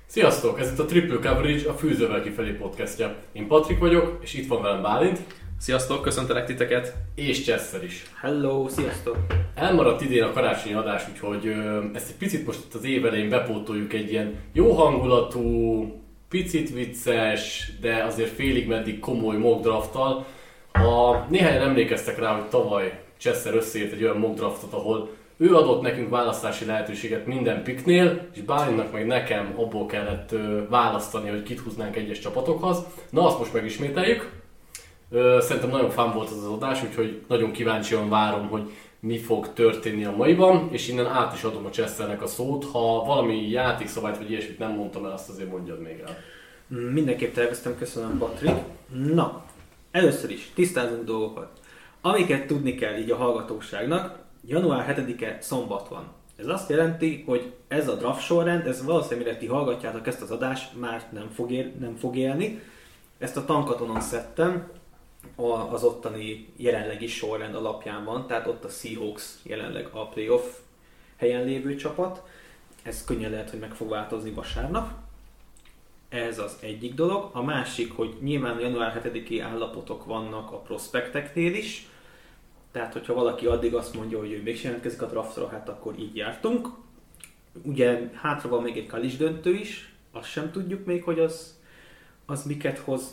Sziasztok! Ez itt a Triple Coverage, a Fűzővel kifelé podcastja. Én Patrik vagyok, és itt van velem Bálint. Sziasztok, köszöntelek titeket! És Chester is. Hello, sziasztok! Elmaradt idén a karácsonyi adás, úgyhogy ezt egy picit most itt az év elején bepótoljuk egy ilyen jó hangulatú, picit vicces, de azért félig meddig komoly mock drafttal. Néhányan emlékeztek rá, hogy tavaly Chester összeírt egy olyan mock draftot, ahol ő adott nekünk választási lehetőséget minden picknél, és Bálintnak meg nekem abból kellett választani, hogy kit húznánk egyes csapatokhoz. Na, azt most megismételjük. Szerintem nagyon fán volt az adás, úgyhogy nagyon kíváncsian várom, hogy mi fog történni a maiban, és innen át is adom a Chesternek a szót. Ha valami játékszabályt vagy ilyesmit nem mondtam el, azt azért mondjad még el. Mindenképp terveztem, köszönöm Patrik. Na, először is tisztázunk dolgokat. Amiket tudni kell így a hallgatóságnak, január 7-e szombat van. Ez azt jelenti, hogy ez a draft sorrend, ez valószínűleg mire ti hallgatjátok ezt az adást, már nem fog élni. Ezt a tankatonon szedtem, az ottani jelenlegi sorrend alapján van, tehát ott a Seahawks jelenleg a playoff helyen lévő csapat. Ez könnyen lehet, hogy meg fog változni vasárnap. Ez az egyik dolog. A másik, hogy nyilván január 7-i állapotok vannak a prospekteknél is. Tehát, hogyha valaki addig azt mondja, hogy ő mégsem jelentkezik a draftra, hát akkor így jártunk. Ugye hátra van még egy college döntő is, azt sem tudjuk még, hogy az miket hoz.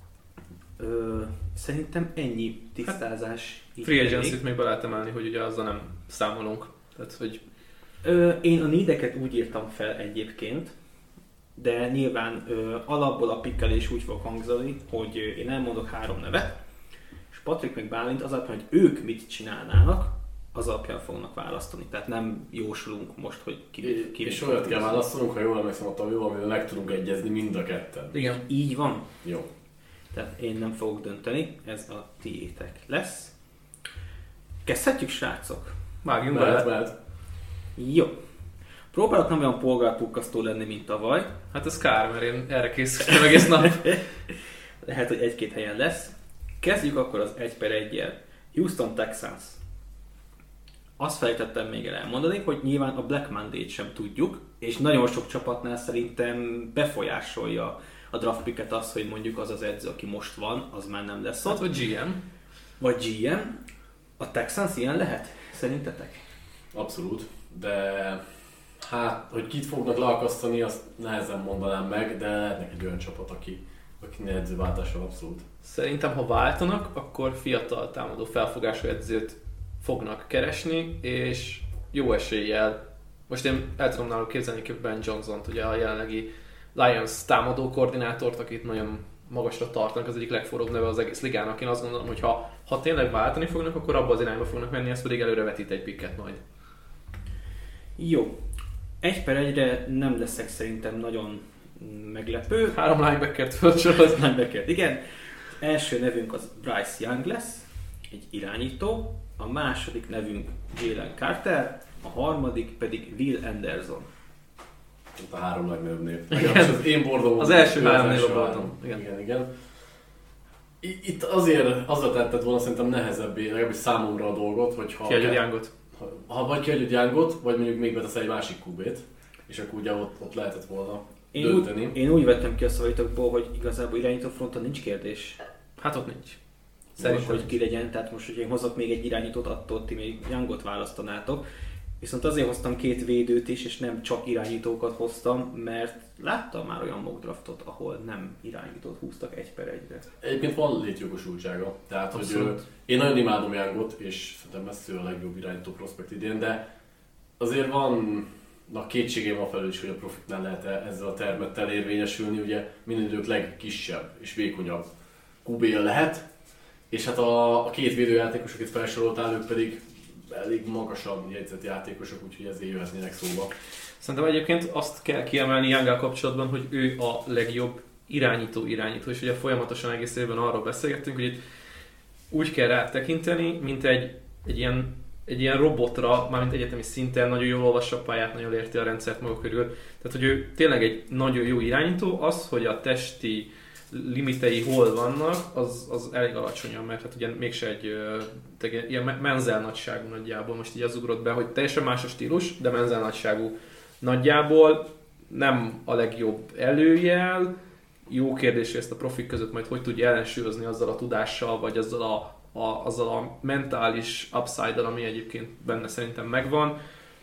Szerintem ennyi tisztázás. Hát, free agency-t még be lehet emelni, hogy ugye azzal nem számolunk. Tehát, hogy... Én a needeket úgy írtam fel egyébként, de nyilván alapból a pikkelés úgy fog hangzani, hogy én elmondok 3 nevet, és Patrik meg Bálint az alapján, hogy ők mit csinálnának, az alapján fognak választani. Tehát nem jósolunk most, hogy ki és olyat kell választanunk, ha jól emlékszem, a jó, amivel meg tudunk egyezni mind a ketten. Igen. Így van. Jó. Tehát én nem fogok dönteni, ez a tiétek lesz. Kezdhetjük, srácok? Vágjunk bele. Jó. Próbálok nem olyan polgárpukkasztó lenni, mint tavaly. Hát ez kár, mert én erre készültem egész nap. Lehet, hogy 1-2 helyen lesz. Kezdjük akkor az 1/1-jel. Houston Texans. Azt felejtettem még elmondani, hogy nyilván a Black Monday-t sem tudjuk, és nagyon sok csapatnál szerintem befolyásolja a draft picket az, hogy mondjuk az az edző, aki most van, az már nem lesz ott. Hát, vagy GM. Vagy GM. A Texans ilyen lehet? Szerintetek? Abszolút, de hát, hogy kit fognak leakasztani, azt nehezen mondanám meg, de lehetnek egy olyan csapat, akinek edzőváltással abszolút. Szerintem, ha váltanak, akkor fiatal támadó felfogású edzőt fognak keresni, és jó eséllyel. Most én el tudom náluk képzelni Ben Johnson-t, ugye a jelenlegi Lions támadó koordinátort, akit nagyon magasra tartanak, az egyik legforróbb neve az egész ligának. Én azt gondolom, hogy ha tényleg váltani fognak, akkor abba az irányba fognak menni, ez pedig előrevetít egy picket majd. Jó. 1/1-re nem leszek szerintem nagyon meglepő. 3 linebackert felsoroz. Linebackert, igen. Az első nevünk az Bryce Young lesz, egy irányító. A második nevünk Jalen Carter, a harmadik pedig Will Anderson. Itt a 3 legnagyobb név. Az én bordom. Az első 3-nél voltam. Igen. Itt azért azzal tetted volna szerintem nehezebbé, legalábbis számomra a dolgot, hogyha... Kiadjad Youngot. Ha vagy kiadjad Youngot, vagy mondjuk még betesz egy másik QB-t, és akkor ugye ott lehetett volna dönteni. Én úgy vettem ki a szavaitokból, hogy igazából irányító fronton nincs kérdés. Hát ott nincs. Szerintem, hogy ki legyen, tehát most, hogy én hozok még egy irányítót, attól ti még Youngot választanátok. Viszont azért hoztam 2 védőt is, és nem csak irányítókat hoztam, mert láttam már olyan mock draftot, ahol nem irányítót húztak 1/1-re. Egyébként van létjogosultsága. Tehát, hogy én nagyon imádom Youngot, és szerintem messze a legjobb irányító prospekt idén, de azért vannak kétségeim afelől is, hogy a profitnál lehet ezzel a termettel érvényesülni. Ugye minden idők legkisebb és vékonyabb QB-ja lehet, és hát a 2 védőjátékos, akit felsoroltál, ők pedig elég magasan jegyzett játékosok, úgyhogy ezért jöhetnének szóba. Szerintem egyébként azt kell kiemelni Younggal kapcsolatban, hogy ő a legjobb irányító, és ugye folyamatosan egész évben arról beszélgettünk, hogy itt úgy kell rá tekinteni, mint egy ilyen robotra, mármint egyetemi szinten nagyon jól olvassa a pályát, nagyon érti a rendszert maga körül. Tehát, hogy ő tényleg egy nagyon jó irányító, az, hogy a testi limitei hol vannak, az elég alacsonyan, mert hát ugye mégse egy ilyen menzel nagyságú nagyjából, most így az ugrott be, hogy teljesen más a stílus, de menzel nagyságú nagyjából nem a legjobb előjel. Jó kérdés, hogy ezt a profik között majd hogy tudja ellensúlyozni azzal a tudással, vagy azzal a mentális upside-dal, ami egyébként benne szerintem megvan.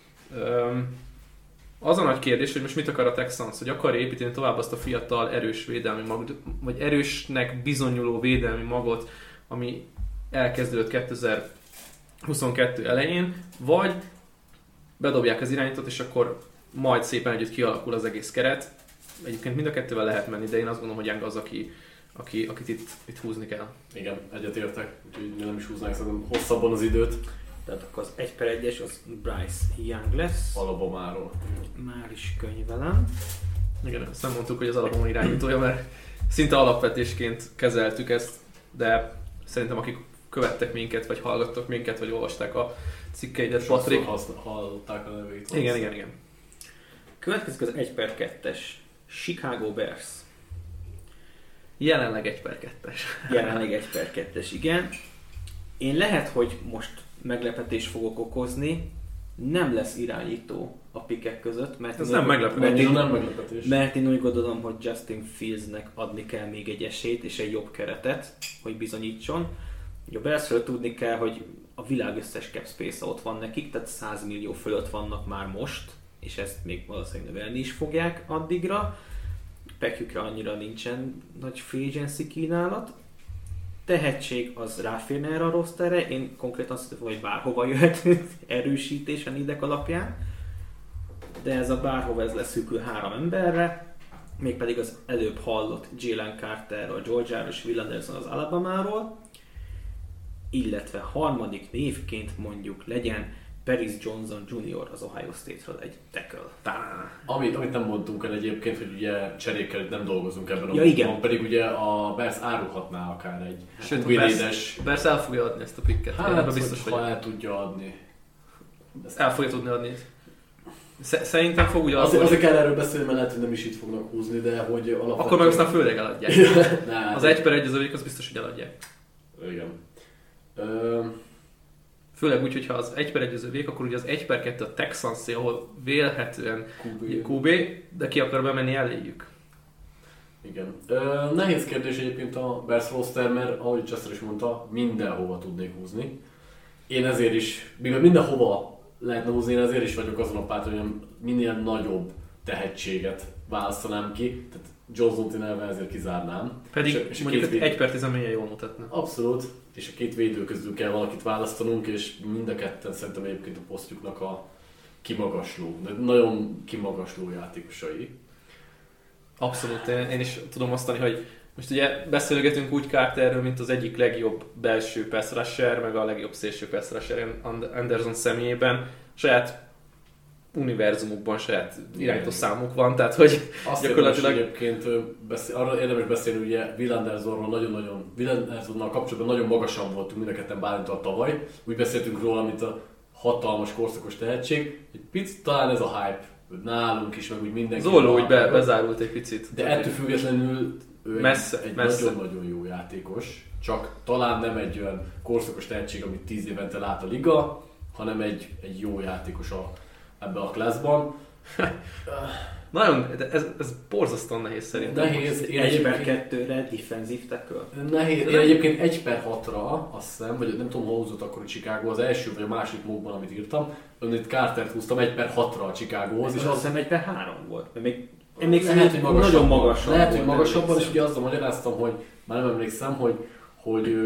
Az a nagy kérdés, hogy most mit akar a Texans, hogy akarja építeni tovább azt a fiatal, erős védelmi magot, vagy erősnek bizonyuló védelmi magot, ami elkezdődött 2022 elején, vagy bedobják az irányítót, és akkor majd szépen együtt kialakul az egész keret. Egyébként mind a kettővel lehet menni, de én azt gondolom, hogy Young az, akit itt húzni kell. Igen, egyetértek, úgyhogy nem is húznánk szerintem hosszabban az időt. Tehát akkor az 1/1-es az Bryce Young lesz. Alabamáról. Már is könyvelem. Igen, azt nem mondtuk, hogy az Alabama irányítója, mert szinte alapvetésként kezeltük ezt, de szerintem akik követtek minket, vagy hallgattak minket, vagy olvasták a cikkeidet, Patrik. Hallották a nevét. Igen. Következik az 1/2-es Chicago Bears. Jelenleg 1/2-es. Jelenleg 1/2-es, igen. Én lehet, hogy most meglepetést fogok okozni, nem lesz irányító a pikek között, mert ez nem meglepetés. Mert én úgy gondolom, hogy Justin Fieldsnek adni kell még egy esélyt és egy jobb keretet, hogy bizonyítson. A Bearsről tudni kell, hogy a világ összes cap space ott van nekik, tehát 100 millió fölött vannak már most, és ezt még valószínűleg növelni is fogják addigra. Pekjükre annyira nincsen nagy free agency kínálat. Tehetség az ráférne erre a rosterre, én konkrétan azt mondom, hogy bárhova jöhet erősítés a needek alapján, de ez a bárhova ez leszűkül 3 emberre, mégpedig az előbb hallott Jalen Carter a Georgia-ról és Will Anderson az Alabamáról, illetve harmadik névként mondjuk legyen Paris Johnson Jr. az Ohio State-ről egy tackle. Amit nem mondtunk el egyébként, hogy ugye cserékkel nem dolgozunk ebben ja, a igen. pedig ugye a Bears árulhatná akár egy Bears el fogja adni ezt a picket. Hát, biztos, hogy el tudja adni. Ezt el fogja tudni adni. Szerintem fog ugye azért kell erről beszélni, mert lehet, hogy nem is itt fognak húzni, de hogy alapvetően... Akkor meg aztán főleg eladják. Az 1/1 az az biztos, hogy eladják. Igen. Főleg úgy, hogyha az 1/1 az övék, akkor ugye az 1/2 a Texans, ahol vélhetően QB, de ki akar bemenni eléjük. Igen. Nehéz kérdés egyébként a Bears roster, mert ahogy Chester is mondta, mindenhova tudnék húzni. Én ezért is, mivel mindenhova lehetne húzni, én ezért is vagyok azon a párton, hogy minél nagyobb tehetséget választanám ki. Tehát Johnson-t én elve ezért kizárnám. Pedig és mondjuk 1/10 milyen jól mutatna. Abszolút. És a két védő közül kell valakit választanunk, és mind a ketten szerintem egyébként a posztjuknak a kimagasló, de nagyon kimagasló játékosai. Abszolút, én is tudom mondani, hogy most ugye beszélgetünk úgy Carterről, mint az egyik legjobb belső pass rusher, meg a legjobb szélső pass rusher Anderson személyében. Saját univerzumukban saját irányító számuk van, tehát hogy azt gyakorlatilag... egyébként arra érdemes beszélni, ugye Will Andersonnal kapcsolatban nagyon magasan voltunk mind a ketten Bálintal tavaly. Úgy beszéltünk róla, mint a hatalmas korszakos tehetség. Egy picit talán ez a hype nálunk is, meg úgy mindenki. Zolló úgy bezárult egy picit. De ettől függetlenül ő messze. nagyon-nagyon jó játékos. Csak talán nem egy olyan korszakos tehetség, amit 10 évente lát a liga, hanem egy jó játékos ebben a classban. Nagyon, ez borzasztóan nehéz szerintem. Nehéz. 1/2-re defensive tackle. Nehéz. Én egyébként 1/6-ra, azt hiszem, vagy nem tudom, hol húzott akkor a Chicago, az első vagy a második módban, amit írtam. Itt Cartert húztam 1/6-ra a Chicagóhoz. És azt hiszem 1/3 volt. Még lehet, hogy nagyon magasabb. Lehet, hogy magasabban, és ugye azzal magyaráztam, hogy már nem emlékszem, hogy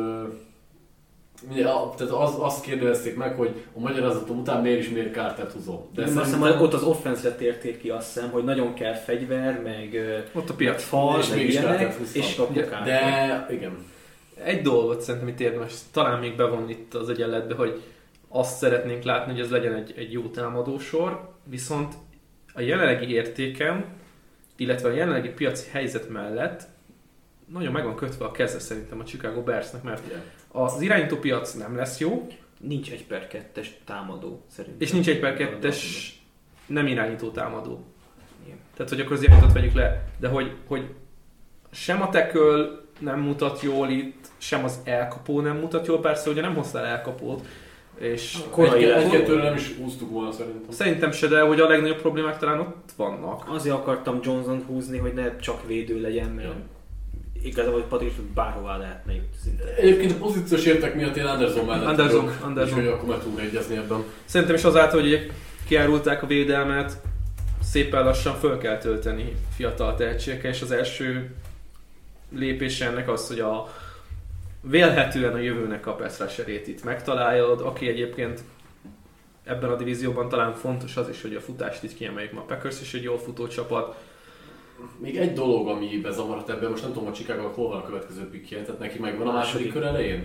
tehát azt kérdezték meg, hogy a magyarázatom után miért Cartert húzom. De szerintem ott az offense-re térték ki, azt hiszem, hogy nagyon kell fegyver, meg ott a piac fal, és mégis Cartert és kapjuk Cartert. De igen. Egy dolgot szerintem itt érdemes talán még bevonni itt az egyenletbe, hogy azt szeretnénk látni, hogy ez legyen egy jó támadósor, viszont a jelenlegi értékem, illetve a jelenlegi piaci helyzet mellett nagyon meg van kötve a keze szerintem a Chicago Bearsnek, mert az irányító piac nem lesz jó. Nincs 1/2-es támadó szerintem. És nincs 1/2-es nem irányító támadó. Igen. Tehát, hogy akkor az irányítót vegyük le. De hogy sem a tackle nem mutat jól itt, sem az elkapó nem mutat jól. Persze, ugye nem hoztál elkapót. És egy-kettőre nem is húztuk volna szerintem. Szerintem se, de hogy a legnagyobb problémák talán ott vannak. Azért akartam Johnson húzni, hogy ne csak védő legyen, mert igazából, hogy Patrik bárhová lehetne jutni szinte. Egyébként a pozíciós értek miatt én Anderson mellett Anderson. úgyhogy akkor meg tudunk egyezni ebben. Szerintem is azáltal, hogy ugye kiárulták a védelmet, szépen lassan föl kell tölteni fiatal tehetségekkel, és az első lépés ennek az, hogy vélhetően a jövőnek a pass rusherét itt megtaláljad, aki egyébként ebben a divízióban talán fontos az is, hogy a futást itt kiemeljük, ma a Packers is egy jól futó csapat. Még egy dolog, ami bezavarat ebben, most nem tudom, hogy Chicago hol van a következő pickje, tehát neki megvan a második kör elején?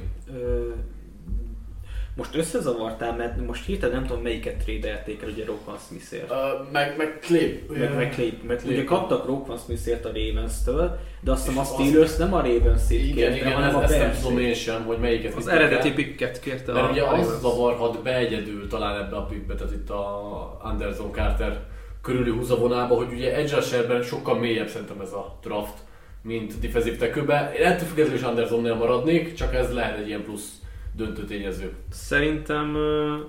Most összezavartál, mert most hirtelen nem tudom melyiket trade-elték el, ugye Roquan Smith-ért. Meg Clay. Ugye kaptak Roquan Smith-ért a Ravens-től, de azt hiszem a Steelers nem a Ravens-ért kérte, hanem a Bears. Ezt nem tudom én sem, hogy melyiket az eredeti picket kérte. Mert ugye az zavarhat be egyedül talán ebbe a pickbe, tehát itt a Anderson Carter körüli húzavonába, hogy ugye edge rusherben sokkal mélyebb szerintem ez a draft, mint defensive tackle-ben. Én ettől függetlenül is Andersonnél maradnék, csak ez lehet egy ilyen plusz döntő tényező. Szerintem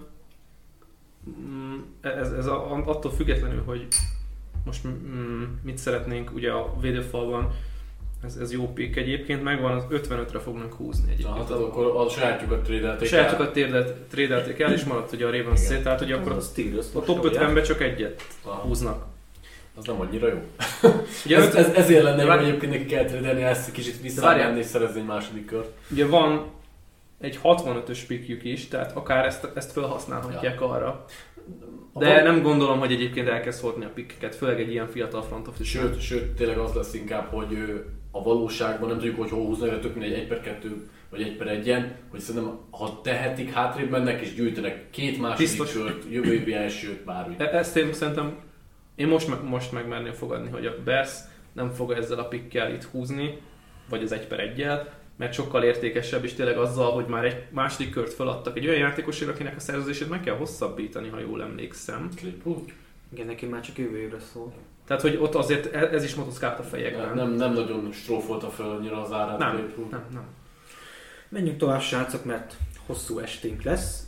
ez attól függetlenül, hogy most mit szeretnénk, ugye a védőfalban ez jó pick egyébként, megvan, az 55-re fognak húzni egyébként. Tehát akkor a sajátjukat trédelték el. Sajátjukat trédelték el, és maradt ugye a Ravens szét, tehát ugye akkor a top 50-ben csak egyet húznak. Az nem annyira jó. Ugye ezért lenne jó, hogy egyébként neki kell trédelni, ezt kicsit visszamenni és szerezni egy második kört. Ugye van egy 65-ös pickjük is, tehát akár ezt felhasználhatják arra. De nem gondolom, hogy egyébként elkezd hordni a pickeket, főleg egy ilyen fiatal front office. Sőt, tényleg az lesz inkább, hogy a valóságban nem tudjuk, hogy hol húznak, de tök mindegy 1/2 vagy 1/1, hogy szerintem, ha tehetik, hátrébb mennek és gyűjtenek két második kört, jövő évi elsőt, bármi. Ezt én szerintem, én most megmerném fogadni, hogy a Bears nem fog ezzel a pickkel itt húzni, vagy az 1/1-jel, mert sokkal értékesebb, és tényleg azzal, hogy már egy második kört feladtak egy olyan játékosért, akinek a szerződését meg kell hosszabbítani, ha jól emlékszem. Igen, neki már csak jövő évre szól. Tehát, hogy ott azért ez is motoszkált a fejekben. Nem nagyon strófolta fel annyira az árát. Nem. Menjünk tovább, srácok, mert hosszú esténk lesz.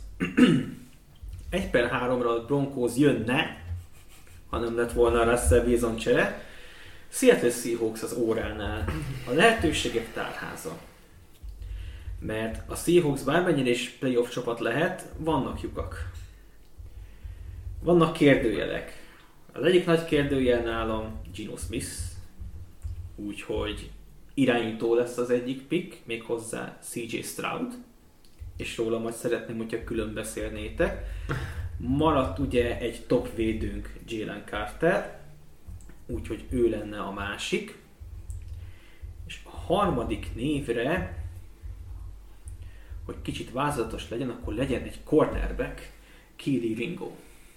1/3-ra a Broncos jönne, ha nem lett volna a Russell Wilson csere. Seattle Seahawks az óránál. A lehetőségek tárháza. Mert a Seahawks bármennyire is playoff csapat lehet, vannak lyukak. Vannak kérdőjelek. Az egyik nagy kérdőjel nálam Geno Smith, úgyhogy irányító lesz az egyik pick, méghozzá CJ Stroud, és róla majd szeretném, hogyha külön beszélnétek. Maradt ugye egy top védőnk, Jalen Carter, úgyhogy ő lenne a másik. És a harmadik névre, hogy kicsit vázatos legyen, akkor legyen egy cornerback, Keely Ringo.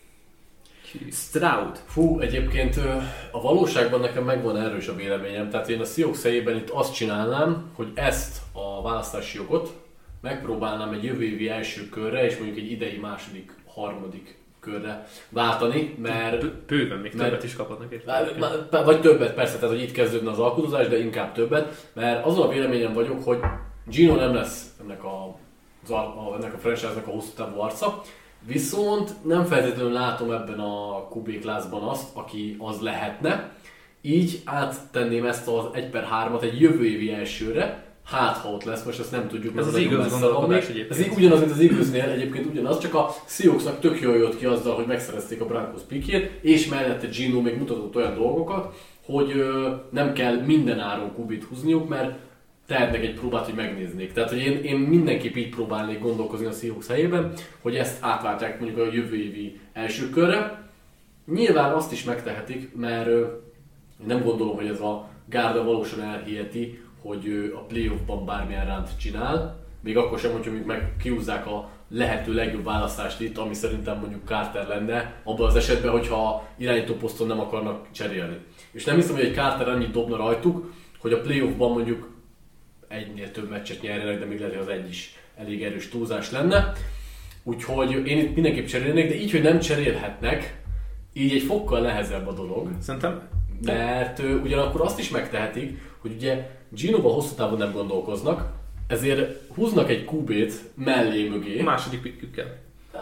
Stroud. Egyébként a valóságban nekem megvan erős a véleményem, tehát én a Seahawks helyében itt azt csinálnám, hogy ezt a választási jogot megpróbálnám egy jövő évi első körre, és mondjuk egy idei második, harmadik körre váltani, mert... Bőven még többet is kaphatnak érte. Vagy többet, persze, tehát hogy itt kezdődne az alkudozás, de inkább többet, mert azon a véleményem vagyok, hogy Geno nem lesz ennek a franchise-nak a hosszú távú arca, viszont nem feltétlenül látom ebben a QB classban azt, aki az lehetne, így áttenném ezt az 1/3-at egy jövő évi elsőre, hát ha ott lesz, most ezt nem tudjuk. Ez az Eagles gondolkodás egyébként. Ez ugyanaz, mint az Eaglesnél egyébként ugyanaz, csak a Seahawksnak tök jól jött ki azzal, hogy megszerezték a Broncos pickjét, és mellette Geno még mutatott olyan dolgokat, hogy nem kell minden áron QB-t húzniuk, mert tehetnek egy próbát, hogy megnéznék. Tehát, hogy én mindenképp így próbálnék gondolkozni a Seahawks helyében, hogy ezt átváltják mondjuk a jövő évi első körre. Nyilván azt is megtehetik, mert nem gondolom, hogy ez a gárda valósan elhiheti, hogy a playoffban bármilyen ránt csinál. Még akkor sem, hogyha meg kihúzzák a lehető legjobb választást itt, ami szerintem mondjuk Carter lenne, abban az esetben, hogyha irányító poszton nem akarnak cserélni. És nem hiszem, hogy egy Carter annyit dobna rajtuk, hogy a playoffban mondjuk egynél több meccset nyerjenek, de még lehet, hogy az egy is elég erős túlzás lenne. Úgyhogy én itt mindenképp cserélnék, de így, hogy nem cserélhetnek, így egy fokkal nehezebb a dolog. Szerintem. Mert ugyanakkor azt is megtehetik, hogy ugye Genoval hosszú távon nem gondolkoznak, ezért húznak egy QB-t mellé mögé. A második pickükkel.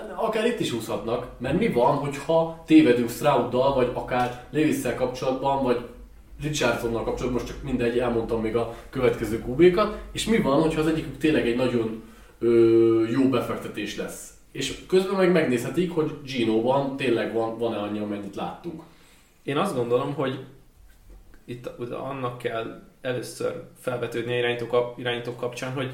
akár itt is húzhatnak, mert mi van, hogyha tévedünk Strouddal, vagy akár Lewisszel kapcsolatban, vagy Richardsonnal kapcsolatban, most csak mindegy, elmondtam még a következő QB-kat, és mi van, hogyha az egyikük tényleg egy nagyon jó befektetés lesz. És közben meg megnézhetik, hogy Gino-ban tényleg van-e annyi, amennyit láttunk. Én azt gondolom, hogy itt annak kell először felvetődni irányítók kapcsán, hogy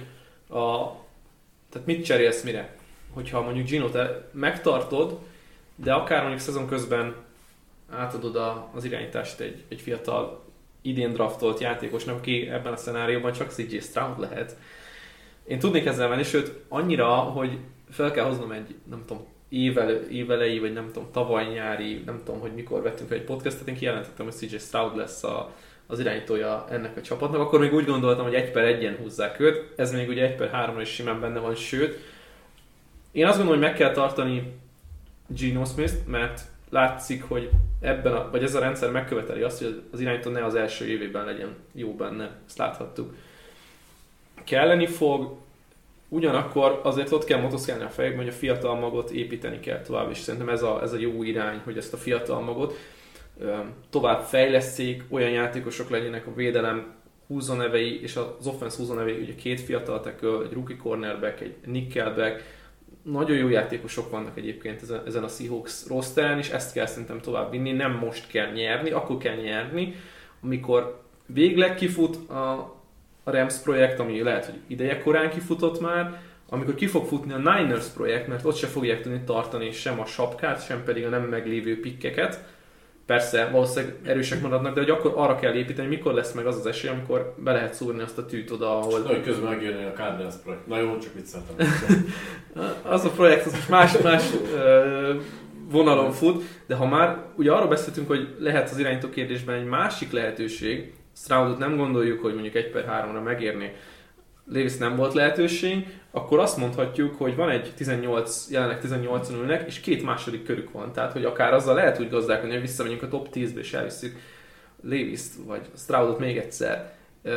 tehát mit cserélsz mire? Hogyha mondjuk Gino-t megtartod, de akár mondjuk szezon közben átadod az irányítást egy fiatal, idén draftolt játékosnak, aki ebben a szenárióban csak CJ Stroud lehet. Én tudnék ezzel venni, sőt annyira, hogy fel kell hoznom egy, nem tudom, évelei, vagy nem tudom, tavaly nyári, nem tudom, hogy mikor vettünk fel egy podcastet, én kijelentettem, hogy CJ Stroud lesz az irányítója ennek a csapatnak, akkor még úgy gondoltam, hogy 1/1 húzzák őt, ez még ugye 1/3 is simán benne van, sőt, én azt gondolom, hogy meg kell tartani Geno Smith-t, mert látszik, hogy vagy ez a rendszer megköveteli azt, hogy az irányító ne az első évében legyen jó benne, ezt láthattuk. Kelleni fog, ugyanakkor azért ott kell motoszkálni a fejekben, hogy a fiatal magot építeni kell tovább, és szerintem ez a jó irány, hogy ezt a fiatal magot tovább fejleszték, olyan játékosok legyenek a védelem húzónevei, és az offense húzónevei, ugye 2 fiatal tackle, egy rookie cornerback, egy nickelback, nagyon jó játékosok vannak egyébként ezen a Seahawks rosteren, és ezt kell szerintem tovább vinni, nem most kell nyerni, akkor kell nyerni, amikor végleg kifut a Rams projekt, ami lehet, hogy ideje korán kifutott már, amikor ki fog futni a Niners projekt, mert ott se fogják tudni tartani sem a sapkát, sem pedig a nem meglévő pikkeket. Persze, valószínűleg erősek maradnak, de hogy akkor arra kell építeni, mikor lesz meg az esély, amikor be lehet szúrni azt a tűt oda, ahol... Nagyon közben megjönni a Cardinals projekt. Na jó, csak vicceltem. Az a projekt, az most más vonalon fut, de ha már ugye arról beszéltünk, hogy lehet az irányító kérdésben egy másik lehetőség, Stroudot nem gondoljuk, hogy mondjuk 1/3-ra megérni, Levis nem volt lehetőség, akkor azt mondhatjuk, hogy van egy 18, jelenleg 18-on ülnek, és 2 második körük van. Tehát, hogy akár azzal lehet úgy gazdálkodni, hogy visszamegyünk a top 10-be, és elvisszük Levis-t, vagy Stroudot még egyszer.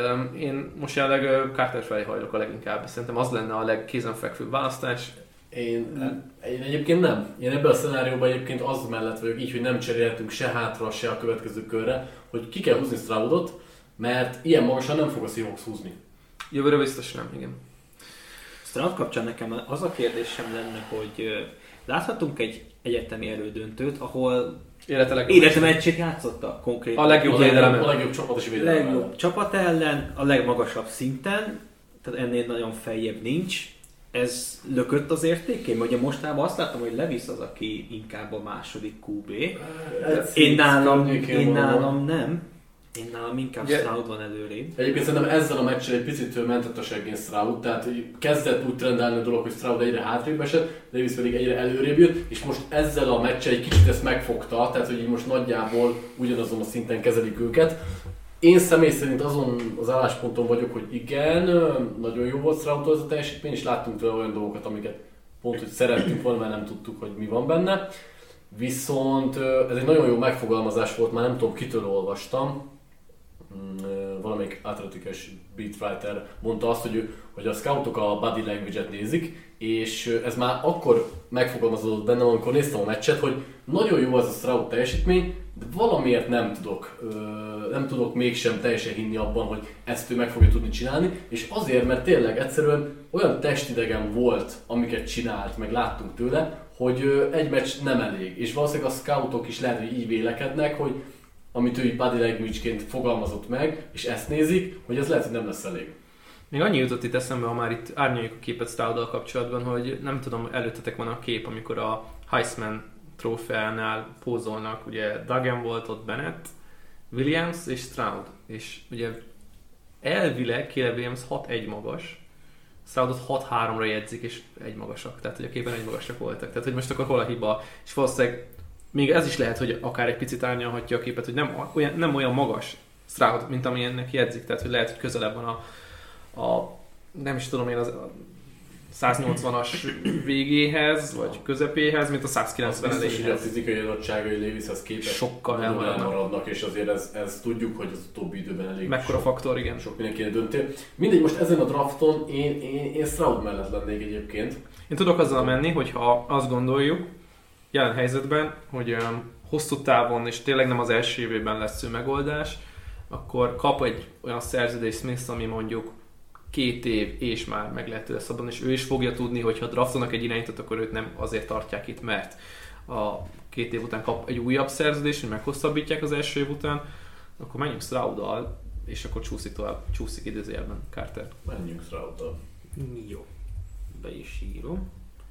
Én most jelenleg Carter felé hajlok a leginkább. Szerintem az lenne a legkézenfekvőbb választás. Én egyébként nem. Én ebben a szenárióban egyébként az mellett vagyok így, hogy nem cserélhetünk se hátra, se a következő körre, hogy ki kell húzni Stroudot, mert ilyen magasan nem fog a Seahawks húzni. Jövőre biztos nem, igen. Stroud kapcsán nekem az a kérdésem lenne, hogy láthatunk egy egyetemi elődöntőt, ahol életemeccsét játszotta konkrétan. A legjobb védelem. A legjobb csapatosi védelem. Legjobb csapat ellen, a legmagasabb szinten, tehát ennél nagyon feljebb nincs. Ez lökött az értékén? Ugye mostában azt láttam, hogy Levis az, aki inkább a második QB. Én nálam nem. Én nálam inkább Stroud van előrébb. Egyébként szerintem ezzel a meccsel egy picit mentett a seggén Stroud, tehát kezdett úgy trendálni a dolog, hogy Stroud egyre hátrébb esett, Davis pedig egyre előrébb jött, és most ezzel a meccsel egy kicsit ezt megfogta, tehát hogy így most nagyjából ugyanazon a szinten kezelik őket. Én személy szerint azon az állásponton vagyok, hogy igen, nagyon jó volt Stroudtól ez a teljesítmény, és láttunk tőle olyan dolgokat, amiket pont, hogy szerettünk volna, mert nem tudtuk, hogy mi van benne. Viszont ez egy nagyon jó megfogalmazás volt, már nem tudom, kitől olvastam. Valamelyik atletikus beatwriter mondta azt, hogy a scoutok a body language-et nézik, és ez már akkor megfogalmazódott bennem, amikor néztem a meccset, hogy nagyon jó az a Stroud teljesítmény, de valamiért nem tudok mégsem teljesen hinni abban, hogy ezt ő meg fogja tudni csinálni, és azért, mert tényleg egyszerűen olyan testidegen volt, amiket csinált, meg láttunk tőle, hogy egy meccs nem elég, és valószínűleg a scoutok is lehet, hogy így vélekednek, hogy amit ő body language-ként fogalmazott meg, és ezt nézik, hogy ez lehet, hogy nem lesz elég. Még annyi jutott itt eszembe, ha már itt árnyaljuk a képet Strouddal kapcsolatban, hogy nem tudom, előttetek van a kép, amikor a Heisman trófeánál pózolnak, ugye Duggan volt ott, Bennett, Williams és Stroud, és ugye elvileg Caleb Williams 6'1 magas, Stroudot 6'3-ra jegyzik, és egy magasak, tehát hogy a képen egy magasak voltak, tehát hogy most akkor hol a hiba, és valószínűleg még ez is lehet, hogy akár egy picit árnyalhatja a képet, hogy nem olyan magas Stroud, mint amilyennek jegyzik, tehát hogy lehet, hogy közelebb van nem is tudom én, 180-as végéhez, vagy közepéhez, mint a 190 elejéhez. Biztos, hogy a fizikai adottságai Lewishez képest sokkal elmaradnak, és azért ez tudjuk, hogy az utóbbi időben elég mekkora faktor, igen. Sok mindenki döntél. Mindegy, most ezen a drafton én Stroud mellett lennék egyébként. Én tudok azzal menni, hogyha azt gondoljuk, jelen helyzetben, hogy hosszú távon, és tényleg nem az első évében lesz ő megoldás, akkor kap egy olyan szerződés Smith, ami mondjuk 2 év, és már meg lehet tőle szabadon, és ő is fogja tudni, hogy ha draftolnak egy irányítót, akkor őt nem azért tartják itt, mert a 2 év után kap egy újabb szerződést, hogy meghosszabbítják az első év után, akkor menjünk Strouddal, és akkor csúszik idézőjelben Carter. Menjünk Strouddal. Jó. Be is írom.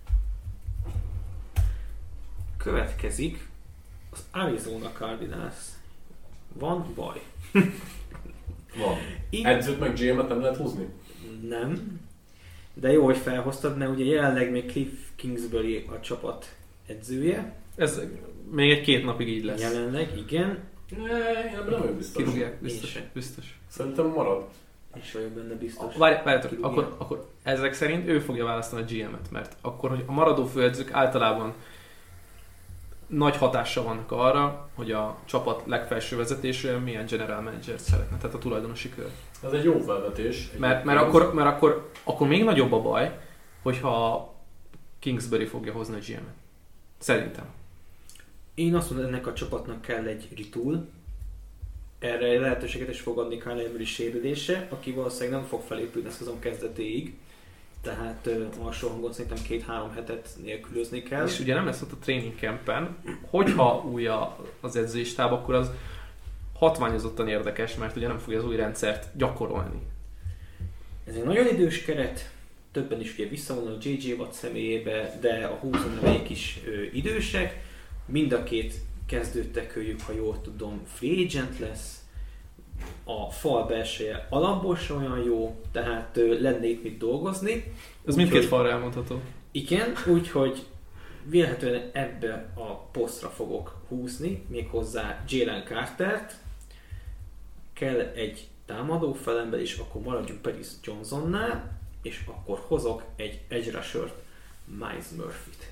Következik az Arizona Cardinals. Van baj. Van. Edzőt meg GM-et nem lehet húzni? Nem. De jó, hogy felhoztad, mert ugye jelenleg még Cliff Kingsbury a csapat edzője. Ez még egy 2 napig így lesz. Jelenleg, igen. Én ebben nem vagyok biztos. Kirúgják, biztos. Szerintem marad. És vagyok benne biztos. Várjátok, akkor ezek szerint ő fogja választani a GM-et, mert akkor, hogy a maradó főedzők általában nagy hatással vannak arra, hogy a csapat legfelső vezetése milyen general manager szeretne, tehát a tulajdonosi kör. Ez egy jó felvetés. Mert akkor még nagyobb a baj, hogyha Kingsbury fogja hozni a GM-et. Szerintem. Én azt mondom, ennek a csapatnak kell egy retool. Erre lehetőséget is fog adni Kyle Emery sérülése, aki valószínűleg nem fog felépülni a szezon kezdetéig. Tehát alsó hangon szerintem 2-3 hetet nélkülözni kell. És ugye nem lesz ott a training campen, hogyha új az edzői stáb, akkor az hatványozottan érdekes, mert ugye nem fogja az új rendszert gyakorolni. Ez egy nagyon idős keret, többen is ugye visszavonulnak J.J. Watt személyébe, de a 20 neveik is idősek. Mind a 2 kezdőtekőjük, ha jól tudom, free agent lesz. A fal belseje alapból sem olyan jó, tehát lenne itt mit dolgozni. Ez mindkét falra elmondható. Igen, úgyhogy vélhetően ebbe a posztra fogok húzni, méghozzá Jalen Cartert. Kell egy támadó felember, és akkor maradjunk Paris Johnsonnál, és akkor hozok egy edge rushert, Miles Murphyt.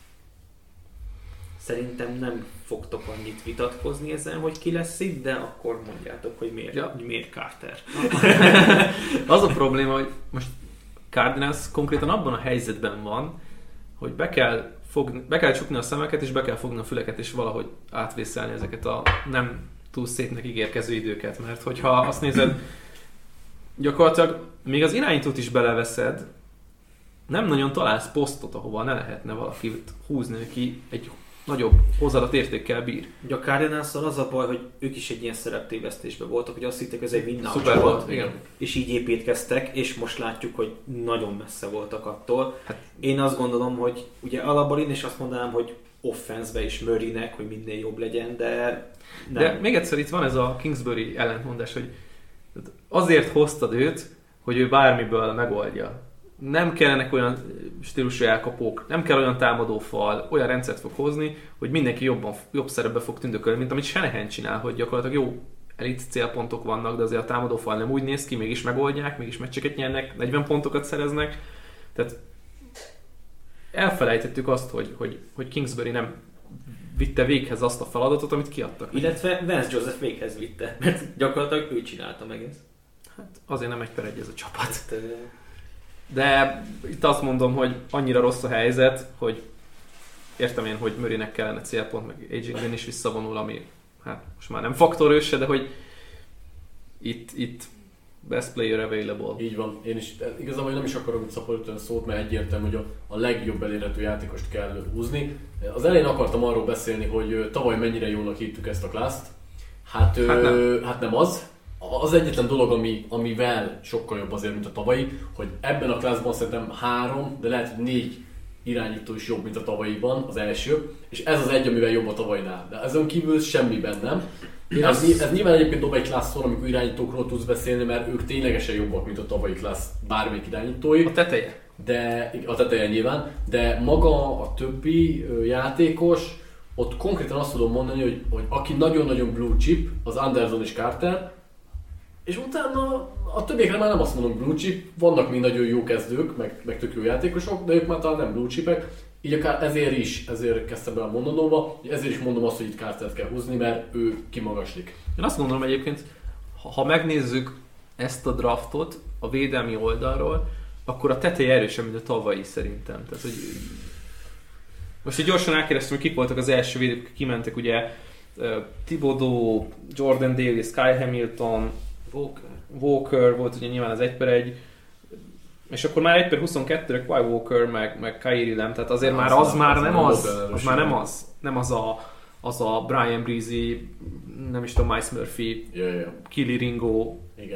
Szerintem nem fogtok annyit vitatkozni ezen, hogy ki lesz itt, de akkor mondjátok, hogy miért Carter. Az a probléma, hogy most Cardinals konkrétan abban a helyzetben van, hogy be kell csukni a szemeket, és be kell fogni a füleket, és valahogy átvészelni ezeket a nem túl szépnek ígérkező időket. Mert hogyha azt nézed, gyakorlatilag még az irányítót is beleveszed, nem nagyon találsz posztot, ahova ne lehetne valakit húzni, aki egy nagyobb hozzáadott értékkel bír. Ugye a Cardinals-szal az a baj, hogy ők is egy ilyen szereptévesztésben voltak, hogy azt hitték, ez egy win-now Szuper csapat, volt, igen. És így építkeztek, és most látjuk, hogy nagyon messze voltak attól. Hát, én azt gondolom, hogy ugye alapból én is azt mondanám, hogy offense-be is Murraynek, hogy minél jobb legyen, de nem. De még egyszer itt van ez a Kingsbury ellentmondás, hogy azért hoztad őt, hogy ő bármiből megoldja. Nem kellenek olyan stílusú elkapók, nem kell olyan támadófal, olyan rendszert fog hozni, hogy mindenki jobb szerepbe fog tündökölni, mint amit Shanahan csinál, hogy gyakorlatilag jó elit célpontok vannak, de azért a támadófal nem úgy néz ki, mégis megoldják, mégis meccseket nyernek, 40 pontokat szereznek. Tehát elfelejtettük azt, hogy Kingsbury nem vitte véghez azt a feladatot, amit kiadtak. Illetve Vance Joseph véghez vitte, mert gyakorlatilag ő csinálta meg ezt. Hát azért nem 1/1 ez a csapat. De itt azt mondom, hogy annyira rossz a helyzet, hogy értem én, hogy Murraynek kellene célpont, meg AJ Green is visszavonul, ami hát most már nem faktor őse, de hogy itt best player available. Így van. Én is igazából nem is akarok szaporítani szót, mert egyértelmű, hogy a legjobb elérhető játékost kell húzni. Az elején akartam arról beszélni, hogy tavaly mennyire jónak hittük ezt a klászt. Hát nem az. Az egyetlen dolog, amivel sokkal jobb azért, mint a tavalyi, hogy ebben a klászban szerintem 3, de lehet, hogy 4 irányító is jobb, mint a tavalyiban, az első, és ez az egy, amivel jobb a tavalynál. De ezen kívül semmiben nem. Ez nyilván egyébként dob egy klászszor, amikor irányítókról tudsz beszélni, mert ők ténylegesen jobbak, mint a tavalyi klász bármelyik irányítói. A teteje. A teteje nyilván, de maga a többi játékos, ott konkrétan azt tudom mondani, hogy aki nagyon-nagyon blue chip, az Anderson és Carter, És utána a többiekre már nem azt mondom blue chip, vannak még nagyon jó kezdők, meg tök jó játékosok, de ők már talán nem blue chipek. Így akár ezért kezdtem bele a mondanóba, ezért is mondom azt, hogy itt Cartert kell húzni, mert ő kimagaslik. Én azt gondolom egyébként, ha megnézzük ezt a draftot a védelmi oldalról, akkor a teteje erősebb, mint a tavalyi szerintem. Tehát, hogy most így gyorsan elkérdeztem, hogy kik voltak az első védők, kimentek ugye Thibodeau, Jordan Davis, Kyle Hamilton, Walker volt ugye nyilván az 1/1, és akkor már 1/22-re Kyle Walker, meg Kyrie Lamb, tehát azért már az nem az a Brian Breezy, nem is tudom, Miles Murphy, Kili Ringo. Igen.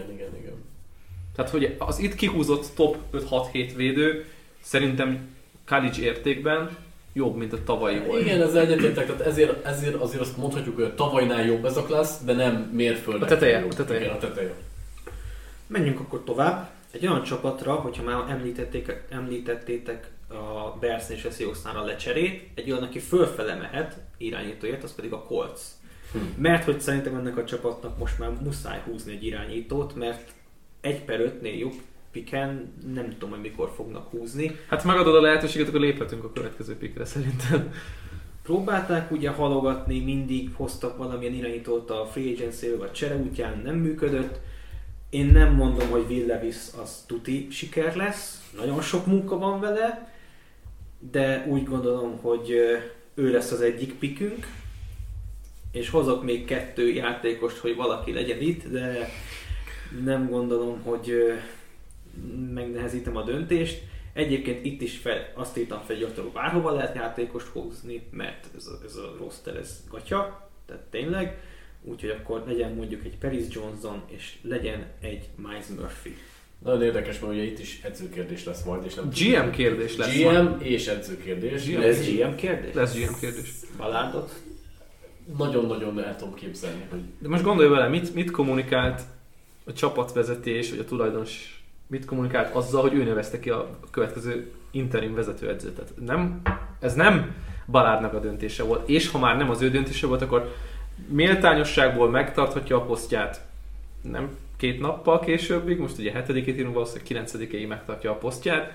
Tehát hogy az itt kihúzott top 5-6-7 védő szerintem college értékben jobb, mint a tavalyi volt. Igen, ezzel egyetértek, tehát ezért azért azt mondhatjuk, hogy a tavalynál jobb ez a klassz, de nem mérföldek. A teteje. Igen, a teteje. Menjünk akkor tovább. Egy olyan csapatra, hogyha már említettétek a Bears és a Seahawksnál a lecserét, egy olyan, aki fölfele mehet irányítóért, az pedig a Colts. Mert hogy szerintem ennek a csapatnak most már muszáj húzni egy irányítót, mert 1/5-nél jobb piken nem tudom, hogy mikor fognak húzni. Hát megadod a lehetőséget, akkor léphetünk a következő pikre szerintem. Próbálták ugye halogatni, mindig hoztak valamilyen irányítót a free agency-ről vagy csere útján, nem működött. Én nem mondom, hogy Will Levis az tuti siker lesz, nagyon sok munka van vele, de úgy gondolom, hogy ő lesz az egyik pikünk, és hozok még 2 játékost, hogy valaki legyen itt, de nem gondolom, hogy megnehezítem a döntést. Egyébként itt is azt írtam fel, hogy bárhova lehet játékost húzni, mert ez a roster, ez gatya, tehát tényleg. Úgyhogy akkor legyen mondjuk egy Paris Johnson, és legyen egy Miles Murphy. Nagyon érdekes, mert ugye itt is edzőkérdés lesz majd, és nem GM kérdés lesz GM majd. és edzőkérdés. Lesz GM kérdés? Lesz GM kérdés. Ballardot? Nagyon-nagyon el tudom képzelni, hogy... De most gondolj vele, mit kommunikált a csapatvezetés, vagy a tulajdonos, mit kommunikált azzal, hogy ő nevezte ki a következő interim vezetőedzőt. Tehát ez nem Ballardnak a döntése volt, és ha már nem az ő döntése volt, akkor méltányosságból megtarthatja a posztját. Nem 2 nappal későbbig, most ugye 7-ét írunk, valószínűleg 9-ig megtartja a posztját,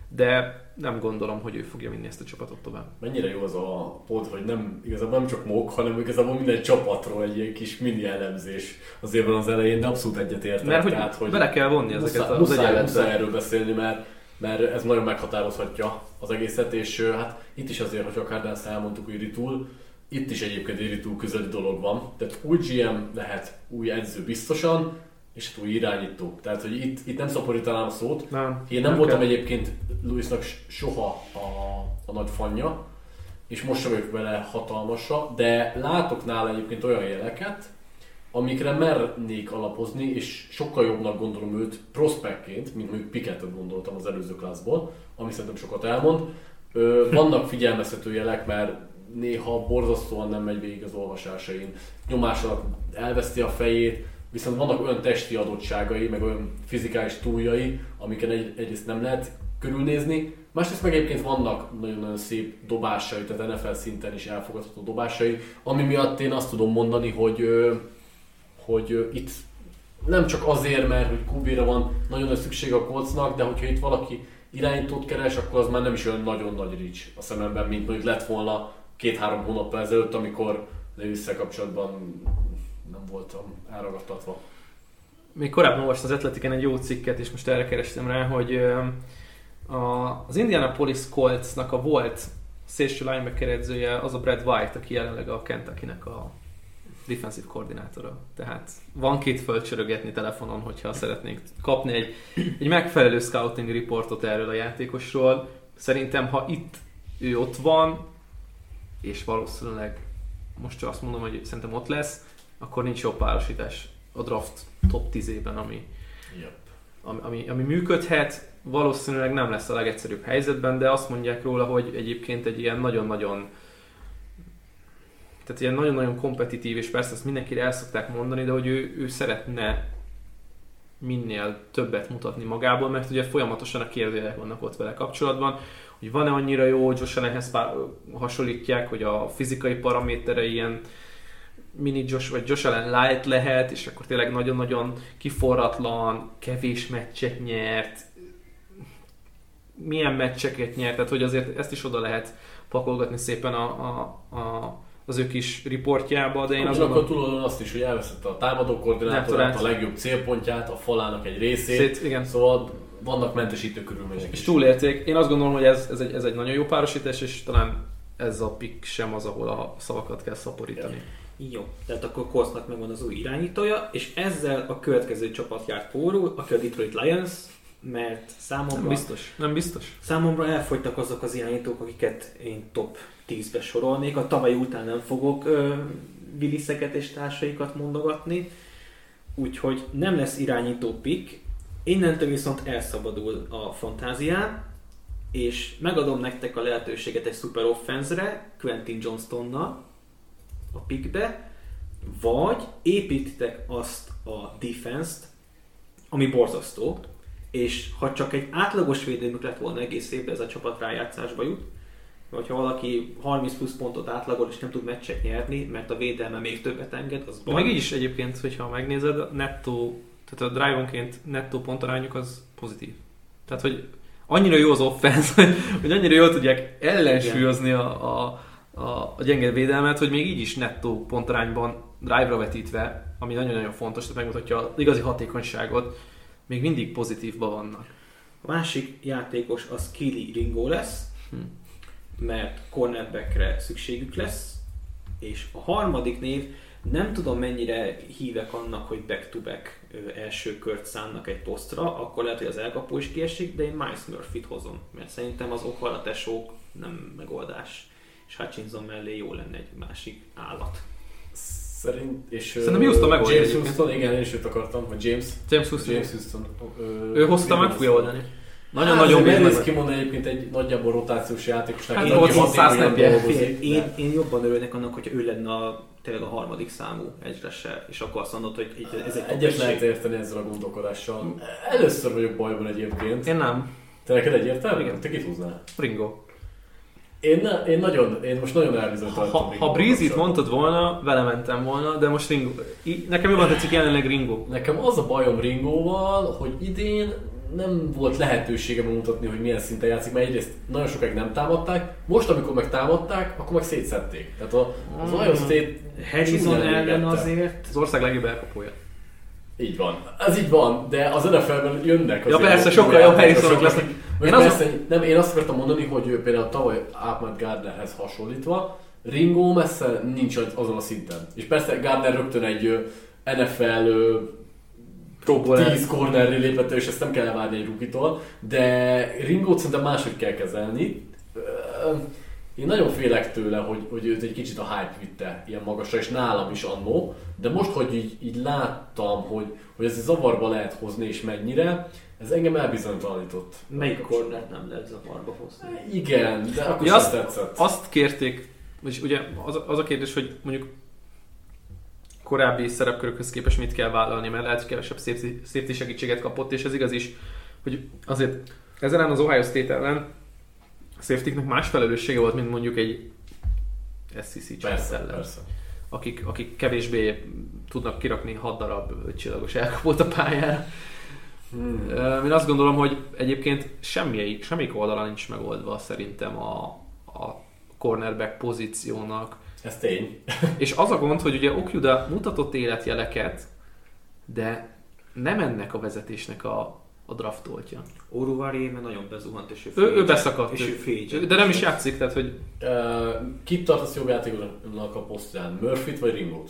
de nem gondolom, hogy ő fogja vinni ezt a csapatot tovább. Mennyire jó az a pont, hogy igazából nem csak MOK, hanem igazából minden csapatról egy ilyen kis mini elemzés az évben az elején, de abszolút egyetértek. Mert hogy bele kell vonni ezeket az egyenletbe. Muszáj erről beszélni, mert ez nagyon meghatározhatja az egészet, és hát itt is azért, hogy a Cardinals elmondtuk, hogy Ritul, itt is egyébként egy Ritul közeli dolog van, tehát új GM lehet, új edző biztosan, és hát új irányító. Tehát, hogy itt nem szaporítanám a szót. Én nem voltam egyébként Lewisnak soha a nagy fanja, és most sem vagyok vele hatalmasra, de látok nála egyébként olyan jeleket, amikre mernék alapozni, és sokkal jobbnak gondolom őt prospektként, mint mondjuk Pickettet gondoltam az előző klászból, ami szerintem sokat elmond. Vannak figyelmeztető jelek, mert néha borzasztóan nem megy végig az olvasásain. Nyomás alatt elveszti a fejét, viszont vannak olyan testi adottságai, meg olyan fizikális túljai, amiken egyrészt nem lehet körülnézni. Másrészt meg egyébként vannak nagyon-nagyon szép dobásai, tehát NFL szinten is elfogadható dobásai, ami miatt én azt tudom mondani, hogy itt nem csak azért, mert hogy QB-re van nagyon nagy szükség a Coltsnak, de hogyha itt valaki irányítót keres, akkor az már nem is olyan nagyon nagy reach a szememben, mint mondjuk lett volna 2-3 hónappal ezelőtt, amikor Lewis-szel kapcsolatban nem voltam elragadtatva. Még korábban olvastam az Athleticen egy jó cikket, és most erre kerestem rá, hogy az Indianapolis Coltsnak a volt szélső linebacker edzője az a Brad White, aki jelenleg a Kentucky-nek a defensive koordinátora. Tehát van 2 földcsörögetni telefonon, hogyha szeretnénk kapni egy megfelelő scouting reportot erről a játékosról. Szerintem, ha itt ő ott van, és valószínűleg most csak azt mondom, hogy szerintem ott lesz, akkor nincs jobb párosítás a draft top 10-ében, ami működhet. Valószínűleg nem lesz a legegyszerűbb helyzetben, de azt mondják róla, hogy egyébként egy ilyen nagyon-nagyon kompetitív, és persze ezt mindenkire el szokták mondani, de hogy ő szeretne minél többet mutatni magából, mert ugye folyamatosan a kérdőjelek vannak ott vele kapcsolatban, hogy van-e annyira jó, Josh Allenhez hasonlítják, hogy a fizikai paraméterei ilyen mini Josh vagy Josh Allen Light lehet, és akkor tényleg nagyon-nagyon kiforratlan, kevés meccset nyert, milyen meccseket nyert, tehát hogy azért ezt is oda lehet pakolgatni szépen az ő kis riportjába, de én azt gondolom... Akkor túloldalon azt is, hogy elveszette a támadó koordinátorát, a legjobb célpontját, a falának egy részét, igen. Szóval vannak mentesítő körülmények és túlélték. Én azt gondolom, hogy ez egy nagyon jó párosítás, és talán ez a pick sem az, ahol a szavakat kell szaporítani. Jó, tehát akkor Coltsnak megvan az új irányítója, és ezzel a következő csapat járt pórul, aki a Detroit Lions, mert számomra... Nem biztos. Számomra elfogytak azok az irányítók, akiket én top 10-be sorolnék. A tavaly után nem fogok Williseket és társaikat mondogatni, úgyhogy nem lesz irányító pick. Innentől viszont elszabadul a fantázián, és megadom nektek a lehetőséget egy szuper offense-re, Quentin Johnstonnal a pickbe, vagy építitek azt a defense-t, ami borzasztó, és ha csak egy átlagos védelmük lett volna egész évben, ez a csapat rájátszásba jut, vagy ha valaki 30 plusz pontot átlagol és nem tud meccset nyerni, mert a védelme még többet enged, az baj. Meg így is egyébként, hogyha megnézed, nettó, tehát a drive-onként nettó pontarányuk az pozitív. Tehát, hogy annyira jó az offense, hogy annyira jól tudják ellensúlyozni a gyenge védelmet, hogy még így is nettó pontarányban drive-ra vetítve, ami nagyon-nagyon fontos, tehát megmutatja az igazi hatékonyságot, még mindig pozitívban vannak. A másik játékos az Keely Ringo lesz, mert cornerbackre szükségük lesz, és a harmadik név, nem tudom mennyire hívek annak, hogy back-to-back első kört szánnak egy posztra, akkor lehet, hogy az elkapó is kiesik, de én Miles Murphyt hozom, mert szerintem az Okwara tesók nem megoldás, és Hutchinson mellé jó lenne egy másik állat. Szerintem Houston megoldja. James Houston, igen, én is őt akartam, vagy James Houston. Ő hosszúta meg fogja oldani. Nagyon-nagyon nehéz kimondani egyébként egy nagyjából rotációs játékosnak. Hát ott 100 snapje. Én jobban örülnek annak, hogyha ő lenne tényleg a harmadik számú edge-re, és akkor azt mondod, hogy ez egy egyet lehet érteni ezzel a gondolkodással. Először vagyok bajban egyébként. Én nem. Te neked egyértelmű? Igen. Te kit húznál? Ringo. Én most nagyon elbizonytalanodtam. Ha Breeze-it mondtad volna, vele mentem volna, de most Ringo. Nekem jobban tetszik jelenleg Ringo. Nekem az a bajom Ringóval, hogy idén nem volt lehetősége mutatni, hogy milyen szinten játszik, mert egyrészt nagyon sokáig nem támadták, most amikor meg támadták, akkor meg szétszedték. Tehát az Ohio State Harrison ellen azért az ország legjobb elkapója. Így van. Ez így van, de az NFL-ben jönnek azért. Ja persze, sokkal jobb Harrisonok lesznek. Én azt akartam mondani, hogy például tavaly Ahmad Gardnerhez hasonlítva, Ringo messze nincs azon a szinten. És persze Gardner rögtön egy NFL 10 cornerré lépett, és ezt nem kell elvárni egy rookie-tól, de Ringót szerintem máshogy kell kezelni. Én nagyon félek tőle, hogy őt egy kicsit a hype vitte ilyen magasra, és nálam is annó, de most, hogy így láttam, hogy ez zavarba lehet hozni, és mennyire, ez engem elbizonytalanított. Melyik cornert nem lehet zavarba hozni? Igen, de akkor sem tetszett. Azt kérték, és ugye az a kérdés, hogy mondjuk korábbi szerepkörökhöz képest mit kell vállalni, mert lehet, hogy kevesebb safety segítséget kapott, és ez igaz is, hogy azért ezen az Ohio State ellen a safety-knek más felelőssége volt, mint mondjuk egy SEC csapat ellen. Persze. Akik kevésbé tudnak kirakni 6 darab 5 csillagos elkapót a pályára. Én azt gondolom, hogy egyébként semmelyik oldala nincs megoldva szerintem a cornerback pozíciónak. Ez tény. És az a gond, hogy ugye Okuda mutatott életjeleket, de nem ennek a vezetésnek a draftoltja. Oruvari nagyon bezuhant, és ő beszakadt. És de nem is játszik, tehát hogy... Kit tartasz jobb játékosnak a posztján? Murphyt vagy Ringót?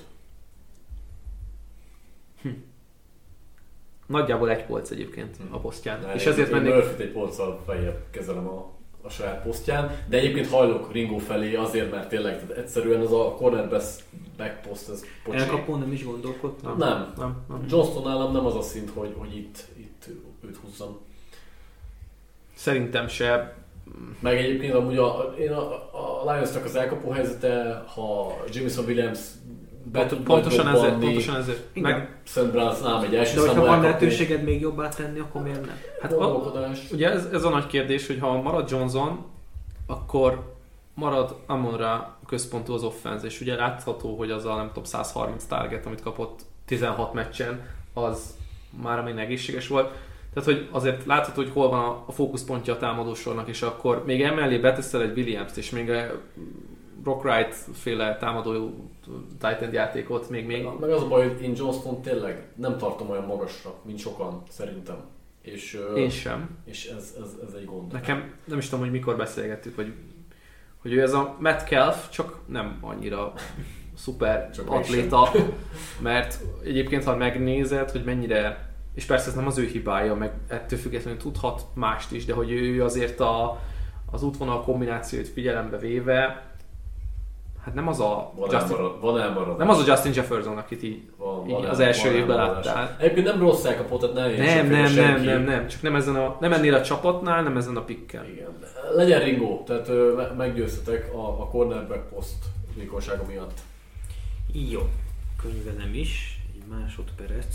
Nagyjából egy polc egyébként a posztján. És ezért mennék... Murphyt egy polccal feljebb kezelem a saját posztján, de egyébként hajlok Ringo felé azért, mert tényleg egyszerűen az a cornerback poszt, ez pocsék. Elkapón nem is gondolkodtam? Nem. Johnston állam nem az a szint, hogy itt őt húzzam. Szerintem se. Meg egyébként amúgy a Lionsnak az elkapó helyzete, ha Jameson Williams pontosan ezért. Meg Szent Brown nem egy első számú elkapó. De ha van lehetőséged még jobbá tenni, akkor miért nem? Hát ugye ez a nagy kérdés, hogy ha marad Johnson, akkor marad Amon-Ra központú az offense, és ugye látható, hogy az a nem tudom 130 target, amit kapott 16 meccsen, az már még egészséges volt. Tehát, hogy azért látható, hogy hol van a fókuszpontja a támadósornak, és akkor még emellé beteszel egy Williams-t, és még a Brock Wright féle támadó tight end játékot még. Meg az a baj, hogy én Johnston tényleg nem tartom olyan magasra, mint sokan szerintem. És, én sem. És ez egy gond. Nekem nem is tudom, hogy mikor beszélgettük, hogy ő ez a Metcalf, csak nem annyira szuper csak atléta, mert egyébként ha megnézed, hogy mennyire, és persze ez nem az ő hibája, meg ettől függetlenül tudhat mást is, de hogy ő azért az útvonal kombinációt figyelembe véve, hát nem az a nem az a Justin Jefferson, akit így az első évben láttál. Egyébként nem rossz elkapott, tehát nem, csak nem ennél a csapatnál, nem ezen a pickkel. Igen. Legyen Ringo, tehát meggyőztetek a cornerback poszt vékonysága miatt. Jó, könyvelem is, egy másodperc.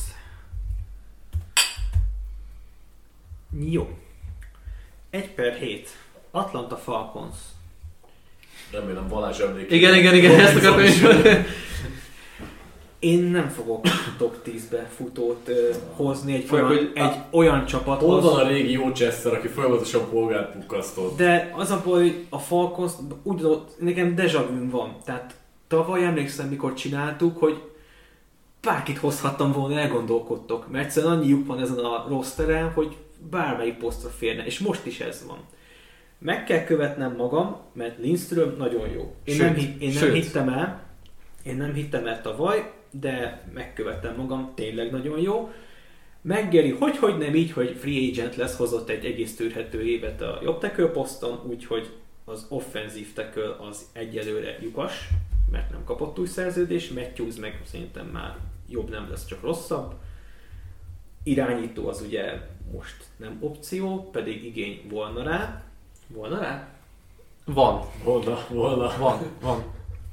Jó. 1/7. Atlanta Falcons. Remélem Balázs emlékezik. Igen, ezt akartam is mondani. Én nem fogok top 10-be futót hozni egy olyan csapathoz. Hol van a régi jó Chester, aki folyamatosan polgárt pukkasztott? De az a baj, a Falcons, nekem déjà vu van. Tehát tavaly emlékszem, mikor csináltuk, hogy bárkit hozhattam volna, elgondolkodtok. Mert egyszerűen annyi lyuk van ezen a rosteren, hogy bármelyik posztra férne. És most is ez van. Meg kell követnem magam, mert Lindström nagyon jó. Én nem hittem el tavaly, de megkövettem magam, tényleg nagyon jó. Meggeri, hogy nem így, hogy free agent lesz, hozott egy egész tűrhető évet a jobb tackle poszton, úgyhogy az offenzív tackle az egyelőre lyukas, mert nem kapott új szerződést, Matthews meg szerintem már jobb nem lesz, csak rosszabb. Irányító az ugye most nem opció, pedig igény volna rá. Volna rá? Van.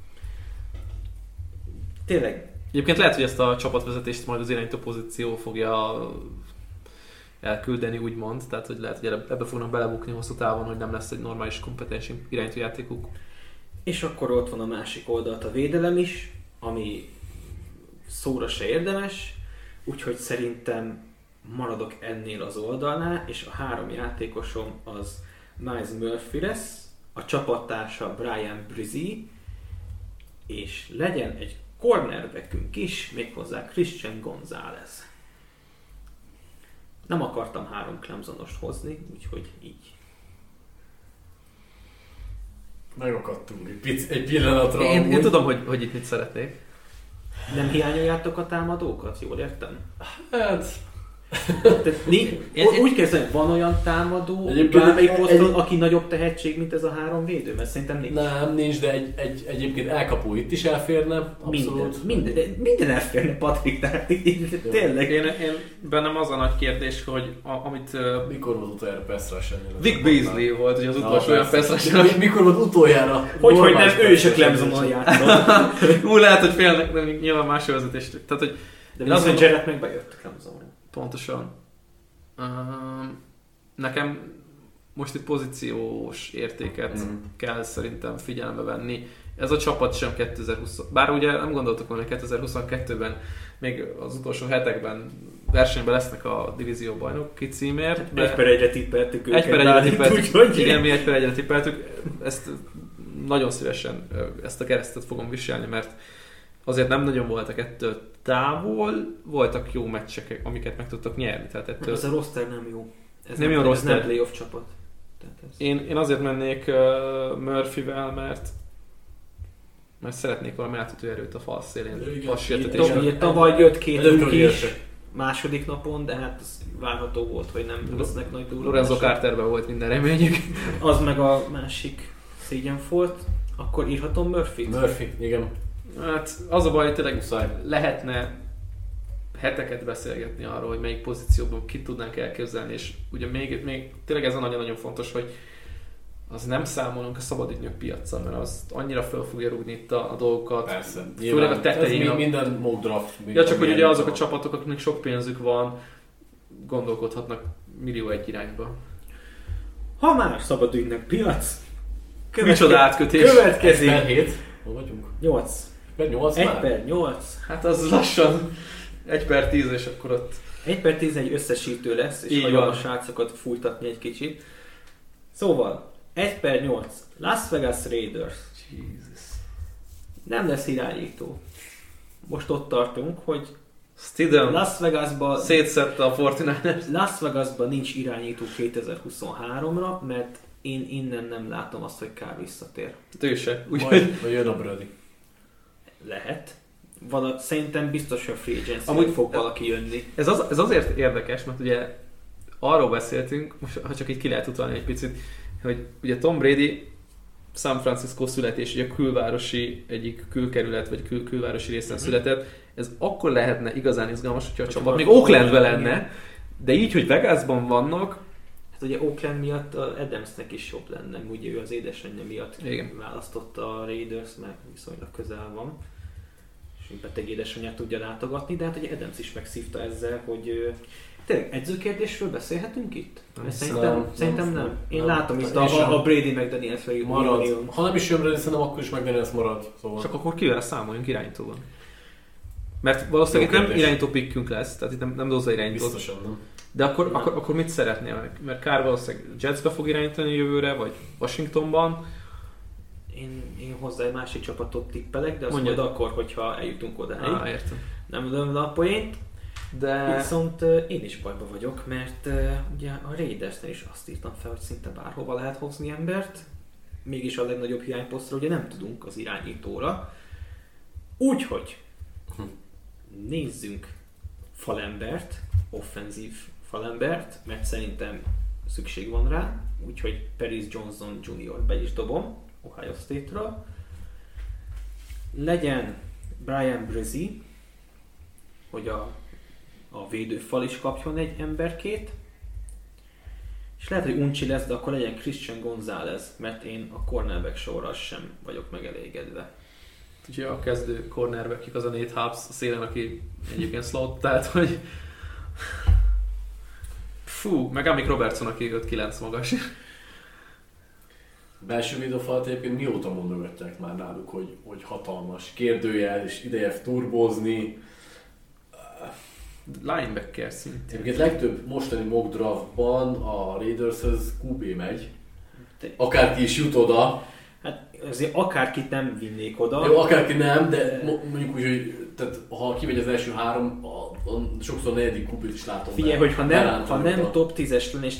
Tényleg. Egyébként lehet, hogy ezt a csapatvezetést majd az irányító pozíció fogja elküldeni, úgymond. Tehát, hogy lehet, hogy ebbe fognak belebukni hosszú távon, hogy nem lesz egy normális kompetens irányító játékuk. És akkor ott van a másik oldalt a védelem is, ami szóra se érdemes, úgyhogy szerintem maradok ennél az oldalnál, és a 3 játékosom az Miles Murphy lesz, a csapattársa Brian Brzee, és legyen egy cornerbackünk is, méghozzá Christian Gonzalez. Nem akartam 3 Clemsonost hozni, úgyhogy így. Megakadtunk egy pillanatra. Én tudom, hogy itt mit szeretnék. Nem hiányoljátok a támadókat? Jól értem? Hát... Úgy kezdem, van olyan támadó bármelyik poszton, aki nagyobb tehetség, mint ez a 3 védő? Mert szerintem nincs. Nem, nincs, de egyébként elkapó itt is elférne. Abszolút. Minden elférne, Patrik, tehát tényleg. Én bennem az a nagy kérdés, hogy amit... Mikor volt utoljára pass rush? Vic Beasley volt, hogy az utolsó olyan pass rush. Mikor volt utoljára? Hogy nem, ő is a Clemsonon játszott. Úgy lehet, hogy félnek, de nyilván más vezetést. Tehát, hogy de viszont Jarrett meg bejött Clemsonon. Pontosan. Nekem most egy pozíciós értéket kell szerintem figyelembe venni. Ez a csapat sem 2020. Bár ugye nem gondoltuk volna, hogy 2022-ben még az utolsó hetekben versenyben lesznek a divízió bajnoki címért. 1/1-re tippeltük őket. 1/1-re tippeltük. Igen, mi 1/1-re tippeltük. Ezt nagyon szívesen ezt a keresztet fogom viselni, mert azért nem nagyon voltak ettől távol, voltak jó meccsek, amiket meg tudtak nyerni. Tehát ettől... Ez a roster nem jó. Ez nem jó roster. Ez nem playoff csapat. Én azért mennék Murphyvel, mert szeretnék valami átütő erőt a fal szélén. Tavaly jött 2 lyuk is második napon, de hát ez várható volt, hogy nem lesznek nagy durranások. Lorenzo Carterben volt minden reményük. Az meg a másik szégyenfolt. Akkor írhatom Murphy-t? Murphy, igen. Hát az a baj, hogy tényleg lehetne heteket beszélgetni arról, hogy melyik pozícióban ki tudnánk elképzelni, és ugye még tényleg ez a nagyon-nagyon fontos, hogy az nem számolunk a szabadügynök piacon, mert az annyira föl fogja rúgni itt a dolgokat. Persze. Főleg a tetején. Ez minden mock draft. Ja, csak hogy ugye azok a csapatok, akiknek sok pénzük van, gondolkodhatnak millió egy irányba. Ha már szabadügynök piac, Micsoda átkötés. Következik. 1 per 7. Hol vagyunk? 8. Per 8 1 már? per 8. Hát az lassan 1 per 10, és akkor ott... 1 per 10 egy összesítő lesz, és Így hagyom van. a srácokat fújtatni egy kicsit. Szóval, 1 per 8. Las Vegas Raiders. Jesus. Nem lesz irányító. Most ott tartunk, hogy Stidham Las Vegasban szétszedte a 49ers. Las Vegasban nincs irányító 2023-ra, mert én innen nem látom azt, hogy Carr visszatér. Ő se. Majd jön a Brady. Lehet. Szerintem biztos, hogy a free agency Amúgy- fog valaki jönni. Ez azért érdekes, mert ugye arról beszéltünk, most ha csak itt ki lehet utalni egy picit, hogy ugye Tom Brady San Francisco születés, ugye külvárosi, egyik külkerület vagy külvárosi részen született, ez akkor lehetne igazán izgalmas, hogyha a csapat még Oaklandben lenne, de így, hogy Vegasban vannak, Hát ugye Oakland miatt a Adamsnek is jobb lenne, ugye ő az édesanyja miatt Igen. választotta a Raiders, mert viszonylag közel van. És beteg édesanyját tudja látogatni, de hát ugye Adams is megszívta ezzel, hogy tényleg edzőkérdésről beszélhetünk itt? Mert szerintem nem. Én látom itt a Brady meg Daniels felé. Marad. Ha nem is jön Brady, szerintem akkor is meg Daniels marad. Szóval. csak akkor kivel számoljunk irányítóban. Mert valószínűleg itt nem irányító pickünk lesz, tehát itt nem dozza irányítót. Biztosan nem. De akkor mit szeretnél? Mert Carr valószínűleg Jetsbe fog irányítani jövőre, vagy Washingtonban. Én hozzá egy másik csapatot tippelek, de azt Mondjad. majd akkor, hogyha eljutunk oda. Értem. Nem lövöm le a poént. De Viszont én is bajba vagyok, mert ugye a Raidersnél is azt írtam fel, hogy szinte bárhova lehet hozni embert. Mégis a legnagyobb hiányposztra ugye nem tudunk az irányítóra. Úgyhogy nézzünk falembert, offenzív falembert, mert szerintem szükség van rá. Úgyhogy Paris Johnson Jr. be is dobom Ohio State-ről. Legyen Brian Brzee, hogy a védőfal is kapjon egy emberkét. És lehet, hogy uncsi lesz, de akkor legyen Christian Gonzalez, mert én a cornerback sorral sem vagyok megelégedve. ugye a kezdő cornerback az a Nate Hobbs a szélen, aki egyébként slot, tehát hogy meg Amik Robertson, aki 5-9 magas. Belső védőfalat egyébként mióta mondogatják már náluk, hogy hatalmas kérdőjel és ideje turbózni. Linebacker szintén. Egyébként legtöbb mostani mock draftban a Raidershez QB megy. Akárki is jut oda. Hát azért akárkit nem vinnék oda. Jó, akárki nem, de mondjuk úgy, hogy tehát, ha kimegy az első három, sokszor negyedik QB-t is látom. Figyelj, hogy ha nem top 10-es lenne és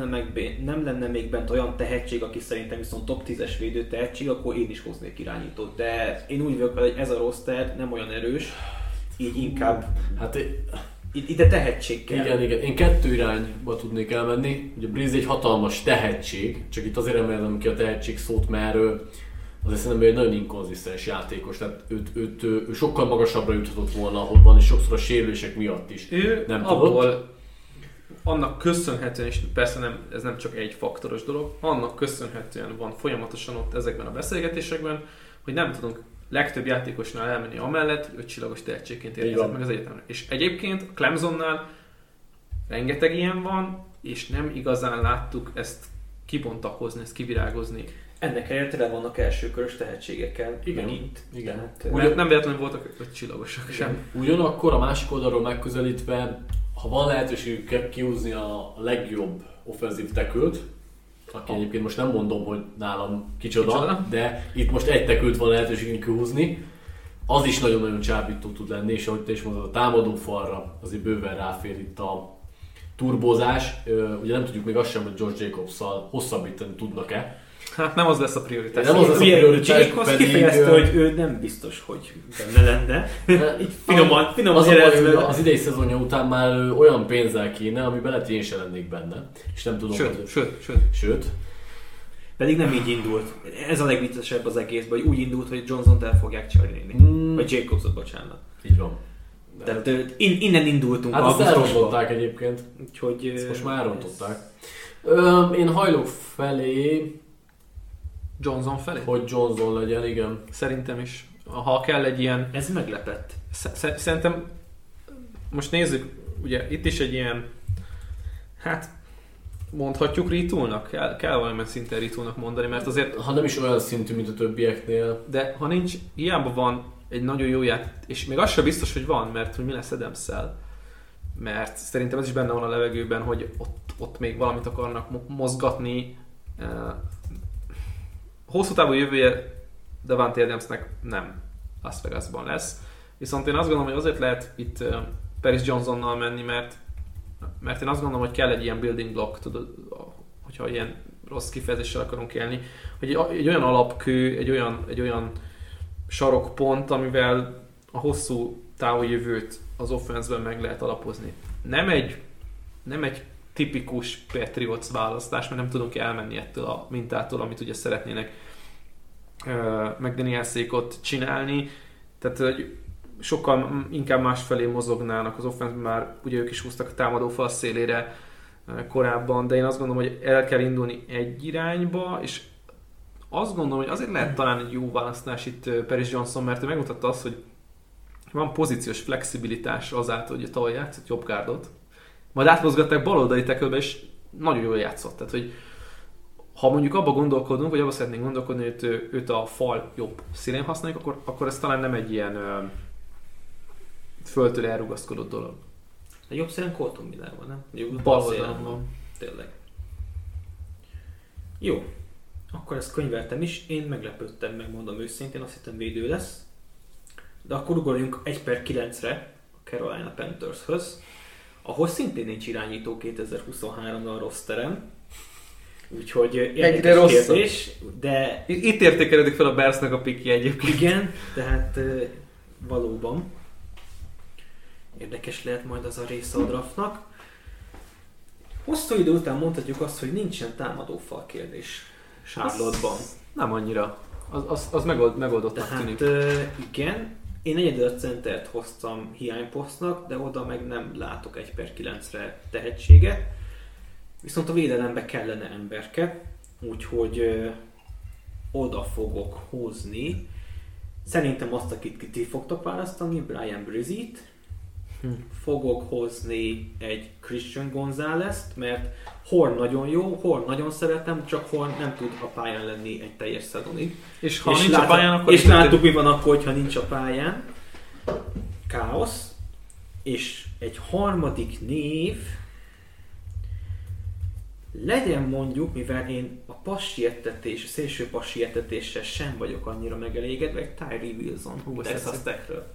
nem lenne még bent olyan tehetség, aki szerintem viszont top 10-es védő tehetség, akkor én is hoznék irányítót. De én úgy vagyok, hogy ez a roster nem olyan erős, így inkább Hát ide tehetség kell. igen. Én kettő irányba tudnék elmenni. Ugye Breeze egy hatalmas tehetség, csak itt azért emelem ki a tehetség szót, mert azért szerintem egy nagyon inkonzisztens játékos, tehát ő sokkal magasabbra juthatott volna, ahol van, és sokszor a sérülések miatt is Ő nem abból, tudott. annak köszönhetően, és persze ez nem csak egy faktoros dolog, annak köszönhetően van folyamatosan ott ezekben a beszélgetésekben, hogy nem tudunk legtöbb játékosnál elmenni amellett, hogy 5 csillagos tehetségként érkezett meg az egyetemre. És egyébként a Clemsonnál rengeteg ilyen van, és nem igazán láttuk ezt kibontakozni, ezt kivirágozni. Ennek helyett tele vannak elsőkörös tehetségekkel. Igen. Megint. Igen. Tehát, Nem véletlenül voltak 5 csillagosak sem. Ugyanakkor a másik oldalról megközelítve, ha van lehetőségük kihúzni a legjobb offenzív tackle-t, aki egyébként most nem mondom, hogy nálam kicsoda, de itt most egy tackle-t van lehetőségünk kihúzni, az is nagyon-nagyon csábító tud lenni, és ahogy te is mondod, a támadó falra azért bőven ráfér itt a turbózás. Ugye nem tudjuk még azt sem, hogy Josh Jacobs-szal hosszabbítani tudnak-e. Hát nem az lesz a prioritás. Nem az lesz a prioritás, Jacobs pedig... kifejezte, hogy ő nem biztos, hogy benne lenne. Így finoman Az a baj, hogy jelezve. az idei szezonja után már olyan pénzzel kéne, amiben lehet, hogy én sem lennék benne. És nem tudom, Sőt. Pedig nem így indult. Ez a legviccesebb az egészben, hogy úgy indult, hogy Johnson-t el fogják cserélni. Vagy Jacobsot, bocsánat. Így van. Tehát innen indultunk. Hát azt elrontották egyébként. Úgyhogy... Ezt most már elrontották. Én hajlok felé... Johnson felé? Hogy Johnson legyen, igen. Szerintem is. Ha kell egy ilyen... Ez meglepett. Szerintem... Most nézzük, ugye itt is egy ilyen... Hát... mondhatjuk retoolnak? Kell valamilyen szinten retoolnak mondani, mert azért... Ha nem is olyan szintű, mint a többieknél. De ha nincs, hiába van egy nagyon jó és még az sem biztos, hogy van, mert hogy mi lesz Adams-szel. Mert szerintem ez is benne van a levegőben, hogy ott még valamit akarnak mozgatni. Hosszú távú jövője Davante Adamsnek nem Las Vegasban lesz. Viszont én azt gondolom, hogy azért lehet itt Paris Johnsonnal menni, mert én azt gondolom, hogy kell egy ilyen building block, tudod, hogyha ilyen rossz kifejezéssel akarunk élni, hogy egy olyan alapkő, egy olyan sarokpont, amivel a hosszú távú jövőt az offenszben meg lehet alapozni. Nem egy tipikus Patriots választás, mert nem tudunk elmenni ettől a mintától, amit ugye szeretnének McDanielsék csinálni. Tehát, hogy sokkal inkább másfelé mozognának az offenszben, már ugye ők is húztak a támadófal szélére korábban, de én azt gondolom, hogy el kell indulni egy irányba, és azt gondolom, hogy azért lehet talán egy jó választás itt Paris Johnson, mert ő megmutatta azt, hogy van pozíciós flexibilitás azáltal, hogy tavaly játszott jobb gárdot, majd átmozgatták baloldali tekölbe, és nagyon jól játszott. Tehát, hogy ha mondjuk abba gondolkodunk, vagy abba szeretnénk gondolkodni, hogy őt a fal jobb szélén használjuk, akkor ez talán nem egy ilyen földtől elrugaszkodott dolog. A jobb szélen Colton Miller van, nem? Bal oldalon van. Tényleg. Jó. Akkor ezt könyveltem is. Én meglepődtem, megmondom őszintén, azt hittem védő lesz. De akkor ugorjunk 1/9-re a Carolina Panthershöz, ahol szintén nincs irányító 2023-ra a rosteren. Úgyhogy érdekes kérdés, de... Itt értékelődik fel a Bearsnek a pikje egyébként. Igen, tehát valóban érdekes lehet majd az a része a draftnak. Hosszú idő után mondhatjuk azt, hogy nincsen támadófal kérdés Charlotte-ban. Nem annyira. Az megoldottnak tűnik. Igen, én egyedül a centert hoztam hiányposztnak, de oda meg nem látok 1/9-re tehetséget. Viszont a védelembe kellene emberke, úgyhogy oda fogok hozni. Szerintem azt, akit ti fogtok választani, Brian Brzee-t. Fogok hozni egy Christian Gonzalez-t, mert Horn nagyon jó, Horn nagyon szeretem, csak Horn nem tud a pályán lenni egy teljes szezonig. És ha nincs a pályán, akkor... És láttuk, mi van akkor, ha nincs a pályán. Káosz. És egy harmadik név... Legyen mondjuk, mivel én a passietetés, a szélső passietetéssel sem vagyok annyira megelégedve, egy Tyree Wilson, Texas Tech-ről.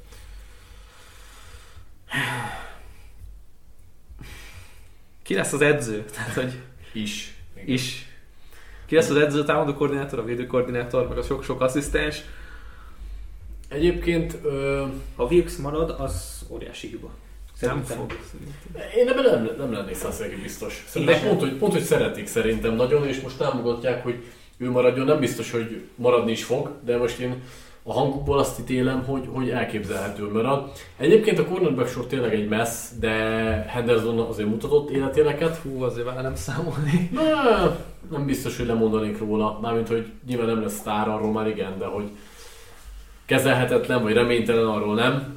Ki lesz az edző? Tehát, hogy is. Ki lesz az edző, a támadó koordinátor, a védő koordinátor, meg a sok-sok asszisztens? Egyébként... Ha Wilkes marad, az óriási hiba. Nem fog. Én ebben nem lennék százalékig biztos. Szerintem pont, hogy szeretik szerintem nagyon, és most támogatják, hogy ő maradjon. Nem biztos, hogy maradni is fog, de most én a hangukból azt ítélem, hogy elképzelhető marad. Egyébként a cornerback sor tényleg egy messz, de Henderson azért mutatott életéleket. Hú, azért vele nem számolni. Nem biztos, hogy lemondanék róla. Mármint, hogy nyilván nem lesz sztár, arról már igen, de hogy kezelhetetlen vagy reménytelen, arról nem.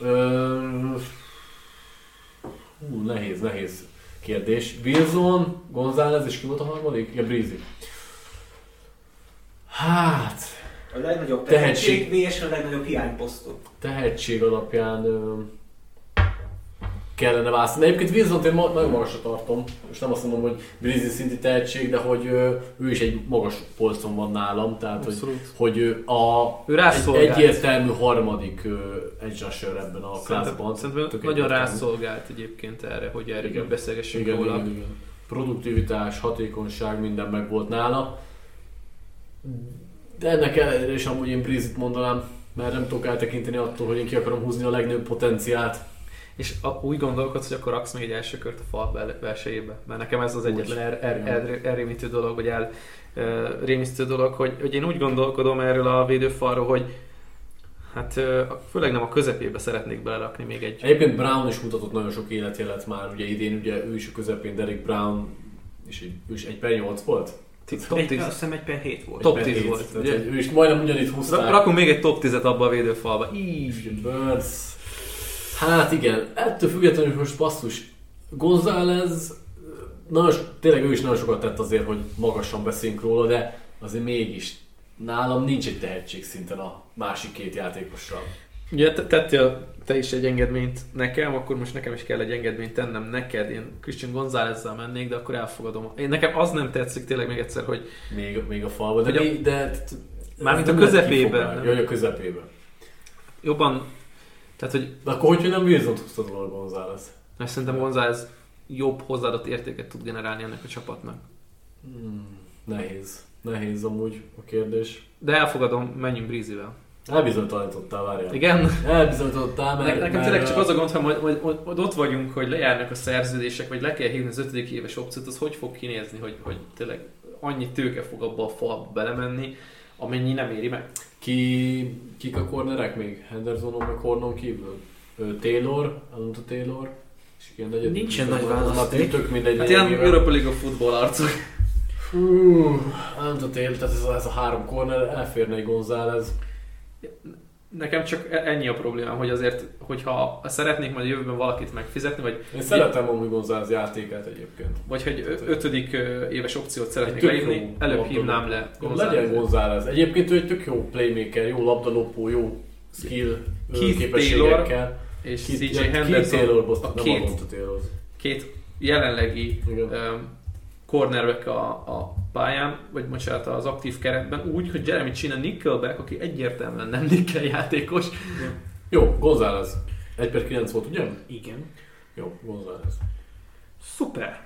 Nehéz kérdés. Wilson, Gonzalez és ki volt a harmadik? Ja, Brzee. Hát... A legnagyobb tehetség és a legnagyobb hiányposztot. Tehetség alapján kellene választani. Egyébként Wilsont én nagyon magasra tartom. Most nem azt mondom, hogy Brzee szinti tehetség, de hogy ő is egy magas polcon van nálam. Tehát, hogy ő egyértelmű harmadik edge rusher ebben a klászban. Szerintem nagyon rászolgált egyébként erre, hogy erről beszélgessünk róla. Igen. Produktivitás, hatékonyság, minden meg volt nála. De ennek ellenére is amúgy én Brzee-t mondanám, mert nem tudok eltekinteni attól, hogy én ki akarom húzni a legnagyobb potenciált. És úgy gondolkodsz, hogy akkor raksz még egy első kört a fal belsejébe? Mert nekem ez az egyetlen elrémítő dolog, vagy elrémisztő dolog, hogy én úgy gondolkodom erről a védőfalról, hogy hát főleg nem a közepébe szeretnék belerakni még egy... Egyébként Brown is mutatott nagyon sok életjelet már, ugye idén ugye ő is a közepén, Derek Brown, és ő is 1/8 volt? Top 10. Azt hiszem 1/7 volt. Top 10 volt. Ő is majdnem ugyanitt húzták. Rakunk még egy top 10-et abba a védőfalba. Burns. Hát igen, ettől függetlenül most basszus. Gonzalez tényleg ő is nagyon sokat tett azért, hogy magasan beszéljünk róla, de azért mégis nálam nincs egy tehetség szinten a másik két játékosra. Ugye tettél te is egy engedményt nekem, akkor most nekem is kell egy engedményt tennem neked. Én Christian Gonzálezzel mennék, de akkor elfogadom. Nekem az nem tetszik tényleg még egyszer, hogy... Még a falban, de mármint a közepében. Jaj, a közepében. Jobban... Tehát, hogy... De akkor hogy nem Wilson-t húztad volna González? Mert szerintem González jobb hozzáadott értéket tud generálni ennek a csapatnak. Nehéz amúgy a kérdés. De elfogadom, menjünk Breezyvel. Elbizonytalanítottál, várjál. Igen? Elbizonytalanítottál, mert... Nekem tényleg csak az a gond, hogy ott vagyunk, hogy lejárnak a szerződések, vagy le kell hívni az 5. éves opciót, az hogy fog kinézni, hogy tényleg annyi tőke fog abba a falba belemenni, amennyi nem éri meg. Kik a cornerek még? Hendersonon meg Hornon kívül? Taylor, Alonso Taylor, és ilyen negyedik. Nincsen nagy választék. Tök mindegy. Hát ilyen Europa League of Football arcok. Alonso Taylor, tehát ez a 3 corner, elférne egy González. Nekem csak ennyi a problémám, hogy azért, hogyha szeretnék majd jövőben valakit megfizetni, vagy... Én szeretem amúgy González játékát egyébként. Vagy hogy 5. éves opciót szeretnék leírni, előbb hívnám le González. Legyen González. Egyébként ő egy tök jó playmaker, jó labdalopó, jó skill képességekkel. És CJ Henderson a két jelenlegi cornerback a pályán, vagy bocsánat, az aktív keretben úgy, hogy Jeremy Chin a nickelback, aki egyértelműen nem nickel játékos. Jó, González. 1/9 volt, ugye? Igen. Jó, González. Szuper.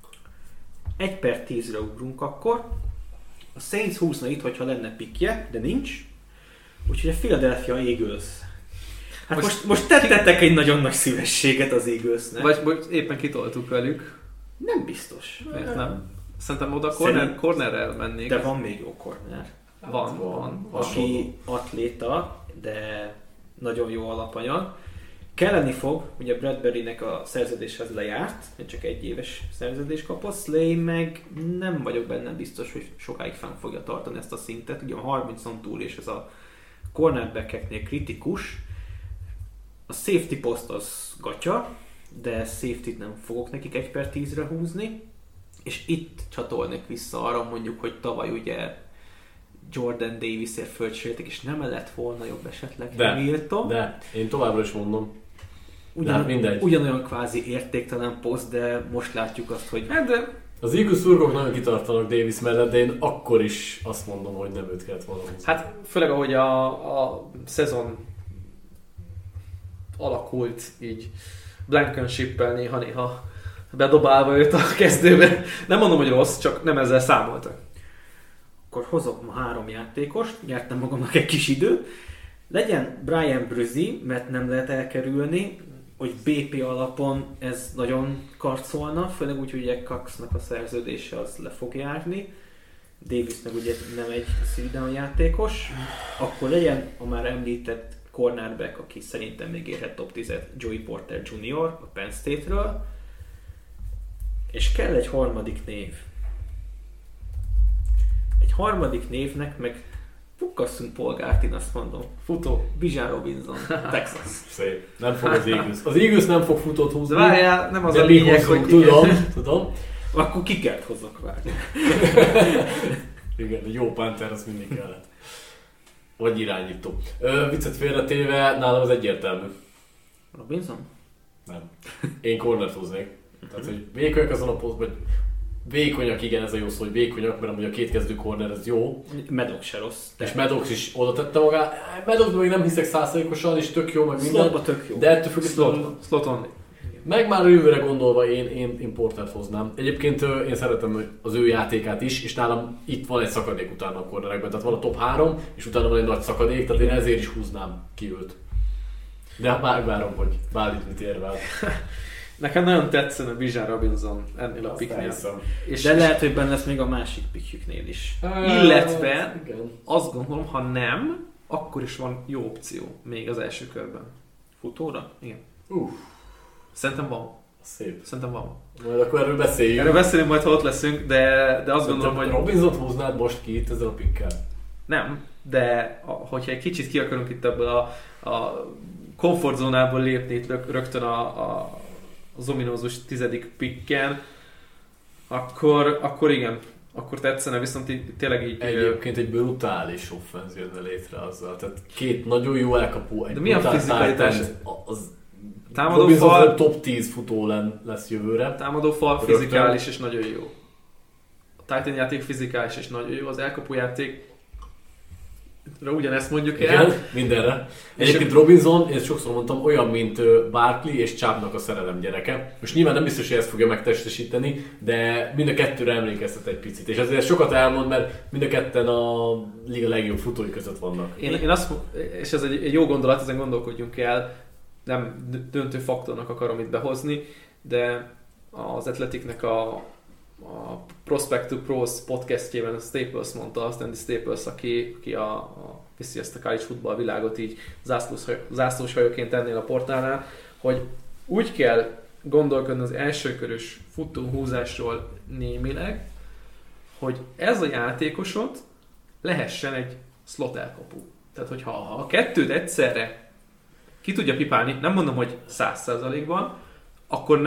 1/10-re ugrunk akkor. A Saints húzna itt, hogyha lenne pikje, de nincs. Úgyhogy a Philadelphia Eagles. Hát most tettetek egy nagyon nagy szívességet az Eaglesnek. Vagy éppen kitoltuk velük. Nem biztos. Miért nem? Szerintem oda cornerrel mennék. De van még jó corner. Van. Aki atléta, de nagyon jó alapanyag. Kelleni fog, ugye Bradburynek a szerződéshez lejárt, csak 1 éves szerződés kapott, Slay meg nem vagyok benne biztos, hogy sokáig fenn fogja tartani ezt a szintet. Ugye a 30-on túl, és ez a cornerback-eknél kritikus. A safety post az gatya, de safety-t nem fogok nekik 1/10-re húzni. És itt csatolnék vissza arra, mondjuk, hogy tavaly ugye Jordan Davis-ért földcsérték, és nem lett volna jobb esetleg Hamilton. De én továbbra is mondom. Ugyanolyan kvázi értéktelen poszt, de most látjuk azt, hogy... Hát de... Az Eagles szurkolók nagyon kitartanak Davis mellett, de én akkor is azt mondom, hogy nem őt kellett volna hozni. Hát főleg ahogy a szezon alakult, így Blankenship-el néha bedobálva őt a kezdőbe. Nem mondom, hogy rossz, csak nem ezzel számoltak. Akkor hozok ma 3 játékost, nyertem magamnak egy kis időt. Legyen Brian Brzee, mert nem lehet elkerülni, hogy BP alapon ez nagyon karcolna, főleg úgy, hogy ugye Coxnak a szerződése az le fog járni. Davis meg ugye nem egy szívdown játékos. Akkor legyen a már említett cornerback, aki szerintem még érhet top 10-et, Joey Porter Jr. a Penn State-ről. És kell egy harmadik név. Egy harmadik névnek meg pukkasszunk polgárt, én azt mondom. Futó. Bijan Robinson, Texas. Szép. Nem fog az Eagles. Az Eagles nem fog futót húzni. De várjál, nem az de a lényeg, hogy... Tudom. Akkor kikert hozzak várni. Igen, egy jó pánter, az mindig kellett. Vagy irányító. Viccet félretéve, nálam az egyértelmű. Robinson? Nem. Én cornert húznék. Tehát, hogy vékonyak azon a poszt, vagy vékonyak, igen, ez a jó szó, hogy vékonyak, mert amúgy a két kezdő corner, ez jó. Maddox se rossz. És Maddox is oda tette magát. Maddoxban még nem hiszek 100%-osan, és tök jó, meg minden. Slotba tök jó. De ettől függetlenül... Slot meg már a jövőre gondolva én Portert hoznám. Egyébként én szeretem az ő játékát is, és nálam itt van egy szakadék utána a cornerekben. Tehát van a top 3, és utána van egy nagy szakadék, tehát én ezért is húznám ki őt. De várom, hogy Bálint mit érvel. Nekem nagyon tetszene Bijan Robinson ennél a picknél. De lehet, hogy benne lesz még a másik pickjüknél is. Illetve azt gondolom, ha nem, akkor is van jó opció még az első körben. Futóra? Igen. Szerintem van. Szép. Szerintem van. Majd akkor erről beszéljünk. Erről beszélünk majd, ha ott leszünk, de azt gondolom, hogy... Robinsont húznád most ki itt ezzel a pickkel? Nem, de hogyha egy kicsit ki akarunk itt ebből a komfortzónából lépni itt rögtön az ominózus 10. picken, Akkor igen. Akkor tetszene, viszont tényleg így... Egyébként egy brutális offenz jönne létre azzal. Tehát két nagyon jó elkapó, egy de milyen fizikalitás? Az Támadófal... top 10 futó lesz jövőre. Támadófal fizikális és nagyon jó. A Titan játék fizikális és nagyon jó. Az elkapó játék ugyanezt mondjuk el. Igen, mindenre. Egyébként Robinson, én sokszor mondtam, olyan, mint Barkley és Chubbnak a szerelem gyereke. Most nyilván nem biztos, hogy ezt fogja megtestesíteni, de mind a kettőre emlékeztet egy picit. És azért sokat elmond, mert mind a ketten a liga legjobb futói között vannak. Én azt, és ez egy jó gondolat, ezen gondolkodjunk el, nem döntő faktornak akarom itt behozni, de az Athleticnek a Prospect to Pros podcastjében Staples mondta, azt Andy Staples, aki viszi ezt a college football világot így zászlós hajóként ennél a portálnál, hogy úgy kell gondolkodni az elsőkörös futóhúzásról némileg, hogy ez a játékosot lehessen egy slot elkapó. Tehát, hogyha a kettőt egyszerre ki tudja pipálni, nem mondom, hogy 100%-ban, akkor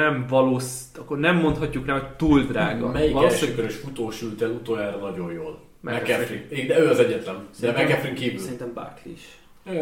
nem mondhatjuk rá, hogy túl drága. Melyik elsőkörös futós ült el utoljára nagyon jól? McCaffrey. De ő az egyetlen. De McCaffrey kívül. Szerintem Barkley is.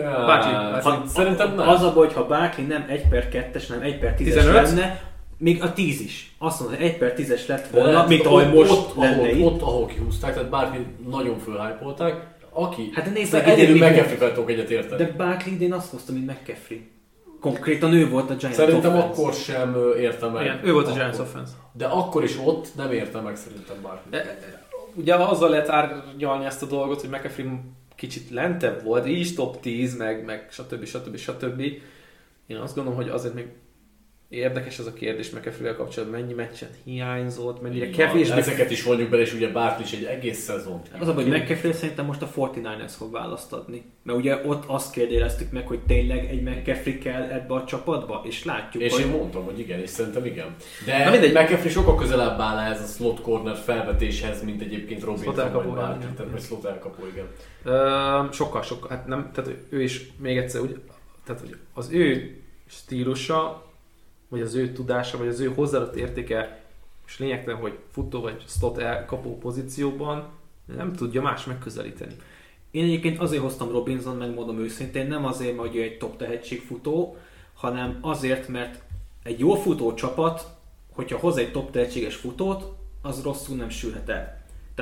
Szerintem nem. Az a baj, ha Barkley nem 1/2-es, hanem 1/10-es lenne, még a 10 is. Azt mondom, hogy 1/10-es lett volna, mint ahogy most lenne ott, ahol kihúzták, tehát Barkley nagyon fölhypolták. Hát de nézd meg, egyedül McCaffrey-vel tudok egyet érteni. De Barkley idén azt hozta, mint McCaffrey. Konkrétan ő volt a Giants Szerintem offense. akkor sem értem meg. Igen, ő volt a Giants offense. De akkor is ott nem értem meg szerintem Barkley. Ugye azzal lehet árnyalni ezt a dolgot, hogy McCaffrey kicsit lentebb volt, így top 10, meg stb. Én azt gondolom, hogy azért még érdekes ez a kérdés McCaffrey-vel kapcsolatban, mennyi meccset hiányzott, mennyire kevésbé... Ezeket is vonjuk bele, és ugye Barkley is egy egész szezont. Az a baj, hogy McCaffrey szerintem most a 49ers fog választ adni. Mert ugye ott azt kérdeztük meg, hogy tényleg egy McCaffrey kell ebbe a csapatba, és látjuk, és hogy... én mondtam, hogy igen, és szerintem igen. De McCaffrey sokkal közelebb áll ehhez a slot corner felvetéshez, mint egyébként Robinson vagy Barkley, tehát vagy slot elkapó, igen. Sokkal, hát nem, tehát ő is még egyszer, tehát az ő stílusa, vagy az ő tudása, vagy az ő hozzáadott értéke, és lényegtelen, hogy futó vagy slot elkapó pozícióban nem tudja más megközelíteni. Én egyébként azért hoztam Robinson, megmondom őszintén, nem azért, mert ő egy top tehetségfutó, hanem azért, mert egy jó futó csapat, hogyha hoz egy top tehetséges futót, az rosszul nem sülhet el.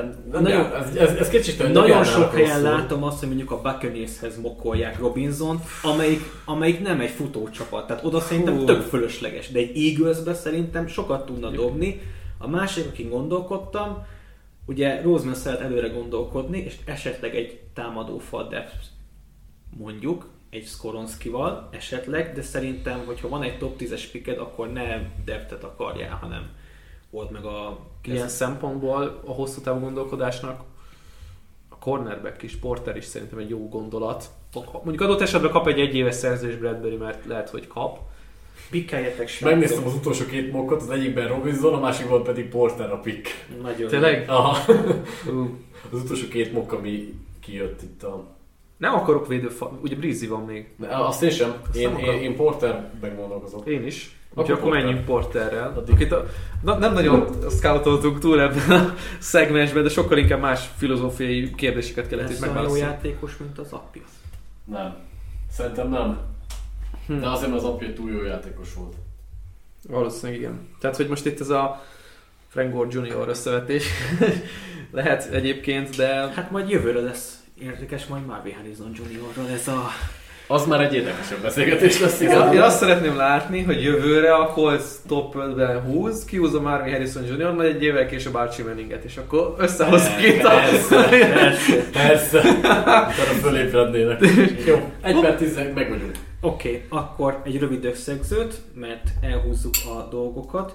Ez kicsit nagyon sok helyen látom azt, hogy mondjuk a Buccaneershez mokkolják Robinson, amelyik nem egy futócsapat. Tehát oda szerintem tök fölösleges. De egy Eaglesbe szerintem sokat tudna dobni. A másik, akin gondolkodtam, ugye Roseman szeret előre gondolkodni, és esetleg egy támadófal depth mondjuk, egy Skoronskival esetleg, de szerintem, hogyha van egy top 10-es picked, akkor ne depthet akarjál, hanem old meg a... Ilyen szempontból a hosszú távú gondolkodásnak a cornerback is, Porter is szerintem egy jó gondolat. Mondjuk adott esetben kap egy egyéves szerződés Bradbury, mert lehet, hogy kap. Pikkeljetek srácok. Megnéztem az utolsó két mockot, az egyikben Robinson, a másikban pedig Porter a pick. Nagyon tényleg? Aha. Az utolsó két mock, ami kijött itt a... Nem akarok védőfal, ugye Breezy van még. Azt én sem. Én Porterben gondolkozok. Én is. Úgyhogy akkor menjünk Porterrel. Nem nagyon scoutoltunk túl ebben a szegmensben, de sokkal inkább más filozófiai kérdéseket kellett itt megválaszolni. Jó játékos, mint az apja? Nem. Szerintem nem. De azért az apja túl jó játékos volt. Valószínűleg igen. Tehát, hogy most itt ez a Frank Gore Jr. összevetés lehet egyébként, de... Hát majd jövőre lesz érdekes, majd Marvin Harrison Jr.-ról ez a... Az már egy érdekesebb beszélgetés lesz, igen. Én azt szeretném látni, hogy jövőre a Colts top 5-ben kihúzza Marvin Harrison Jr., majd egy évvel később Archie Manninget, és akkor összehozzuk itt a... Persze. Utána fölébrednének. Jó, 1/10 meg vagyunk. Oké, akkor egy rövid összegzőt, mert elhúzzuk a dolgokat.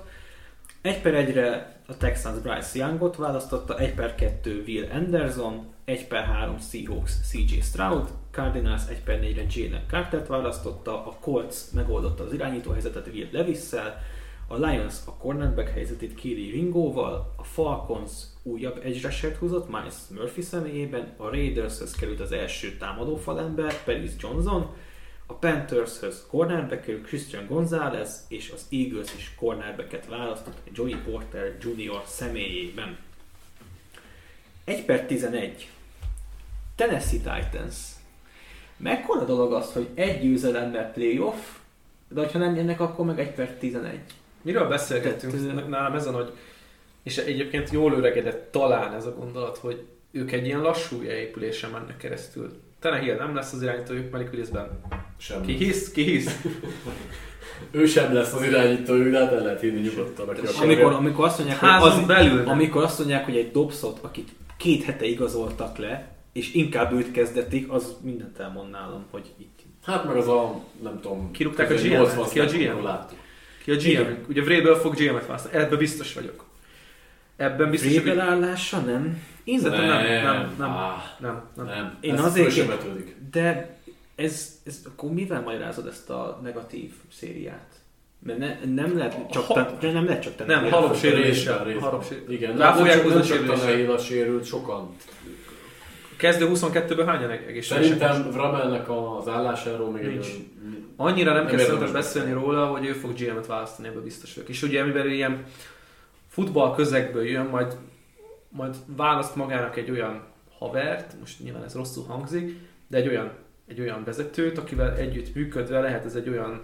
1/1-re a Texans Bryce Youngot választotta, 1/2 Will Anderson, 1/3 Seahawks CJ Stroud, Cardinals 1/4-re Jalen Cartert választotta, a Colts megoldotta az irányítóhelyzetet Will Lewisszel, a Lions a cornerback helyzetét Keely Ringoval, a Falcons újabb edge rushert húzott Miles Murphy személyében, a Raidershez került az első támadó falember Paris Johnson, A Panthershöz cornerback Christian Gonzalez és az Eagles is cornerbacket választott Joey Porter Jr. személyében. 1/11. Tennessee Titans. Mekkora dolog az, hogy egy győzelemmel playoff, de ha nem jönnek, akkor meg 1/11. Miről beszélgettünk? Nálam ez a nagy... És egyébként jól öregedett talán ez a gondolat, hogy ők egy ilyen lassú épülésen mennek keresztül. Tannehill nem lesz az irányítójuk, Malik Willisben. Sem. Ki hisz? Ő sem lesz az irányítójuk, de hát el lehet hinni nyugodtan. Amikor azt mondják, amikor azt mondják, hogy egy Dobbsot, akit 2 hete igazoltak le, és inkább őt kezdetik, az mindent elmond nálam, hogy itt. Hát meg az a, nem tudom... Kirúgták a GM-et? Ki a GM? Ki a GM? Ugye Vrabel fog GM-et választani. Ebben biztos vagyok. Ebben biztos vagyok. Vrabel állása nem? Én nem. Én azért de ez akkor mivel magyarázod ezt a negatív szériát? Mert nem lehet csak tenni. Nem, halomsérüléssel. Igen, nem csak Tannehill sérült, sokan. Kezdő 22-ből hányan egészségesek? Szerintem Vrabelnek az állásáról még nincs. Annyira nem kell szerintem beszélni róla, hogy ő fog GM-et választani, ebből biztos vagyok. És ugye mivel ilyen futball közegből jön, majd választ magának egy olyan havert, most nyilván ez rosszul hangzik, de egy olyan vezetőt, akivel együtt működve lehet ez egy olyan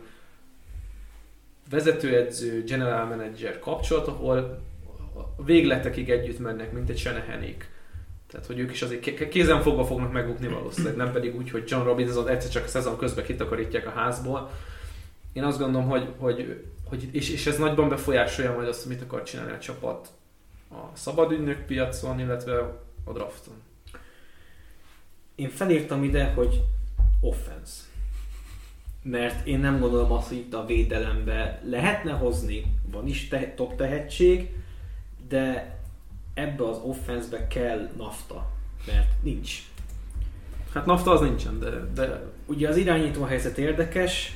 vezetőedző, general manager kapcsolat, ahol a végletekig együtt mennek, mint egy Shanahanék. Tehát, hogy ők is azért kézen fogva fognak megbukni valószínűleg, nem pedig úgy, hogy John Robinson egyszer csak a szezon közben kitakarítják a házból. Én azt gondolom, hogy és ez nagyban befolyásolja majd azt, hogy mit akar csinálni a csapat a szabadügynök piacon, illetve a drafton. Én felírtam ide, hogy offense. Mert én nem gondolom azt, hogy itt a védelembe lehetne hozni, van is top tehetség, de ebbe az offense-be kell nafta, mert nincs. Hát nafta az nincsen, de... Ugye az irányító helyzet érdekes,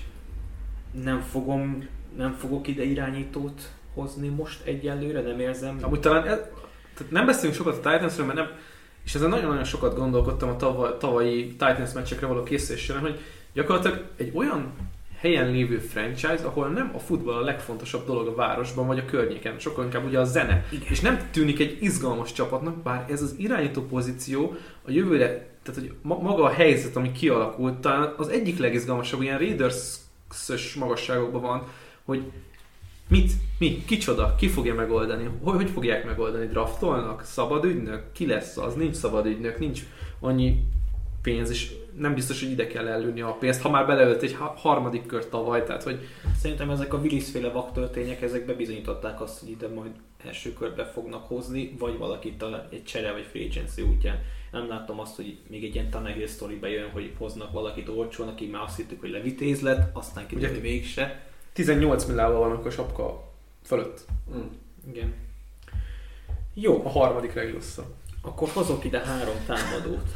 nem fogok ide irányítót hozni most egyelőre, nem érzem. Amúgy talán tehát nem beszélünk sokat a Titansről, mert nem, és ezen nagyon-nagyon sokat gondolkodtam a tavalyi Titans meccsekre való készülésen, hogy gyakorlatilag egy olyan helyen lévő franchise, ahol nem a futball a legfontosabb dolog a városban vagy a környéken, sokkal inkább ugye a zene. Igen. És nem tűnik egy izgalmas csapatnak, bár ez az irányító pozíció a jövőre, tehát hogy maga a helyzet, ami kialakult, talán az egyik legizgalmasabb, ilyen Raiders-ös magasságokban van, hogy kicsoda, ki fogja megoldani, hogy fogják megoldani, draftolnak, szabadügynök, ki lesz az, nincs szabadügynök, nincs annyi pénz, és nem biztos, hogy ide kell előni a pénzt, ha már beleölt egy harmadik kör tavaly, tehát hogy... Szerintem ezek a Willis-féle vaktörtények, ezek bebizonyították azt, hogy ide majd első körbe fognak hozni, vagy valakit egy csere vagy free agency útján. Nem láttam azt, hogy még egy ilyen Tannehill sztori bejön, hogy hoznak valakit olcsón, aki már azt hittük, hogy levitéz lett, aztán kiderül, hogy mégse. 18 milliárddal van akkor a sapka fölött. Igen. Jó. A harmadik legrosszabb. Akkor hozok ide 3 támadót.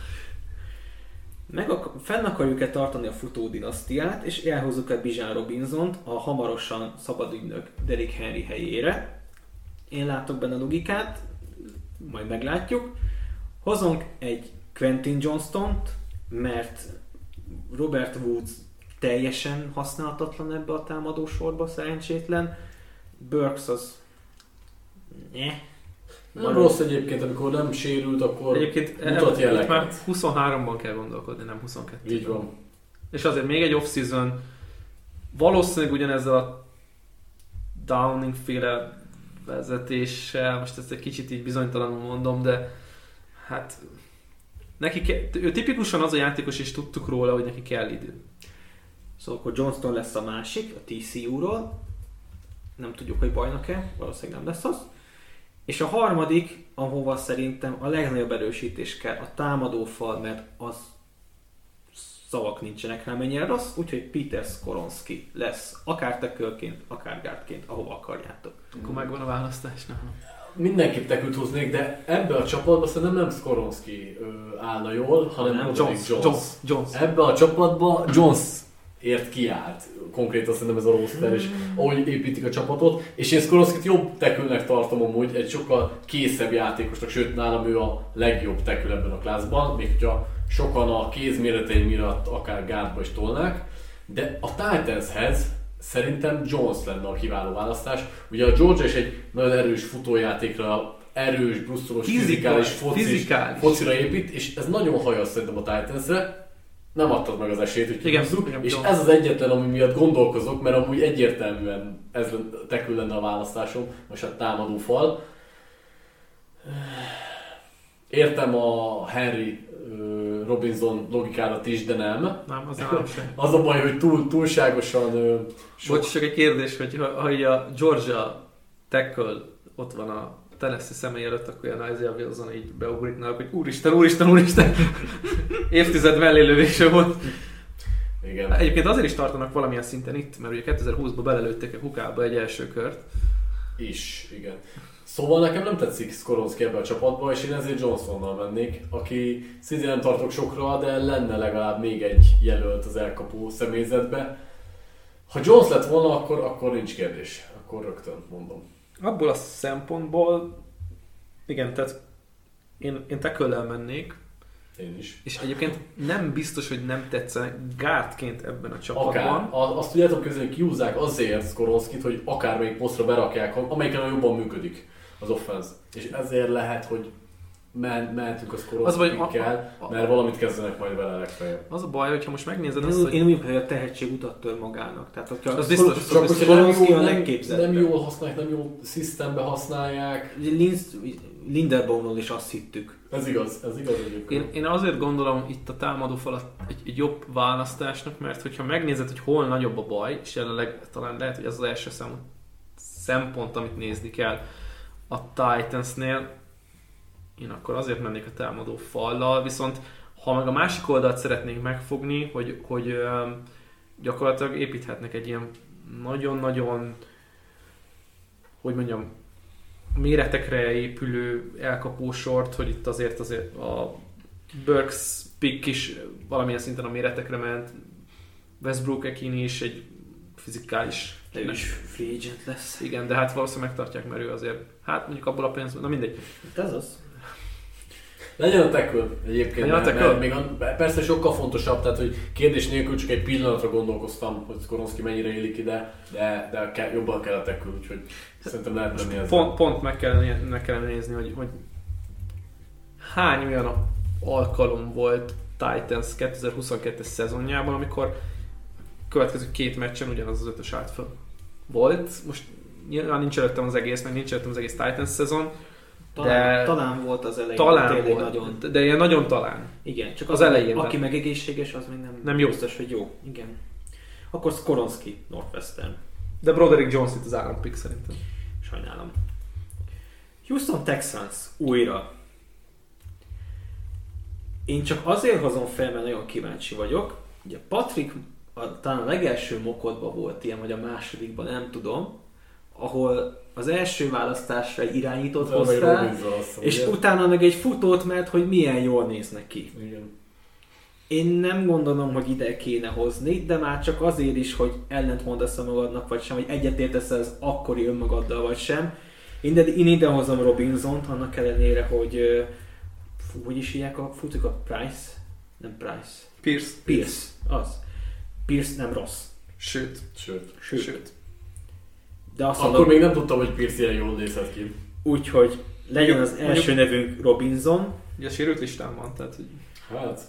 Fenn akarjuk-e tartani a futó dinasztiát, és elhozzuk-e Bijan Robinsont a hamarosan szabadügynök Derrick Henry helyére. Én látok benne logikát, majd meglátjuk. Hozunk egy Quentin Johnstont, mert Robert Woods teljesen használhatatlan ebbe a támadósorba, szerencsétlen. Burks az... Nem rossz egyébként, amikor nem sérült, akkor egyébként mutat jeleket. Már 23-ban kell gondolkodni, nem 22-ben. Így van. És azért még egy off-season, valószínűleg ugyanezzel a Downing-féle vezetéssel, most ezt egy kicsit így bizonytalanul mondom, de hát ő tipikusan az a játékos, és tudtuk róla, hogy neki kell idő. Szóval akkor Johnston lesz a másik, a TCU-ról. Nem tudjuk, hogy bajnok-e, valószínűleg nem lesz az. És a harmadik, ahova szerintem a legnagyobb erősítés kell, a támadófal, mert az szavak nincsenek rá mennyire rossz, úgyhogy Peter Skoronski lesz, akár tackle-ként, akár guardként, ahova akarjátok. Akkor megvan a választás, nem? Mindenképp tackle-t hoznék, de ebbe a csapatban szerintem nem Skoronski állna jól, hanem Jones. Ebbe a csapatban Jones ért kiállt. Konkrétan szerintem ez a roster, és ahogy építik a csapatot. És én Skoronskit jobb tackle-nek tartom amúgy, egy sokkal készebb játékosnak, sőt nálam ő a legjobb tackle ebben a klászban, még hogyha sokan a kézméreteim miatt akár guardba is tolnák. De a Titanshez szerintem Jones lenne a kiváló választás. Ugye a Georgia is egy nagyon erős futójátékra, erős, brusztolós, fizikális focira épít, és ez nagyon hajaz szerintem a Titansre. Nem adtad meg az esélyt, hogy kihúzzuk, és ez az egyetlen, ami miatt gondolkozok, mert amúgy egyértelműen ez tekül lenne a választásom, most a támadó fal. Értem a Henry Robinson logikárat is, de nem. Nem, az nem sem. Az a baj, hogy túlságosan sok... Bocs, csak egy kérdés, hogy ha a Georgia tackle ott van a Tennessee személy előtt, akkor ilyen Isaiah Wilson így beugrik náluk, hogy úristen! Évtized mellélövése volt. Igen. Egyébként azért is tartanak valamilyen szinten itt, mert ugye 2020-ban belelőtték a kukába egy első kört. Igen. Szóval nekem nem tetszik Skoronski ebbe a csapatba, és én ezért Johnsonnal mennék, aki szintén nem tartok sokra, de lenne legalább még egy jelölt az elkapó személyzetbe. Ha Jones lett volna, akkor nincs kérdés. Akkor rögtön mondom. Abból a szempontból, igen, tehát én tackle-lel mennék. Én is. És egyébként nem biztos, hogy nem tetszenek gárdként ebben a csapatban. Akár. Azt tudjátok közben, hogy kiúzzák azért Skoronskit, hogy akármelyik posztra berakják, amelyiken jobban működik az offense. És ezért lehet, hogy mehetünk a Skoronskikkel, mert valamit kezdenek majd vele legfeljebb. Az a baj, hogyha most megnézed azt, hogy... Én úgy, hogy a tehetség utat tör magának. Tehát, hogyha az biztos, Skoronski a legképzettebb. Nem jól használják, nem jó szisztembe használják. Linderbaumról is azt hittük. Ez igaz egyébként. Én azért gondolom itt a támadófalat egy jobb választásnak, mert hogyha megnézed, hogy hol nagyobb a baj, és jelenleg talán lehet, hogy ez az első szempont, amit nézni kell a Titansnél, én akkor azért mennék a támadó fallal, viszont ha meg a másik oldalt szeretnénk megfogni, hogy gyakorlatilag építhetnek egy ilyen nagyon-nagyon, hogy mondjam, méretekre épülő elkapósort, hogy itt azért a Burks pick is valamilyen szinten a méretekre ment, Westbrook Ekini is egy fizikális... De ő is free agent lesz. Igen, de hát valószínűleg megtartják, mert ő azért, hát mondjuk abból a pénzből, na mindegy. Ez az. Legyen a tackle egyébként, mert még persze sokkal fontosabb, tehát hogy kérdés nélkül csak egy pillanatra gondolkoztam, hogy Skoronski mennyire élik ide, de jobban kell a tackle, úgyhogy szerintem lehet menni ezzel. Pont meg kellene nézni, hogy hány olyan alkalom volt Titans 2022-es szezonjában, amikor következő 2 meccsen ugyanaz az 5-ös állt föl. Volt, most nyilván nincs előttem az egész, meg nincs előttem az egész Titans szezon, talán volt az elején. Talán volt, nagyon. De ilyen nagyon talán. Igen, csak az elején. Aki meg egészséges, az még nem jó. Biztos, hogy jó. Igen. Akkor Skoronski, Northwestern. De Broderick Jones itt az árampick szerintem. Sajnálom. Houston Texans újra. Én csak azért hozom fel, mert nagyon kíváncsi vagyok. Ugye Patrick talán a legelső mokodban volt ilyen, vagy a másodikban, nem tudom, ahol az első választásra egy irányítót hoztál, és utána meg egy futót, mert hogy milyen jól néznek ki. Igen. Én nem gondolom, hogy ide kéne hozni, de már csak azért is, hogy ellent mondasz a magadnak, vagy sem, hogy egyetértesz az akkori önmagaddal, vagy sem. Én ide hozom Robinsont, annak ellenére, hogy hogy is hívják a futók, a Price? Nem Price. Pierce. Az. Pierce nem rossz. Sőt. De azt akkor még nem tudtam, hogy Pierce ilyen jól nézhet ki. Úgyhogy legyen az első nevünk Robinson. Ugye a sérült listán van, tehát hogy... Hát...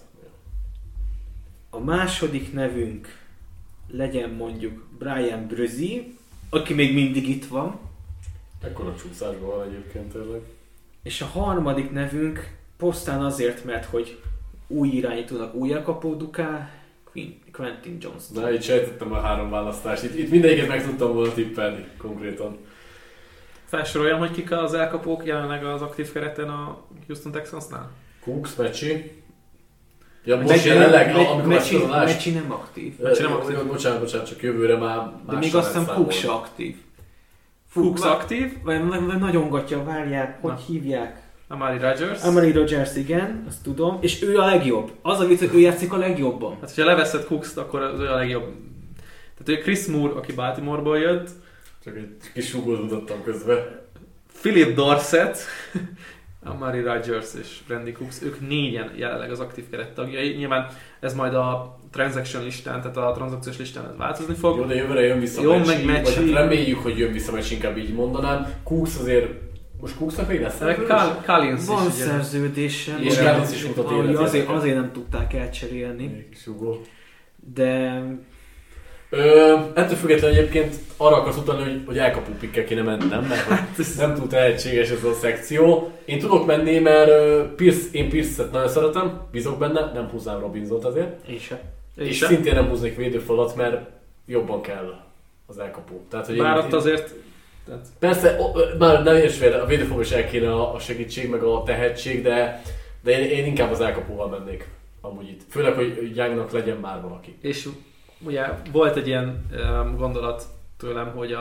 A második nevünk legyen mondjuk Brian Brzee, aki még mindig itt van. Ekkora csúszásban van egyébként tényleg. És a harmadik nevünk pusztán azért, mert hogy új irányítónak új elkapó dukál, Quentin Johnston. Na, itt sejtettem a 3 választást. Itt mindegyiket meg tudtam volna tippelni konkrétan. Felsoroljam, hogy kik az elkapók jelenleg az aktív kereten a Houston Texansnál? Cooks, Mecsi. Ja, most jelenleg, amikor Mecsi nem aktív. Bocsánat, csak jövőre már de még azt hiszem Cook se aktív. Cooks aktív? Vagy nagyongatja, várják, hogy hívják? Amari Rodgers, igen, azt tudom. És ő a legjobb. Az a vicc, hogy ő játszik a legjobban. Hát, hogyha leveszed Cooks-t, akkor ő a legjobb. Tehát ő Chris Moore, aki Baltimoreból jött. Csak egy kis rúgót mutattam közben. Philip Dorsett, Amari Rodgers és Brandon Cooks, ők 4-en jelenleg az aktív keret tagjai. Nyilván ez majd a transaction listán, tehát a tranzakciós listán ez változni fog. Jó, de jövőre jön vissza Jó, Mecsi, meg Mecsi. vagy hát reméljük, hogy jön vissza Mecsi, inkább így mondanám. Cooks azért, most Cooksnak még lesz Collins van is, ugye. szerződése, És Collins is mutat életet. azért nem tudták elcserélni. Sugó. De Ettől függetlenül egyébként arra akarsz utalni, hogy elkapó pikkel kéne mennem, mert nem túl tehetséges ez a szekció. Én tudok menni, mert én Pierce-et nagyon szeretem, bízok benne, nem húznám Robinsont azért. én sem. És szintén nem húznék védőfalat, mert jobban kell az elkapó. Tehát, hogy Bár ott azért... Tehát... Persze, már nem is fél, a védőfalon is el kéne a segítség, meg a tehetség, de én inkább az elkapóval mennék amúgy itt. Főleg, hogy Youngnak legyen már valaki. És ugye volt egy ilyen gondolat tőlem, hogy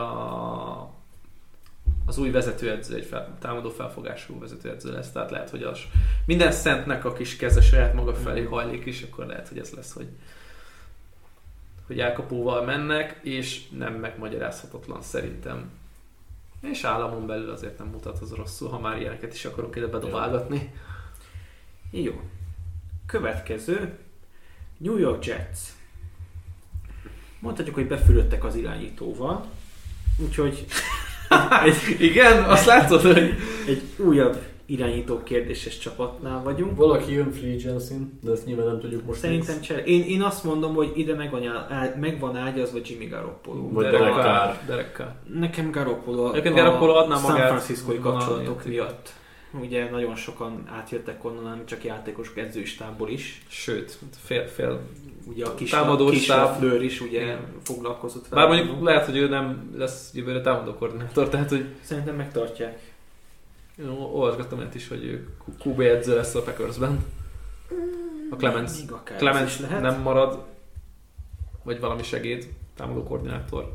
az új vezetőedző, egy támadó felfogású vezetőedző lesz, tehát lehet, hogy minden szentnek a kis keze saját maga felé hajlik is, akkor lehet, hogy ez lesz, hogy elkapóval mennek, és nem megmagyarázhatatlan szerintem. És államon belül azért nem mutat az rosszul, ha már ilyeneket is akarunk ide bedobálgatni. Jó. Következő. New York Jets. Mondhatjuk, hogy befülöttek az irányítóval. Úgyhogy igen, azt látod, hogy egy újabb irányító kérdéses csapatnál vagyunk. Valaki jön free agency-n, de ezt nyilván nem tudjuk most. Szerintem én azt mondom, hogy ide meg van ágyazva Jimmy Garoppolo. Vagy Derek Carr. Nekem Garoppolo adná San magát Francisco-i kapcsolatok vonalon, miatt. Ugye nagyon sokan átjöttek onnan, nem csak játékos edzőstábból is. Sőt, fél Ugye a kis támadóstáb Fleur is ugye foglalkozott vele. Bár mondjuk lehet, hogy ő nem lesz jövőre támadó koordinátor, tehát hogy szerintem megtartják. olvasgattam ilyet is, hogy ő QB edző lesz a Packersben. A Clemens nem marad, vagy valami segéd, támadó koordinátor.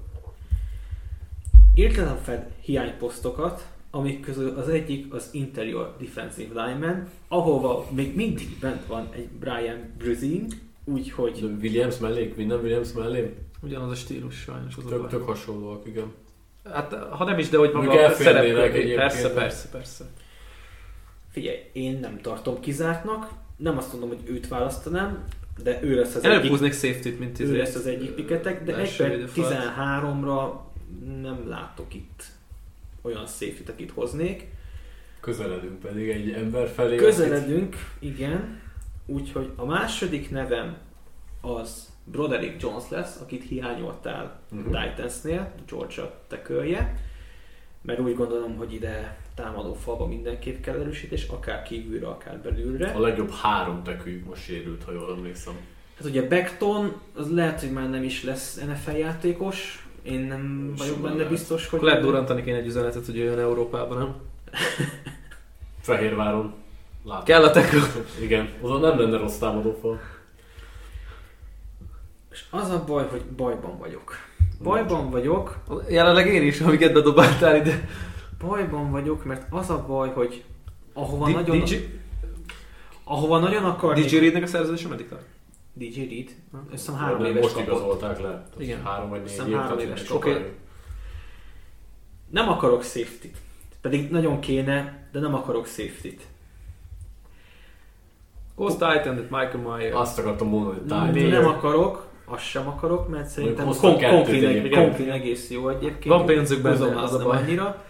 Írtam fel hiányposztokat, amik közül az egyik az interior defensive lineman, ahova még mindig bent van egy Brian Brzing, úgyhogy... Williams mellé? Minden Williams mellé? Ugyanaz a stílus sajnos. Tök hasonlóak, igen. Hát ha nem is, de hogy maga a szerepkör. Persze. Figyelj, én nem tartom kizártnak, nem azt mondom, hogy őt választanám, de ő lesz az egyik... safety-t, mint ő lesz az egyik piketek, de 13-ra nem látok itt olyan safety-t, akit hoznék. Közeledünk pedig egy ember felé. Közeledünk, igen. Úgyhogy a második nevem az Broderick Jones lesz, akit hiányoltál Titansnél, Georgia tekölje. Mert úgy gondolom, hogy ide támadó falba mindenképp kell erősítés, akár kívülre, akár belülre. A legjobb 3 tekőjük most sérült, ha jól emlékszem. Hát ugye Beckton, az lehet, hogy már nem is lesz NFL játékos. Én nem vagyok benne biztos, hogy... Lehet durrantani kéne egy üzenetet, hogy jöjjön Európába, nem? Fehérváron. Látom. Kell a tekő. Igen, oda nem lenne rossz támadófal. És az a baj, hogy bajban vagyok. Jelenleg én is, amiket bedobáltál ide. Bajban vagyok, mert az a baj, hogy ahova nagyon akarnék... DJ Reednek a szerződése meddig tart? DJ Reed? Összem 3 éves most kapott. igazolták le. Igen. 3 vagy 4 év. 3 éves. Oké. Nem akarok safety-t. Pedig nagyon kéne, de nem akarok safety-t. Ghost Titan, Michael Myers. Azt akartam mondani, hogy Titan. Nem akarok, azt sem akarok, mert szerintem Conklin egész jó egyébként. Van pénzük benne, az a baj. Annyira.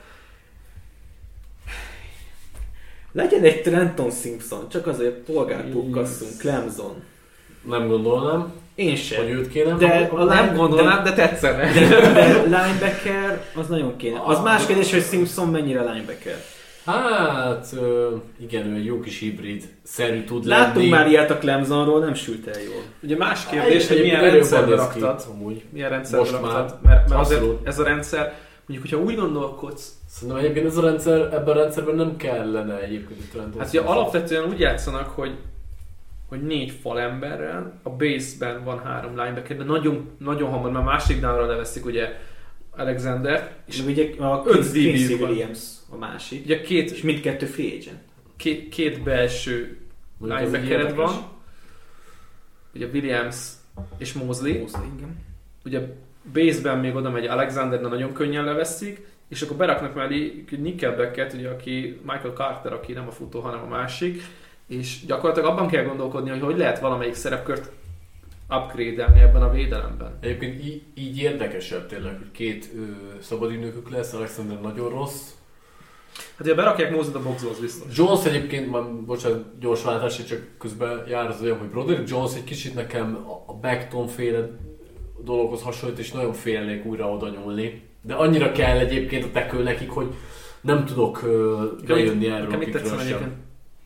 Legyen egy Trenton Simpson, csak azért polgárpukkasszunk, Clemson. Nem gondolnám. Én sem. Hogy őt kéne. Nem gondolnám, de tetszene. De linebacker, az nagyon kéne. Az más kérdés, hogy Simpson mennyire linebacker. Hát, igen, ő egy jó kis hibrid-szerű tud lenni. Láttunk már ilyet a Clemsonról, nem sült el jól. Ugye más kérdés, hogy milyen rendszerbe raktad. Milyen rendszerbe raktad. Mert azért ez a rendszer, mondjuk, hogyha úgy gondolkodsz... Szerintem egyébként ez a rendszer, ebben a rendszerben nem kellene egyébként trendolni. Hát ugye alapvetően úgy játszanak, hogy 4 falemberrel, a base-ben van 3 linebacker, de nagyon hamar, már második downra leveszik ugye Alexander. És ugye a Quincy Williams a másik. Ugye és mindkettő free agent. Két belső linebackered van. Ugye Williams és Mosley. Igen. Ugye base-ben még oda megy Alexander, de nagyon könnyen leveszik. és akkor beraknak mellé Nickelbacket, ugye, aki Michael Carter, aki nem a futó, hanem a másik, és gyakorlatilag abban kell gondolkodni, hogy lehet valamelyik szerepkört upgrade-elni ebben a védelemben. Egyébként így érdekesebb tényleg, hogy két szabadidőkük lesz, Alexander nagyon rossz. Hát ugye berakják Moses a boxba, az biztos. Jones egyébként, bocsánat, gyors váltás, csak közben jár az olyan, hogy Broderick Jones egy kicsit nekem a Beckton féle dologhoz hasonlít, és nagyon félnék újra oda nyúlni. De annyira kell egyébként a tekő nekik, hogy nem tudok bejönni erről a pikről sem.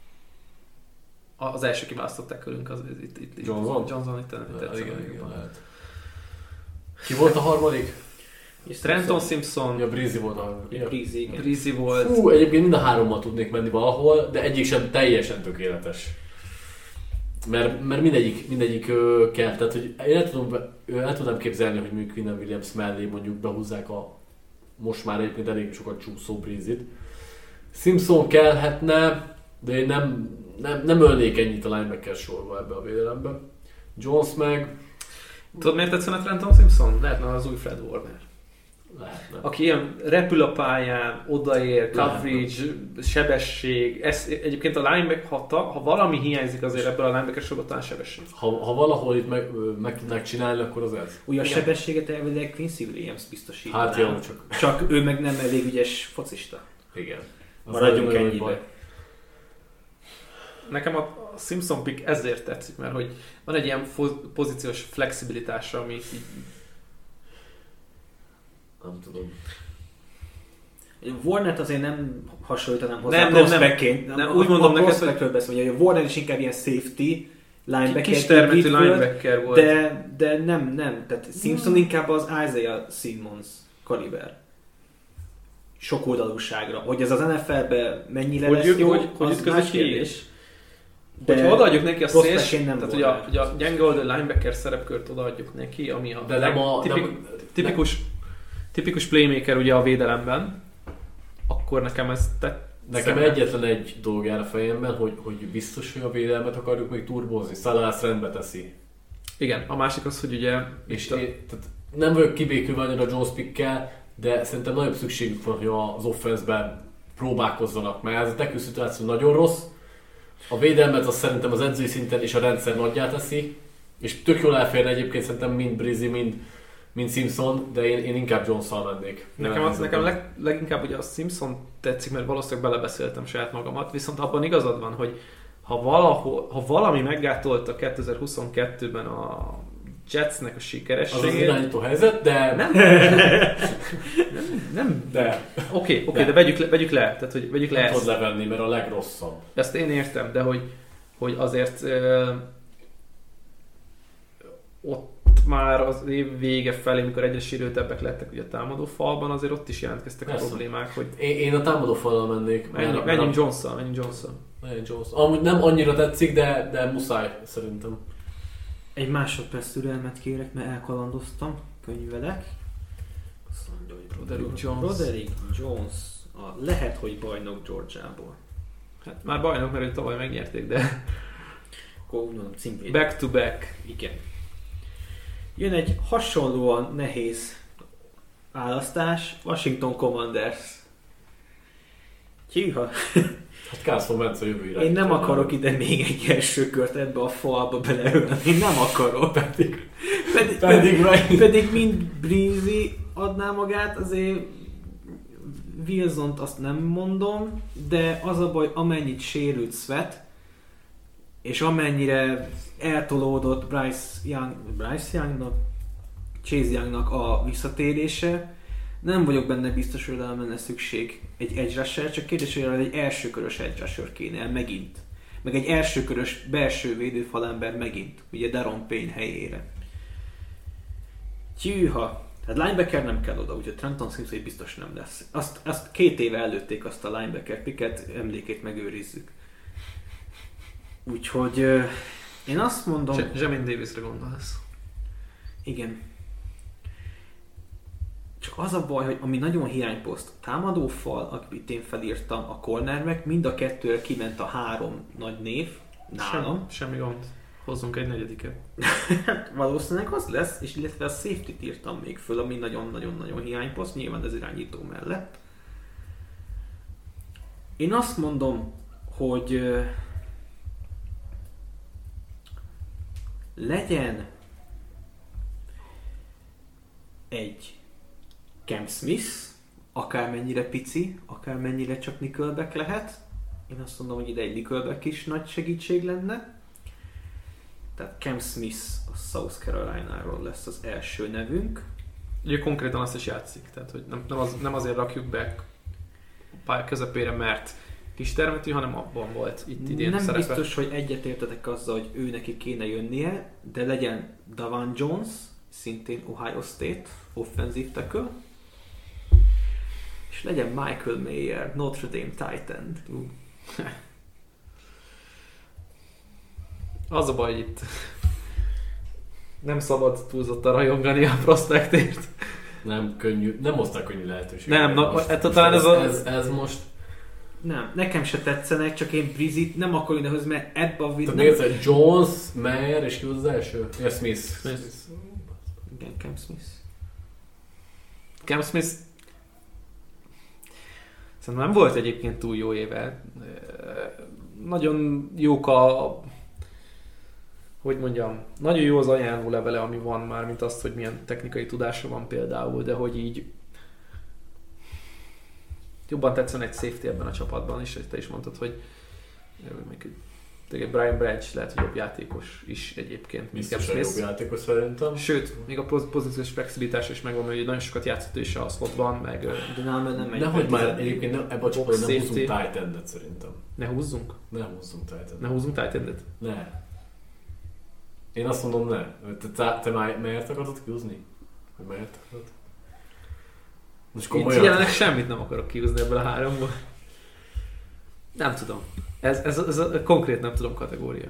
Az első kiválasztott tekölünk az itt. Johnson itt igen, lehet. Ki volt a harmadik? Trenton Simpson. Ja, Breezy volt a Breezy volt. Fú, egyébként mind a hárommal tudnék menni valahol, de egyik sem teljesen tökéletes. Mert mindegyik kell, tehát hogy én el tudnám képzelni, hogy mondjuk Quinnen Williams mellé mondjuk behúzzák a most már egyébként elég sokat csúszó Breezyt. Simpson kellhetne, de én nem ölnék ennyit a linebacker sorba ebbe a védelembe. Jones meg... Tudod miért tetszene Trenton Simpson? Lehetne az új Fred Warner. Lehetne. Aki ilyen repül a pályán, odaér, coverage, sebesség. Ez egyébként a linebacker, ha valami hiányzik azért ebből a linebacker sorban, talán sebesség. Ha valahol itt meg tudnák csinálni, akkor az ez. Ugye a sebességet elvileg Quincy Williams biztosítaná. Hát jó, csak ő meg nem elég ügyes focista. Igen. Maradjunk ennyibe. Nekem a Simpson pick ezért tetszik, mert hogy van egy ilyen pozíciós flexibilitása, ami így... Nem tudom. Warnert azért nem hasonlítanám hozzá nem, prospectként. Nem, úgy mondom neked, hogy beszélni, hogy a Warner is inkább ilyen safety linebacker. Kis termetű linebacker volt. De nem. Tehát Simpson inkább az Isaiah Simmons kaliber. Sokoldalúságra. Hogy ez az NFL-ben mennyire lesz jó, az más kérdés. De hogyha odaadjuk neki a széls, tehát hogy a gyenge oldal linebacker szerepkört odaadjuk neki, ami a tipikus playmaker ugye a védelemben, akkor nekem ez Nekem egyetlen egy dolog jár a fejemben, hogy biztos, hogy a védelmet akarjuk még turbozni. Salah rendbe teszi. Igen, a másik az, hogy ugye... Tehát nem vagyok kibékülve annyira a Jones pickkel, de szerintem nagyobb szükségük van, hogy az offense-ben próbálkozzanak, mert ez a tekő szituáció nagyon rossz. A védelmet az szerintem az edzői szinten és a rendszer nagyjá teszi, és tök jól elférne egyébként szerintem mind Breezy, mind Simpson, de én inkább Jones-szal mennék. Nekem leginkább ugye a Simpson tetszik, mert valószínűleg belebeszéltem saját magamat, viszont abban igazad van, hogy ha valami meggátolta 2022-ben a Jetsnek a sikerességét... Az irányító helyzet, de... Nem. De. Oké, de vegyük le. Tehát, hogy vegyük le nem ezt. tudod levenni, mert a legrosszabb. Ezt én értem, de hogy azért ott már az év vége felé, amikor egyre sérültebbek lettek ugye a támadó falban, azért ott is jelentkeztek a problémák, hogy... Én a támadó fallal mennék. Menjünk Jones-szal. Amúgy nem annyira tetszik, de muszáj szerintem. Egy másodperc türelmet kérek, mert elkalandoztam. Könyvelek. Broderick Jones. Lehet, hogy bajnok Georgiából. Hát már bajnok, mert őt tavaly megnyerték, de... Akkor úgy mondom, címvéd. Back to back. Igen. Jön egy hasonlóan nehéz választás. Washington Commanders. Hűha. Hát Carson Wentz a jövő irány. Én nem akarok ide még egy első kört ebbe a falba beleölni. Én nem akarok. Pedig mind Breezy adná magát, azért Wilsont azt nem mondom, de az a baj, amennyit sérült Sweat, és amennyire eltolódott Chase Youngnak a visszatérése, nem vagyok benne biztos, hogy lenne szükség egy edge rusher, csak kérdés, hogy egy elsőkörös edge rusher kéne megint. Meg egy elsőkörös belső védőfalember megint, ugye Daron Payne helyére. Hűha! Hát linebacker nem kell oda, úgyhogy Trenton Simpson biztos nem lesz. Azt 2 éve előtték azt a linebacker picket, emlékét megőrizzük. Úgyhogy én azt mondom... Jamin Davisre gondolsz. Igen. Csak az a baj, hogy ami nagyon hiányposzt, a támadófal, amit én felírtam, a cornerback, mind a kettőre kiment a 3 nagy név nálam. Semmi gond. Hozzunk egy negyediket. Valószínűleg az lesz, és illetve a safety-t írtam még föl, ami nagyon-nagyon-nagyon hiányposzt, nyilván az irányító mellett. Én azt mondom, hogy legyen egy Cam Smith, akármennyire pici, akármennyire csak Nickelback lehet. Én azt mondom, hogy ide egy Nickelback is nagy segítség lenne. Tehát Cam Smith a South Carolina-ról lesz az első nevünk. Ugye konkrétan azt is játszik, tehát hogy nem azért rakjuk be a pálya közepére, mert kis termetű, hanem abban volt itt idén Nem szerepe. biztos, hogy egyetértetek azzal, hogy ő neki kéne jönnie, de legyen Davan Jones, szintén Ohio State, offensive tackle, és legyen Michael Mayer, Notre Dame Titan. Az a baj, hogy itt nem szabad túlzottan rajongani a prospektért. Nem könnyű, nem hozták könnyű lehetőséget. Nem, talán ez most... Nem, nekem se tetszenek, csak én Brizit nem akarom idehozni, mert ebbe a Tehát még egyszer Jones, Mayer, és ki volt az első? Ja, Smith. Igen, Cam Smith. Cam Smith szerintem nem volt egyébként túl jó éve. Nagyon jók hogy mondjam, nagyon jó az ajánló levele, ami van már, mint azt, hogy milyen technikai tudása van például, de hogy így jobban tetszene egy safety ebben a csapatban, és te is mondtad, hogy Brian Branch lehet, hogy jobb játékos is egyébként. Biztos a jobb játékos szerintem. Sőt, még a pozíciós flexibilitás is megvan, hogy nagyon sokat játszott ő is a slotban, meg... De nem megy. Nehogy már egyébként ebben a csapatban nem húzzunk tight endet szerintem. Ne húzzunk? Ne húzzunk tight endet. Ne húzzunk tight endet? Ne. Én azt mondom, ne. Te Mayert akarod kihúzni? Vagy Mayert akarod? Most komolyan? Én jelenleg semmit nem akarok kihúzni ebből a háromból. Nem tudom. Ez konkrét nem tudom kategória.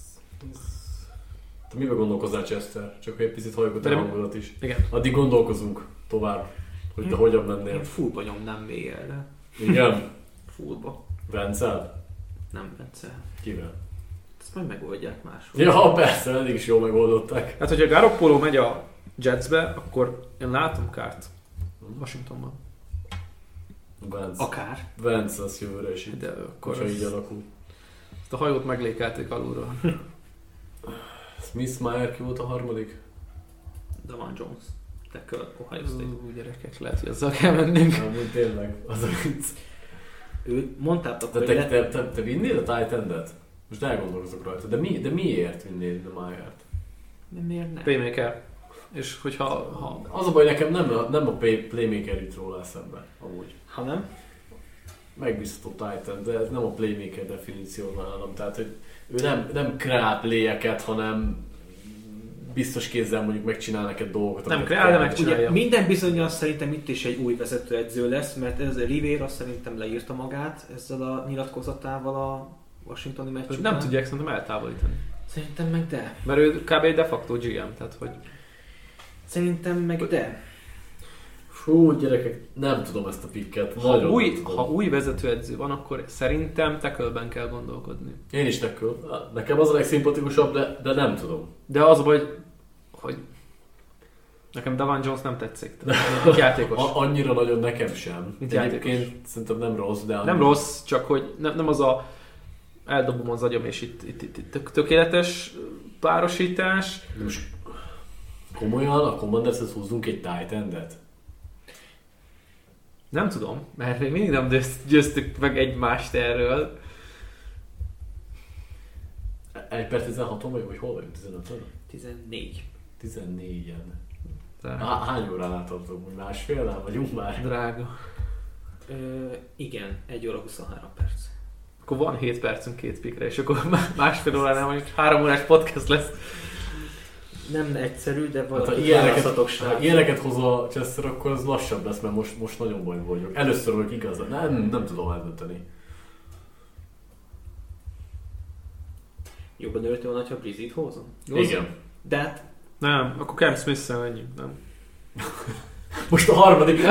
Te miben gondolkozzál, Chester? Csak hogy egy picit halljuk a te hangodat is. Igen. Addig gondolkozunk tovább, hogy te hogyan mennél. Én fullba nyomnám Mayerre. Igen? Fullba. Vencel? Nem Vencel. Kivel? Ezt majd megoldják máshol. Ja, persze, eddig is jól megoldották. Hát, hogyha Garoppolo megy a Jetsbe, akkor én látom Carrt Washingtonban. Vance. Akár. Vance az jövőre is. De akkor ha így alakul. Ezt a hajót meglékelték alulról. Smith, Mayer ki volt a harmadik? Davan Jones. Tackle, Ohio State. Gyerekek, lehet, hogy azzal kell mennünk. Amúgy tényleg, az a vicc. Ő mondtátok, hogy... Te vinnéd a tight endet? Most elgondolkozok rajta. De miért vinnéd a Mayert? De miért nem? Playmaker. És hogyha... Az a baj, nekem nem a playmaker jut róla eszembe, amúgy. Ha nem? Megbízható tight end, de ez nem a playmaker definíció nálam. Tehát, hogy ő nem kreál playeket, hanem biztos kézzel mondjuk megcsinál neked dolgokat. Nem kreál, de megcsinálja. Ugye, minden bizonnyal szerintem itt is egy új vezetőedző lesz, mert ez a Rivera szerintem leírta magát ezzel a nyilatkozatával a washingtoni meccs után. Nem tudják szerintem eltávolítani. Szerintem meg de. Mert ő kb. De facto GM, tehát hogy... Szerintem meg de. Fú, gyerekek, nem tudom ezt a pikket. Ha új vezetőedző van, akkor szerintem tackle-ben kell gondolkodni. Én is tackle. Nekem az a legszimpatikusabb, de nem tudom. De az a baj, hogy nekem Davan Jones nem tetszik. Mint játékos. Annyira nagyon nekem sem. Mint Egyébként játékos. szerintem nem rossz, de... Nem rossz, csak hogy nem az a eldobom az agyam, és itt tökéletes párosítás. De most komolyan a Commandershez húzzunk egy tight endet? Nem tudom, mert még mindig nem győztük meg egymást erről. 1 per 16-on vagyok, vagy hol vagyunk? 15-on? 14. 14-en. De... Hány óránál tartunk? Hogy másfélnál vagyunk már? Drága. Igen, 1 óra 23 perc. Akkor van 7 percünk 2 pikre, és akkor másfél óránál mondjuk 3 órás podcast lesz. Nem egyszerű, de valaki ha ilyeneket hoz a Chester, akkor az lassabb lesz, mert most nagyon bajban vagyok. Először vagyok igazán. Nem tudom eldönteni. Jobban örültél volna, ha Brizit hozom? Igen. De hát... Nem, akkor Cam Smith-szel ennyi, nem? Most a harmadik.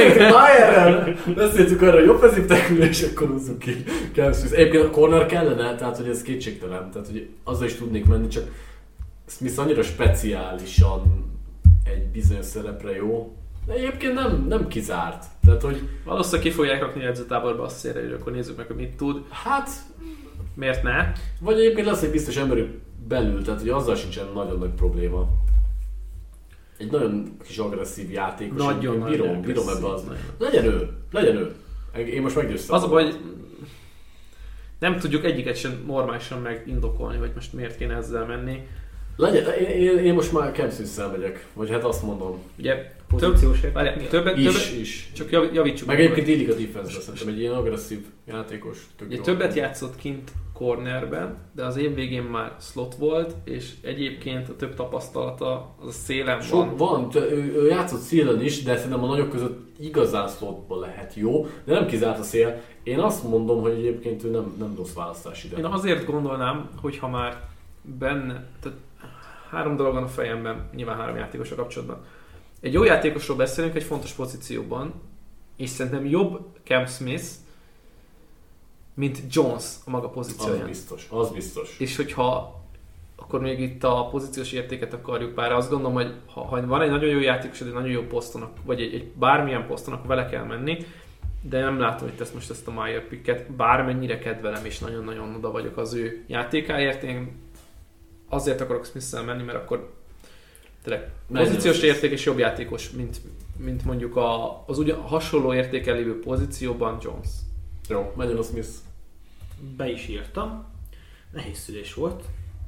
Beszéltük arra, hogy offensive tackle, és akkor húzzuk ki. Egyébként a corner kellene, tehát hogy ez kétségtelen. Tehát hogy azzal is tudnék menni, csak Smith annyira speciálisan egy bizonyos szerepre jó. De egyébként nem kizárt. Tehát, hogy... Valószínűleg ki fogják rakni edzőtáborba azt szélre, hogy akkor nézzük meg, hogy mit tud. Hát... Miért ne? Vagy egyébként lesz egy biztos emberi belül, tehát hogy azzal sincsen nagyon nagy probléma. Egy nagyon kis agresszív játékos. Nagyon bírom ebbe az. Legyen ő. Én most meggyőztem. Az a baj, hogy nem tudjuk egyiket sem normálisan megindokolni, hogy most miért kéne ezzel menni. Legyen, én most már Cam Smith-szel megyek, vagy hát azt mondom. Ugye pozíciós többet, is. csak javítsuk. Meg egyébként illik a defense-be, szerintem egy ilyen agresszív játékos. Ugye többet játszott kint cornerben, de az év végén már slot volt, és egyébként a több tapasztalata az a szélen van. Ő játszott szélen is, de szerintem a nagyok között igazán slotban lehet jó, de nem kizárt a szél. Én azt mondom, hogy egyébként ő nem rossz választás ide. Én azért gondolnám, hogy ha már benne, tehát 3 dolog van a fejemben, nyilván 3 játékosra kapcsolatban. Egy jó játékosról beszélünk egy fontos pozícióban, és szerintem jobb Cam Smith, mint Jones a maga pozícióján. Az biztos. És hogyha akkor még itt a pozíciós értéket akarjuk pár, azt gondolom, hogy ha van egy nagyon jó játékos, egy nagyon jó poszton, vagy egy bármilyen poszton, akkor vele kell menni, de nem látom, hogy tesz most ezt a Meyer picket, bármennyire kedvelem, és nagyon-nagyon oda vagyok az ő játékáért. Én azért akarok Smith-szel menni, mert akkor tényleg pozíciós érték és jobb játékos, mint mondjuk az ugyan hasonló értéken lévő pozícióban Jones. Jó, menjen a Smith. Be is írtam. Nehéz szülés volt.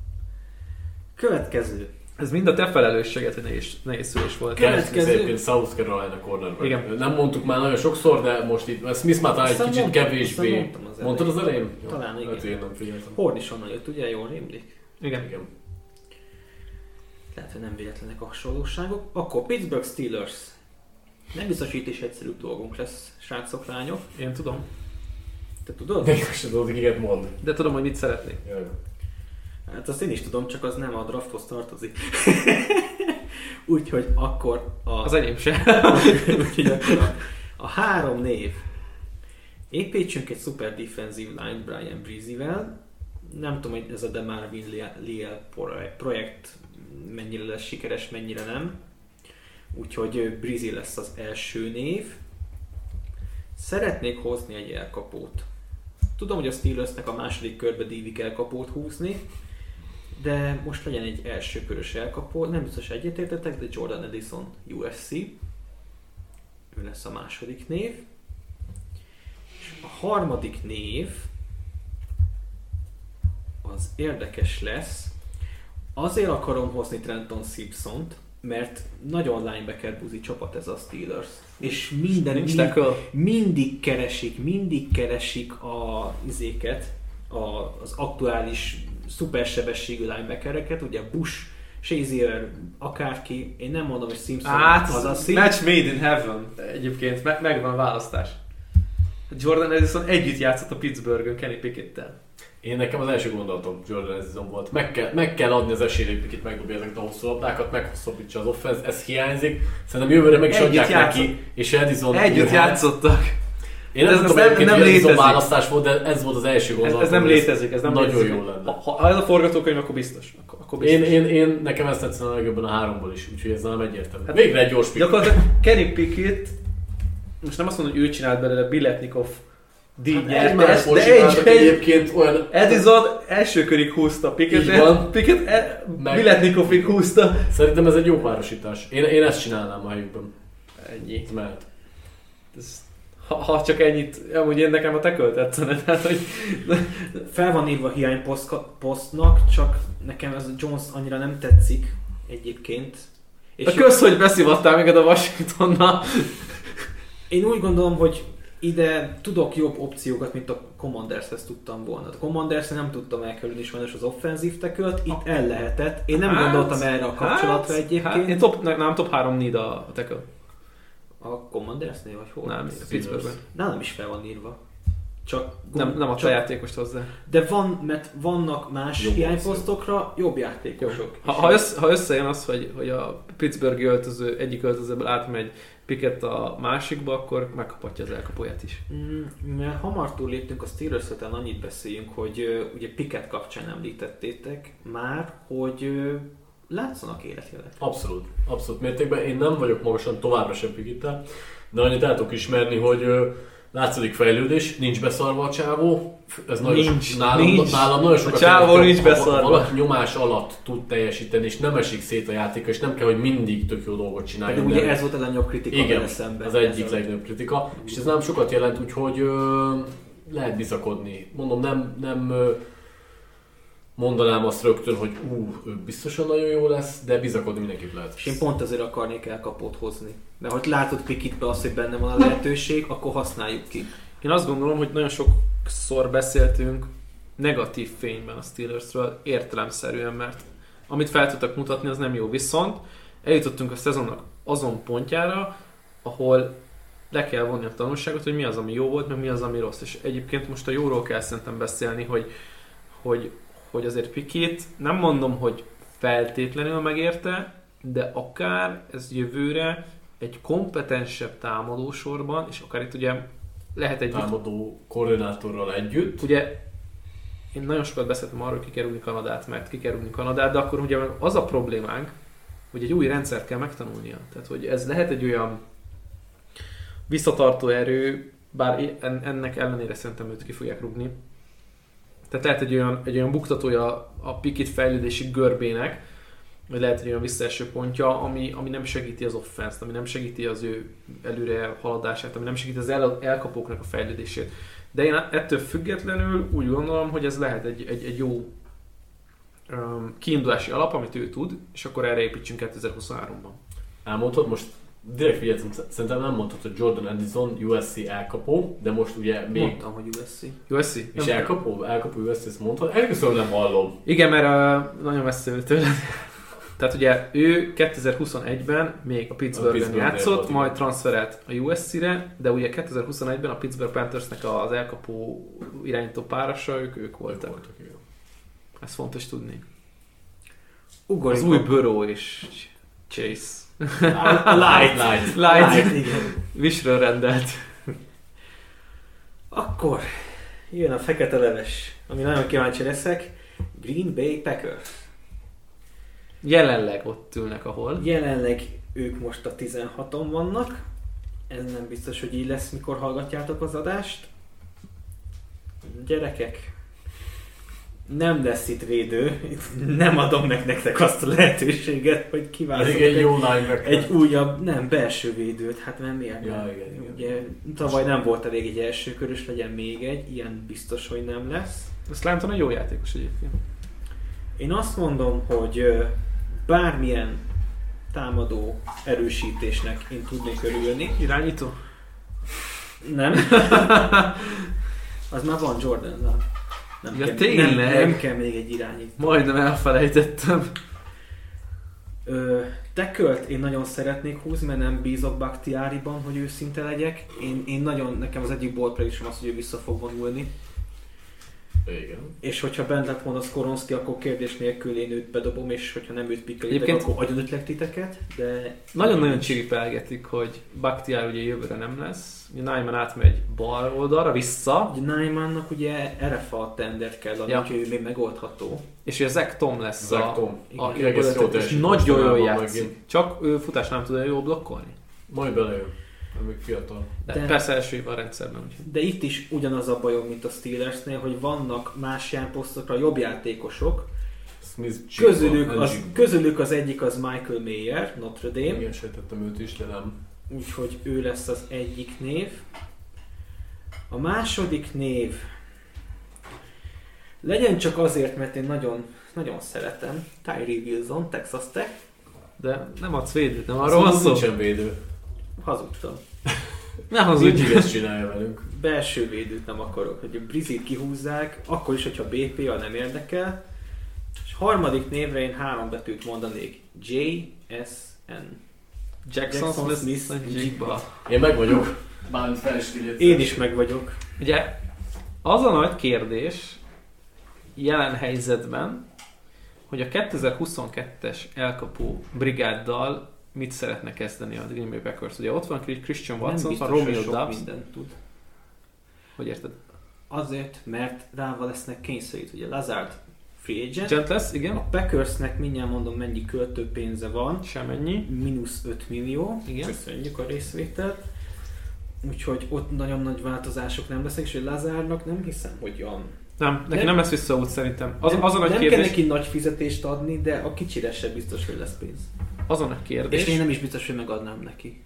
Következő. Ez mind a te felelősséged, hogy nehéz szülés volt. Következő. Egyébként South Carolina cornerback. Igen. Nem mondtuk már nagyon sokszor, de most itt Smith már talán egy kicsit kevésbé. Mondtad az elején? Talán igen. Hát én nem figyeltem. Horn is onnan jött, ugye? Jól rémlik? Igen. Lehet, hogy nem véletlenek a hasonlóságok. Akkor Pittsburgh Steelers. Nem biztos, hogy itt is egyszerűbb dolgunk lesz, srácok, lányok. Én tudom. Te tudod? Még most tudod, hogy ilyet mond. De tudom, hogy mit szeretnék. Jaj. Hát azt én is tudom, csak az nem a drafthoz tartozik. Úgyhogy akkor az enyém sem. Úgyhogy akkor a 3 név. Építsünk egy szuper defensive line Brian Breezy-vel. Nem tudom, hogy ez a DeMarvin Leal projekt mennyire lesz sikeres, mennyire nem. Úgyhogy Breezy lesz az első név. Szeretnék hozni egy elkapót. Tudom, hogy a Steelersnek a második körbe dívik elkapót húzni, de most legyen egy első körös elkapó. Nem biztos egyetértetek, de Jordan Addison USC. Ő lesz a második név. És a harmadik név az érdekes lesz. Azért akarom hozni Trenton Simpsont, mert nagyon linebacker buzi csapat ez a Steelers. És mindig keresik a izéket, az aktuális szupersebességű linebackereket, ugye Bush, Shazier, akárki, én nem mondom, hogy Simpson az a szín. Match made in heaven egyébként, megvan a választás. Jordan Addison együtt játszott a Pittsburghön Kenny Pickett-tel. Én nekem az első gondolatom Jordan Addison volt. Meg kell adni az esélyt, hogy Pickett megdobja ezeket a hosszú labdákat, meghosszabbítsa az offense, ez hiányzik. Szerintem jövőre meg is adják neki, és Addison együtt játszottak. Én nem tudom, hogy Addison választás volt, de ez volt az első gondolatom. Ez nem létezik, ez nem nagyon létezik. Jó lenne. Ha ez a forgatókönyv, akkor biztos. Akkor biztos. Én nekem ezt tetszene a legjobban a 3-ból is, úgyhogy ez nem egyértelmű. Hát végre egy gyors pick. Gyakorlatilag Kenny Pickett, most nem azt mondom, hogy ő csinált belőle, Biletnikov díj nyertes, de egyébként olyan... Addison első körig húzta Pickett, Biletnikovig húzta. Szerintem ez egy jó párosítás. Én ezt csinálnám a helyükben. Ennyi. Mert... Ha csak ennyit, amúgy én nekem a tackle tetszene, tehát hogy... Fel van írva hiányposztnak, csak nekem ez Jones annyira nem tetszik egyébként. És kösz, hogy beszivattál minket a Washingtonnal. Én úgy gondolom, hogy ide tudok jobb opciókat, mint a Commandershez tudtam volna. A Commandershez nem tudtam elkerülni sajnos az offenzív tackle-t, itt el lehetett. Én nem gondoltam erre a kapcsolatra egyébként. Én top 3 need a tackle. A Commandersnél vagy hol? Nem, Pittsburghben. Nálam is fel van írva. Csak nem adta játékost hozzá. De mert vannak más hiányposztokra jobb játékosok. Ha összejön az, hogy a Pittsburghi egyik öltözőből átmegy Pickett a másikba, akkor megkaphatja az elkapóját is. Mert hamar túl léptünk a Steelers-re, annyit beszéljünk, hogy ugye Pickett kapcsán említettétek már, hogy látszanak életjelet. Abszolút mértékben. Én nem vagyok magasan továbbra sem Pickettel, de annyit el tudok ismerni, hogy látszik fejlődés, nincs beszarva a csávó. Ez nálam nagyon sokat. A csávó nincs beszarva. Valaki nyomás alatt tud teljesíteni, és nem esik szét a játéka, és nem kell, hogy mindig tök jó dolgot csináljon. De ugye ez volt a legnagyobb kritika. Igen, az egyik legnagyobb kritika, és ez nem sokat jelent, úgyhogy lehet bizakodni. Mondom, nem mondanám azt rögtön, hogy ő biztosan nagyon jó lesz, de bizakodni mindenképp lehet. És én pont azért akarnék elkapót hozni. De hogy látod Pickettbe azt, hogy benne van a lehetőség, akkor használjuk ki. Én azt gondolom, hogy nagyon sokszor beszéltünk negatív fényben a Steelersről, értelemszerűen, mert amit fel tudtak mutatni, az nem jó. Viszont eljutottunk a szezonnak azon pontjára, ahol le kell vonni a tanulságot, hogy mi az, ami jó volt, meg mi az, ami rossz. És egyébként most a jóról kell szerintem beszélni, hogy azért Pickett, nem mondom, hogy feltétlenül megérte, de akár ez jövőre egy kompetensebb támadósorban, és akár itt ugye lehet egy támadó koordinátorral együtt. Ugye én nagyon sokat beszéltem arról, hogy ki kell rúgni Kanadát, mert ki kell rúgni Kanadát, de akkor ugye az a problémánk, hogy egy új rendszert kell megtanulnia. Tehát, hogy ez lehet egy olyan visszatartó erő, bár ennek ellenére szerintem őt ki fogják rúgni. Tehát lehet egy olyan buktatója a Pickett fejlődési görbének, vagy lehet egy olyan visszaeső pontja, ami nem segíti az offense-t, ami nem segíti az ő előre haladását, ami nem segíti az elkapóknak a fejlődését. De én ettől függetlenül úgy gondolom, hogy ez lehet egy jó kiindulási alap, amit ő tud, és akkor erre építsünk 2023-ban. Elmondtad, most direkt figyeltem, szerintem nem mondtad, hogy Jordan Addison USC elkapó, de most ugye még... Mondtam, hogy USC. USC? És elkapó USC, ezt mondtad? Elköszönöm, nem hallom. Igen, mert nagyon messze tőle. Tehát ugye ő 2021-ben még a Pittsburghben játszott, majd transferált a USC-re, de ugye 2021-ben a Pittsburgh Panthersnek az elkapó irányító párasa, ők voltak. Ez fontos tudni. Ugorjuk az új Burrow és Chase. Light. Igen. Visről rendelt. Akkor jön a fekete leves, ami nagyon kíváncsi leszek. Green Bay Packers. Jelenleg ott ülnek, ahol. Jelenleg ők most a 16-on vannak. Ez nem biztos, hogy így lesz, mikor hallgatjátok az adást. Gyerekek, nem lesz itt védő. Nem adom meg nektek azt a lehetőséget, hogy kiválasztok egy újabb, nem, belső védőt. Hát mert miért nem? Ja, igen. Ugye, tavaly nem volt elég egy első körös, legyen még egy. Ilyen biztos, hogy nem lesz. Slanton egy jó játékos egyébként. Én azt mondom, hogy bármilyen támadó erősítésnek én tudnék örülni. Irányító? Nem. Az már van Jordan-nal. Nem kell még egy irányító. Majdnem elfelejtettem. Tackle-t én nagyon szeretnék húzni, mert nem bízok Bakhtiariban, hogy őszinte legyek. Nekem az egyik bold prediction az, hogy ő vissza fog vonulni. Igen. És hogyha bent lett volna Skoronski, akkor kérdés nélkül én őt bedobom, és hogyha nem őt pikkelitek, akkor agyonütlek titeket, de... Nagyon-nagyon csiripelgetik, hogy Bakhtiari ugye jövőre nem lesz. Nyman átmegy bal oldalra, vissza. Nymannak ugye RFA a tendert kell adni, úgyhogy ő még megoldható. És ugye Zach Tom lesz és nagyon jól játszik. Csak ő futás nem tud jól blokkolni. Majd belejön. Még fiatal. De persze első év a rendszerben. Úgyhogy. De itt is ugyanaz a bajom, mint a Steelersnél, hogy vannak más járposztokra jobb játékosok. Közülük az egyik az Michael Mayer, Notre Dame. Igen, sejtettem őt is, de nem. Úgyhogy ő lesz az egyik név. A második név legyen csak azért, mert én nagyon, nagyon szeretem. Tyree Wilson, Texas Tech. De nem adsz védőt, nem arról van szó? Nincsen védő. Hazudtam. Ne hazudj! Mindig ezt csinálja velünk. Belső védőt nem akarok, hogy a Brizit kihúzzák, akkor is, hogyha BPA nem érdekel. És harmadik névre én 3 betűt mondanék. JSN. Jackson Smith-Njigba. Én meg vagyok. Én is meg vagyok. Ugye az a nagy kérdés jelen helyzetben, hogy a 2022-es elkapó brigáddal mit szeretne kezdeni a Green Bay Packers. Ugye ott van Christian Watson, Nem van biztos, Romeo hogy sok Doubs. mindent tud. Hogy érted? Azért, mert rával lesznek kényszerít. Ugye Lazard free agent. Gent lesz, igen. A Packersnek mindjárt mondom, mennyi költőpénze van. Semennyi. -5 millió. Igen. Köszönjük a részvételt. Úgyhogy ott nagyon nagy változások nem lesznek, és hogy Lazardnak nem hiszem, hogy olyan... Nem, neki nem lesz visszaút szerintem. Az a nagy nem kérdés... kell neki nagy fizetést adni, de a kicsire sem biztos, hogy lesz pénz. Az a nagy kérdés... És én nem is biztos, hogy megadnám neki.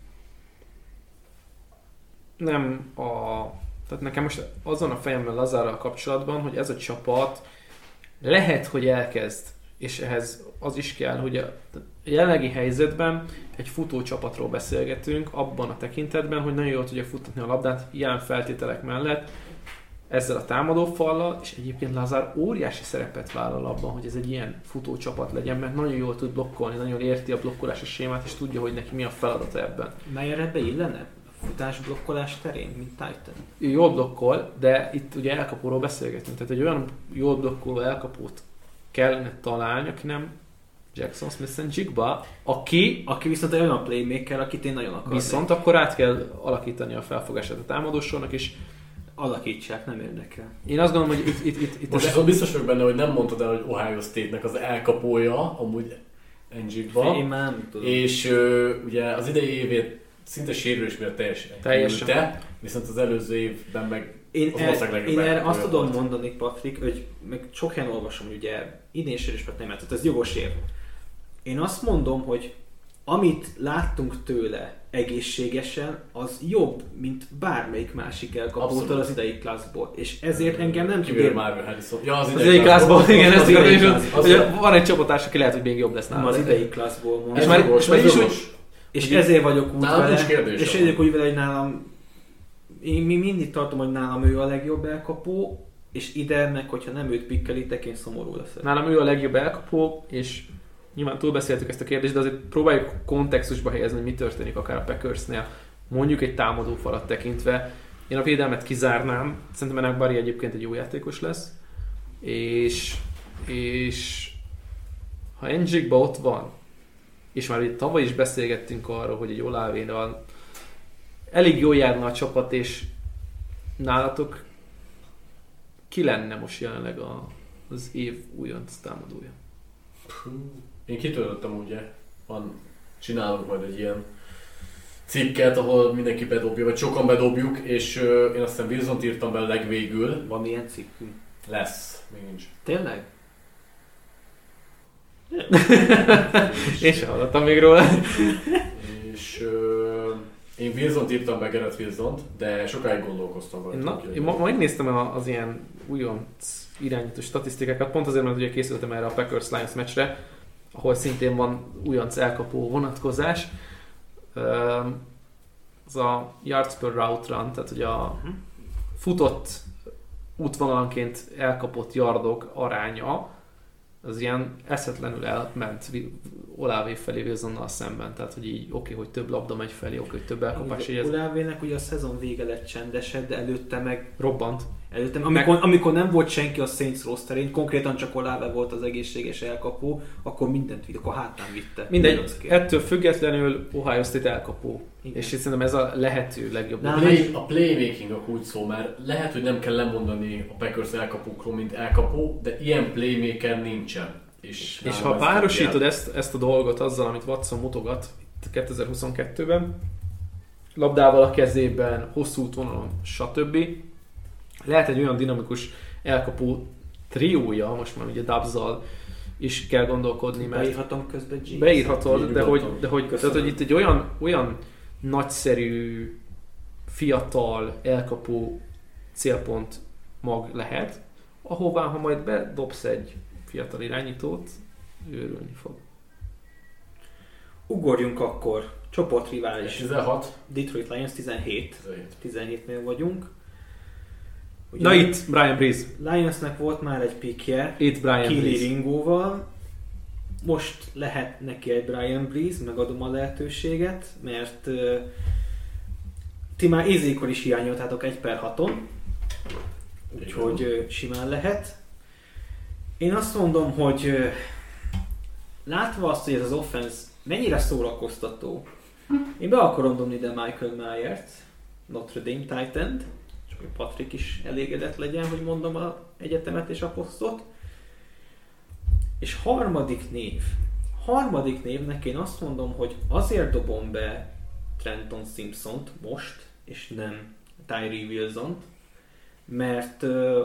Nem a... Tehát nekem most azon a fejemben Lazarral kapcsolatban, hogy ez a csapat lehet, hogy elkezd, és ehhez az is kell, hogy a jelenlegi helyzetben egy futócsapatról beszélgetünk, abban a tekintetben, hogy nagyon jól tudja futtatni a labdát ilyen feltételek mellett, ezzel a támadófallal, és egyébként Lazar óriási szerepet vállal abban, hogy ez egy ilyen futócsapat legyen, mert nagyon jól tud blokkolni, nagyon érti a blokkolási sémát, és tudja, hogy neki mi a feladata ebben. Meyer ebbe illene? A futás-blokkolás terén, mint Titan? Ő jól blokkol, de itt ugye elkapóról beszélgetünk, tehát egy olyan jól blokkoló elkapót kellene találni, aki nem Jackson Smith-Njigba, aki viszont egy olyan playmaker, akit én nagyon akarok. viszont akkor át kell alakítani a felfogását a támadósornak, is. Alakítsák, nem érdekel. Én azt gondolom, hogy itt most viszont biztos vagyok benne, hogy nem mondtad el, hogy Ohio State-nek az elkapója, amúgy Njigba. Én már nem tudom. És ugye az idei évét szinte sérülés miatt teljesen kiülte, viszont az előző évben meg Én erre azt tudom volt. mondani, Patrik, hogy meg sok helyen olvasom, hogy ugye idén sérülés miatt nem játszott, ez jogos ér. Én azt mondom, hogy amit láttunk tőle egészségesen, az jobb, mint bármelyik másik elkapótól az idei klasszból. És ezért engem nem Kivéve Marvin Harrison. Ja, az idei klasszból, igen, ezt igaz. van egy csapattárs, aki lehet, hogy még jobb lesz nála. Az idei klasszból mondom. És Ugye, ezért vagyok úgy vele, kérdés, és ezért úgy vele, hogy nálam, én mindig tartom, hogy nálam ő a legjobb elkapó, és ide meg, hogyha nem őt pikkelitek, én szomorú leszek. Nálam ő a legjobb elkapó, és nyilván túlbeszéltük ezt a kérdést, de azért próbáljuk kontextusba helyezni, hogy mi történik akár a Packersnél. Mondjuk egy támadófalat tekintve. Én a védelmet kizárnám, szerintem ennek Barry egyébként egy jó játékos lesz, és ha Njigba ott van, és már itt tavaly is beszélgettünk arról, hogy egy Olavéval elég jól járna a csapat, és nálatok ki lenne most jelenleg az év újonc támadója? Én kitöltöttem ugye, csinálunk majd egy ilyen cikket, ahol mindenki bedobja, vagy sokan bedobjuk, és én azt hiszem Wilsont írtam bele legvégül. Van ilyen cikkünk? Lesz, még nincs. Tényleg? Én sem hallottam még róla. És én Wilsont írtam be, Garrett Wilsont, de sokáig gondolkoztam rajta. Én megnéztem az ilyen újonc irányító statisztikákat, pont azért, mert ugye készültem erre a Packers-Lions meccsre, ahol szintén van újonc elkapó vonatkozás. Az a yards per route run, tehát hogy a futott útvonalanként elkapott yardok aránya, az ilyen eszetlenül elment Olave felé Wilsonnal szemben. Tehát, hogy így oké, hogy több labda megy felé, oké, hogy több elkapás. Olavének ugye a szezon vége lett csendesebb, de előtte meg robbant. Amikor nem volt senki a Saints rosterén, konkrétan csak Olave volt az egészséges elkapó, akkor mindent vitt, akkor hátán vitte. Mindegy, ettől függetlenül Ohio State elkapó. Igen. És szerintem ez a lehető legjobb. A playmaking úgy szó, mert lehet, hogy nem kell lemondani a Packers elkapókról, mint elkapó, de ilyen playmaker nincsen. És ha párosítod ezt a dolgot azzal, amit Watson mutogat itt 2022-ben, labdával a kezében, hosszú útvonalon, stb. Lehet egy olyan dinamikus elkapó triója, most már ugye Doubs-zal is kell gondolkodni, mert... Beírhatom közben James. Beírhatod, de hogy itt egy olyan nagyszerű, fiatal, elkapó célpont mag lehet, ahová, ha majd bedobsz egy fiatal irányítót, őrülni fog. Ugorjunk akkor. Csoportrivális. 16. Detroit Lions 17. 17-nél vagyunk. Ugye na itt Brian Breeze. Lionsnek volt már egy pickje. Itt Brian Keely Breeze. Ringóval. Most lehet neki egy Brian Breeze, megadom a lehetőséget, mert ti már ézékor is hiányoltátok 1/6-on. Úgyhogy simán lehet. Én azt mondom, hogy látva azt, hogy ez az offense mennyire szórakoztató. Én be akarom dobni ide Michael Myers-t, Notre Dame Titan-t, csak hogy Patrik is elégedett legyen, hogy mondom az egyetemet és a posztot. És harmadik névnek én azt mondom, hogy azért dobom be Trenton Simpsont most, és nem Tyree Wilson-t, mert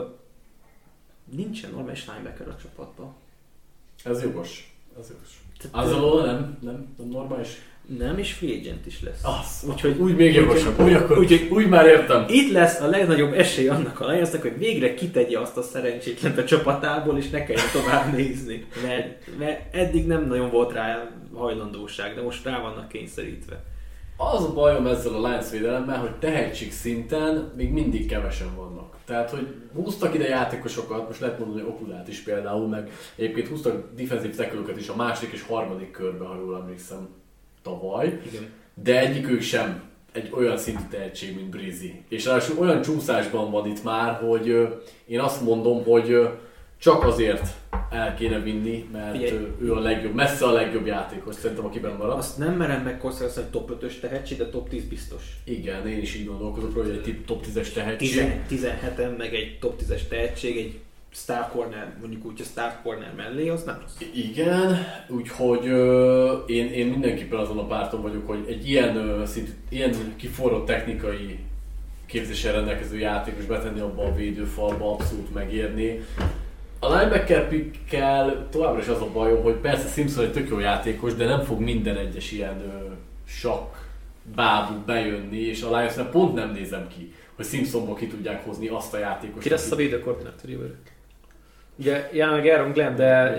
nincsen normális linebacker a csapatban. Ez jogos. Az alól nem normális. Nem, és free agent is lesz. Úgyhogy úgy még jogosabb. Úgy már értem. Itt lesz a legnagyobb esély annak a Lionsnak, hogy végre kitegye azt a szerencsétlent a csapatából, és ne kelljen tovább nézni. Mert eddig nem nagyon volt rá hajlandóság, de most rá vannak kényszerítve. Az a bajom ezzel a Lions védelemmel, hogy tehetség szinten még mindig kevesen vannak. Tehát, hogy húztak ide játékosokat, most lehet mondani, hogy Okulát is például, meg egyébként húztak defensív tackle-öket is a második és harmadik körbe, ha jól emlékszem, tavaly. Igen. De egyikük sem egy olyan szintű tehetség, mint Breezy. És ráadásul olyan csúszásban van itt már, hogy én azt mondom, hogy csak azért el kéne vinni, mert ő a legjobb, messze a legjobb játékos, szerintem akiben marad. Azt nem merem megkóstolni, hogy top 5-ös tehetség, de top 10 biztos. Igen, én is így gondolkodok, hogy egy top 10-es tehetség. 17-en meg egy top 10-es tehetség, egy star corner, mondjuk úgy a star corner mellé, az nem rossz. Igen, úgyhogy én mindenképpen azon a párton vagyok, hogy egy ilyen kiforrott technikai képzéssel rendelkező játékos betenni abba a védőfalba, abszolút megérni. A linebacker pickkel továbbra is az a bajom, hogy persze Simpson egy tök jó játékos, de nem fog minden egyes ilyen sakk bábú bejönni, és a Lionsnál pont nem nézem ki, hogy Simpsonból ki tudják hozni azt a játékost. Ki lesz a védőkoordinátor jövőre? Ugye jelenleg Aaron Glenn, de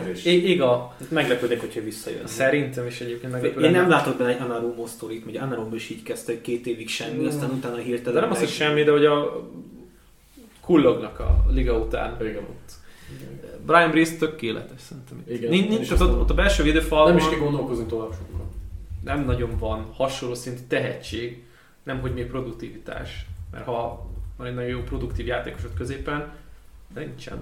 Iga. Meglepődnek, hogyha visszajön. Szerintem is egyébként meglepődnek. Én nem látok benne egy Anarumo sztorit, ugye Anarumo is így kezdte, hogy 2 évig semmi, aztán utána hirtelen. De nem az, hogy semmi, de hogy a kullognak a liga után. Igen. Brian Breeze tökéletes szerintem. Igen. Ott a belső védőfalban nem is kell gondolkozni tovább sokkal. Nem nagyon van hasonló szintű tehetség, nem hogy még produktivitás. Mert ha van egy nagyon jó produktív játékosod középen, de nincsen.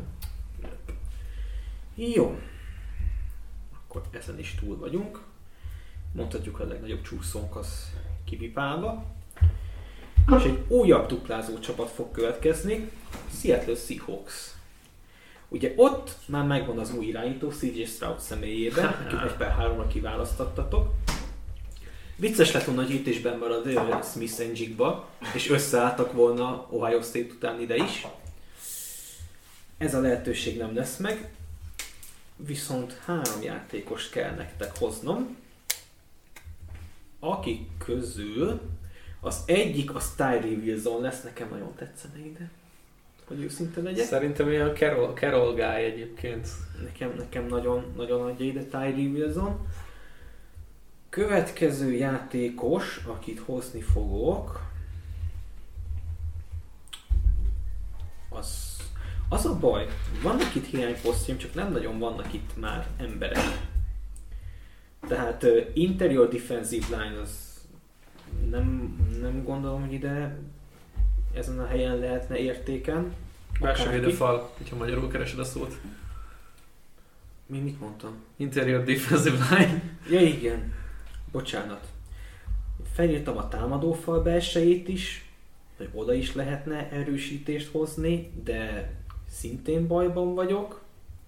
Jó. Akkor ezen is túl vagyunk. Mondhatjuk, hogy a legnagyobb csúszónk az kipipálva. És egy újabb duplázó csapat fog következni, Seattle Seahawks. Ugye ott már megvan az új irányító, CJ Stroud személyében, akit 1/3-ra kiválasztottatok. Vicces lett volna, hogy itt is benn marad Smith and Jigba, és összeálltak volna Ohio State után ide is. Ez a lehetőség nem lesz meg, viszont 3 játékost kell nektek hoznom, akik közül az egyik az Tyree Wilson lesz, nekem nagyon tetszene ide, hogy őszinte legyek. Szerintem ilyen Carroll guy egyébként. Nekem nagyon adja ide Tyree Wilson. Következő játékos, akit hozni fogok, az a baj, vannak itt hiányposztjaim, csak nem nagyon vannak itt már emberek. Tehát interior defensive line az nem gondolom, hogy ide ezen a helyen lehetne értéken. Belső védőfal, hogyha magyarul keresed a szót. Mit mondtam? Interior defensive line. Ja igen, bocsánat. Felírtam a támadófal belsejét is, hogy oda is lehetne erősítést hozni, de szintén bajban vagyok.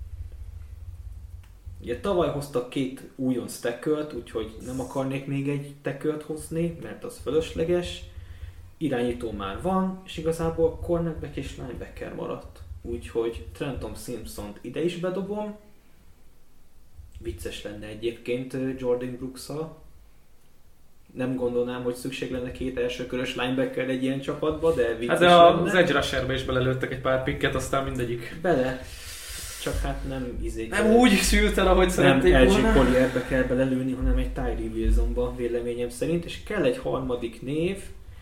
Ugye tavaly hoztak 2 újonc tackle-t, úgyhogy nem akarnék még egy tackle-t hozni, mert az fölösleges. Irányító már van, és igazából cornerback és linebacker maradt. Úgyhogy Trenton Simpsont ide is bedobom. Vicces lenne egyébként Jordan Brooks-szal. Nem gondolnám, hogy szükség lenne 2 elsőkörös linebacker egy ilyen csapatba, de vicces lenne. Hát az edge rusherbe is belelőttek egy pár pikket, aztán mindegyik. Bele. Csak hát nem Nem úgy szült el, ahogy szerették volna. Nem LG Collierbe kell belelőni, hanem egy Tyree Wilsonba véleményem szerint, és kell egy harmadik név.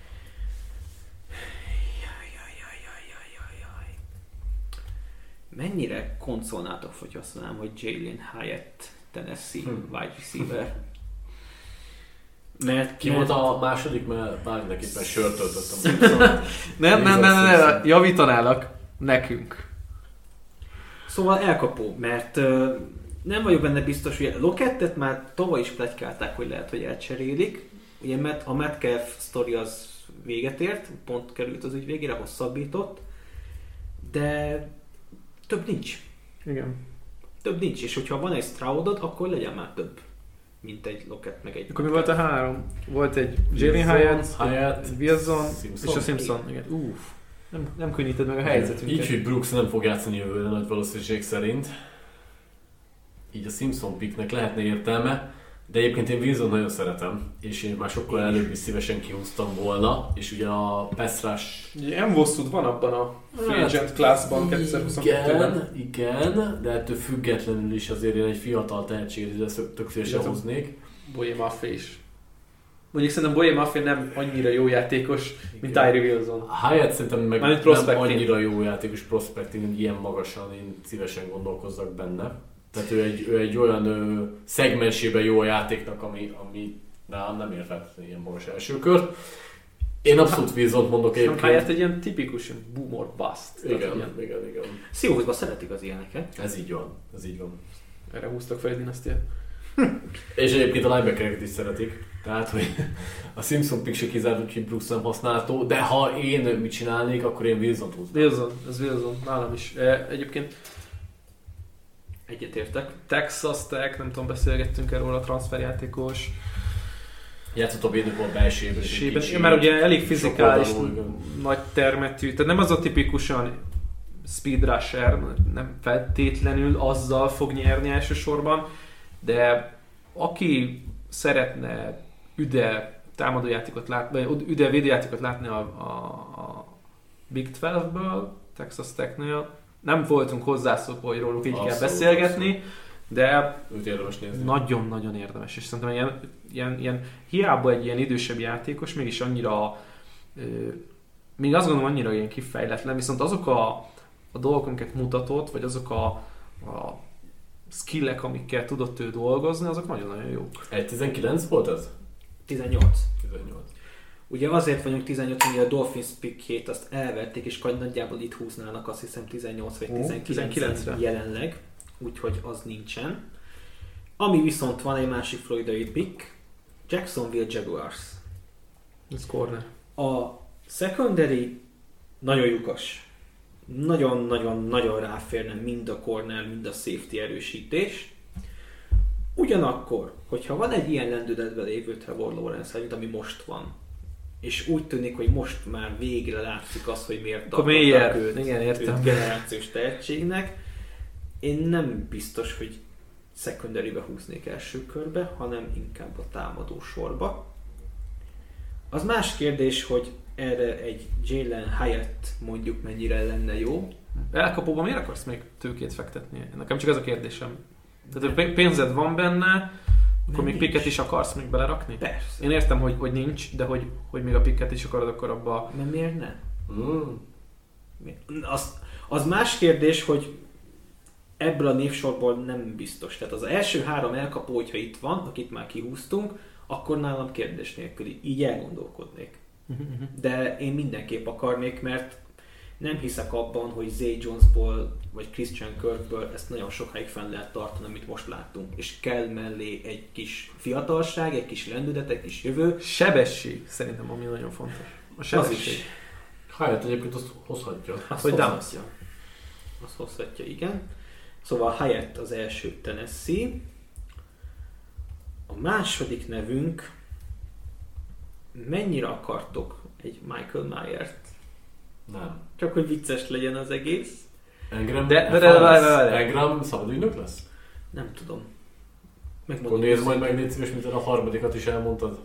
Mennyire koncolnátok, hogy azt mondanám, hogy Jalen Hyatt, Tennessee wide receiver? Ki volt a második, mert bármilyenképpen sört töltöttem. Nem, javítanálak nekünk. Szóval elkapó, mert Nem vagyok benne biztos, hogy Lockettet már tavaly is pletykálták, hogy lehet, hogy elcserélik. Ugye a Metcalf sztori az véget ért, pont került az ügy végére, hosszabbított. De több nincs. Igen. Több nincs, és hogyha van egy Stroudod, akkor legyen már több, mint egy Lockett meg egy... Akkor mi volt a 3? Volt egy Jalen Hyatt, Wilson és a Simpson. Igen. Nem könnyíted meg a helyzetünket. Így, hogy Brooks nem fog játszani jövőre nagy valószínűség szerint. Így a Simpson picknek lehetne értelme, de egyébként én Wilson nagyon szeretem, és én már sokkal előbb is szívesen kihúztam volna, és ugye a pass rush... Emvosszút van abban a free agent classban 2022-ben. Igen, de ettől függetlenül is azért én egy fiatal tehetséget ide tök szívesen hoznék. Boye Maffey is. Mondjuk szerintem Boye Maffey nem annyira jó játékos, mint Tyree Wilson. Hyatt szerintem meg nem annyira jó játékos prospecting, hogy ilyen magasan én szívesen gondolkozzak benne. Tehát ő egy olyan szegmensében jó a játéknak, ami nálam nem érhet ilyen magas elsőkört. Én abszolút Wilsont mondok egyébként. Hyatt egy ilyen tipikus boom or bust. Igen. Seahawksban szeretik az ilyeneket. Ez így van. Erre húztak fel egy dinasztiát. És egyébként a linebackereket is szeretik. Tehát, hogy a Simpson pick se kizárt, úgyhogy Brooks nem használható, de ha én mit csinálnék, akkor én Wilsont húznám. Wilson, nálam is. Egyébként egyetértek. Texas Tech, nem tudom, beszélgettünk erről a transferjátékos. Játszott a védőból belsőben. Igen, mert ugye elég fizikális, nagy termetű, tehát nem az a tipikusan speed rusher, nem feltétlenül azzal fog nyerni elsősorban, de aki szeretne üde támadójátékot látni, vagy üde védőjátékot látni a Big 12-ből, Texas Tech-nél, nem voltunk hozzászokva, hogy róluk így kell beszélgetni, de nagyon-nagyon érdemes, és szerintem ilyen hiába egy ilyen idősebb játékos, mégis annyira, még azt gondolom annyira ilyen kifejletlen, viszont azok a dolgok, amiket mutatott, vagy azok a skillek, amikkel tudott ő dolgozni, azok nagyon-nagyon jók. 1.19 volt ez? 18. 18. Ugye azért vagyunk 18, hogy a Dolphins pickjét azt elvették, és nagyjából itt húznának, azt hiszem 18 vagy 19 jelenleg, úgyhogy az nincsen. Ami viszont van egy másik floridai pick, Jacksonville Jaguars. Ez corner. A secondary nagyon lyukas. Nagyon-nagyon-nagyon ráférne mind a corner, mind a safety erősítés. Ugyanakkor, hogyha van egy ilyen lendületben lévő Trevor Lawrence, mint ami most van, és úgy tűnik, hogy most már végre látszik az, hogy miért tartották őt generációs tehetségnek, én nem biztos, hogy secondary-be húznék első körbe, hanem inkább a támadó sorba. Az más kérdés, hogy erre egy Jalen Hyatt mondjuk mennyire lenne jó. Elkapóban miért akarsz még tőkét fektetni? Nekem csak ez a kérdésem. Tehát pénzed van benne, akkor még picket is akarsz még belerakni? Persze. Én értem, hogy nincs, de hogy még a picket is akarod, akkor abba... Mert miért ne? Az más kérdés, hogy ebből a névsorból nem biztos. Tehát az első 3 elkapó, hogyha itt van, akit már kihúztunk, akkor nálam kérdés nélküli. Így elgondolkodnék. De én mindenképp akarnék, mert nem hiszek abban, hogy Zay Jonesból vagy Christian Kirkből ezt nagyon sokáig fenn lehet tartani, amit most láttunk. És kell mellé egy kis fiatalság, egy kis lendület, egy kis jövő. Sebesség szerintem, ami nagyon fontos. A sebesség. Hyatt egyébként azt hozhatja. Azt hozhatja, igen. Szóval Hyatt az első Tennessee. A második nevünk, mennyire akartok egy Michael Myers-t? Nem. Csak hogy vicces legyen az egész. Engram szabad ügynök lesz? Nem tudom. Akkor nézd majd meg, légy szíves, mint a harmadikat is elmondtad.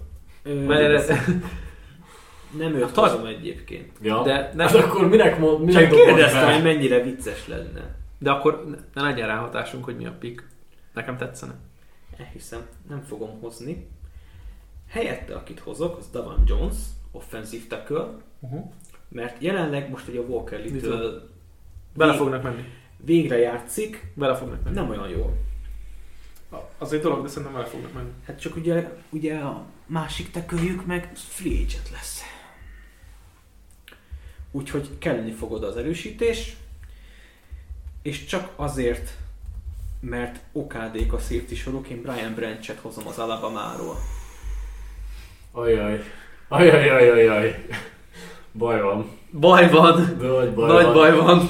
Nem őt hozom egyébként. Ja, de nem. Hát akkor minek csak kérdeztem, hogy mennyire vicces lenne. De akkor ne legyen ráhatásunk, hogy mi a pick. Nekem tetszene. Elhiszem, nem fogom hozni. Helyette, akit hozok, az Davon Jones, offensive tackle, mert jelenleg most ugye a Walker Little bele fognak menni. Végre játszik, bele fognak menni. Nem olyan jól. Az egy dolog, de szerintem bele fognak menni. Hát csak ugye a másik tackle-jük meg free agent lesz. Úgyhogy kelleni fog oda az erősítés, és csak azért mert okádék a safety sorok, én Brian Branch-et hozom az Alabamáról. Ajaj. Baj van. Baj van. Nagy baj van.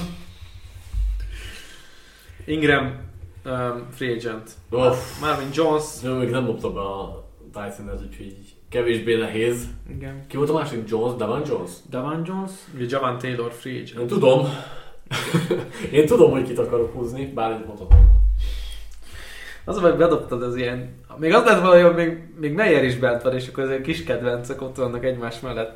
Ingram free agent. Marvin Jones. Még nem loptam be a Tyson-et, úgyhogy kevésbé nehéz. Igen. Ki volt a másik? Jones? Davon Jones? Ugye Javan Taylor free agent. Én tudom. Én tudom, hogy kit akarok húzni, bár én mondhatom. Az, hogy bedobtad az ilyen... Még az lett valahogy, hogy még Meyer is bent van, és akkor azért kis kedvencek ott vannak egymás mellett.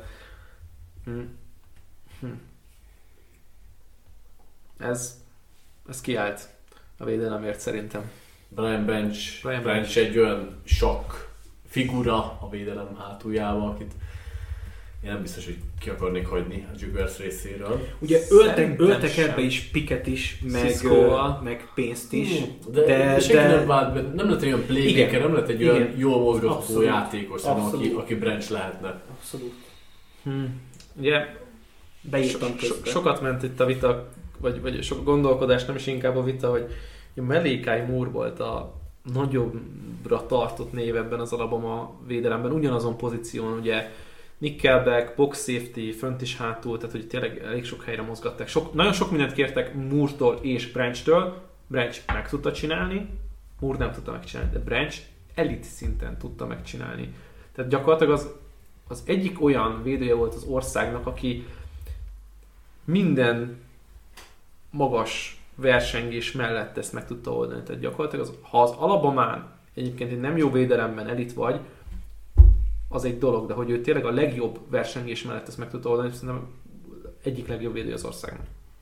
Ez kiállt a védelemért szerintem. Brian Branch egy olyan sakk figura a védelem hátuljával, akit én nem biztos, hogy ki akarnék hagyni a Jaguars részéről. Ugye öltek ebbe is Picket is, meg pénzt is. De nem lett egy olyan playmaker, nem lett egy olyan jól mozgató játékos, aki Branch lehetne. Abszolút. Ugye sokat ment itt a vita, vagy sok gondolkodás, nem is inkább a vita, hogy Malachi Moore volt a nagyobbra tartott név ebben az Alabama védelemben, ugyanazon pozíción, ugye nickelback, box safety, fönt is hátul, tehát hogy tényleg elég sok helyre mozgatták. Nagyon sok mindent kértek Moore-tól és Branch-től. Branch meg tudta csinálni, Moore nem tudta megcsinálni, de Branch elit szinten tudta megcsinálni. Tehát gyakorlatilag az egyik olyan védője volt az országnak, aki minden magas versengés mellett ezt meg tudta oldani. Tehát gyakorlatilag ha az Alabamán egyébként egy nem jó védelemben elit vagy, az egy dolog, de hogy ő tényleg a legjobb versengés mellett ezt meg tudta oldani, szerintem egyik legjobb védő az országnak.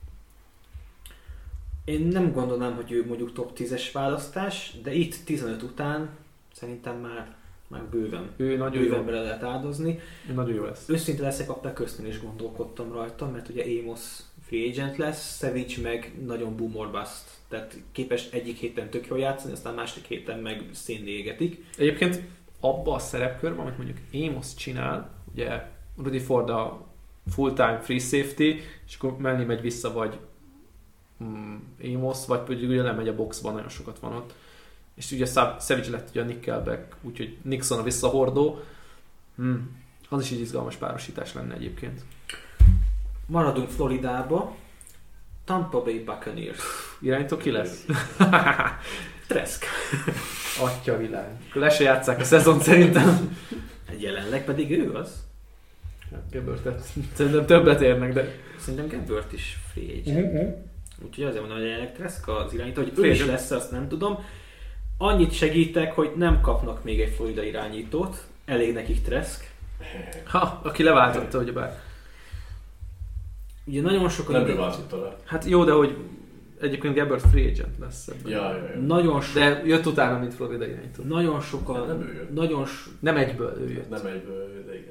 Én nem gondolnám, hogy ő mondjuk top 10-es választás, de itt 15 után szerintem már bőven bele lehet áldozni. Ő nagyon jó lesz. Őszinte leszek, a Packersnél is gondolkodtam rajta, mert ugye Amos free agent lesz, Savage meg nagyon boom or bust. Tehát képes egyik héten tök jól játszani, aztán másik héten meg szénné égetik. Egyébként abba a szerepkörben, amit mondjuk Amos csinál, ugye Rudy Ford a full-time free safety, és akkor mellé megy vissza, vagy Amos, vagy pedig ugye lemegy a boxban, nagyon sokat van ott. És ugye Savage lett ugye a nickelback, úgyhogy Nixon a visszahordó. Az is egy izgalmas párosítás lenne egyébként. Maradunk Floridába. Tampa Bay Buccaneers. Irányító ki lesz? Trask. Atya világ. Le se játsszák a szezon szerintem. Jelenleg pedig ő az. Gebbertet. Szerintem többet érnek, de... Szerintem Gebbert is free agent. Úgyhogy azért mondom, hogy jelenleg Trask az irányító, hogy ő is lesz, azt nem tudom. Annyit segítek, hogy nem kapnak még egy Florida irányítót. Elég nekik Trask. Aki leváltotta, ugyebár. Ugye nagyon sokan... Nem ő váltotta le. Hát jó, de hogy egyébként Gebbert free agent lesz ebben. Ja. Nagyon de jött utána, mint Florida irányító. Nagyon sokan... Nem ő jött. Nem egyből ő jött. Nem egyből, de igen.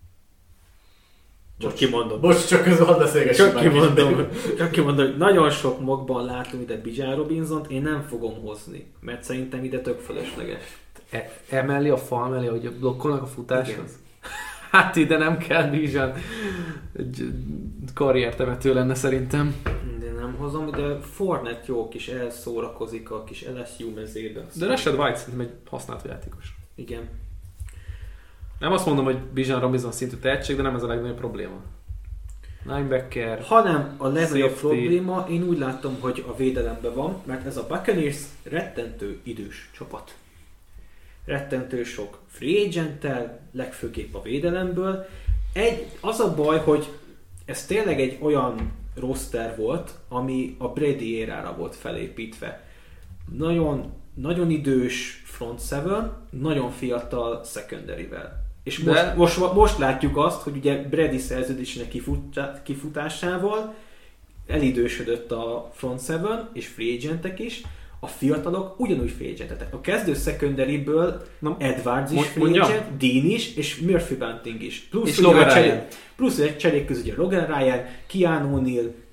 Csak kimondom. Bocs, csak közben hadd beszélgessünk. Csak kimondom, hogy nagyon sok mockban látom ide Bijan Robinsont, én nem fogom hozni, mert szerintem ide tök fölösleges. Emellé a fal mellé, hogy blokkolnak a futáshoz? Hát ide nem kell Bijan. Egy karriertemető lenne szerintem. De nem hozom, de Fournette jó kis elszórakozik a kis LSU mezében. De Rashad White szerintem egy használt játékos. Igen. Nem azt mondom, hogy Bijan Robinson szintű tehetség, de nem ez a legnagyobb probléma. Linebacker, hanem a legnagyobb probléma, én úgy látom, hogy a védelemben van, mert ez a Buccaneers rettentő idős csapat. Rettentő sok free agenttel, legfőképp a védelemből. Az a baj, hogy ez tényleg egy olyan roster volt, ami a Brady érára volt felépítve. Nagyon, nagyon idős front seven, nagyon fiatal secondary-vel. És most látjuk azt, hogy ugye Brady szerződésének kifutásával elidősödött a front seven és free agentek is, a fiatalok ugyanúgy free agentek. A kezdő secondaryből Edwards is free agent, Dean is, és Murphy Bunting is. Plusz egy cserék közül ugye Logan Ryan, Keanu O'Neal, tehát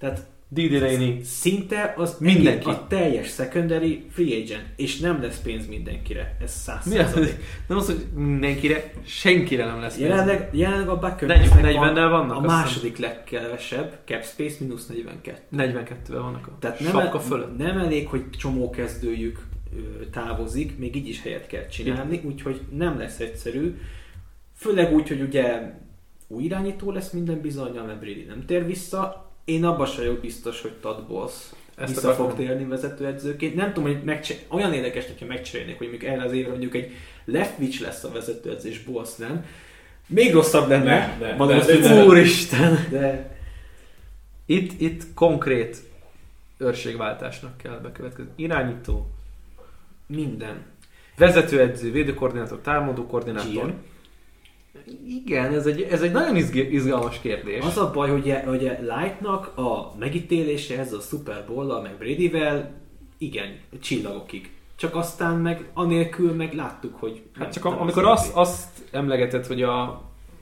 D. Delaney. Szinte az Mindenki. a teljes secondary free agent, és nem lesz pénz mindenkire. Ez 100%. Nem az, hogy mindenkire, senkire nem lesz pénz. Jelenleg a Buccaneersnek 40-nel vannak, a második legkevesebb cap space, -42. 42-vel vannak a Tehát sapka fölött. nem elég, hogy csomó kezdőjük távozik, még így is helyet kell csinálni, úgyhogy nem lesz egyszerű. Főleg úgy, hogy ugye új irányító lesz minden bizonnyal, mert Brady nem tér vissza. Én abban sem vagyok biztos, hogy Todd Bowles vissza fog térni vezetőedzőként. Nem tudom, hogy olyan érdekes, hogyha megcserélnék, hogy mondjuk erre az évre mondjuk egy Leftwich lesz a vezetőedző, és Bowles nem. Még rosszabb lenne. Úristen! De Itt konkrét őrségváltásnak kell bekövetkezni. Irányító, minden. vezetőedző, védőkoordinátor, támadó koordinátor. GM. Igen, ez egy nagyon izgalmas kérdés. Az a baj, hogy Lightnak a megítélése ezzel a Super Bowl-al, meg Bradyvel, igen, csillagokig. Csak aztán meg anélkül meg láttuk, hogy... Hát csak amikor azt emlegetett, hogy a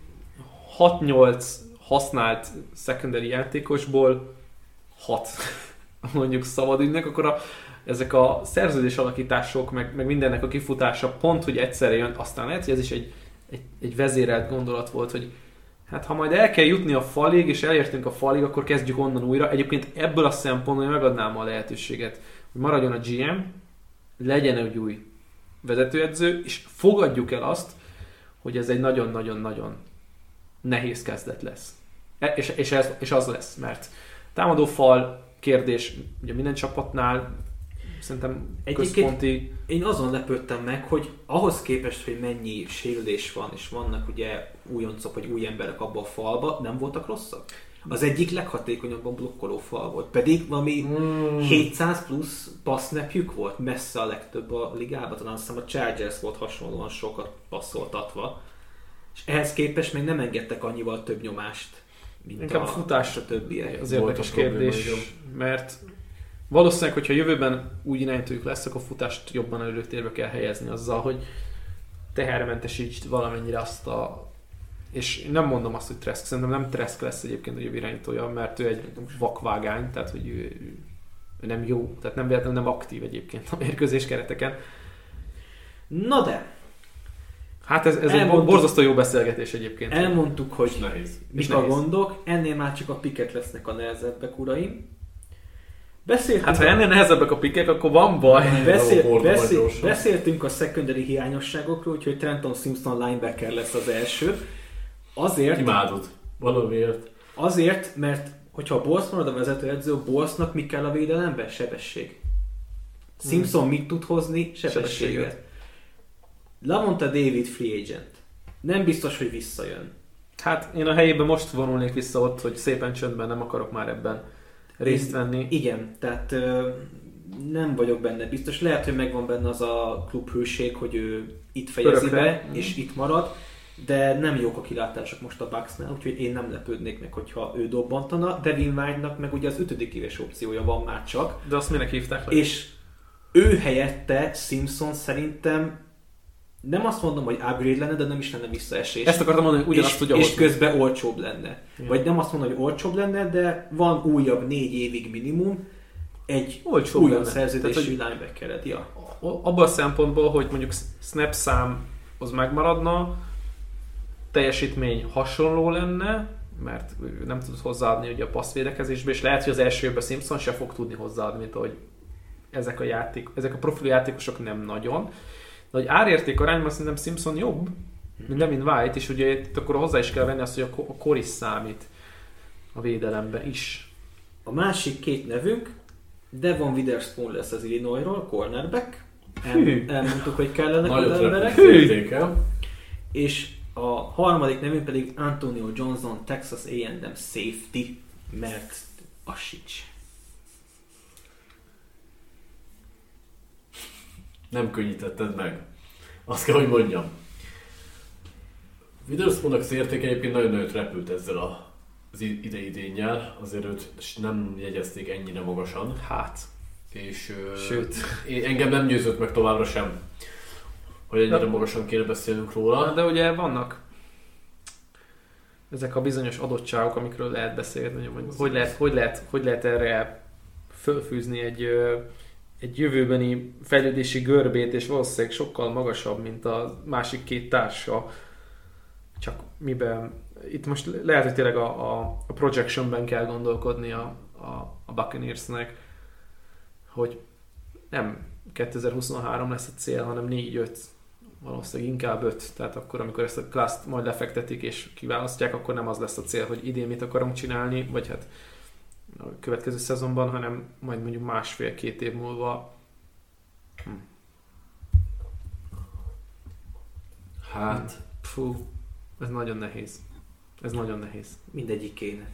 6-8 használt secondary játékosból 6 mondjuk szabadügynek, akkor ezek a szerződés alakítások, meg mindennek a kifutása pont, hogy egyszerre jön, aztán lehet, hogy ez is egy vezérelt gondolat volt, hogy hát ha majd el kell jutni a falig, és elértünk a falig, akkor kezdjük onnan újra. Egyébként ebből a szempontból megadnám a lehetőséget, hogy maradjon a GM, legyen egy új vezetőedző, és fogadjuk el azt, hogy ez egy nagyon-nagyon-nagyon nehéz kezdet lesz. És az lesz, mert támadó fal kérdés ugye minden csapatnál szerintem központi... Én azon lepődtem meg, hogy ahhoz képest, hogy mennyi sérülés van, és vannak ugye újoncok, vagy új emberek abban a falba, nem voltak rosszak. Az egyik leghatékonyabban blokkoló fal volt. Pedig valami 700 plusz passzsnapjük volt, messze a legtöbb a ligában. Talán azt hiszem a Chargers volt hasonlóan sokat passzoltatva. És ehhez képest még nem engedtek annyival több nyomást, mint inkább a futás a többiek. Az érdekes kérdés, mert valószínűleg, hogyha jövőben úgy irányítójuk lesz, akkor a futást jobban előtérbe kell helyezni azzal, hogy tehermentesítsd valamennyire azt a... És nem mondom azt, hogy Trask, szerintem nem Trask lesz egyébként a jövő irányítója, mert ő egy vakvágány, tehát hogy ő nem jó, tehát nem véletlenül nem aktív egyébként a mérkőzés kereteken. Na de! Hát ez egy borzasztó jó beszélgetés egyébként. Elmondtuk, hogy nehéz. mik a gondok, ennél már csak a pikek lesznek a nehezebbek, uraim. Hát ha ennél nehezebbek a pikek, akkor van baj. Beszéltünk a secondary hiányosságokról, úgyhogy Trenton Simpson linebacker lesz az első. Azért... Imádod. Valamiért. Azért, mert hogyha a Bowles marad a vezetőedző, Bowlesnak mi kell a védelemben? Sebesség. Simpson mit tud hozni? Sebességet. Lavonte David free agent. Nem biztos, hogy visszajön. Hát én a helyében most vonulnék vissza ott, hogy szépen csöndben nem akarok már ebben részt venni. Igen, tehát nem vagyok benne biztos. Lehet, hogy megvan benne az a klubhőség, hogy ő itt fejezi be, és itt marad, de nem jók a kilátások most a Bucksnál, úgyhogy én nem lepődnék meg, hogyha ő dobbantana. Devin White-nak meg ugye az 5. éves opciója van már csak. De azt minek hívták le? És ő helyette Simpson szerintem nem azt mondom, hogy upgrade lenne, de nem is lenne visszaesés. Ezt akartam mondani, hogy ugyanazt tudja és közben olcsóbb lenne. Ja. Vagy nem azt mondom, hogy olcsóbb lenne, de van újabb 4 évig minimum egy újabb szerződésű linebackered. Ja. Abban a szempontból, hogy mondjuk snap szám az megmaradna, teljesítmény hasonló lenne, mert nem tud hozzáadni ugye a passzvédekezésbe, és lehet, hogy az első évben Simpson se fog tudni hozzáadni, mint ahogy ezek a profil játékosok nem nagyon. De hogy árérték arányban szerintem Simpson jobb, mint Devin White, és ugye itt akkor hozzá is kell venni azt, hogy a kor is számít a védelemben is. A másik két nevünk, Devon Witherspoon lesz az Illinoisról, cornerback. Elmondtuk, hogy kellenek az emberek. És a harmadik nevünk pedig Antonio Johnson, Texas A&M safety, mert az sincs. Nem könnyítetted meg. Azt kell, hogy mondjam. Witherspoonnak az értéke egyébként nagyon nagyot repült ezzel az idei idénnyel. Azért őt nem jegyezték ennyire magasan. Hát. És sőt. Engem nem győzött meg továbbra sem, hogy ennyire magasan kéne beszélnünk róla. De ugye vannak ezek a bizonyos adottságok, amikről lehet beszélni, hogy lehet erre fölfűzni egy jövőbeni fejlődési görbét, és valószínűleg sokkal magasabb, mint a másik két társa. Csak miben... Itt most lehet, hogy tényleg a projectionben kell gondolkodni a Buccaneersnek, hogy nem 2023 lesz a cél, hanem 4-5, valószínűleg inkább 5. Tehát akkor, amikor ezt a class-t majd lefektetik és kiválasztják, akkor nem az lesz a cél, hogy idén mit akarunk csinálni, vagy hát a következő szezonban, hanem majd mondjuk 1,5-2 év múlva. Hát... Fú, ez nagyon nehéz. Ez nagyon nehéz. Mindegyik kéne.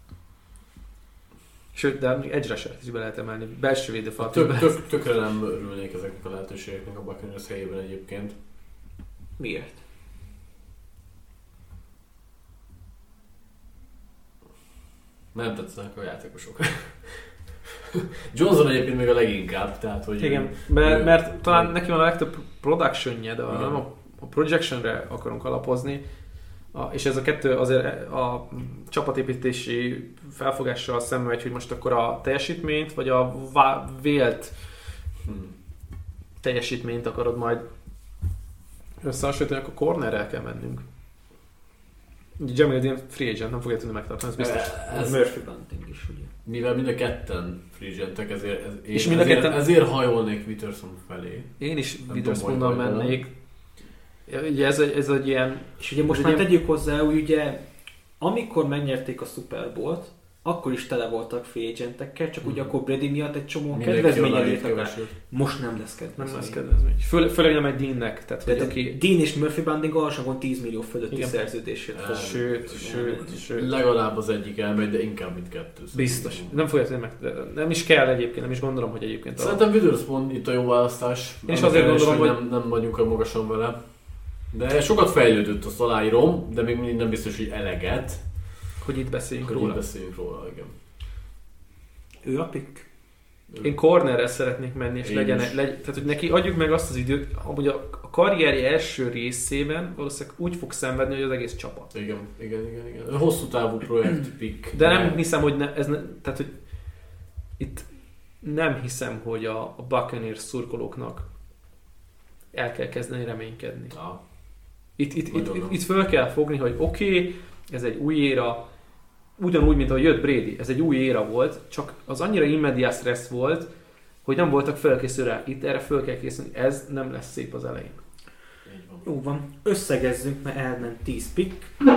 Sőt, de még edge rushert is be lehet emelni. Belső védőfal. Tökre nem örülnék ezeknek a lehetőségeknek a Buccaneers helyében egyébként. Miért? Nem tetszenek a játékosok. Johnson egyébként még a leginkább, tehát hogy... Igen, mert talán neki van a legtöbb productionje, de nem a projectionre akarunk alapozni. És ez a kettő azért a csapatépítési felfogással szemben megy, hogy most akkor a teljesítményt, vagy a vélt teljesítményt akarod majd összehasonlítani, akkor cornerrel kell mennünk. Jamie Dean free agent, nem fogja tudni megtartani, ez biztos. Ez Murphy Bunting is, ugye. Mivel mind a ketten free agentek, ezért hajolnék Witherspoon felé. Én is Witherspoonnal mennék. Ugye ez egy ilyen... És ugye most már tegyük hozzá, hogy ugye amikor megnyerték a Super Bowl-t, akkor is tele voltak free agentekkel, csak ugye akkor Brady miatt egy csomó kedvezménye értek el. Most nem lesz kedvezmény. Nem lesz kedvezmény. Főleg nem egy Deannek. Tehát, Dean és Murphy Bunting alsóban 10 millió fölötti szerződését. Sőt. Legalább az egyik elmegy, de inkább mindkettő. Biztos. Nem fogja tenni meg. Nem is kell egyébként, nem is gondolom, hogy egyébként. Szerintem Witherspoon itt a jó választás. Én is azért gondolom, hogy nem vagyunk a magasan vele. De sokat fejlődött, azt aláírom, de még mindig nem biztos, hogy eleget. Hogy itt beszéljünk róla. Igen. Ő a pick? Én cornerrel szeretnék menni, és tehát hogy neki adjuk meg azt az időt, amúgy a karrierje első részében valószínűleg úgy fog szenvedni, hogy az egész csapat. Igen. Hosszú távú projekt pick. De nem hiszem, hogy tehát hogy itt nem hiszem, hogy a Buccaneers szurkolóknak el kell kezdeni reménykedni. Itt föl kell fogni, hogy oké, ez egy új éra, ugyanúgy, mint ahogy jött Brady, ez egy új éra volt, csak az annyira immediate stressz volt, hogy nem voltak felkészülve rá. Itt erre föl kell készülni, ez nem lesz szép az elején. Jó van, összegezzünk, mert elment 10 pick.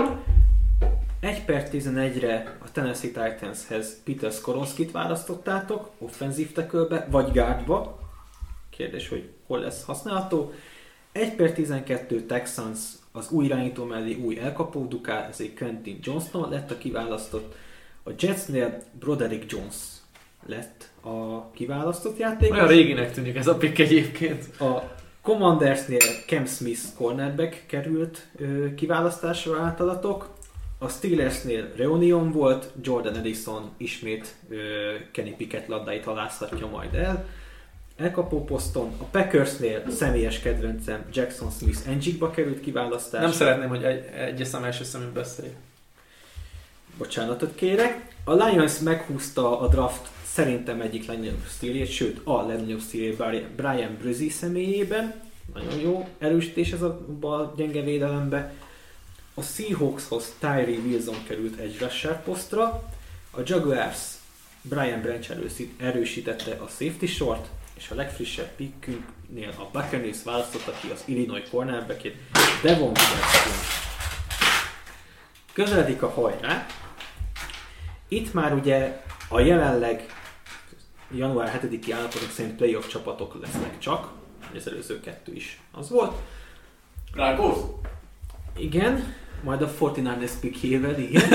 1/11-re a Tennessee Titanshez Peter Skoronskit választottátok, offenzív tackle-be, vagy guardba. Kérdés, hogy hol lesz használható. 1/12 Texans az új irányító mellé új elkapó dukál, ezért Quentin Johnston lett a kiválasztott. A Jetsnél Broderick Jones lett a kiválasztott játékos. Olyan réginek tűnik ez a pick egyébként. A Commandersnél Cam Smith cornerback került kiválasztásra általatok. A Steelersnél Reunion volt, Jordan Edison ismét Kenny Pickett labdáit halászhatja majd el. Elkapó poszton, a Packersnél személyes kedvencem Jackson Smith Njigba került kiválasztásra. Nem szeretném, hogy egy szem első szemünk beszélj. Bocsánatot kérek. A Lions meghúzta a draft szerintem egyik legnagyobb sztílét, sőt a legnagyobb sztílét Brian Brzee személyében. Nagyon jó erősítés ez a gyenge védelembe. A Seahawkshoz Tyree Wilson került egy rusher posztra. A Jaguars Brian Branch erősítette a safety sort, és a legfrissebb pickünknél a Buccaneers választotta ki az Illinois cornerbackét, Devon Witherspoon. Közeledik a hajrá. Itt már ugye a jelenleg január 7-i állapotok szerint playoff csapatok lesznek csak, az előző 2 is az volt. Broncos? Igen, majd a 49ers pickjével, igen.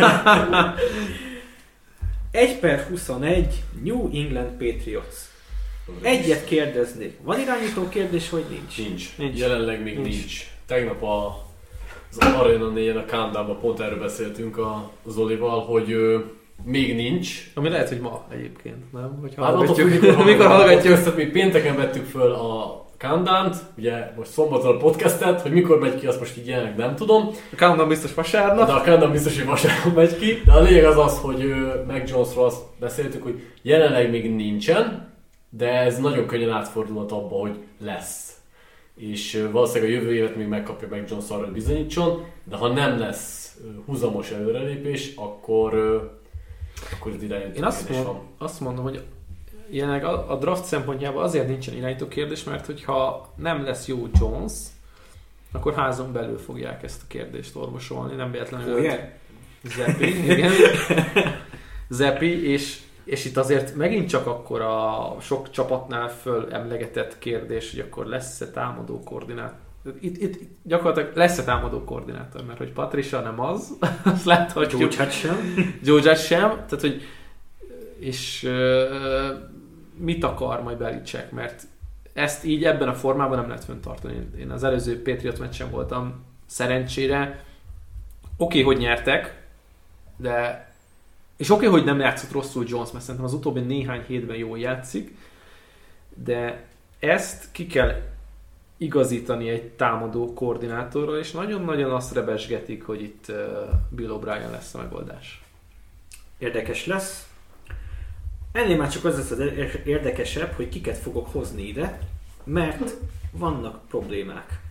1/21 New England Patriots. Egyet kérdeznék. Van irányító kérdés, vagy nincs? Nincs. Jelenleg még nincs. Tegnap az Arena 4-en a Countdown-ban pont erről beszéltünk az Olival, hogy még nincs. Ami lehet, hogy ma egyébként, nem? Mikor hallgatjuk? Ezt még pénteken vettük föl a Countdown-t, ugye most szombaton a podcastet, hogy mikor megy ki, azt most így jelenleg nem tudom. A Countdown biztos vasárnap. De a Countdown biztos, hogy vasárnap megy ki. De a lényeg az, hogy Mac Jonesról azt beszéltük, hogy jelenleg még nincsen, de ez nagyon könnyen átfordulhat abba, hogy lesz. És valószínűleg a jövő évet még megkapja Mac Jones arra, hogy bizonyítson, de ha nem lesz húzamos előrelépés, akkor az irányító kérdés van. Azt mondom, hogy jelenleg a draft szempontjából azért nincsen irányító kérdés, mert hogyha nem lesz jó Jones, akkor házon belül fogják ezt a kérdést orvosolni, nem véletlenül Zeppi, igen. Zeppi, és itt azért megint csak akkor a sok csapatnál fölemlegetett kérdés, hogy akkor lesz-e támadó koordinátor. Itt gyakorlatilag lesz-e támadó koordinátor, mert hogy Patricia nem az, azt láthatjuk. George sem. Tehát, hogy és mit akar majd Belichick, mert ezt így ebben a formában nem lehet fenntartani. Én az előző Patriot meccsen voltam szerencsére. Oké, hogy nyertek, de és oké, hogy nem játszott rosszul Jones, mert szerintem az utóbbi néhány hétben jól játszik, de ezt ki kell igazítani egy támadó koordinátorral, és nagyon-nagyon azt rebesgetik, hogy itt Bill O'Brien lesz a megoldás. Érdekes lesz. Ennél már csak az lesz az érdekesebb, hogy kiket fogok hozni ide, mert vannak problémák.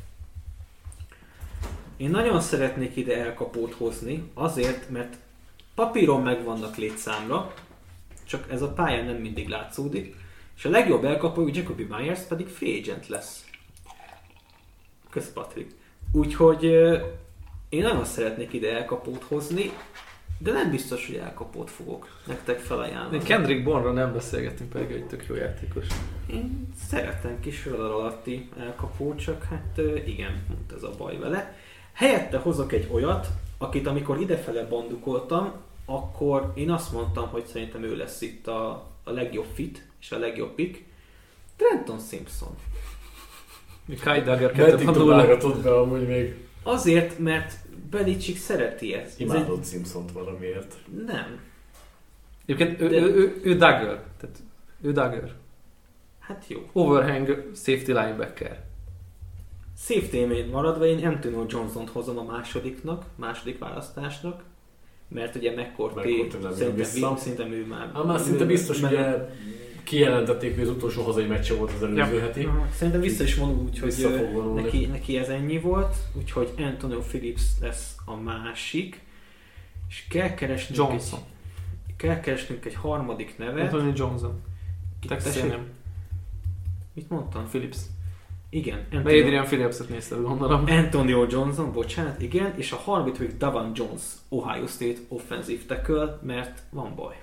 Én nagyon szeretnék ide elkapót hozni, azért, mert papíron megvannak létszámra, csak ez a pályán nem mindig látszódik, és a legjobb elkapó, Jacoby Myers pedig free agent lesz. Kösz, Patrik. Úgyhogy én nagyon szeretnék ide elkapót hozni, de nem biztos, hogy elkapót fogok nektek felajánlani. Kendrick Bourne-ról nem beszélgetünk, pedig egy tök jó játékos. Én szeretem kis radar alatti elkapót, csak hát igen, mondta ez a baj vele. Helyette hozok egy olyat, akit amikor idefele bandukoltam, akkor én azt mondtam, hogy szerintem ő lesz itt a legjobb fit és a legjobb pick. Trenton Simpson. Kai Duggar meddig dobálgatod be amúgy még? Azért, mert Belichick szereti ezt. Imádod Simpsont valamiért. Nem. Egyébként ő Duggar. Tehát ő Duggar. Hát jó. Overhang safety linebacker. Safety-én maradva én Antonio Johnson-t hozom a második választásnak, mert ugye McCourty szerintem ő már szinte biztos, ugye kijelentették, hogy az utolsó hazai meccse volt az előző heti. Szerintem vissza is vonul úgy, hogy neki ez ennyi volt, úgyhogy Antonio Phillips lesz a másik, és kell keresnünk egy harmadik nevet. Antonio Johnson. Texas. Mit mondtam? Phillips. Igen. Adrian Phillips-et nézted, gondolom. Antonio Johnson, bocsánat, igen, és a harmadik pedig Davon Jones, Ohio State offensive tackle, mert van baj.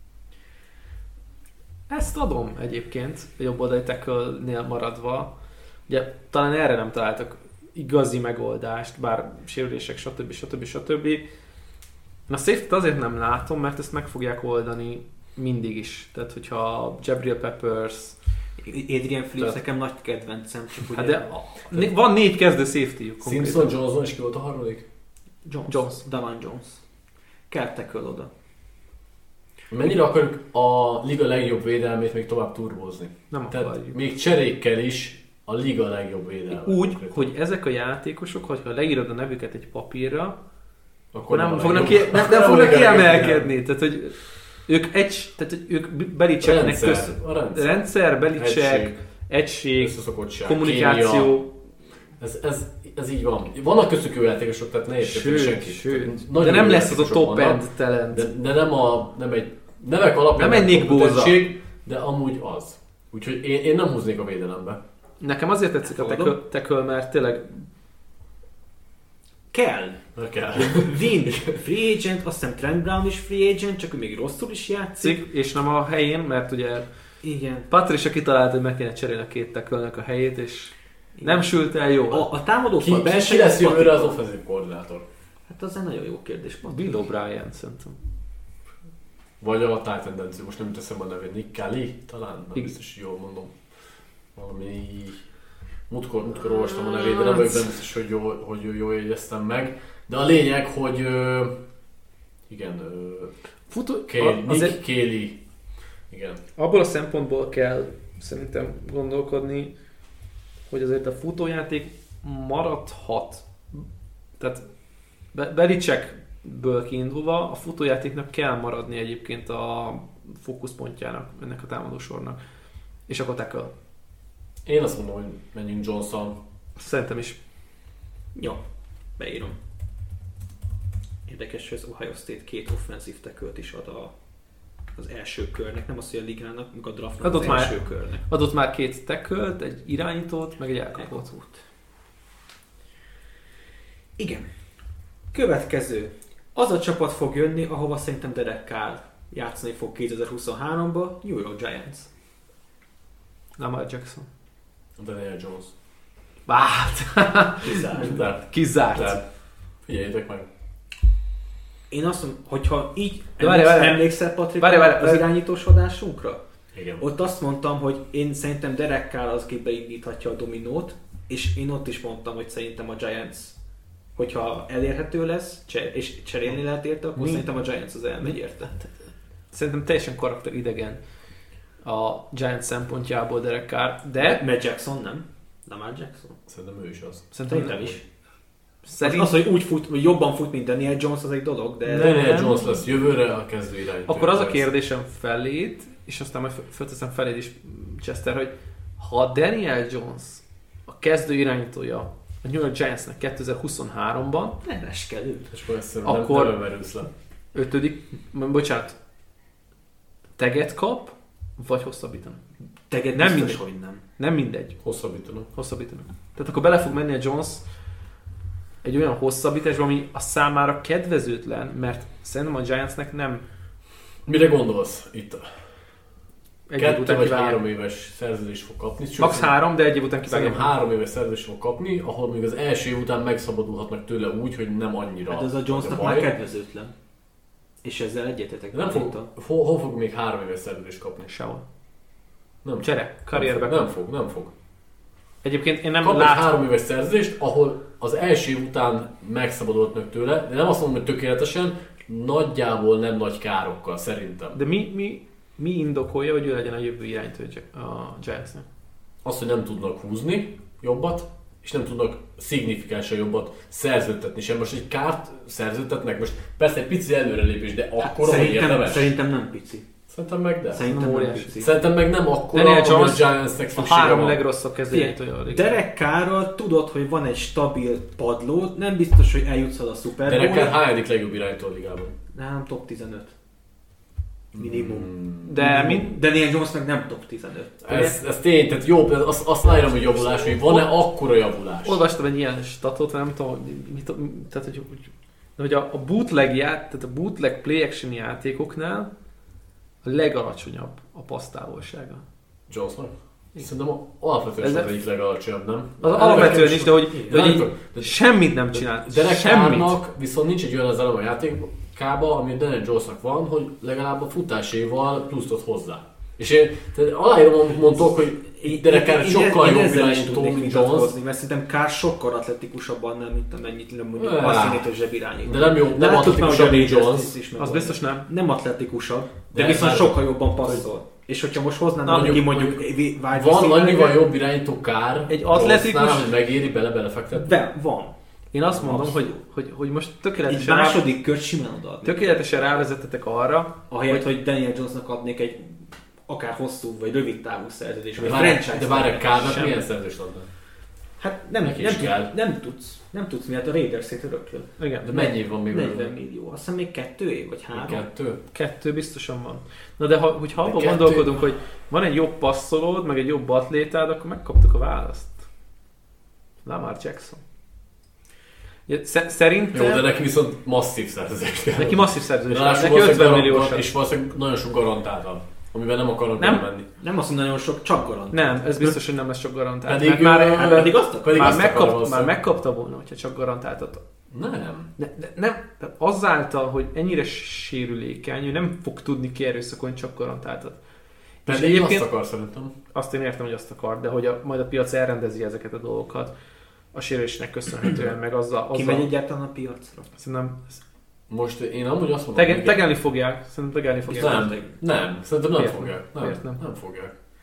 Ezt adom egyébként, a jobb oldali tackle-nél maradva. Ugye talán erre nem találtak igazi megoldást, bár sérülések, stb. A safety-t azért nem látom, mert ezt meg fogják oldani mindig is. Tehát, hogyha Jabril Peppers... Adrian Phillips nekem nagy kedvencem, csak ugye... Hát de van 4 kezdő safety-juk. Simpson, Johnson, és ki volt a harmadik? Jones. Davon Jones. Kell tackle oda. Mennyire akarjuk a liga legjobb védelmét még tovább turbózni? Nem akarjuk. Még cserékkel is a liga legjobb védelme. Úgy, hogy ezek a játékosok, hogyha leírod a nevüket egy papírra, akkor nem fognak kiemelkedni. Tehát, hogy ők Belichicknek rendszer, Belichick, egység, kommunikáció. Ez így van. Vannak köztük jó játékosok, tehát ne értsetek senkit. De nem lesz az a top-end talent. De nem egy nevek alapján nem egy Nick Bosa, de amúgy az. Úgyhogy én nem húznék a védelembe. Nekem azért tetszik a tackle, mert tényleg kell. Win free agent, azt hiszem Trent Brown is free agent, csak ő még rosszul is játszik. És nem a helyén, mert ugye igen. Patricia kitalálta, hogy meg kéne cserélni a két tackle-nek a helyét, és igen. Nem sült el jól. A támadó ki lesz jövőre az offenzív koordinátor? Hát az egy nagyon jó kérdés. Bill O'Brien szerintem. Vagy a Titan Dance, most nem jut eszembe a nevét, Nick Kelly talán? Nem biztos, jól mondom. Valami... Múltkor olvastam a nevét, de nem vagyok benne biztos, hogy jól jegyeztem meg. De a lényeg, hogy Nick Kelly. Igen. Abból a szempontból kell szerintem gondolkodni, hogy azért a futójáték maradhat. Tehát Belichickből kiindulva a futójátéknak kell maradni egyébként a fókuszpontjának ennek a támadósornak. És akkor tackle. Én azt mondom, hogy menjünk Jones-szal. Szerintem is. Jó, beírom. Érdekes, hogy az Ohio State 2 offenzív tackle-t is ad az első körnek, nem az, hogy a ligának, meg a draftnak az első körnek. Adott már 2 tackle-t, egy irányítót, meg egy elkapót. Igen. Következő. Az a csapat fog jönni, ahova szerintem Derek Carr játszani fog 2023-ban, New York Giants. Lamar Jackson. Daniel Jones. Kizárt. Figyeljétek meg. Én azt mondom, hogyha így Várj. emlékszel, Patrik, Várj. az irányítós adásunkra? Igen. Ott azt mondtam, hogy én szerintem Derek Carr az, aki beindíthatja a dominót, és én ott is mondtam, hogy szerintem a Giants, hogyha elérhető lesz, és cserélni lehet érte, akkor szerintem a Giants az elmegy érte. Szerintem teljesen karakteridegen a Giants szempontjából Derek Carr, de... Matt Jackson nem? Lamar Jackson? Szerintem ő is az. Szerintem is. Az, hogy úgy fut, hogy jobban fut, mint Daniel Jones, az egy dolog, de... Daniel Jones lesz jövőre a kezdő irányító. Akkor az a kérdésem felét, és aztán majd felteszem feléd is, Chester, hogy ha Daniel Jones a kezdő irányítója a New York Giantsnek 2023-ban, nem reskelő. akkor nem merülsz le. 5. Teget kap, vagy hosszabbítanak. Teget nem biztos, mindegy. hogy nem. Nem mindegy. Hosszabbítanak. Tehát akkor bele fog menni a Jones egy olyan hosszabbításba, ami a számára kedvezőtlen, mert szerintem a Giantsnek nem... Mire gondolsz itt? Egy 2 vagy 3 éves szerződést fog kapni. Max 3, de egy év után Szerintem kivágják. 3 éves szerződést fog kapni, ahol még az első év után megszabadulhatnak tőle úgy, hogy nem annyira. Hát ez a Jonesnak már kedvezőtlen. És ezzel egyetetek. Nem fog, hol fog még 3 éves szerződést kapni? Sehol. Nem. Csere, karrierbe. Nem fog. Egyébként én nem kap látom. egy 3 éves szerződést, ahol az első év után megszabadulhatnak tőle, de nem azt mondom, hogy tökéletesen, nagyjából nem nagy károkkal szerintem. De mi indokolja, hogy ő legyen a jövő irányító a Giantsnek? Azt, hogy nem tudnak húzni jobbat, és nem tudnak szignifikánsan jobbat szerződtetni sem. Most egy kárt szerződtetnek, most persze egy pici előrelépés, de akkora, hogy érdemes. Szerintem nem pici. Szerintem meg de. Szerintem nem pici. Szerintem meg nem akkora, Daniel hogy a Jones Giantsnek a szüksége 3 van. legrosszabb kezdőirányítója. Derek Carrral tudod, hogy van egy stabil padló, nem biztos, hogy eljutsz el a Super Derek Carr Bowl-ra. hányadik legjobb irányító a ligában? Nem, top 15. Minimum. De Daniel Jones meg nem top 15. Ez tény, tehát jó, azt látom, hogy javulás, hogy van-e akkora javulás? olvastam egy ilyen statot, nem tudom, tehát hogy a bootleg tehát a bootleg play action játékoknál a legalacsonyabb a passztávolsága. Jonesnak? Szerintem alapvetően az egyik legalacsonyabb, nem? Az alapvetően is, de hogy semmit nem csinál. Derek Semmit. Carrnak viszont nincs egy olyan az elem a játékában, ami Daniel Jonesnak van, hogy legalább a futáséval pluszt ad hozzá. És én aláírom, amit mondtok, hogy Derek Carr sokkal jobb irányító, mint Jones. Mert szerintem Carr sokkal atletikusabb annál, mint amennyit nem mondjuk passzirányító zsebirányító. De nem jó, nem atletikusabb, mint Jones. Az biztos nem. Nem atletikusabb, de De viszont már- sokkal jobban passzol. És hogyha most hoznám mondjuk wide Van receiver-eket- annyival jobb irányító Carr Egy atletikus- Jonesnál, hogy megéri belefektetni. De van. Én azt mondom, Abszolút. hogy most Egy tökéletesen, második kört simán odaadni. tökéletesen rávezettetek arra, Ahelyett, hogy Daniel Jonesnak adnék egy akár hosszú vagy rövid távú szerződés. De vagy várj, franchise de várj, Carrnak Semmi. milyen szerződést adnak? Hát Neki is kell. nem tudsz, miatt a Raiders-ét öröklöd. igen, De mennyi év van még 40 millió. Azt hiszem még 2 év, vagy 3. 2? 2 biztosan van. Na de hogyha abban kettő- gondolkodunk, hogy van egy jobb passzolód, meg egy jobb atlétád, akkor megkaptuk a választ. Lamar Jackson. Ja, szerintem... Jó, de neki viszont masszív szerződést kell. Neki masszív szerződés. Ráadásul Neki 50 valószínűleg milliós. és valószínűleg nagyon sok garantáltan, amiben nem akarnak Nem? belemenni. Nem azt mondom, nagyon sok, csak garant. Nem, ez biztos, hogy nem lesz csak garantált. Pedig, Mert pedig azt akar- pedig azt akarom már valószínűleg. megkapta volna, hogyha csak garantáltat. Nem. De nem, tehát azáltal, hogy ennyire sérülékeny, ő nem fog tudni kierőszakolni, csak garantáltat. És Pedig egyébként azt akar szerintem. azt én értem, hogy azt akar, de hogy majd a piac elrendezi ezeket a dolgokat a sérülésnek köszönhetően, meg azzal Kimegy egyáltalán a piacra? szerintem Most én amúgy azt mondom, tegelni fogják. Szerintem tegelni fogják. Nem, szerintem nem Miért fogják. nem? Miért nem? Nem fogják.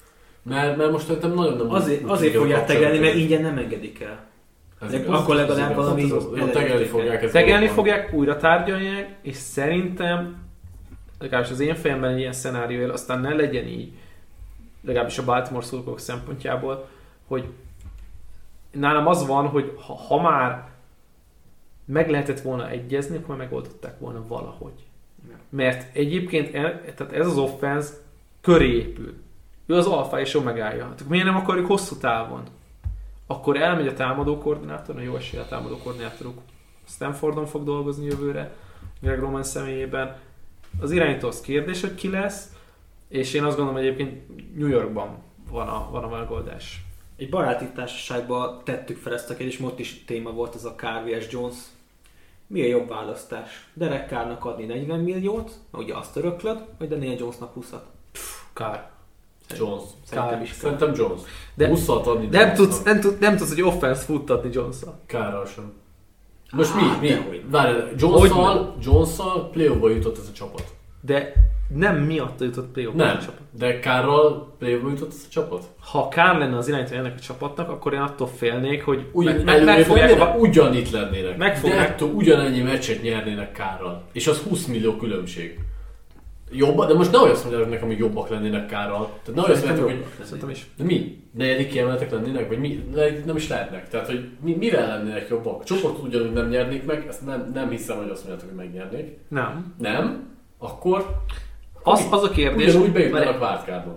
Mert most szerintem nagyon nem... Azért fogják tegelni, mert ingyen nem engedik el. Akkor legalább valami... Tegelni fogják, újra tárgyalják, és szerintem legalábbis az én fejemben egy ilyen szenárió él, aztán ne legyen így, legalábbis a Baltimore szurkolók szempontjából, hogy nálam az van, hogy ha már meg lehetett volna egyezni, akkor megoldották volna valahogy. Mert egyébként tehát ez az offense köré épül. Ő az alfa és omegája. Hát miért nem akarjuk hosszú távon? Akkor elmegy a támadó koordinátor, a jó esélye a támadó koordinátoruk Stanfordon fog dolgozni jövőre, Greg Roman személyében. Az irányító az kérdés, hogy ki lesz, és én azt gondolom, hogy egyébként New Yorkban van a megoldás. Egy baráti társaságban tettük fel ezt a kérdést, most is téma volt ez a Carr vs. Jones. Mi a jobb választás? Derek Carrnak adni 40 milliót, ugye azt öröklöd, vagy Daniel Jonesnak 20-at? Carr. Jones. Szerintem Jones. De 20-at adni nem tudsz egy offense futtatni Jones-szal. Carrral sem. Most mi? Várj, Jones-szal play-offba jutott ez a csapat. De nem miatta jutott play-offba a csapat. De Carrral play-offba jutott ez a csapat? Ha Carr lenne az irányító ennek a csapatnak, akkor én attól félnék, hogy ugyanitt lennének. Megfogják. De ettől ugyanennyi meccset nyernének Carrral. És az 20 millió különbség. Jobbak, de most nehogy azt mondják nekem, hogy jobbak lennének Carrral. Tehát nehogy azt mondják, hogy... Szerintem is. De mi? Negyedik kiemeltek lennének? Vagy mi? Nem is lehetnek. Tehát, hogy mivel lennének jobbak? A csoportot ugyanúgy nem nyernék meg, ezt nem hiszem, hogy azt mondjátok, hogy megnyernék. Nem. Nem? Akkor... Az a kérdés... Ugyanúgy bejutnának wildcardon.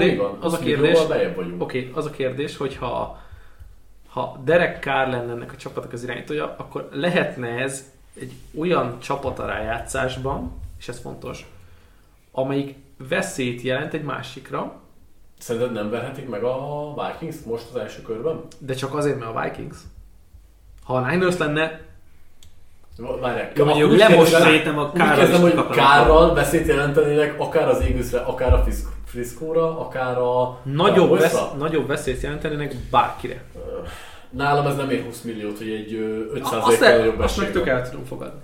Az a kérdés, hogy ha Derek Carr lenne ennek a csapatnak az irányítója, akkor lehetne ez egy olyan csapat a rájátszásban, és ez fontos, amelyik veszélyt jelent egy másikra. Szerinted nem verhetik meg a Vikings most az első körben? De csak azért, mert a Vikings. Ha a Niners lenne... Várják, lemossítem a Carrral veszélyt jelentenének akár az Eaglesre, akár a Frisco-ra, akár a... Nagyobb veszélyt jelentenének bárkire. Nálam ez nem ér 20 milliót, hogy egy 5%-kal nagyobb Azt meg tök el tudom fogadni.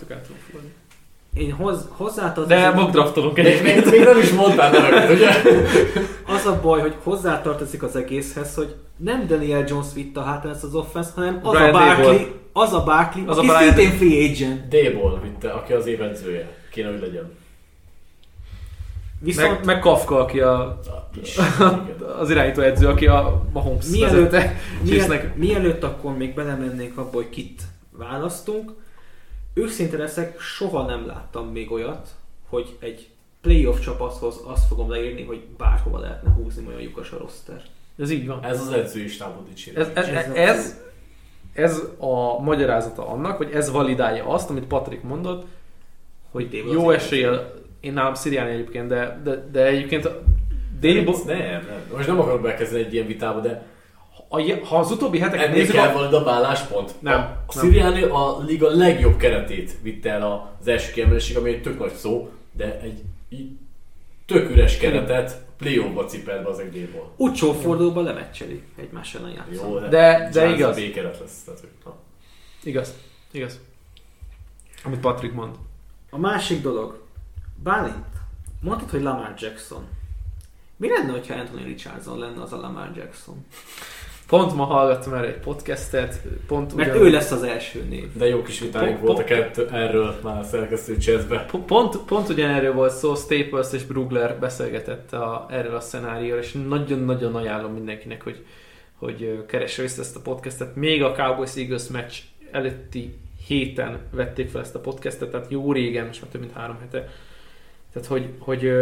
Én hozzátartozik... De magdraftolunk egyébként. Még nem is mondtál neveket, ugye? Az a baj, hogy hozzátartozik az egészhez, hogy nem Daniel Jones vitte a hátán ezt az offense, hanem az a Barkley, aki szintén free agent. D-ból vitte, aki az év edzője. Kéne, hogy legyen. Viszont... Meg Kafka, aki az irányító edző, aki a Mahomes vezette. Mielőtt akkor még belemennénk abba, hogy kit választunk, őszinte leszek, soha nem láttam még olyat, hogy egy playoff csapathoz azt fogom leírni, hogy bárhova lehetne húzni, olyan lyukas a roster. Ez így van. Ez az edzői stábot dicséret. Ez a magyarázata annak, hogy ez validálja azt, amit Patrik mondott, hogy jó eséllyel, én nálam Sirianni egyébként, de egyébként nem. Most nem akarok bekezdeni egy ilyen vitába, de ha az utóbbi heteket nézzük... Ennél kell valami a álláspont. Nem. A Sirianni a liga legjobb keretét vitte el az első kiemelésig, ami egy tök nagy szó, de egy tök üres keretet play-offba cipelt be az egdéból. Utcsó fordulóban lemeccselik egymás ellen játszani. Jó, de igaz. A B-keret lesz. Tehát, Igaz. Amit Patrik mond. A másik dolog. Bálint, mondtad, hogy Lamar Jackson. Mi lenne, hogyha Anthony Richardson lenne az a Lamar Jackson? Pont ma hallgattam erre egy podcastet. Mert ő lesz az első név. De jó kis vitáink voltak erről már a szerkesztő chatbe. Pont ugyanerről volt szó, Staples és Brugler beszélgetett erről a szenárióról, és nagyon-nagyon ajánlom mindenkinek, hogy keresse vissza ezt a podcastet. Még a Cowboys-Eagles meccs előtti héten vették fel ezt a podcastet, tehát jó régen, most már több mint 3 hete. Tehát, hogy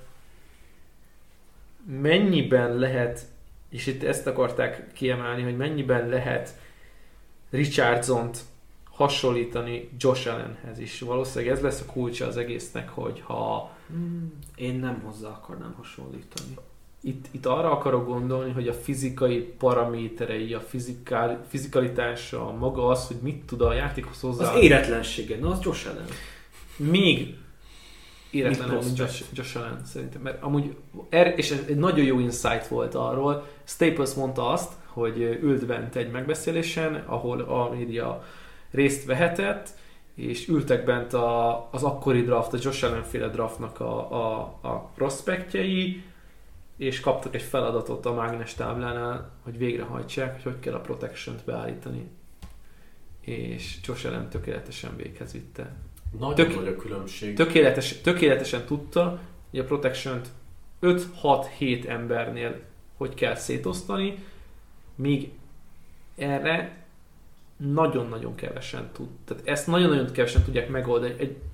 mennyiben lehet, és itt ezt akarták kiemelni, hogy mennyiben lehet Richardsont hasonlítani Josh Allenhez is. Valószínűleg ez lesz a kulcsa az egésznek, hogy ha... Én nem hozzá akarnám hasonlítani. Itt arra akarok gondolni, hogy a fizikai paraméterei, a fizikalitása, maga az, hogy mit tud a játékhoz hozzá... Az éretlensége, na az Josh Allen. Még éretlenebb, mint Josh Allen szerintem. Mert amúgy, és egy nagyon jó insight volt arról, Staples mondta azt, hogy ült bent egy megbeszélésen, ahol a média részt vehetett, és ültek bent az akkori draft, a Josh Allen féle draftnak a prospektjei, és kaptak egy feladatot a mágnes táblánál, hogy végrehajtsák, hogy kell a protection-t beállítani. És Josh Allen tökéletesen véghez vitte. Nagyon nagy a különbség. Tökéletesen tudta, hogy a protection-t 5-6-7 embernél hogy kell szétosztani, míg erre nagyon-nagyon kevesen tud. Tehát ezt nagyon-nagyon kevesen tudják megoldani.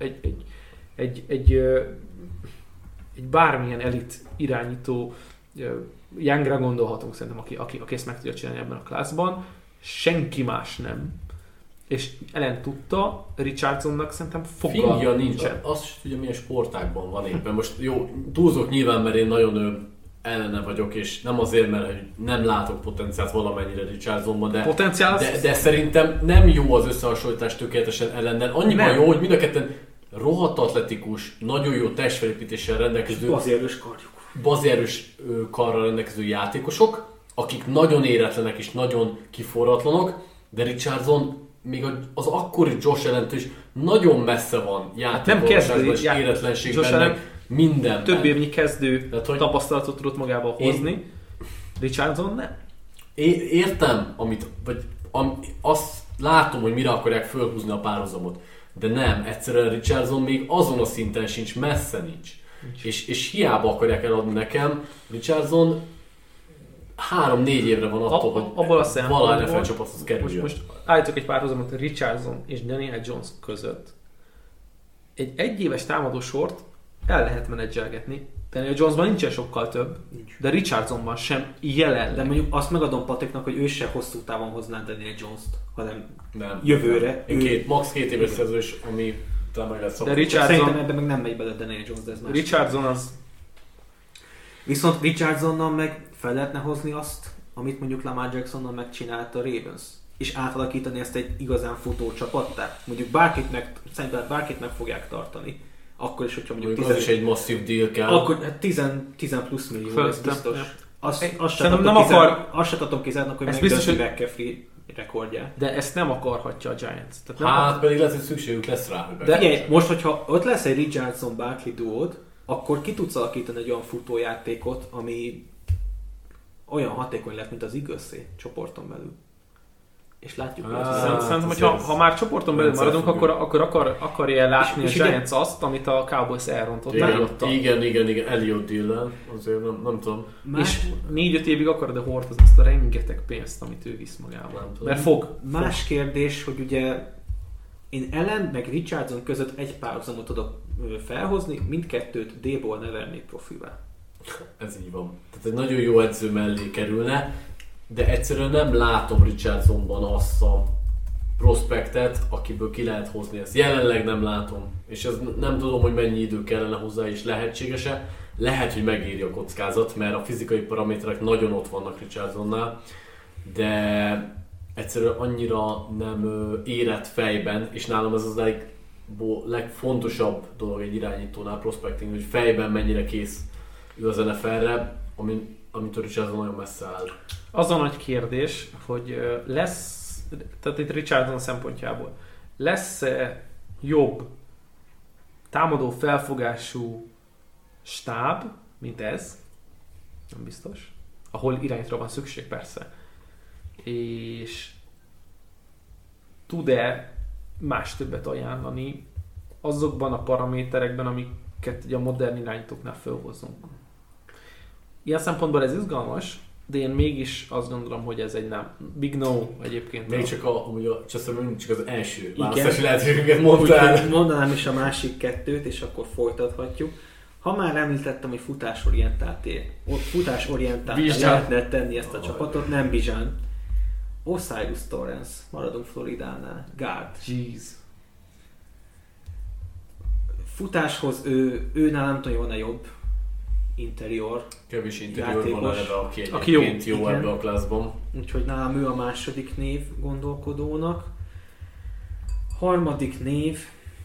Egy bármilyen elit irányító, Youngra gondolhatunk szerintem, aki ezt meg tudja csinálni ebben a klászban, senki más nem. És Allen tudta, Richardsonnak szerintem fogalma nincsen. Azt is tudja, milyen sportákban van éppen. Most jó, túlzok nyilván, mert én nagyon ellene vagyok, és nem azért, mert nem látok potenciált valamennyire Richardsonban, de szerintem nem jó az összehasonlítás tökéletesen Allennel. Annyiban jó, hogy mind a ketten rohadt atletikus, nagyon jó testfelépítéssel rendelkező, bazierős karral rendelkező játékosok, akik nagyon éretlenek és nagyon kiforratlanok, de Richardson még az akkori Josh Allentől is nagyon messze van játékolásban és éretlenségben, mindenben. Több évnyi kezdő tapasztalatot tudott magába hozni. Richardson nem. Értem, azt látom, hogy mire akarják fölhúzni a párhuzamot. De nem, egyszerűen Richardson még azon a szinten sincs, messze nincs. És hiába akarják eladni nekem, Richardson 3-4 évre van attól, hogy valahogy NFL csapathoz kerüljön. Most állítok egy párhuzamot Richardson és Daniel Jones között. Egy egyéves támadó sort el lehet menedzselgetni. Daniel Jonesban nincsen sokkal több, de Richardsonban sem jelenleg. De mondjuk azt megadom Patriknak, hogy ő se hosszú távon hozná Daniel Jones-t, hanem jövőre. Max 2 éves szerződés, ami talán meg lesz. De szerintem ebben meg nem megy bele Daniel Jones, de ez más. Richardson az... Viszont Richardsonnal meg fel lehetne hozni azt, amit mondjuk Lamar Jacksonnal megcsinált a Ravens. És átalakítani ezt egy igazán futó csapattá. Mondjuk szerintem bárkit meg fogják tartani. Akkor is, hogyha mondjuk az is egy masszív deal kell. Akkor 10 plusz millió, ez biztos. Azt se tartom kizárnak, hogy megdönti McCaffrey rekordját. De ezt nem akarhatja a Giants. Tehát pedig lehet, hogy szükségük lesz rá. De figyelj, most, hogyha ott lesz egy Richardson-Barkley duód, akkor ki tudsz alakítani egy olyan futójátékot, ami olyan hatékony lett, mint az Eagles-é csoporton belül. És látjuk, hogy szerintem, hogy ha már csoporton belül maradunk, akkor akarja látni a Giants azt, amit a Cowboys elrontott. Igen, Elliott deal-en, azért nem tudom. És 4-5 évig akarod hordozni azt a rengeteg pénzt, amit ő visz magával. Mert fog. Más kérdés, hogy ugye én Allen meg Richardson között egy párhuzamot tudok felhozni, mindkettőt D-ból nevelnék profilvá. Ez így van. Tehát egy nagyon jó edző mellé kerülne, de egyszerűen nem látom Richardsonban azt a prospektet, akiből ki lehet hozni ezt. Jelenleg nem látom, és ez nem tudom, hogy mennyi idő kellene hozzá, és lehetséges-e. Lehet, hogy megéri a kockázat, mert a fizikai paraméterek nagyon ott vannak Richardsonnál, de egyszerűen annyira nem érett fejben, és nálam ez az legfontosabb dolog egy irányítónál, prospecting, hogy fejben mennyire kész ő az NFL-re, amit a Richardson nagyon messze áll. Az a nagy kérdés, hogy tehát itt Richardson szempontjából lesz-e jobb támadó felfogású stáb, mint ez? Nem biztos. Ahol irányítóra van szükség, persze. És tud-e más többet ajánlani azokban a paraméterekben, amiket ugye a modern irányítóknál fölhozunk. Ilyen szempontból ez izgalmas, de én mégis azt gondolom, hogy ez egy nem. Big no egyébként. Még csak az első választási lehetőséget mondtál. Úgyhogy mondanám is a másik kettőt, és akkor folytathatjuk. Ha már említettem, hogy futásorientált lehetne tenni ezt a csapatot, nem Bijan. Osiris Torrance, maradunk Floridánál, guard. Jeez. Futáshoz ő nem tudom, van-e jobb interior. Kevés interior van ebbe, aki jó ebbe a klászban. Úgyhogy nálam ő a második név gondolkodónak. Harmadik név.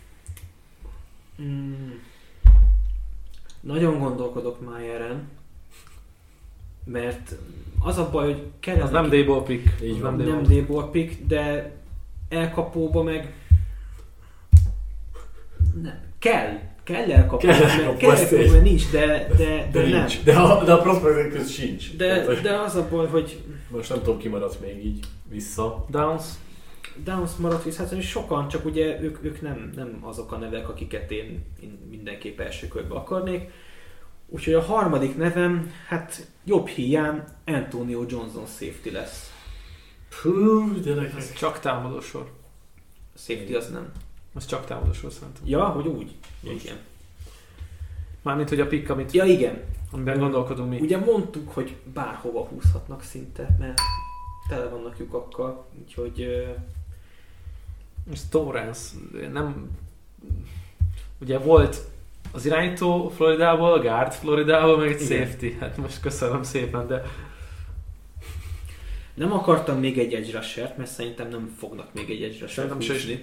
Nagyon gondolkodok Mayeren, mert az a baj, hogy kell... Az nem D-ball pick. Nem D-ball pick, de elkapóba meg... Nem. kell elkapni, mert nincs, de nem. Nincs. De a prospectek közt sincs. De az a baj, hogy... Most nem tudom, ki maradt még így vissza. Downs maradt vissza, hát sokan, csak ugye ők nem azok a nevek, akiket én mindenképp első körbe akarnék. Úgyhogy a harmadik nevem, hát jobb hiány Antonio Johnson safety lesz. Ez csak támadósor. Safety az nem. Az csak támadósor szerintem. Ja, hogy úgy? Ja, igen. Mármint, hogy a pick, amit... Ja, igen. Amiben gondolkodunk mi. Ugye mondtuk, hogy bárhova húzhatnak szinte, mert tele vannak lyukakkal, úgyhogy... Ez Torrance, nem... Ugye volt az irányító Floridából, a guard Floridából, meg egy safety. Hát most köszönöm szépen, de... Nem akartam még egy edge rushert, mert szerintem nem fognak még egy edge rushert húzni.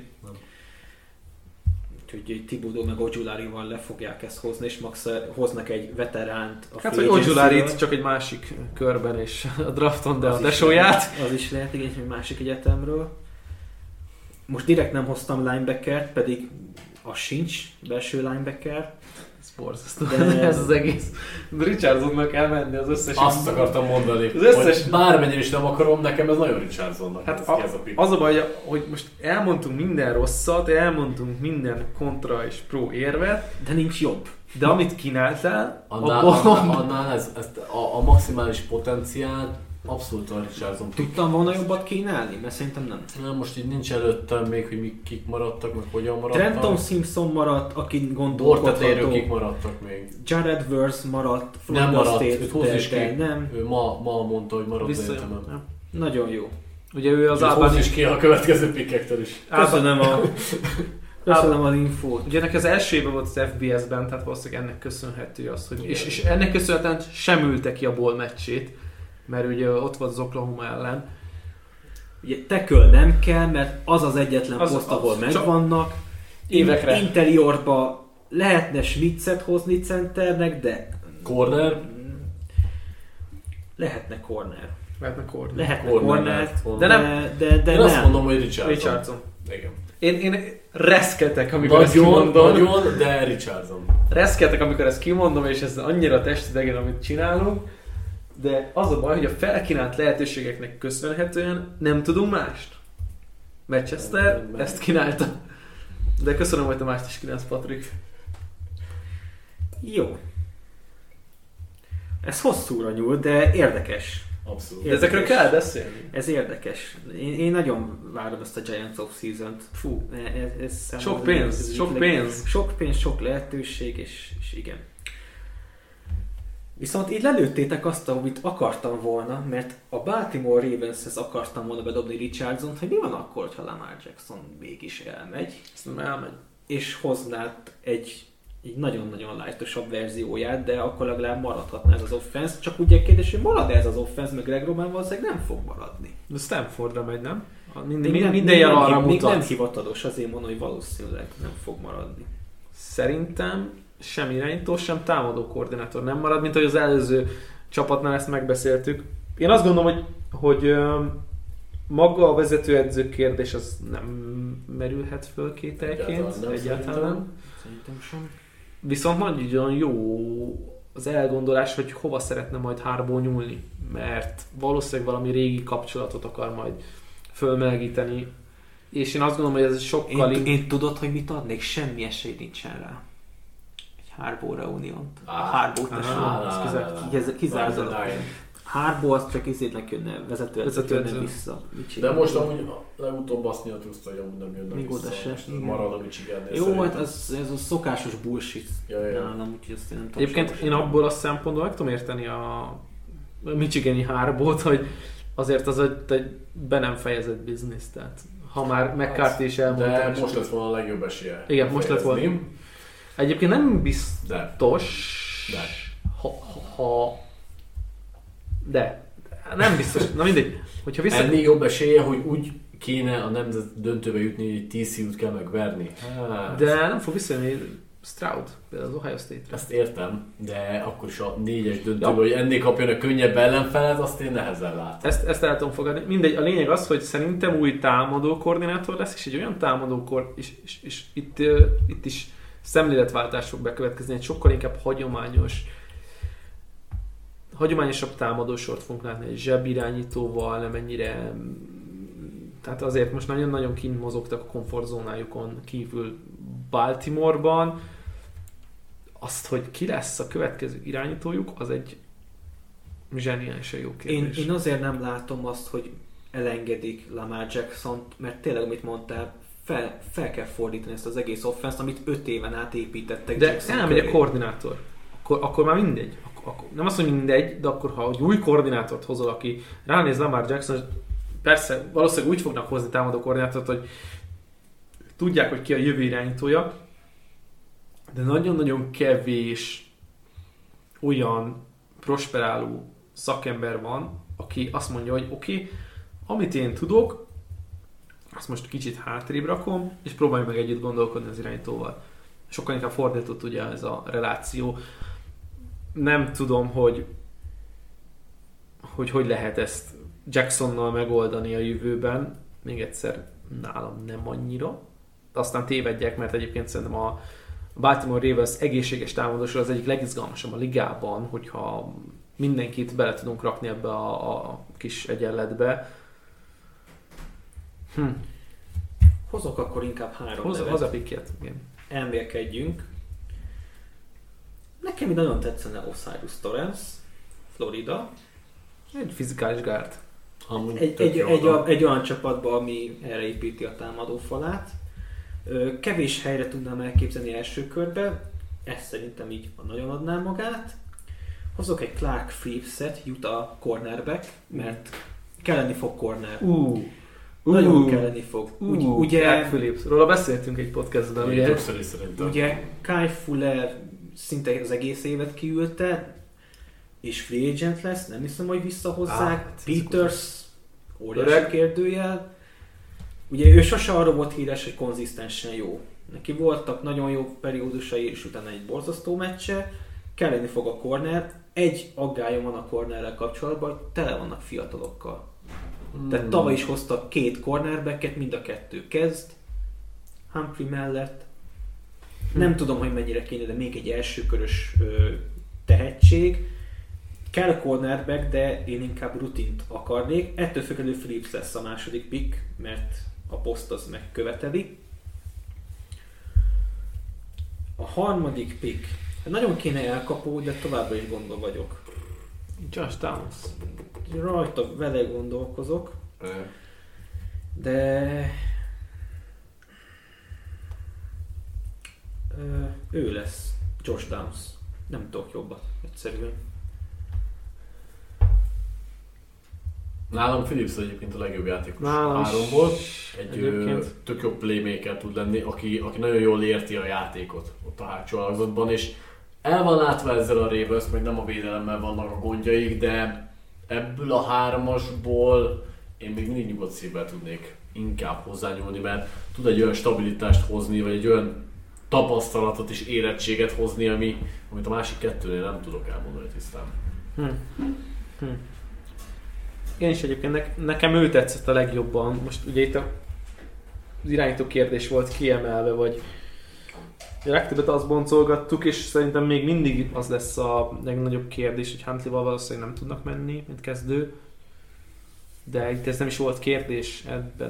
Úgyhogy Thibodeau meg Ojularival le fogják ezt hozni, és max hoznak egy veteránt a hát, hogy Ojularit csak egy másik körben és a drafton, de az a tesóját. Az is lehet, egy másik egyetemről. Most direkt nem hoztam linebackert, pedig az sincs belső linebacker. Ez borzasztó. Ez az egész. Richardsonnak kell menni az összes... Azt akartam mondani, az összes... hogy bármennyire is nem akarom, nekem ez nagyon Richardsonnak. Hát az a baj, hogy most elmondtunk minden rosszat, elmondtunk minden kontra és pro érvet. De nincs jobb. De amit kínáltál... Annál ez a maximális potenciál abszolút a Richardson. Tudtam volna jobbat kínálni? Mert szerintem nem. Most így nincs előttem még, hogy kik maradtak, meg hogyan maradtak. Trenton Simpson maradt, aki gondolkodható. Kik maradtak még. Jared Verse maradt. Nem maradt, őt hozz is ki. Nem. Ő ma mondta, hogy maradt egyetemen. Nagyon jó. Ugye ő az Albán is ki a következő pikkektől is. Köszönöm az infót. Ugye ennek az első évben volt az FBS-ben, tehát valószínűleg ennek köszönhető az, hogy... És ennek köszönhetően sem ülte ki a bowl meccsét. Mert ugye ott volt az Oklahoma ellen. Ugye tackle nem kell, mert az egyetlen poszt, ahol megvannak. Évekre. Interiorba lehetne Schmitzet hozni centernek, de... Corner? Lehetne corner. De nem. De én azt mondom, hogy Richardson. Igen. Én reszketek, amikor ezt kimondom. Nagyon, de Richardson. Reszketek, amikor ezt kimondom, és ez annyira testidegen, amit csinálunk. De az a baj, hogy a felkínált lehetőségeknek köszönhetően nem tudunk mást. Manchester ezt kínálta. De köszönöm, hogy te mást is kínálsz, Patrik. Jó. Ez hosszúra nyúl, de érdekes. Abszolút. De ezekről kell beszélni. Ez érdekes. Én nagyon várom ezt a Giants of Season-t. Fú. Ez sok pénz. Sok pénz, sok lehetőség, és igen. Viszont így lelőttétek azt, amit akartam volna, mert a Baltimore Ravenshez akartam volna bedobni Richardsont, hogy mi van akkor, ha Lamar Jackson mégis elmegy. Ezt nem elmegy. És hoznád egy nagyon-nagyon lightosabb verzióját, de akkor legalább maradhatna ez az offense. Csak ugye kérdés, hogy marad ez az offense, meg Greg Roman valószínűleg nem fog maradni. De Stanfordra megy, nem? Minden jel arra mutat. Még nem hivatalos, azért mondom, hogy valószínűleg nem fog maradni. Szerintem sem irányító, sem támadó koordinátor nem marad, mint ahogy az előző csapatnál ezt megbeszéltük. Én azt gondolom, hogy maga a vezetőedző kérdés az nem merülhet föl kételként. Egyáltalán. Szerintem sem. Viszont nagyon jó az elgondolás, hogy hova szeretne majd Harbaugh nyúlni. Mert valószínűleg valami régi kapcsolatot akar majd fölmelegíteni. És én azt gondolom, hogy ez sokkal... Én tudod, hogy mit adnék? Semmi esély nincsen rá. Harbaugh reuniont. Harbaugh kizárt. Harbaugh az csak izétnek jönne, vezetőedző vissza. De most amúgy legutóbb azt nyilatkozta, hogy amúgy nem jönne vissza. Marad a Michigan-nél. Jó, hát ez a szokásos bullshit nálam, úgyhogy azt én nem tudom. Egyébként én abból a szempontból meg tudom érteni a Michigani Harbaught, hogy azért az egy be nem fejezett biznisz, tehát ha már McCarthy is elmondta. De most lett volna a legjobb esélye. Igen, most lett volna. Egyébként nem biztos, de nem biztos, na mindegy. Hogyha ennél jobb esélye, hogy úgy kéne a nemzet döntőbe jutni, hogy TCU-t kell megverni. Hát. De nem fog visszajönni Stroud, például az Ohio State-re. Ezt értem, de akkor is a 4-es döntőbe, hogy ennél kapjon a könnyebb ellenfelet, azt én nehezen látom. Ezt el tudom fogadni. Mindegy, a lényeg az, hogy szerintem új támadó koordinátor lesz, és egy olyan támadó és itt is szemléletváltás fog bekövetkezni, egy sokkal inkább hagyományosabb támadósort fogunk látni egy zsebirányítóval, nem ennyire... Tehát azért most nagyon-nagyon kint mozogtak a komfortzónájukon kívül Baltimoreban. Azt, hogy ki lesz a következő irányítójuk, az egy zseniálisan jó kérdés. Én azért nem látom azt, hogy elengedik Lamar Jackson-t, mert tényleg, amit mondtál, fel kell fordítani ezt az egész offense-t, amit 5 éven át építettek. De elmegy a koordinátor. Akkor már mindegy. Nem azt mondja mindegy, de akkor ha egy új koordinátort hozol, aki ránéz Lamar Jackson, persze valószínűleg úgy fognak hozni támadó koordinátort, hogy tudják, hogy ki a jövő irányítója, de nagyon-nagyon kevés olyan prosperáló szakember van, aki azt mondja, hogy oké, amit én tudok, azt most kicsit hátrébb rakom, és próbálj meg együtt gondolkodni az irányítóval. Sokkal inkább fordított ugye ez a reláció. Nem tudom, hogy lehet ezt Jacksonnal megoldani a jövőben. Még egyszer nálam nem annyira. Aztán tévedjek, mert egyébként szerintem a Baltimore Ravens egészséges támadósor az egyik legizgalmasabb a ligában, hogyha mindenkit bele tudunk rakni ebbe a kis egyenletbe. Hozok akkor inkább 3 nevet. Hoz a pikket, igen. Elmélkedjünk. Nekem nagyon tetszene Osiris Torrance, Florida. Egy fizikális gárd. Egy olyan csapatban, ami erre építi a támadó falát. Kevés helyre tudnám elképzelni első körbe, ezt szerintem így nagyon adná magát. Hozok egy Clark Phillips-et, Utah cornerback, mert kelleni fog corner. Nagyon kelleni fog. Ugye, Clark Phillips. Róla beszéltünk egy podcastben. Ugye Kyle Fuller szinte az egész évet kiülte, és free agent lesz, nem hiszem, hogy visszahozzák. Peters, óriási kérdőjel. Ugye ő sose arra volt híres, hogy konzisztensen jó. Neki voltak nagyon jó periódusai, és utána egy borzasztó meccse. Kelleni fog a corner. Egy aggályom van a cornerrel kapcsolatban, hogy tele vannak fiatalokkal. Tehát tavaly is hoztak 2 cornerbacket, mind a 2 kezd. Humphrey mellett. Nem tudom, hogy mennyire kéne, de még egy elsőkörös tehetség. Kell cornerback, de én inkább rutint akarnék. Ettől függetlenül Phillips lesz a második pick, mert a poszt az megköveteli. A harmadik pick. Nagyon kéne elkapó, de továbbra is gondol vagyok. Josh Downs. Rajta vele gondolkozok. De... ő lesz. Josh Downs. Nem tudok jobbat, egyszerűen. Nálam Phillips egyébként a legjobb játékos 3-ból. Egy tök jobb playmaker tud lenni, aki nagyon jól érti a játékot ott a hátsó alakzatban, és el van látva ezzel a Ravens, meg nem a védelemmel vannak a gondjaik, de ebből a 3-asból én még mindig nyugodt szívvel tudnék inkább hozzányúlni, mert tud egy olyan stabilitást hozni, vagy egy olyan tapasztalatot és érettséget hozni, amit a másik 2-nél nem tudok elmondani tisztán. Én is egyébként nekem ő tetszett a legjobban. Most ugye itt az irányító kérdés volt kiemelve, vagy a legtöbbet azt boncolgattuk, és szerintem még mindig az lesz a legnagyobb kérdés, hogy Huntley-val valószínűleg nem tudnak menni, mint kezdő. De itt ez nem is volt kérdés ebben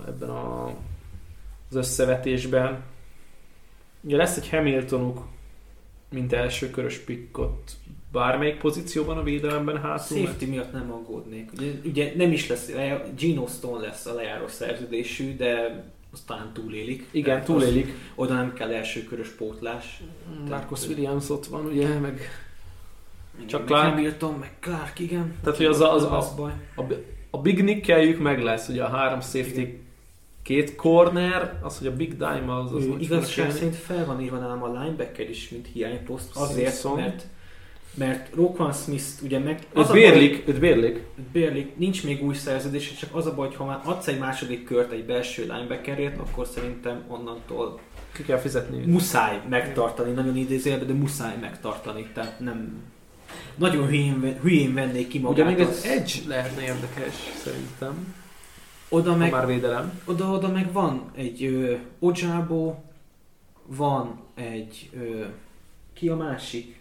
az összevetésben. Ugye lesz egy Hamiltonuk, mint első körös pickot bármelyik pozícióban a védelemben hátul. Safety miatt nem aggódnék. Ugye nem is lesz, Geno Stone lesz a lejáró szerződésű, de azt talán túlélik. Igen, túlélik. Oda nem kell első körös pótlás. Marcus Williams ott van, ugye, meg csak Clark. Hamilton, meg Clark, igen. Tehát, hogy a Big Nickeljük meg lesz, ugye a 3 safety, 2 corner, az, hogy a Big Dime az igazság szerint fel van írva nálam a linebacker is, mint hiányposzt. Azért, mert Roquan Smith ugye meg... Őt bérlik. Nincs még új szerződés, csak az a baj, hogy ha már adsz egy második kört egy belső linebackerért, akkor szerintem onnantól ki kell fizetni. Muszáj megtartani, nagyon idézőjelben, de muszáj megtartani. Tehát nem... Nagyon hülyén vennék ki magát. Ugye még az edge lehetne érdekes, szerintem. Oda meg, már védelem. Oda meg van egy Ojabo, van egy... ki a másik?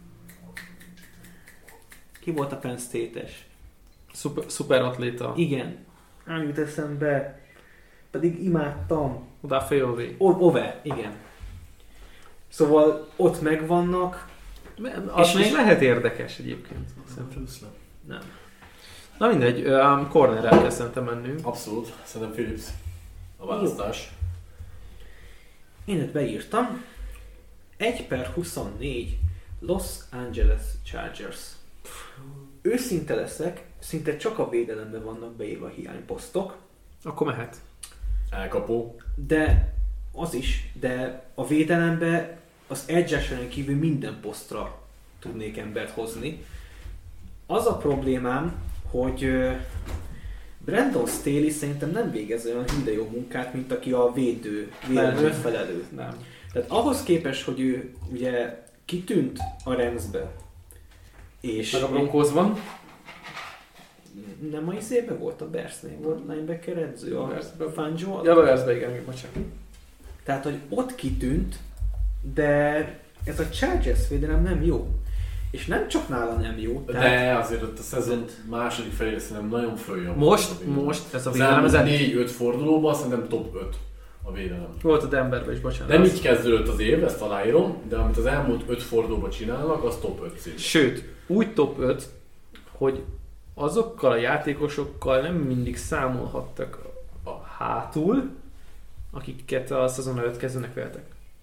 Ki volt a Penn State-es? Szuper atléta. Igen. Nem jut eszembe. Pedig imádtam. Odafe. Ove, igen. Szóval ott megvannak. Az még lehet érdekes egyébként. Nem. Na mindegy, cornerrel kell szerintem mennünk. Abszolút, szerintem Phillips a választás. Én itt beírtam. 1/24 Los Angeles Chargers. Őszinte leszek, szinte csak a védelemben vannak beírva a hiányposztok. Akkor mehet. Elkapó. De az is, de a védelemben az edge-esen kívül minden posztra tudnék embert hozni. Az a problémám, hogy Brandon Staley szerintem nem végez olyan hűde jó munkát, mint aki a védelmért felelő. Nem. Tehát ahhoz képest, hogy ő ugye kitűnt a Ramsbe, és... Meg a Broncosban. Nem a izében volt a Bearsnél, volt linebacker edző, a Fangio. Ja, a Bearsbe, igen, bocsánat. Tehát, hogy ott kitűnt, de ez a Chargers védelem nem jó. És nem csak nála nem jó. Tehát... De azért ott a szezon második felére szerintem nagyon följön. Most ez a védelem, ez 4-5 fordulóban szerintem top 5 a védelem. Volt a Denverben is, bocsánat. Nem így kezdődött az év, ezt aláírom, de amit az elmúlt 5 fordulóban csinálnak, az top 5 szint. Sőt, úgy top 5, hogy azokkal a játékosokkal nem mindig számolhattak a hátul, akiket a szezon előtt kezdőnek véltek.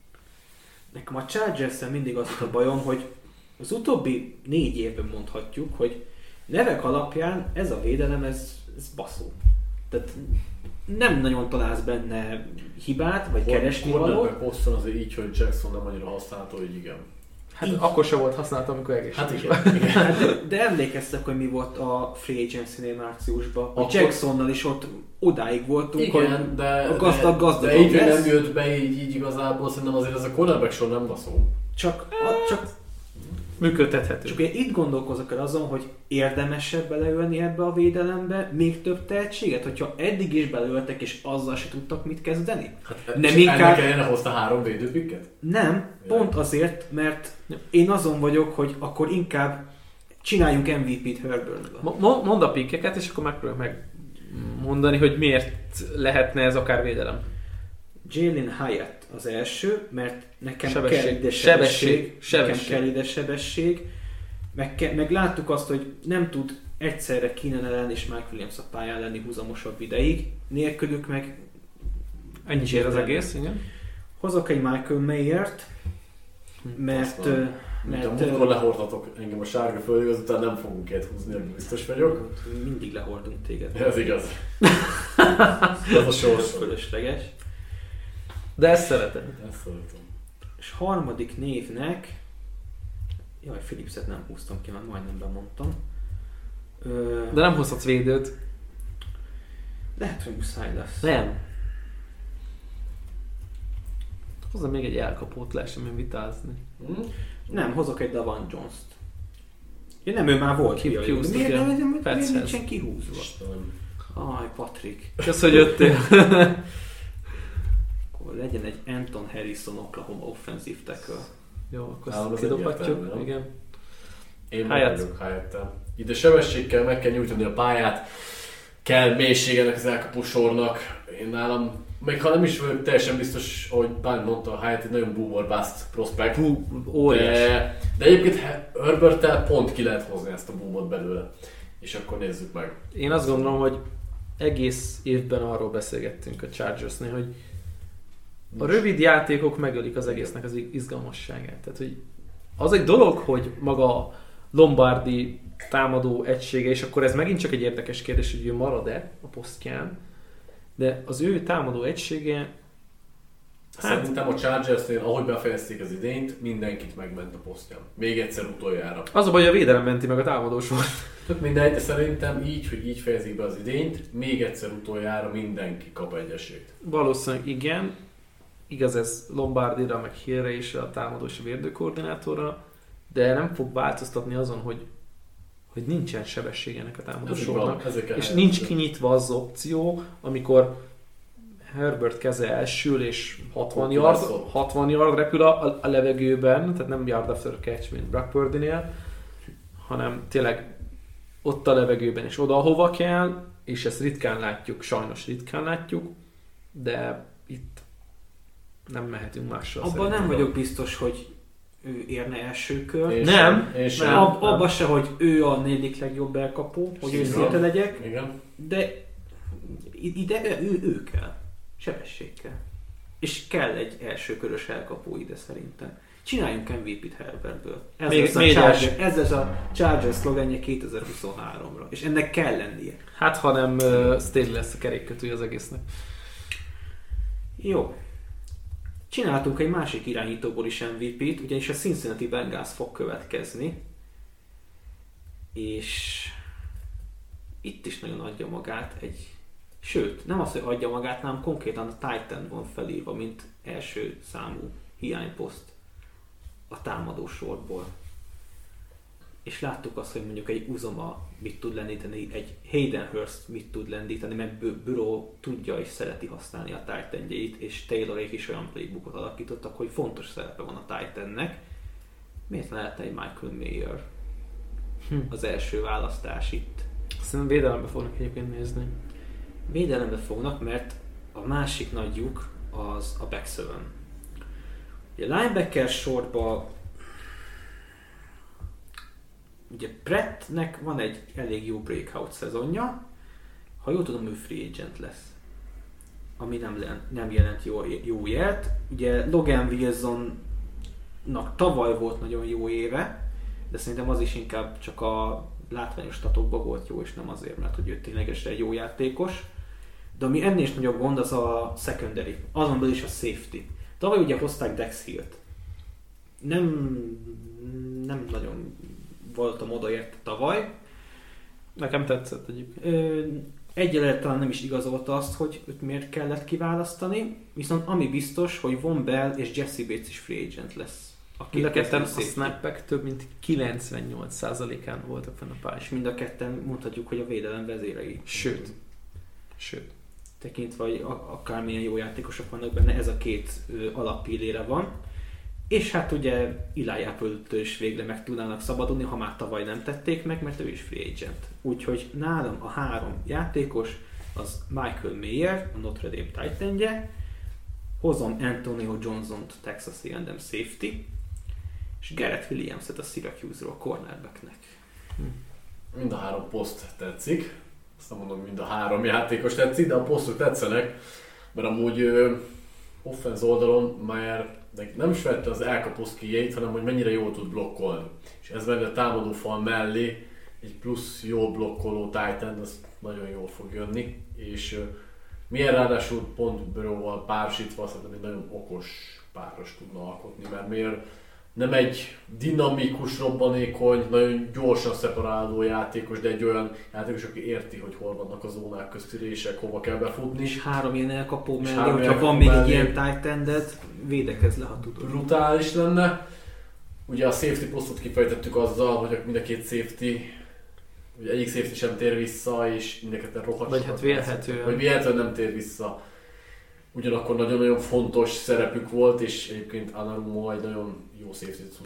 Nekem a Chargers-en mindig az a bajom, hogy az utóbbi 4 évben mondhatjuk, hogy nevek alapján ez a védelem, ez baszó. Tehát nem nagyon találsz benne hibát, vagy keresni valót. Poszton azért így, hogy Jackson nem annyira használható, hogy igen. Hát így. Akkor sem volt használható, amikor egészséges. Hát igen. Hát de emlékeztek, hogy mi volt a Free Agency-nél márciusban. Akkor... Jacksonnal is ott odáig voltunk, igen, hogy de, a gazdag de így nem jött be így igazából, szerintem azért ez a cornerback sor nem baszó. Csak működtethető. Csak ugye itt gondolkozok el azon, hogy érdemesebb beleölni ebbe a védelembe még több tehetséget, hogyha eddig is belőltek és azzal se tudtak mit kezdeni? Hát, nem inkább... Ennek ellenére hozta 3 védőpikket? Nem, pont azért, mert én azon vagyok, hogy akkor inkább csináljunk MVP-t Herbertből. Mondd a pikkeket, és akkor megpróbáljuk megmondani, hogy miért lehetne ez akár védelem. Jalen Hyatt az első, mert nekem sebesség. kell ide sebesség. Nekem kell ide sebesség. Meg láttuk azt, hogy nem tud egyszerre Keenan Allen és Mike Williams a pályán lenni húzamosabb ideig. Nélkülük meg... Ennyi ér az egész, igen. Hozok egy Michael Mayert, mert... Amikor lehordhatok engem a sárga földig, azután nem fogunk ilyet húzni, ebben biztos vagyok. Mindig lehordunk téged. Ez igaz. Ez a sors. Fölösleges. De ezt szeretem. Ezt szeretem. És harmadik névnek... Jaj, Phillipset nem húztam ki, mert majdnem bemondtam. De nem hozhatsz védőt. Lehet, hogy muszáj lesz. Nem. Hozzá még egy elkapót, lehessen még vitázni. Nem, hozok egy Davan Jones-t. Ja, nem, ő már volt. Miért nincsen kihúzva? Aj, Patrik. Kösz, hogy jöttél. Akkor legyen egy Anton Harrison Oklahoma offensive tackle. Jó, akkor ezt kidobhatjuk. Igen. Én vagyok Hyatt-tel. Ide sebességgel meg kell nyújtani a pályát. Kell mélység ennek az elkapósornak. Én nálam, még ha nem is vagyok teljesen biztos, ahogy Bán mondta, a Hyatt egy nagyon boomer bust prospect. De egyébként Herberttel pont ki lehet hozni ezt a boomot belőle. És akkor nézzük meg. Én azt gondolom, hogy egész évben arról beszélgettünk a Chargersnél, hogy a rövid játékok megölik az egésznek az izgalmasságát. Tehát, hogy az egy dolog, hogy maga Lombardi támadó egysége, és akkor ez megint csak egy érdekes kérdés, hogy ő marad-e a posztján, de az ő támadó egysége... Szerintem a Chargersnél, ahogy befejezték az idényt, mindenkit megment a posztján. Még egyszer utoljára. Az a baj, hogy a védelem menti meg a támadósort. Tök mindegy, de szerintem így, hogy így fejezik be az idényt, még egyszer utoljára mindenki kap egy esélyt. Valószínűleg igen. Igaz ez Lombardira, meg Hillre is, a támadó és a védőkoordinátorra, de nem fog változtatni azon, hogy nincsen sebesség ennek a támadósornak. És nincs kinyitva az opció, amikor Herbert keze elsül, és 60 Ott yard, lesz ott. 60 yard repül a levegőben, tehát nem yard after catch, mint Brock Purdy-nél, hanem tényleg ott a levegőben és oda, hova kell, és ezt ritkán látjuk, sajnos ritkán látjuk, de itt nem mehetünk másra. Abban nem vagyok biztos, hogy ő érne első kör. Én sem. Abban se, hogy ő a 4. legjobb elkapó, hogy őszinte legyek, Igen. de ide ő kell. Sebesség kell. És kell egy elsőkörös elkapó ide szerintem. Csináljunk MVP-t Herbertből. Ez lesz a Chargers szlogenje 2023-ra. És ennek kell lennie. Hát, ha nem Staley lesz a kerékkötője az egésznek. Jó. Csináltunk egy másik irányítóból is MVP-t, ugyanis a Cincinnati Bengals fog következni. És itt is nagyon adja magát sőt, nem az, hogy adja magát, hanem konkrétan a Titan van felírva, mint első számú hiányposzt a támadó sorból. És láttuk azt, hogy mondjuk egy Uzoma mit tud lendíteni, egy Hayden Hurst mit tud lendíteni, mert Burrow tudja és szereti használni a Titan-jeit, és Taylorék is olyan playbookot alakítottak, hogy fontos szerepe van a Titannek. Miért lehetne egy Michael Mayer az első választás itt? Szerintem védelembe fognak egyébként nézni. Védelembe fognak, mert a másik nagy lyuk az a back seven. Ugye a linebacker sorban ugye Prattnek van egy elég jó breakout szezonja, ha jól tudom, ő free agent lesz, ami nem jelent jó jelet. Ugye Logan Wilsonnak tavaly volt nagyon jó éve, de szerintem az is inkább csak a látványos statokban volt jó, és nem azért, mert hogy ő ténylegesen egy jó játékos. De ami ennél is nagyobb gond, az a secondary, azon belül is a safety. Tavaly ugye hozták Dex Hill-t. Nem nagyon voltam odaért tavaly. Nekem tetszett egyébként. Egyelőre talán nem is igazolta azt, hogy őt miért kellett kiválasztani, viszont ami biztos, hogy Von Bell és Jesse Bates is free agent lesz. Mind a ketten a snappek több mint 98%-án voltak fenn a pályán. És mind a ketten mondhatjuk, hogy a védelem vezérei. Sőt. Tekintve, hogy akármilyen jó játékosok vannak benne, ez a két alappillére van. És hát ugye Eli Apple-től is végre meg tudnának szabadulni, ha már tavaly nem tették meg, mert ő is free agent. Úgyhogy nálam a 3 játékos az Michael Mayer, a Notre Dame Titan-je, hozom Antonio Johnson-t Texas A&M safety, és Garrett Williams-et a Syracuse-ról cornerbacknek. Mind a 3 poszt tetszik. Azt nem mondom, mind a 3 játékos tetszik, de a posztok tetszenek, mert amúgy offense oldalon már nem is vette az elkapó skilljeit, hanem hogy mennyire jól tud blokkolni. És ez meg a támadó fal mellé egy plusz jól blokkoló Titan, az nagyon jól fog jönni. És milyen ráadásul pont Burrow-val párosítva szerintem egy nagyon okos páros tudna alkotni, mert miért nem egy dinamikus, robbanékony, nagyon gyorsan szeparáló játékos, de egy olyan játékos, aki érti, hogy hol vannak a zónák köztürések, hova kell befutni. És 3 ilyen elkapó mellé, hogyha van még egy ilyen tight ended, védekezz le, ha tudod. Brutális lenne. Ugye a safety posztot kifejtettük azzal, hogy mind a két safety, ugye egyik safety sem tér vissza, és mind a ketten rohadt. Vagy hát vélhetően. Vagy vélhetően nem tér vissza. Ugyanakkor nagyon-nagyon fontos szerepük volt, és egyébként Anarumo egy nagyon jó safety-t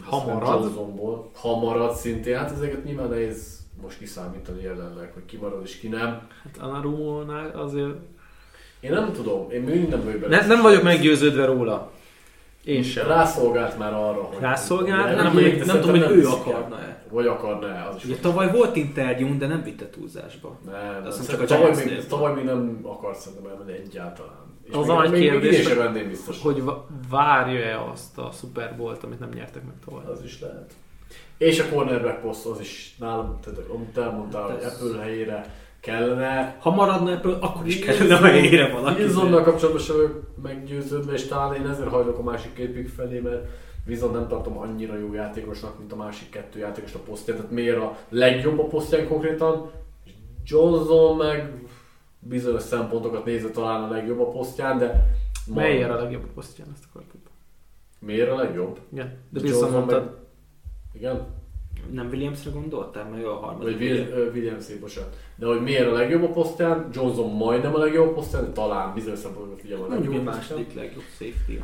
Ha marad szintén, hát ezeket nyilván nehéz most kiszámítani jelenleg, hogy ki marad és ki nem. Hát Anarumo-nál azért... Én nem tudom, én mindig nem vagyok bele. Nem vagyok meggyőződve róla. Én sem. Rászolgált már arra, hogy... Rászolgált? Nem tudom, hogy ő akarna-e. Vagy akarna-e, az is. Ugye tavaly volt interjún, de nem vitte túlzásba. Nem, csak tavaly még nem akart szerintem elmenni egyáltalán. És az a nagy kérdés, hogy várja-e azt a Super Bowl-t, amit nem nyertek meg tavaly. Az is lehet. És a cornerback poszt az is nálam, tehát amit elmondtál, hogy Apple helyére kellene. Ha maradna Apple, akkor is kellene a helyére valaki. Wilsonnal kapcsolatban sem vagyok meggyőződve, és talán én ezért hajlok a másik két pick felé, mert Wilson nem tartom annyira jó játékosnak, mint a másik 2 játékos a posztján. Tehát miért a legjobb a posztján konkrétan, Johnson meg bizonyos szempontokat nézve talán a legjobb a posztján, de... Melyen a legjobb a posztján, ezt akartad? Miért a legjobb? Igen, de Wilson mondtad. Igen? Nem Williamsre gondoltál? Mert ő a harmadik. Vagy Williams, bocsánat. De hogy miért a legjobb a posztján, Johnson majdnem a legjobb a posztján, de talán bizonyos szempontból figyelme a legjobb Mondjuk a a második legjobb safety.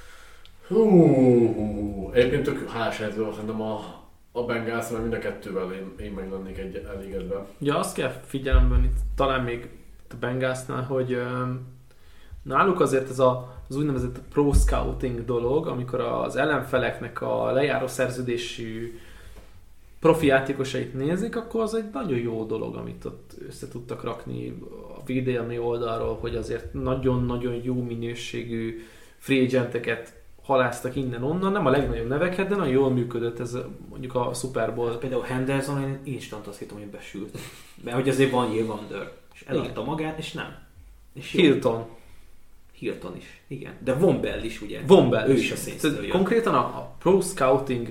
Egyébként tök hálás helyzetben van szerintem a Bengals, mert mind a kettővel én meg lennék elégedve. Ja, azt kell figyelemben itt, talán még a Bengalsnál, hogy náluk azért ez az úgynevezett pro scouting dolog, amikor az ellenfeleknek a lejáró szerződésű profi játékosait nézik, akkor az egy nagyon jó dolog, amit ott össze tudtak rakni a védelmi oldalról, hogy azért nagyon-nagyon jó minőségű free agenteket haláztak innen-onnan, nem a legnagyobb neveket, de nagyon jól működött ez mondjuk a Super Bowl. Például Henderson, én instant azt hittem, hogy besült. Mert hogy azért van Wander, és eladta magát, és nem. És Hilton is, igen. De Von Bell is, ugye? Von Bell ő is. is a Saints-től jön. Konkrétan a Pro Scouting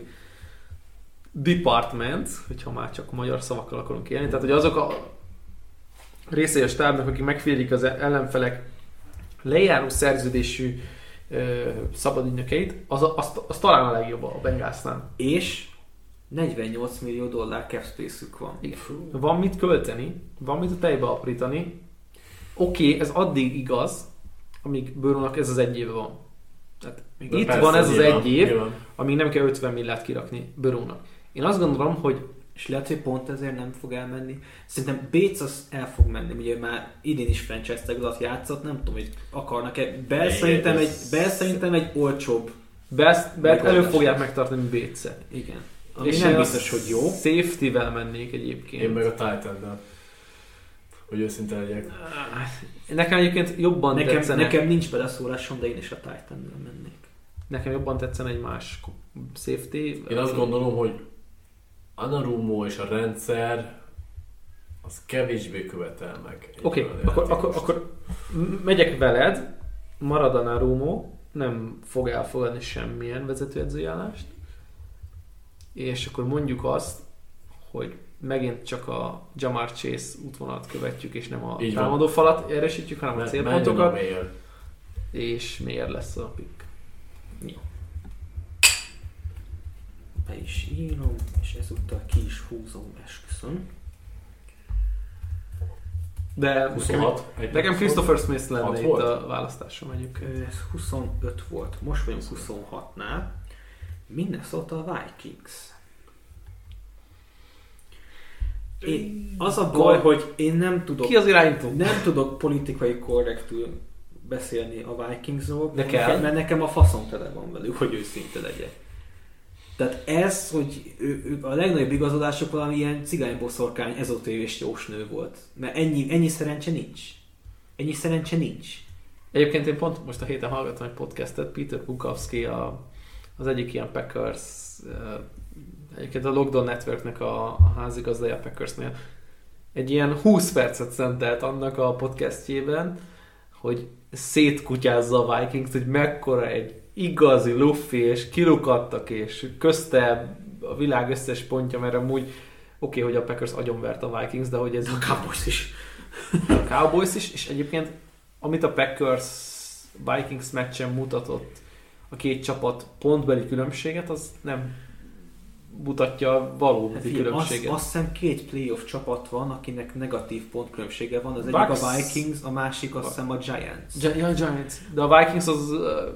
Department, hogyha már csak magyar szavakkal akarunk élni, tehát hogy azok a részei a stábnak, akik megfigyelik az ellenfelek lejáró szerződésű szabadügynökeit, az talán a legjobb a Bengalsnál. És 48 millió dollár cap space-ük van. Igen. Van mit költeni, van mit a tejbe aprítani. Oké, ez addig igaz, amíg Burrownak ez az egy éve van. Tehát itt persze, van ez az egy év, amíg nem kell 50 milliárd kirakni Burrownak. Én azt gondolom, hogy és lehet, hogy pont ezért nem fog elmenni. Szerintem Bates az el fog menni, ugye már idén is franchise tag alatt játszott, nem tudom, hogy akarnak-e. Bell szerintem egy olcsóbb. Bell elő fogják megtartani Bates-et. Igen. Ami és nem biztos, hogy jó. Safety-vel mennék egyébként. Én meg a Titan-nel. Hogy őszinte legyek. Nekem egyébként jobban tetszene. Nekem nincs beleszólásom, de én is a Titan-nel mennék. Nekem jobban tetszene egy más safety. Én azt gondolom, hogy Anarumo és a rendszer az kevésbé követel meg. Oké, akkor megyek veled, marad Anarumo, nem fog elfogadni semmilyen vezetőedzői állást, és akkor mondjuk azt, hogy megint csak a Jamar Chase útvonalat követjük, és nem a támadó falat erősítjük, hanem a célpontokat. És miért lesz a pick? Jó. Be is írom, és ezúttal ki is húzom, esküszöm. De 26. Nekem Christopher Smith lenne itt a választásom egyébként. Ez 25 volt, most vagyunk 26-nál. Minnesota Vikings. Az a baj, hogy én nem tudok... Ki az irányító? Nem tudok politikai korrektül beszélni a Vikingsról, mert nekem a faszom tele van velük, hogy őszinte legyek. Tehát ez, hogy a legnagyobb igazolások valami ilyen cigányboszorkány, ezotévés jósnő volt. Mert ennyi szerencse nincs. Ennyi szerencse nincs. Egyébként én pont most a héten hallgattam egy podcastet, Peter Bukowski, az egyik ilyen Packers, egyébként a Lockdown Networknek a házigazdája Packersnél. Egy ilyen 20 percet szentelt annak a podcastjében, hogy szétkutyázza a Vikings, hogy mekkora egy igazi lufi, és kilukadtak, és közte a világ összes pontja, mert amúgy oké, hogy a Packers agyonvert a Vikings, de hogy ez... A Cowboys is. A Cowboys is, és egyébként amit a Packers-Vikings meccsen mutatott a két csapat pontbeli különbséget, az nem mutatja valódi különbséget. Azt hiszem két playoff csapat van, akinek negatív pontkülönbsége van. Az egyik a Vikings, a másik azt hiszem a Giants. Giants. De a Vikings az...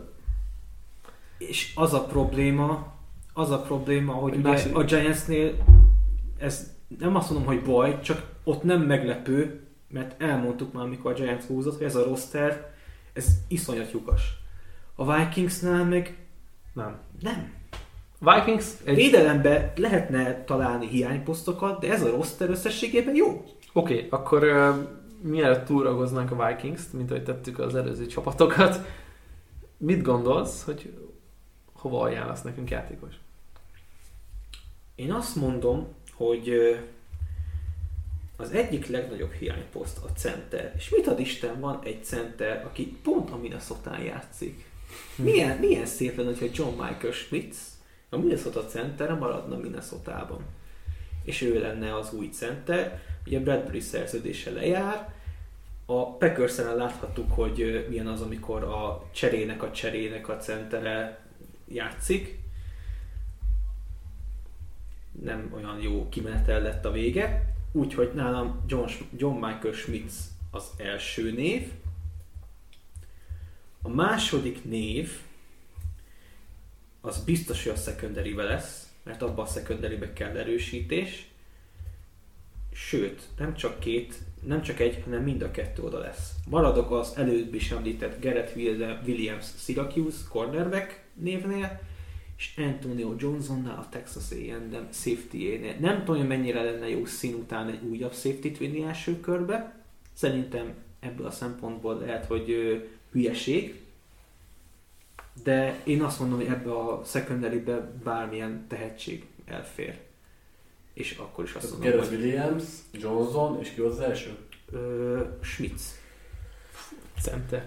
És az a probléma, hogy ugye a Giantsnél ez nem azt mondom, hogy baj, csak ott nem meglepő, mert elmondtuk már, amikor a Giants húzott, hogy ez a roster, ez iszonyat lyukas. A Vikingsnál meg nem. Vikings védelemben lehetne találni hiányposztokat, de ez a roster összességében jó. Oké, akkor mielőtt túlragoznánk a Vikings-t, mint ahogy tettük az előző csapatokat, mit gondolsz, hogy hova ajánlasz nekünk játékos? Én azt mondom, hogy az egyik legnagyobb hiányposzt a center. És mit ad Isten, van egy center, aki pont a Minnesotán játszik. Milyen szép lenne, hogyha John Michael Schmitz a Minnesota centerre maradna Minnesotában. És ő lenne az új center. Ugye Bradbury szerződése lejár. A Packers-en láthattuk, hogy milyen az, amikor a cserének a centere játszik. nem olyan jó kimenetel lett a vége, úgyhogy nálam John Michael Schmitz az első név. A második név az biztos, hogy a secondary-be lesz, mert abban a secondary-be kell erősítés. Sőt, nem csak egy, hanem mind a kettő oda lesz. Maradok az előbb is említett Garrett Williams Syracuse cornerback névnél, és Antonio Johnsonnál a Texas A&M safety-énél. Nem tudom, hogy mennyire lenne jó szín után egy újabb safety-t vinni első körbe. Szerintem ebből a szempontból lehet, hogy hülyeség. De én azt mondom, hogy ebbe a secondary-be bármilyen tehetség elfér. És akkor is azt mondom, Garrett Williams, Johnson, és ki volt az első? Schmitz. Center.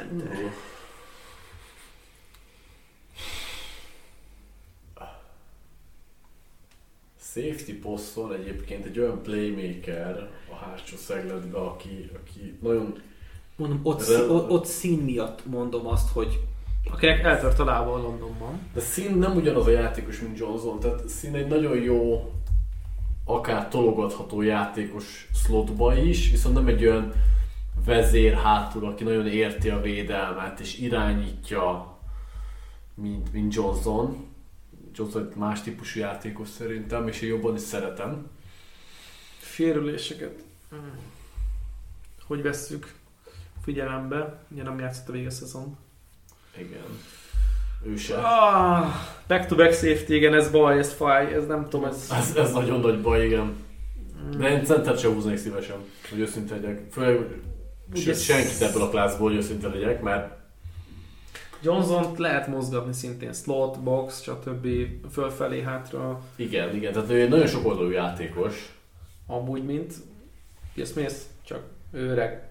Safety poszton egyébként egy olyan playmaker a hátsó szegletben, aki nagyon... Mondom, ott szín miatt mondom azt, hogy Akinek eltört a lába a Londonban. De Szín nem ugyanaz a játékos, mint Johnson, tehát Szín egy nagyon jó, akár tologatható játékos slotba is, viszont nem egy olyan vezér hátul, aki nagyon érti a védelmet és irányítja, mint Johnson. Johnson egy más típusú játékos szerintem, és én jobban is szeretem. Sérüléseket. Hogy vesszük figyelembe? Ugye nem játszott a vége szezon. Igen. Ő sem. Back-to-back safety, igen, ez baj, ez fáj, ez nem tudom, Ez nagyon nagy baj, igen. De én centert sem húznék szívesen, hogy őszinte legyek. Főleg senkit ebből a klászból, hogy őszinte legyek, mert... Johnson-t lehet mozgatni szintén, slot, box, stb. Fölfelé, hátra. Igen, tehát ő egy nagyon sok oldalú játékos. Amúgy, mint Will Smith, csak ő öreg.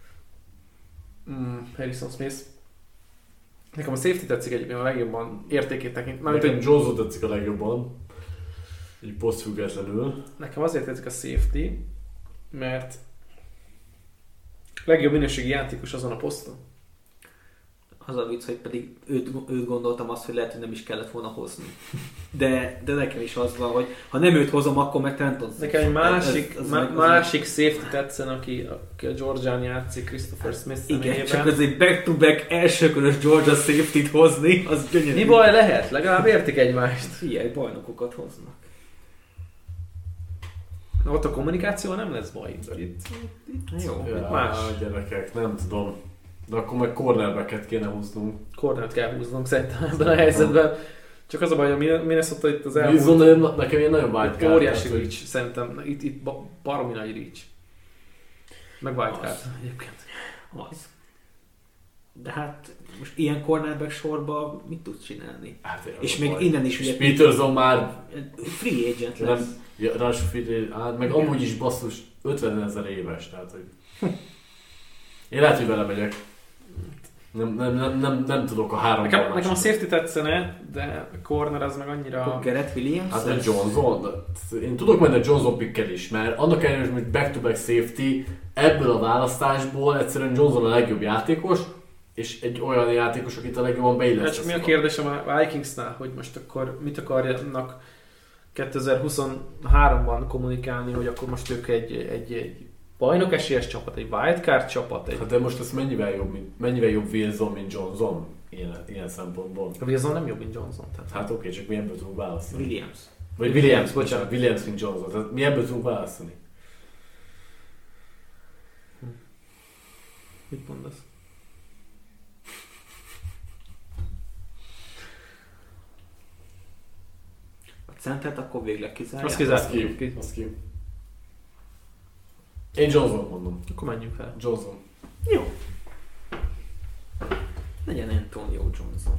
Harrison Smith. Nekem a safety tetszik egyébként a legjobban értékét tekint. Nekem Johnson tetszik a legjobban. Így posztfüggetlenül. Nekem azért tetszik a safety, mert legjobb minőségi játékos azon a poszton. Az a vicc, hogy pedig őt gondoltam azt, hogy lehet, hogy nem is kellett volna hozni. De nekem is az van, hogy ha nem őt hozom, akkor meg nem tudsz. Nekem egy másik safety tetszen, aki a Georgián játszik, Christopher Smith személyében. Igen, csak az egy back-to-back elsőkörös Georgia safety-t hozni, az gyönyörű. Mi baj lehet? Legalább értik egymást. Ilyen bajnokokat hoznak. Na, ott a kommunikáció nem lesz baj. Itt jó. Ja, más. Gyerekek, nem tudom. De akkor meg cornerbacket kéne húznunk. Cornert kell húznunk szerintem ebben a helyzetben. Csak az a baj, hogy Minnesota itt az elmúlt... Wilson nekem ilyen nagyon wildcard. Óriási reach, szerintem. Itt baromi nagy reach. Meg wildcard egyébként. Az. De hát most ilyen cornerback sorba mit tudsz csinálni? Hát, és még innen is ugye... Peterson már... Free agent lesz. Ráadásul meg amúgy is basszus 50 000 éves, tehát hogy... Én lehet, hogy vele megyek. Nem tudok a három Nekem a safety tetszene, de a corner az meg annyira... Akkor Garrett Williams? Hát a Johnson. Én tudok menni a Johnson pickkel is, mert annak ellenére, hogy back-to-back safety, ebből a választásból egyszerűen Johnson a legjobb játékos, és egy olyan játékos, akit a legjobban beillesztesz. Mi a kérdésem a Vikingsnál, hogy most akkor mit akarnak 2023-ban kommunikálni, hogy akkor most ők egy bajnok esélyes csapat, egy wildcard csapat. Hát de most ez mennyivel jobb Wilson, mint Johnson ilyen szempontból? A Wilson nem jobb, mint Johnson. Tehát. Hát oké, csak mi ebből tudunk választani. Williams. Vagy Williams, bocsánat, Williams, mint Johnson. Tehát mi ebből tudunk választani? Mit mondasz? A centert akkor végleg kizárják? Azt kizárják. Az ki. Én Johnson mondom. Akkor menjünk fel. Johnson. Jó. Legyen Antonio Johnson.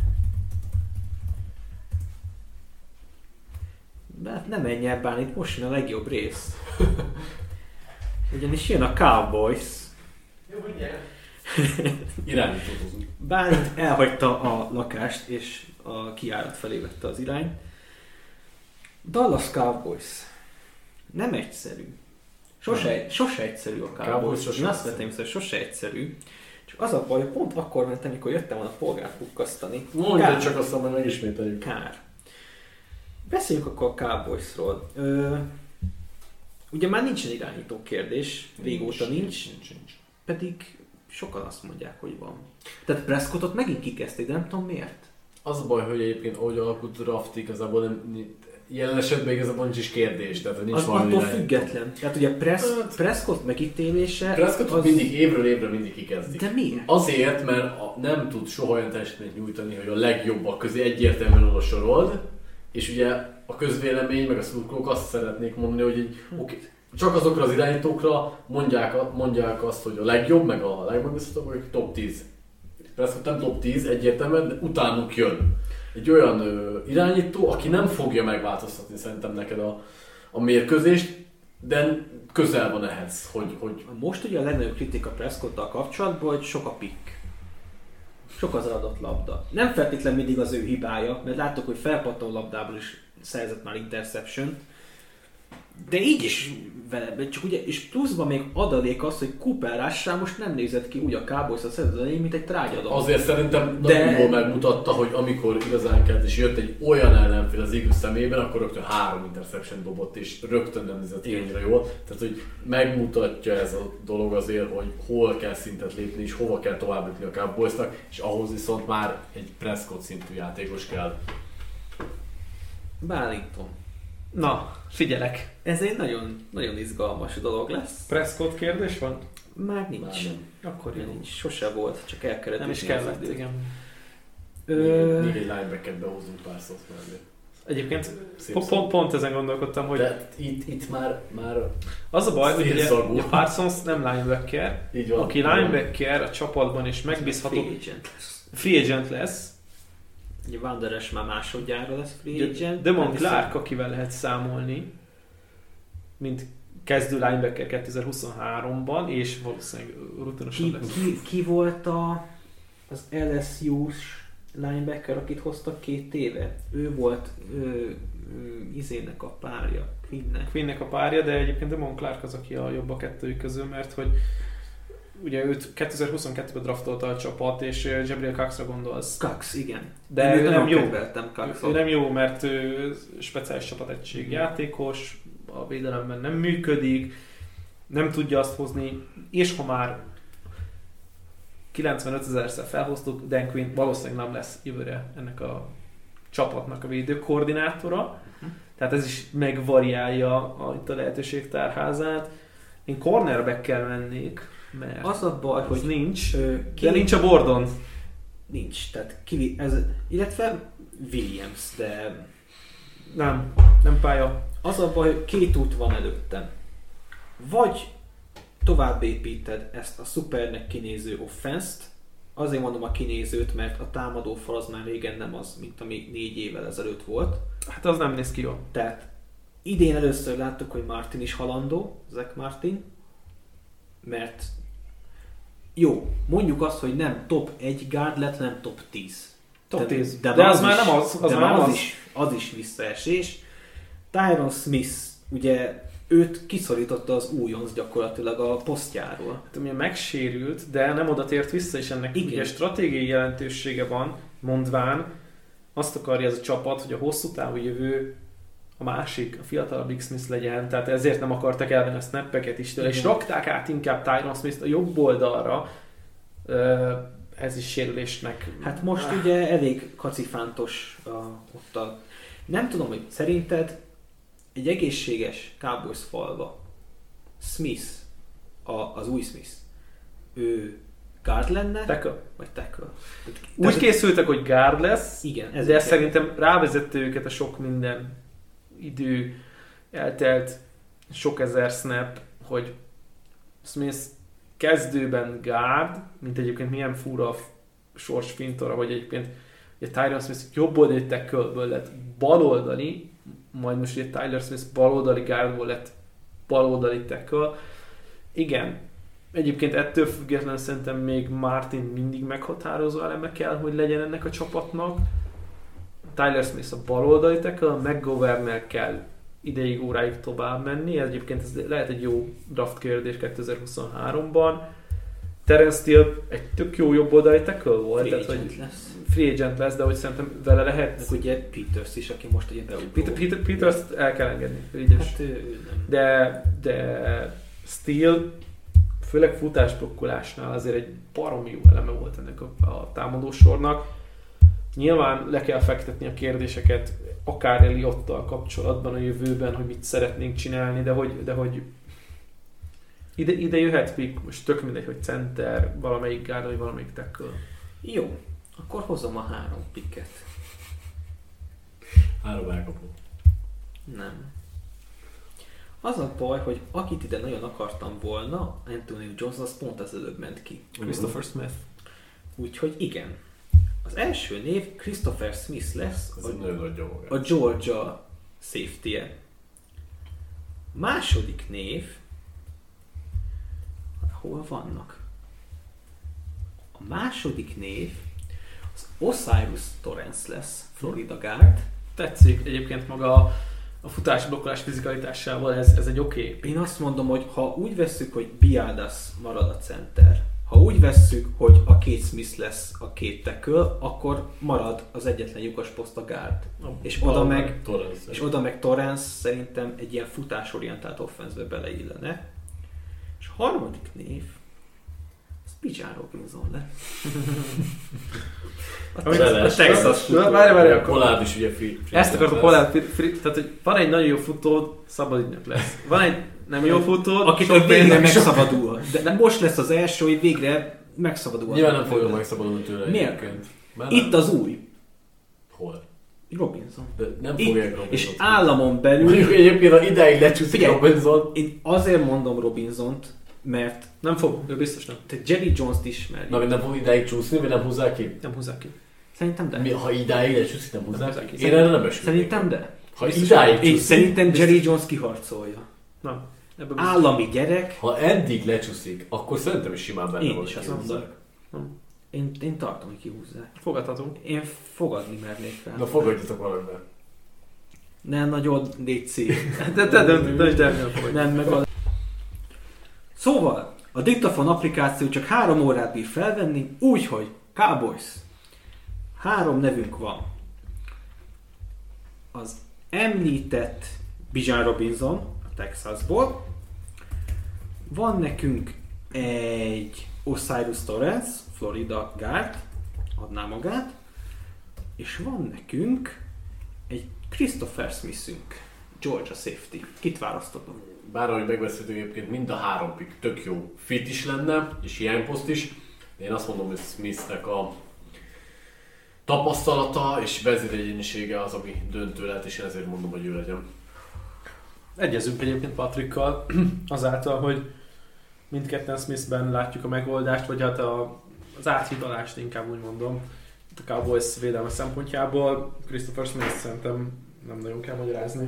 De hát nem menj el Bálint, most jön a legjobb rész. Ugyanis jön a Cowboys. Jó, ugye? Irányítót hozunk. Bálint elhagyta a lakást, és a kijárat felé vette az irányt. Dallas Cowboys. Nem egyszerű. Sose egyszerű a Cowboys. Én azt vettem, hogy sose egyszerű. Csak az a baj, hogy pont akkor mentem, amikor jöttem volna polgárt pukkasztani. Mondja csak aztán, majd megismételjük. Kár. Beszéljünk akkor a Cowboysról. Ugye már nincsen irányító kérdés, régóta nincs. Pedig sokan azt mondják, hogy van. Tehát Prescottot megint kikezdték, de nem tudom miért. Az a baj, hogy egyébként ahogy alakult a draft, igazából jelen esetben igazából nincs is kérdés. Tehát nincs az attól független. Tehát ugye Prescott megítélése... Prescottot mindig évről évre mindig kikezdik. De miért? Azért, mert nem tud soha olyan teljesítményt nyújtani, hogy a legjobbak közé egyértelműen oda sorold, és ugye a közvélemény meg a szurkolók azt szeretnék mondani, hogy csak azokra az irányítókra mondják azt, hogy a legjobb, meg a legmegbízhatóbb, vagy top 10. Prescott nem top 10 egyértelműen, de utánuk jön egy olyan irányító, aki nem fogja megváltoztatni szerintem neked a mérkőzést, de közel van ehhez, hogy... Most ugye a legnagyobb kritika Prescottal kapcsolatban, hogy sok a pick. Sok az adott labda. Nem feltétlenül mindig az ő hibája, mert láttuk, hogy felpattan labdából is szerzett már interception. De így is vele, csak ugye, és pluszban még adalék az, hogy Cooper Rush most nem nézett ki úgy a Cowboys a szezon, mint egy trágyadom. Azért szerintem nagyon jól megmutatta, hogy amikor igazán kellett, és jött egy olyan ellenfél az Eagles szemében, akkor rögtön 3 interception dobott, és rögtön nem nézett ki annyira jól. Tehát, hogy megmutatja ez a dolog azért, hogy hol kell szintet lépni, és hova kell tovább jutni a Cowboysnak, és ahhoz viszont már egy Prescott szintű játékos kell. Bálintom. Na, figyelek. Ez egy nagyon, nagyon izgalmas dolog lesz. Prescott kérdés van? Már nincs. Már nem. Akkor Nincs. Sose volt, csak el kellett. Nem is kellett, igen. Még egy linebacket behozunk pár szót mellé. Egyébként Szép pont ezen gondolkodtam, hogy... De itt már az a baj, hogy ugye szélszagú. a Parsons nem linebacker, Így van. aki linebacker a csapatban is megbízható, free agent lesz. Ugye Van Der Esch már másodjára lesz free agent. Demon Clark, akivel lehet számolni, mint kezdő linebacker 2023-ban, és valószínűleg rutinosan lesz. Ki volt az LSU-s linebacker, akit hoztak 2 éve? Ő volt izének a párja, Quinnnek a párja, de egyébként Demon Clark az, aki a jobb a kettőjük közül, mert hogy ugye őt 2022-ben draftolta a csapat, és Jabril Coxra gondolsz. Cox, igen. De ő nem jó. Coxot. Ő nem jó, mert ő speciális csapategység játékos, a védelemben nem működik, nem tudja azt hozni, és ha már 95 000-szer felhoztuk, Dan Quinn valószínűleg nem lesz jövőre ennek a csapatnak a védőkoordinátora. Tehát ez is megvariálja itt a lehetőségtárházát. Én cornerback-kel mennék, mert az a baj, hogy nincs, de nincs a bordon. Nincs, tehát illetve Williams, de nem pálya. az a baj, hogy 2 út van előttem. Vagy tovább építed ezt a szupernek kinéző offenszt, azért mondom a kinézőt, mert a támadófal az már régen nem az, mint ami 4 évvel ezelőtt volt. Hát az nem néz ki jól. Tehát idén először láttuk, hogy Martin is halandó, Zach Martin, mert jó, mondjuk azt, hogy nem top 1 guard lett, nem top 10. Top 10. De az már nem az. Az is visszaesés. Tyron Smith, ugye őt kiszorította az újonc gyakorlatilag a posztjáról. Hát, ugye megsérült, de nem oda tért vissza, és ennek ugye stratégiai jelentősége van, mondván azt akarja ez a csapat, hogy a hosszú távú jövő a másik, a fiatalabb Big Smith legyen, tehát ezért nem akartak elvenni a snappeket is tőle, és rakták át inkább Tyron Smith a jobb oldalra, ez is sérülésnek. Hát most ugye elég kacifántos ott a... Nem tudom, hogy szerinted egy egészséges Cowboys falva Smith, az új Smith, ő guard lenne? Tackle. Vagy tackle. Úgy készültek, hogy guard lesz, igen, de szerintem rávezette őket a sok minden idő, eltelt sok ezer snap, hogy Smith kezdőben guard, mint egyébként milyen fura sors fintora, hogy egyébként ugye Tyron Smith jobb oldali tackle-ből lett baloldali, majd most ugye Tyler Smith baloldali guardból lett baloldali tackle. Igen, egyébként ettől függetlenül szerintem még Martin mindig meghatározó eleme kell, hogy legyen ennek a csapatnak. Tyler Smith a baloldali tackle, McGovernel kell ideig, óráig tovább menni. Egyébként ez lehet egy jó draft kérdés 2023-ban. Terence Steele egy tök jó jobboldali tackle volt. Free tehát, agent hogy lesz. free agent lesz, de hogy szerintem vele lehet. Meg ugye Peters is, aki most ugye beugró. Peters el kell engedni. Ügyes. Hát ő nem. De Steele, főleg futásblokkolásnál azért egy baromi jó eleme volt ennek a támadósornak. Nyilván le kell fektetni a kérdéseket, akár Eliottal kapcsolatban a jövőben, hogy mit szeretnénk csinálni, de hogy ide jöhet pick, most tök mindegy, hogy center, valamelyik guard, vagy valamelyik tackle. Jó, akkor hozom a 3 picket. 3 elkapó. Nem. Az a baj, hogy akit ide nagyon akartam volna, Anthony Jones, az pont az előbb ment ki. Christopher Smith. Úgyhogy igen. Az első név Christopher Smith lesz, Ez egy nagyon nagy gyomog. a Georgia safety-e. Második név, hol vannak? A második név az Osiris Torrance lesz, Florida guard. Tetszik egyébként maga a futásblokkolás fizikalitásával, ez egy oké. Én azt mondom, hogy ha úgy vesszük, hogy Biadasz marad a center, ha úgy vesszük, hogy a két Smith lesz a két tackle, akkor marad az egyetlen lyukas poszt a guard. És oda meg Torrance szerintem egy ilyen futásorientált offenszbe beleillene. És a harmadik név az Bijan Robinson lesz. A Texas futó. Várj, A Pollard is ugye free. Ezt akartam Pollard, tehát hogy van egy nagyon jó futó, szabad ügynök lesz. Van egy nem jó futó, akitől végre megszabadul. De most lesz az első, hogy végre megszabadul. Nyilván nem fogja megszabadulni tőle. Miért? Egyébként. Itt az új. Hol? Robinson. De nem fogják Robinson. És államon belül... Mondjuk egyébként a ideig lecsúszik Figyelj, Robinson. Én azért mondom Robinsont, mert nem fog, ő biztos nem. te Jerry Jones-t ismeri. Na, nem fog ideig csúszni, vagy nem húzzák ki? Nem húzzák ki. Szerintem de. Ha idáig lecsúszik, nem húzzák ki? ki. Én erre nem esünk. Szerintem de. Ha idáig Én csúszik, szerintem Jerry Jones kiharcolja. Nem. Állami gyerek. ha eddig lecsúszik, akkor szerintem is simán benne Én van, is hogy azt mondom. kihúzzák. Én tartom, hogy kihúzzák. Fogadhatunk. Én fogadni mernék fel. Na fogadjatok valamivel. Ne nagyon DC. De te döntsd el, nem fogadj. Nem, meg a... Szóval, a diktafon applikáció csak 3 órát bír felvenni, úgyhogy Cowboys. 3 nevünk van. Az említett Bijan Robinson a Texasból. Van nekünk egy Osiris Torrance, Florida guard, adná magát. És van nekünk egy Christopher Smithünk, Georgia safety. Kit választottam? Bár ahogy megbeszéltük egyébként, mind a 3 pick tök jó fit is lenne, és hiányposzt is. De én azt mondom, hogy Smithnek a tapasztalata és vezéregyénisége az, ami döntő lehet, és én ezért mondom, hogy ő legyen. Egyezünk egyébként Patrikkal azáltal, hogy mindketten Smithben látjuk a megoldást, vagy hát az áthidalást inkább úgy mondom. A Cowboys védelme szempontjából Christopher Smith szerintem nem nagyon kell magyarázni.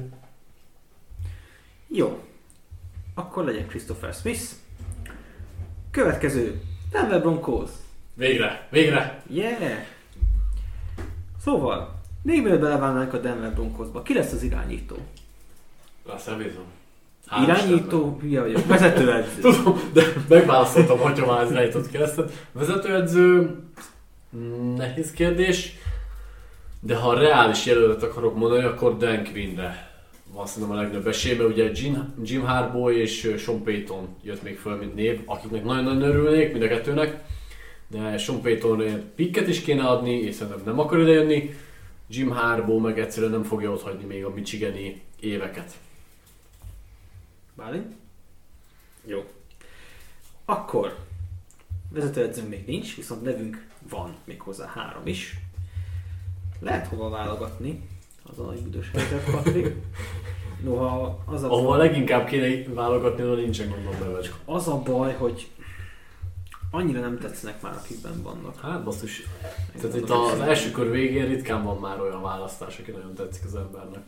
Jó. Akkor legyen Christopher Smith. Következő. Denver Broncos. Végre! Végre! Yeah! Szóval, még mielőtt beleválnánk a Denver Broncosba, ki lesz az irányító? Russell Wilson. Irányító, hülye vagyok. Vezetőedző. Tudom, de megválaszoltam, hogyha már az irányítót kérdezted. Vezetőedző, nehéz kérdés, de ha reális jelöltet akarok mondani, akkor Dan Quinnre van szerintem a legnagyobb esély, mert ugye Jim Harbaugh és Sean Payton jött még föl, mint név, akiknek nagyon-nagyon örülnék, mind a kettőnek, de Sean Paytonért picket is kéne adni, és szerintem nem akar idejönni. Jim Harbaugh meg egyszerűen nem fogja otthagyni még a michigani éveket. Bálint? Jó. Akkor vezetőedzőnk még nincs, viszont nevünk van, méghozzá 3 is. Lehet hova válogatni, az a nagy büdös helyzet, Patrik. Noha az a Ahol leginkább kéne válogatni, oda nincsen gondom neved. Az a baj, hogy annyira nem tetszenek már, akikben vannak. Hát basszus. Tehát itt az első kör végén ritkán van már olyan választás, aki nagyon tetszik az embernek.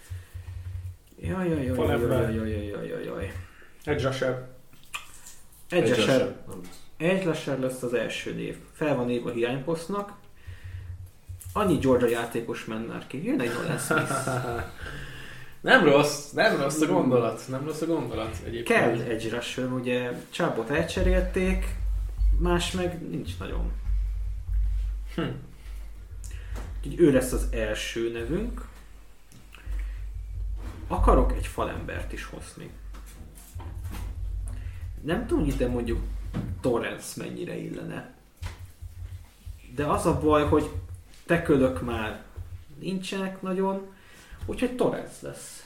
Jaj. Edge rusher. Edge rusher lesz az első név. Fel van írva hiányposztnak. Annyi Georgia játékos menne ki. Jön egy Nolan Smith. Nem rossz a gondolat. Nem rossz a gondolat egyébként. Kell Edge rusher, ugye Chubbot elcserélték. más meg nincs nagyon. Úgyhogy ő lesz az első nevünk. Akarok egy falembert is hozni. Nem tudom, hogy ide mondjuk Torrance mennyire illene. De az a baj, hogy tekölök már nincsenek nagyon, úgyhogy Torrance lesz.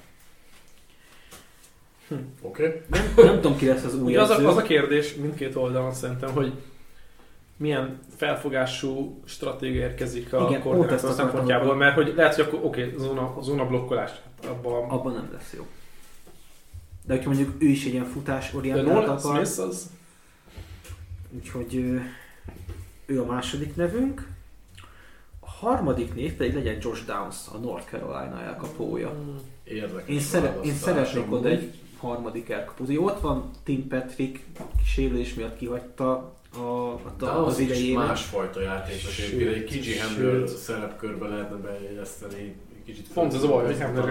Oké. Nem tudom, ki lesz az új edző. Az a kérdés mindkét oldalon szerintem, hogy milyen felfogású stratégia érkezik a koordinátor szempontjából, mert hogy lehet, hogy akkor oké, zóna blokkolás. Abban nem lesz jó. De hogyha mondjuk ő is egy ilyen futásorientált akar. Smith az... Úgyhogy ő a második nevünk. A harmadik név pedig legyen Josh Downs, a North Carolina elkapója. Érdekes. Én szeretnék oda egy harmadik elkapót. Ott van Tim Patrick, sérülés miatt kihagyta az idejében. Másfajta játékos, egy kicsi Hamler szerepkörbe lehetne bejegyezteni. Pont ez a baj, hogy Hamler is.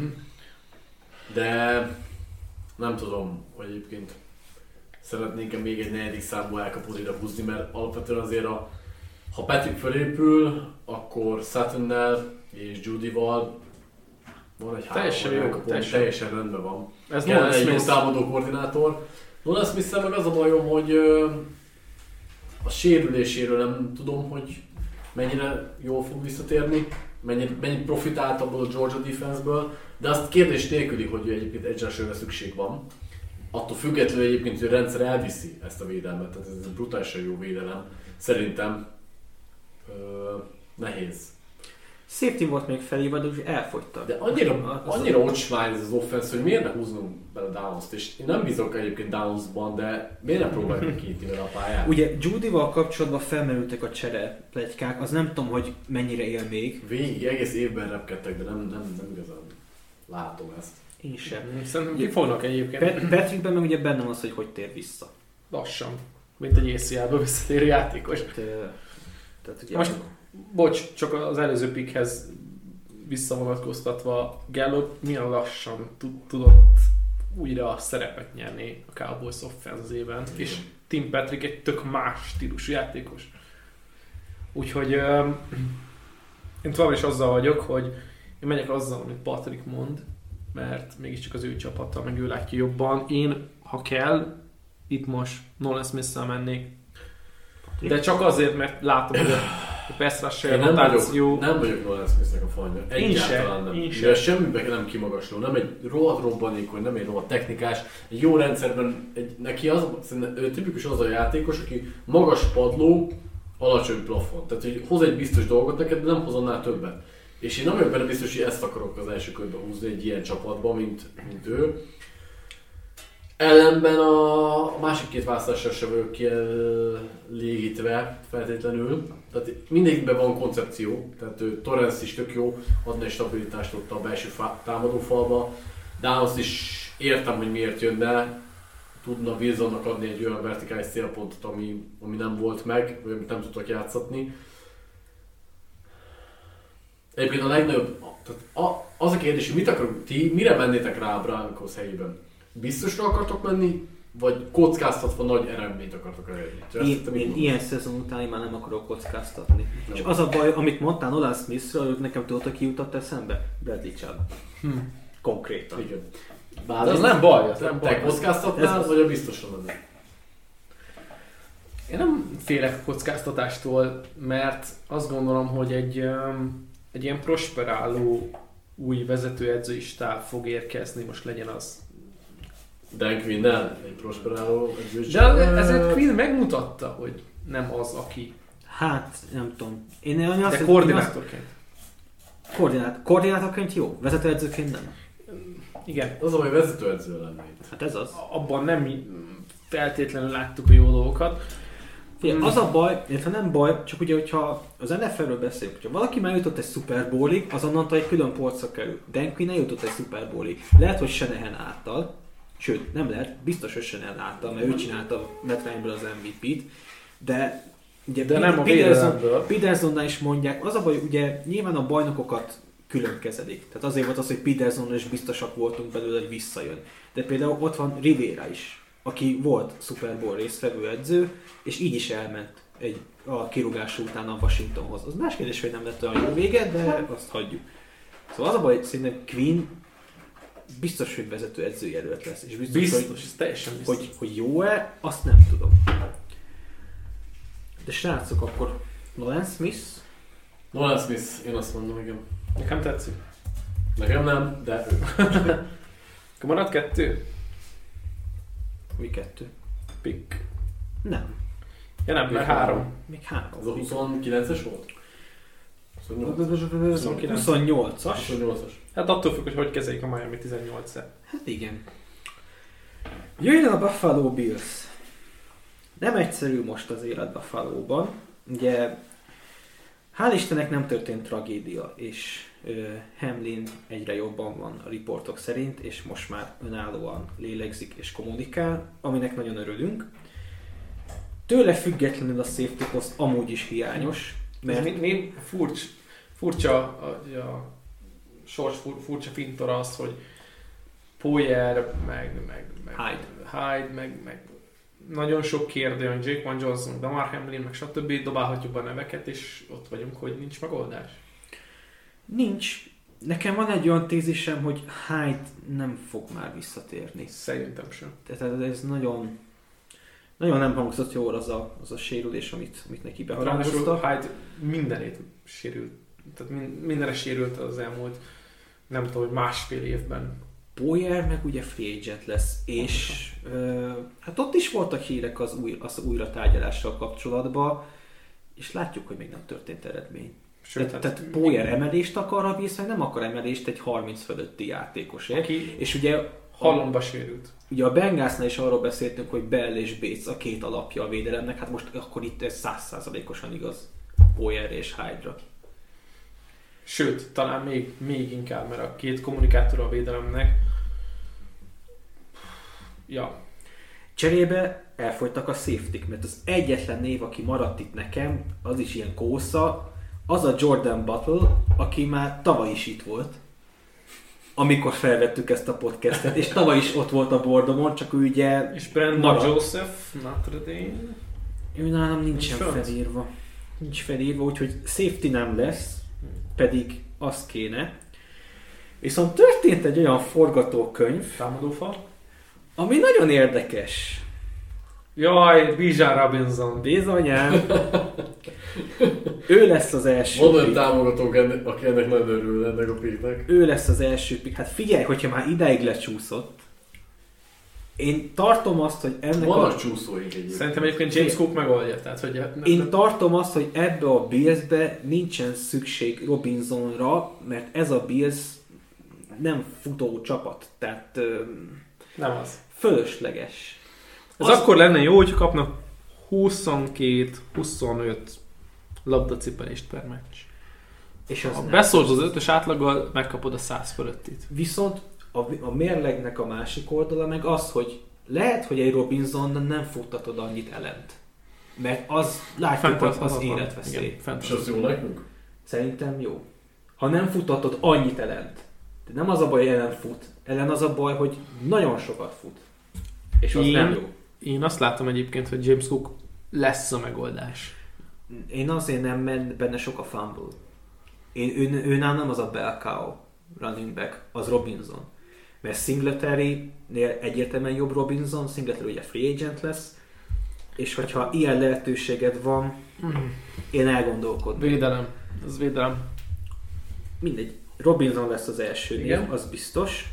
De nem tudom, hogy egyébként szeretnénk-e még egy negyedik számú elkapót ide húzni, mert alapvetően azért ha Patrick felépül, akkor Suttonnel és Judyval van egy teljesen rendben van. Ez kell egy jó támadó koordinátor. Nolan Smith-szel meg az a bajom, hogy a sérüléséről nem tudom, hogy mennyire jól fog visszatérni, mennyit profitált abból a Georgia defense-ből, de azt kérdés nélküli, hogy egyébként edge-re szükség van. Attól függetlenül egyébként, hogy a rendszer elviszi ezt a védelmet, tehát ez egy brutálisan jó védelem. Szerintem nehéz. Safety volt még felhívva, de úgy elfogytak. De annyira ocsmány ez az offense, hogy miért ne húznunk bele Downs-t, és én nem bízok egyébként Downs-ban, de miért ne próbáljuk kinyitni vele a pályát? Ugye Judyval kapcsolatban felmerültek a csere pletykák, az nem tudom, hogy mennyire él még. Végig egész évben repkedtek, de nem igazán látom ezt. Én sem. Szerintem ki fognak egyébként. Patrickben meg ugye bennem az, hogy tér vissza. Lassan. Mint egy ACL-ből visszatérő játékos. Tehát ugye most, bocs, csak az előző pickhez visszavonatkoztatva, Gallup milyen lassan tudott újra szerepet nyerni a Cowboys offense-ében, és Tim Patrick egy tök más stílusú játékos. Úgyhogy én tovább is azzal vagyok, hogy én megyek azzal, amit Patrick mond, mert mégiscsak az ő csapata, meg ő látja jobban. Én, ha kell, itt most Nolan Smith-szel mennék. De csak azért, mert látom, hogy a pass rusher rotáció... Nem vagyok Nolan Smith-nek a fanja. Egyáltalán nem. Mivel semmiben nem kimagasló, nem egy rohadt robbanékony, nem egy rohadt technikás. Egy jó rendszerben, neki ő tipikus az a játékos, aki magas padló, alacsony plafon. Tehát, hogy hoz egy biztos dolgot neked, de nem hoz annál többet. És én nem vagyok benne biztos, hogy ezt akarok az első körben húzni egy ilyen csapatban, mint ő. Ellenben a másik két választással sem vagyok kielégítve feltétlenül. Tehát mindegyikben van koncepció, tehát Torrance is tök jó, adna egy stabilitást ott a belső támadófalba. Downs is értem, hogy miért jönne, tudna Wilsonnak adni egy olyan vertikális célpontot, ami nem volt meg, vagy amit nem tudtak játszatni. Egyébként a legnagyobb, tehát az a kérdés, hogy mit akarunk ti, mire mennétek rá a Broncos helyében? Biztosra akartok menni, vagy kockáztatva nagy eredményt akartok elérni? Én ilyen szezon után már nem akarok kockáztatni. No. És az a baj, amit mondtál Nolan Smithről, nekem tudod, ki jutott eszembe? Bradley Chubb. Konkrétan. Igen. De az nem baj. Te kockáztatnál, vagy a biztosra menni? Én nem félek kockáztatástól, mert azt gondolom, hogy egy ilyen prosperáló új vezetőedzői stáb fog érkezni, most legyen az. Dan Quinn-nel egy prosperáló edzői stáb. De ezért Quinn megmutatta, hogy nem az, aki. Hát, nem tudom. De koordinátorként. Koordinátorként jó, vezetőedzőként nem. Igen. Az, hogy vezetőedző lenne itt. Hát ez az. Abban nem feltétlenül láttuk a jó dolgokat. Figyelj, az a baj, illetve nem baj, csak ugye, hogyha az NFL-ről beszélünk, hogyha valaki már jutott egy Super Bowlig, azonnantól egy külön polcra kerül. Dan Quinn jutott egy Super Bowlig. Lehet, hogy Shanahan által, sőt, nem lehet, biztos, hogy Shanahan által, mert ő csinálta Matt Ryanből az MVP-t, de ugye nem a védelemből. Petersonnál is mondják, az a baj, ugye nyilván a bajnokokat külön kezelik. Tehát azért volt az, hogy Petersonnal is biztosak voltunk belőle, hogy visszajön. De például ott van Rivera is, aki volt Super Bowl résztvevő edző, és így is elment a kirúgás után a Washingtonhoz. Az más kérdés, hogy nem lett olyan jó vége, de azt hagyjuk. Szóval az a baj, hogy szerintem Quinn biztos, hogy vezető edzőjelölt lesz. És biztos hogy, teljesen biztos. Hogy jó-e, azt nem tudom. De srácok, akkor Nolan Smith? Nolan Smith, én azt mondom, igen. Nekem tetszik. Nekem nem, de ő. Akkor marad 2? Mi 2? Pick. Nem. Ja nem, mert 3. Még 3. Az a 29-es volt? 28-as. 28-as. Hát attól függ, hogy kezeljük a Miami 18-et. Hát igen. Jöjjön a Buffalo Bills. Nem egyszerű most az élet Buffalo-ban. Ugye, hál' Istennek nem történt tragédia, és Hamlin egyre jobban van a riportok szerint, és most már önállóan lélegzik és kommunikál, aminek nagyon örülünk. Tőle függetlenül a safety post amúgy is hiányos, mert... Mi furcsa a sors furcsa fintora az, hogy Poyer, meg Hyde, meg nagyon sok kérdően, Jaquan Johnson, Damar Hamlin, meg stb. Dobálhatjuk be a neveket, és ott vagyunk, hogy nincs megoldás. Nincs. Nekem van egy olyan tézisem, hogy Hyde nem fog már visszatérni. Szerintem sem. Tehát ez nagyon nem hangzott jól az a sérülés, amit neki beharangoztak. Hyde mindenét sérült. Tehát mindenre sérült az elmúlt, nem tudom, hogy másfél évben. Poyer meg ugye free agent lesz, és hát ott is voltak hírek az újra tárgyalással kapcsolatban, és látjuk, hogy még nem történt eredmény. Sőt, tehát Poyer emelést akar a Bills, vagy nem akar emelést egy 30 fölötti játékosért. És ugye halomba sérült. Ugye a Bengalsnál is arról beszéltünk, hogy Bell és Bates a két alapja a védelemnek, hát most akkor itt ez 100%-osan igaz Poyer és Hyde-ra. Sőt, talán még inkább, mert a két kommunikátor a védelemnek. Ja. Cserébe elfogytak a safety-k, mert az egyetlen név, aki maradt itt nekem, az is ilyen kósza, az a Jordan Battle, aki már tavaly is itt volt, amikor felvettük ezt a podcastet, és tavaly is ott volt a bordomon, csak ő ugye... És Brandon Joseph, Notre Dame? Ő nálam nincsen felírva. Nincs felírva, úgyhogy safety nem lesz, pedig az kéne. Viszont történt egy olyan forgatókönyv, támadófal, ami nagyon érdekes. Jaj, Bijan Robinson. Bizonyám. Ő lesz az első pick. Van olyan támogatók, aki ennek nagyon örül ennek a picknek. Ő lesz az első pick. Hát figyelj, hogyha már ideig lecsúszott. Én tartom azt, hogy ennek van a csúszóig egyébként. Szerintem egyébként James Cook megoldja. Tehát, hogy én tartom azt, hogy ebbe a Billsbe nincsen szükség Robinsonra, mert ez a Bills nem futó csapat. Tehát nem az. Fölösleges. Ez akkor lenne jó, hogy kapnak 22-25 labdacipelést per meccs. És ha beszólsz az 5-ös átlaggal, megkapod a 100 fölöttit. Viszont a mérlegnek a másik oldala meg az, hogy lehet, hogy egy Robinson nem futtatod annyit ellent. Mert az, látjuk, az életveszély. És az jó nekünk? Szerintem jó. Ha nem futtatod annyit ellent. De nem az a baj, hogy ellen fut. Ellen az a baj, hogy nagyon sokat fut. És az nem jó. Én azt látom egyébként, hogy James Cook lesz a megoldás. Én azért nem, mert benne sok a fumble. Ő nem az a bell cow running back, az Robinson. Mert Singletary-nél egyértelműen jobb Robinson, Singletary ugye free agent lesz, és hogyha ilyen lehetőséged van, én elgondolkodom. Védelem. Az védelem. Mindegy. Robinson lesz az első név, az biztos.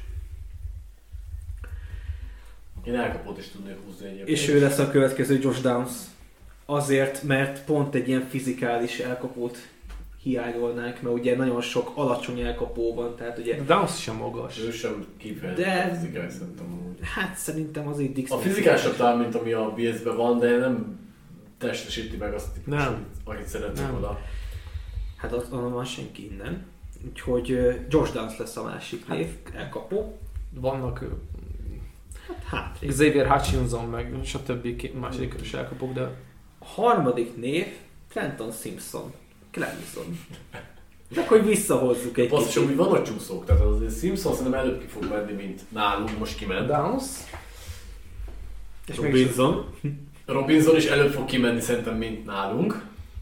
Én elkapót is tudnék húzni egyébként. És ő lesz a következő Josh Downs. Azért, mert pont egy ilyen fizikális elkapót hiányolnánk, mert ugye nagyon sok alacsony elkapó van, tehát ugye... Downs sem magas. Ő sem kifejezetten fizikális szerintem. Hát szerintem azért Dixon. A fizikálisabb talán, mint ami a BS-ben van, de nem testesíti meg azt típusot, akit szeretnék oda. Hát ott van senki innen. Úgyhogy Josh Downs lesz a másik név, elkapó. Vannak hátrébb. Xavier Hutchinson, meg stb. Második körös elkapok, de... A harmadik név Trenton Simpson. Clemson. Csak hogy visszahozzuk egy kicsit. Hogy vannak csúszók, tehát az Simpson szerintem előbb ki fog menni, mint nálunk most kiment. Downs. És Robinson is előbb fog kimenni szerintem, mint nálunk.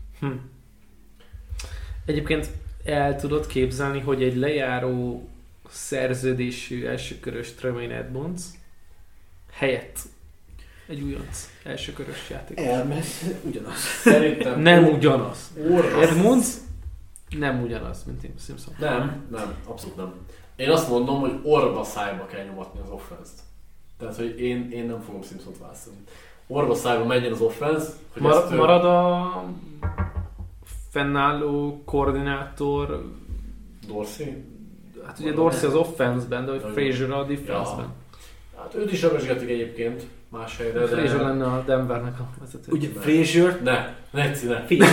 Egyébként el tudod képzelni, hogy egy lejáró szerződésű elsőkörös Tremaine Edmonds helyett egy újonc elsőkörös játékos. Ugyanaz. Szerintem nem ugyanaz. Orvas. Edmonds nem ugyanaz, mint Tim Simpson. Nem, abszolút nem. Én azt mondom, hogy orva szájba kell nyomatni az offense-t. Tehát, hogy én nem fogom Simpsont választani. Orva szájba menjen az offense. Hogy Marad a fennálló koordinátor Dorsey? Hát ugye Dorsey az offense-ben, de hogy Frazier a defense-ben. Ja. Hát őt is rögzsgetik egyébként más helyre, de... Frazier lenne a Denvernek a vezető. Ugye Frazier... Ne. Figyelj.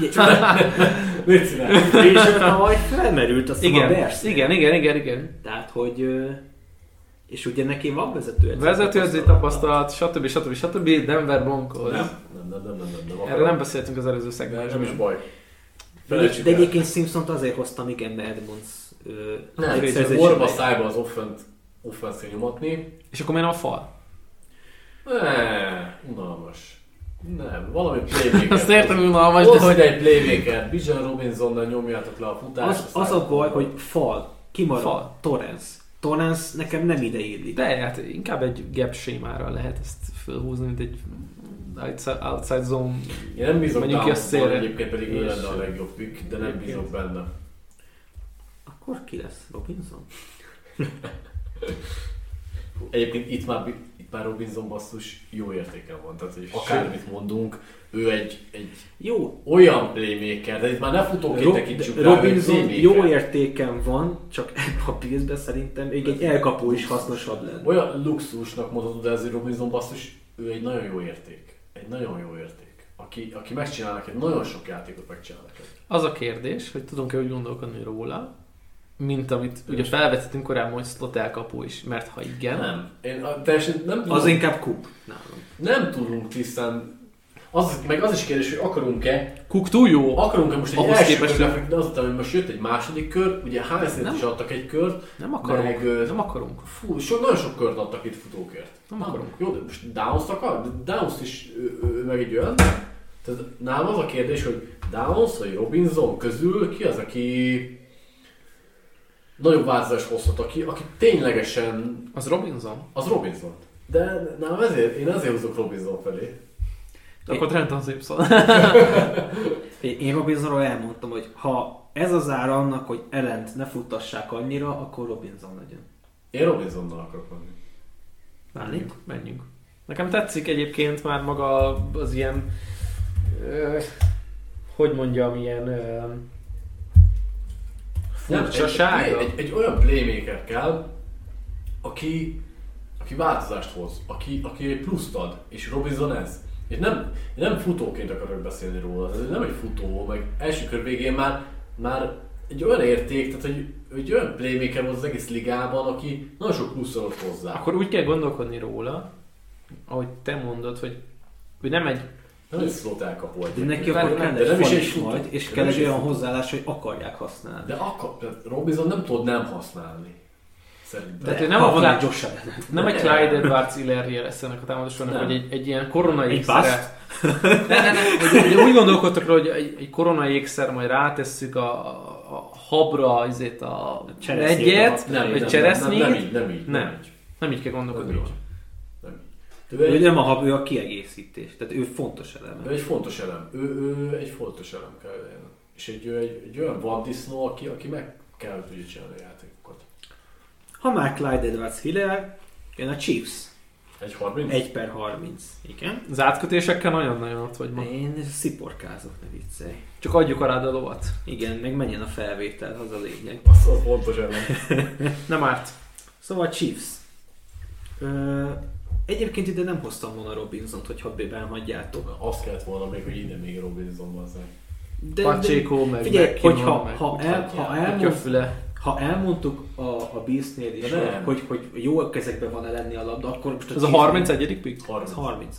Frazier tavaly felmerült azt a Bears. Igen. Tehát, hogy... És ugye neki van vezetőedző tapasztalat, stb. Denver Broncos. Nem. Erről nem beszéltünk az előző szegmensben. Nem is baj. De egyébként Simpsont azért hoztam, igen, mert Edmonds... Nem, orva szájba az offense nyomatni. És akkor miért a fal? Unalmas. Nem, valami playmaker. Azt értem, unalmas, de hogy egy playmaker. Bijan Robinsonnal nyomjátok le a futást. Az a baj, hogy fal. Kimarad. Torrance nekem nem ide illik. De hát inkább egy gap sémára lehet ezt felhúzni, mint egy outside zone. Én nem bízok Downsban, egyébként pedig ő lenne a legjobb pick, de nem bízok benne. Akkor ki lesz? Robinson? Egyébként itt már Robinson basszus jó értéken van, tehát hogy akármit mondunk, ő egy jó olyan playmaker, de itt már ne futóként tekintsük rá, Robinson jó értéken van, csak ebben a Billsben szerintem még egy elkapó is hasznosabb lenne. Olyan luxusnak mondhatod, de ezért Robinson basszus, ő egy nagyon jó érték. Egy nagyon jó érték. Aki megcsinál neked, nagyon sok játékot megcsinál neked. Az a kérdés, hogy tudunk-e úgy gondolkodni róla, mint amit ugye felvetettünk korábban, hogy slot elkapó is, mert ha igen... Nem. Én teljesen nem tudom. Az inkább Cook. Nem tudunk tisztán... Meg az is kérdés, hogy akarunk-e... Cook túl jó. Akarunk-e most egy első kör, de azután, hogy most jött egy második kör, ugye hányszor is adtak egy kört. Nem akarunk. Fú, nagyon sok kört adtak itt futókért. Nem akarunk. Jó, de most Downs-t akar? Downs is ő meg egy olyan. Tehát nálam az a kérdés, hogy Downs vagy Robinson közül ki az, aki nagyobb változást hozhat, aki ténylegesen... Az Robinson? Az Robinson. De nálam én ezért húzok Robinson felé. Akkor Trenton Simpson. Én Robinsonról elmondtam, hogy ha ez az ára annak, hogy Ellent ne futtassák annyira, akkor Robinson legyen. Én Robinsonnal akarok menni. Menjünk. Nekem tetszik egyébként már maga az ilyen... hogy mondjam, ilyen... furcsasága. Egy olyan playmaker kell, aki változást hoz, aki egy pluszt ad, és Robinson ez. És nem futóként akarok beszélni róla, ez nem egy futó, meg első kör végén már egy olyan érték, tehát egy olyan playmaker volt az egész ligában, aki nagyon sok pluszot ad hozzá. Akkor úgy kell gondolkodni róla, ahogy te mondod, hogy ő nem egy slot elkapó egy. De neki akkor kell egy fal is majd, és kell egy olyan hozzáállás, hogy akarják használni. De Robinson nem tud nem használni. Tehát ő nem egy Clyde Edwards-Hillary lesz ennek a támadásnak, hogy egy ilyen koronai ékszere. Nem. Úgy gondolkodtak róla, hogy egy koronai ékszer, majd rátesszük a habra azért a egyet, vagy cseresznyét. Nem így kell gondolkodni róla. Ő nem a hab, ő a kiegészítés. Tehát ő fontos elem. Ő egy fontos elem. Ő egy fontos elem kell legyen. És egy olyan vaddisznó, aki meg kell tudja csinálni a játékokat. Ha már Clyde Edwards-Hillary, jön a Chiefs. 1/30? 1/30. Igen. Az átkötésekkel nagyon-nagyon ott vagy ma. Én sziporkázok, ne viccelj. Csak adjuk a rád a lovat. Igen, meg menjen a felvétel, az a lényeg. Az fontos elem. Nem árt. Szóval Chiefs. Egyébként ide nem hoztam volna Robinsont, hogy habbében hagyjátok. Azt kellett volna még, hogy ide még Robinson hozzá. Pacheco, meg figyelj, hogy ha elmondtuk a Beastnél is, hogy jó kezekben van lenni a labda, akkor most ez a 31. pick? 30.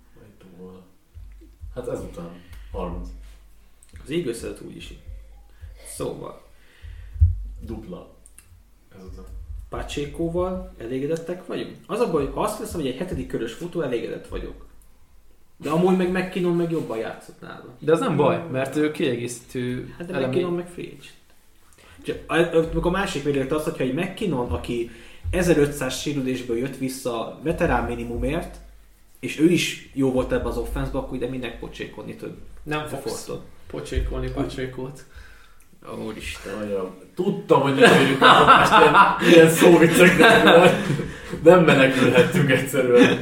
Hát ezután 30. Az Eagles-et úgyis. Szóval. Dupla. Ezután. Pachecoval elégedettek vagyunk. Az a baj, hogy ha azt veszem, hogy egy 7. körös futó, elégedett vagyok. De amúgy meg McKinnon meg jobban játszott nála. De az nem baj, mert ő kiegészítő Hát de McKinnon meg free agent. A másik véglet az, hogyha egy McKinnon, aki 1500 sérülésből jött vissza veterán minimumért, és ő is jó volt ebben az offenszben, akkor ide minek pocsékolni több. Nem fogsz pocsékolni Pacheco-t. Úristen. Tudtam, hogy nem érjük el, ilyen szóvicceknek vagy. Nem menekülhettünk egyszerűen.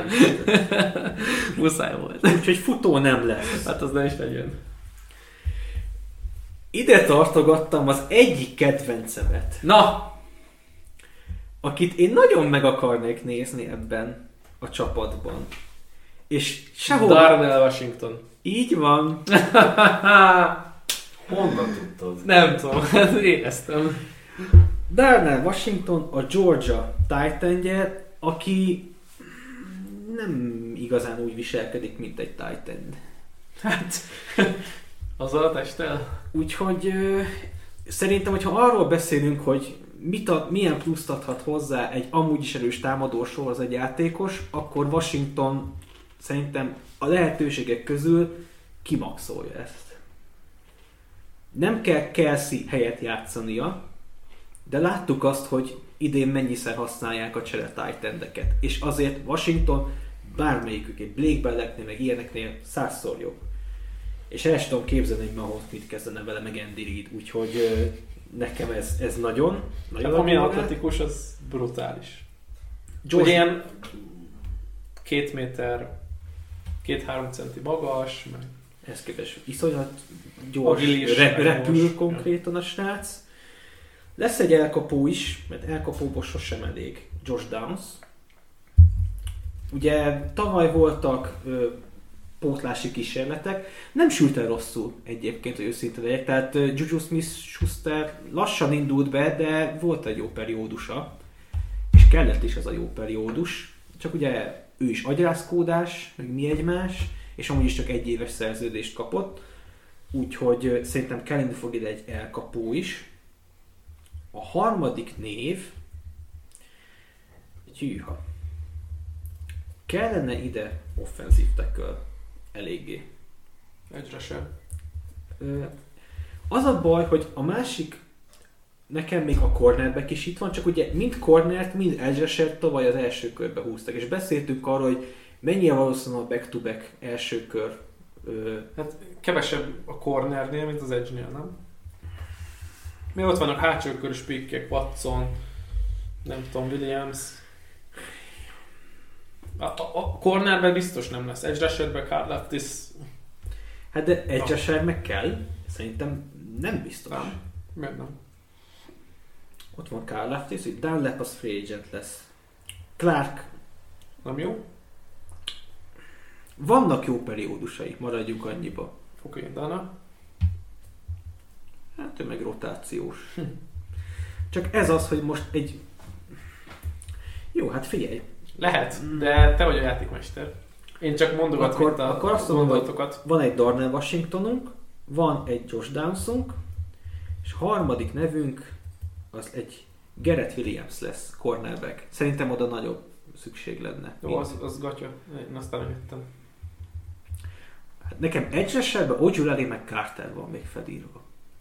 Muszáj volt. Úgyhogy futó nem lesz. Hát az ne is legyen. Ide tartogattam az egyik kedvencemet. Na! Akit én nagyon meg akarnék nézni ebben a csapatban. És sehol... Darnell Washington. Így van. Honnan tudtad? Nem tudom, hát éreztem. Darnell Washington a Georgia Titan-je, aki nem igazán úgy viselkedik, mint egy Titan. Hát, azzal a testtel. Úgyhogy szerintem, hogyha arról beszélünk, hogy milyen pluszt adhat hozzá egy amúgy is erős támadósor az egy játékos, akkor Washington szerintem a lehetőségek közül kimaxolja ezt. Nem kell Kelsey helyett játszania, de láttuk azt, hogy idén mennyiszer használják a csere tight endeket. És azért Washington bármelyikük, egy Blake Belletnél, meg ilyeneknél 100-szor jobb. És el sem tudom képzelni, hogy Mahomes mit kezdene vele, meg Andy Reid. Úgyhogy nekem ez nagyon Hát ami atletikus, az brutális. George... Hogy ilyen 2 méter, 2-3 centi magas, meg... Ez képest iszonyat gyors, Agilis, repül gyors, konkrétan a srác. Lesz egy elkapó is, mert elkapóból sosem elég. Josh Downs. Ugye tavaly voltak pótlási kísérletek, nem sült el rosszul egyébként, hogy őszinte legyek. Tehát Juju Smith-Schuster lassan indult be, de volt egy jó periódusa. És kellett is az a jó periódus. Csak ugye ő is agyrázkódás, meg mi egymás, és amúgy is csak 1 éves szerződést kapott. Úgyhogy szerintem kellene fog ide egy elkapó is. A harmadik név, hűha, kellene ide offensive tackle eléggé. Egyre sem. Az a baj, hogy a másik, nekem még a cornerback is itt van, csak ugye mind cornert, mind edge rushert tavaly az első körbe húztak, és beszéltünk arról, hogy mennyire valószínű a back-to-back első kör. Hát kevesebb a cornernél, mint az edge-nél, nem? Még ott vannak hátsó körös pikkek, Watson, nem tudom, Williams. A cornerben biztos nem lesz. Edge rusherben Carl Leftis. Hát de edge rusher meg kell. Szerintem nem biztos. Nem. Miért nem? Ott van Carl Leftis, hogy Dunlap az free agent lesz. Clark. Nem jó? Vannak jó periódusai, maradjunk annyiba. Oké, Dana. Hát ő meg rotációs. Csak ez az, hogy most egy... Jó, hát figyelj. Lehet, de te vagy a játékmester. Én csak mondogatom itt a akkor azt mondom, gondolatokat. van egy Darnell Washingtonunk, van egy Josh Downsunk, és harmadik nevünk az egy Garrett Williams lesz, cornerback. Szerintem oda nagyobb szükség lenne. Jó, az gatya. Én azt elengedtem. Hát nekem edge rusherben Ojulari meg Carter van még felírva.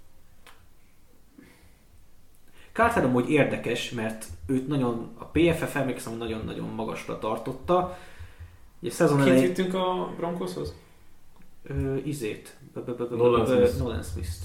Carter amúgy érdekes, mert őt nagyon, a PFF emlékszem, nagyon-nagyon magasra tartotta. Ugye szezon Kint elején... vittünk a Broncoshoz? Izét. Nolan Smith. Nolan Smith-t.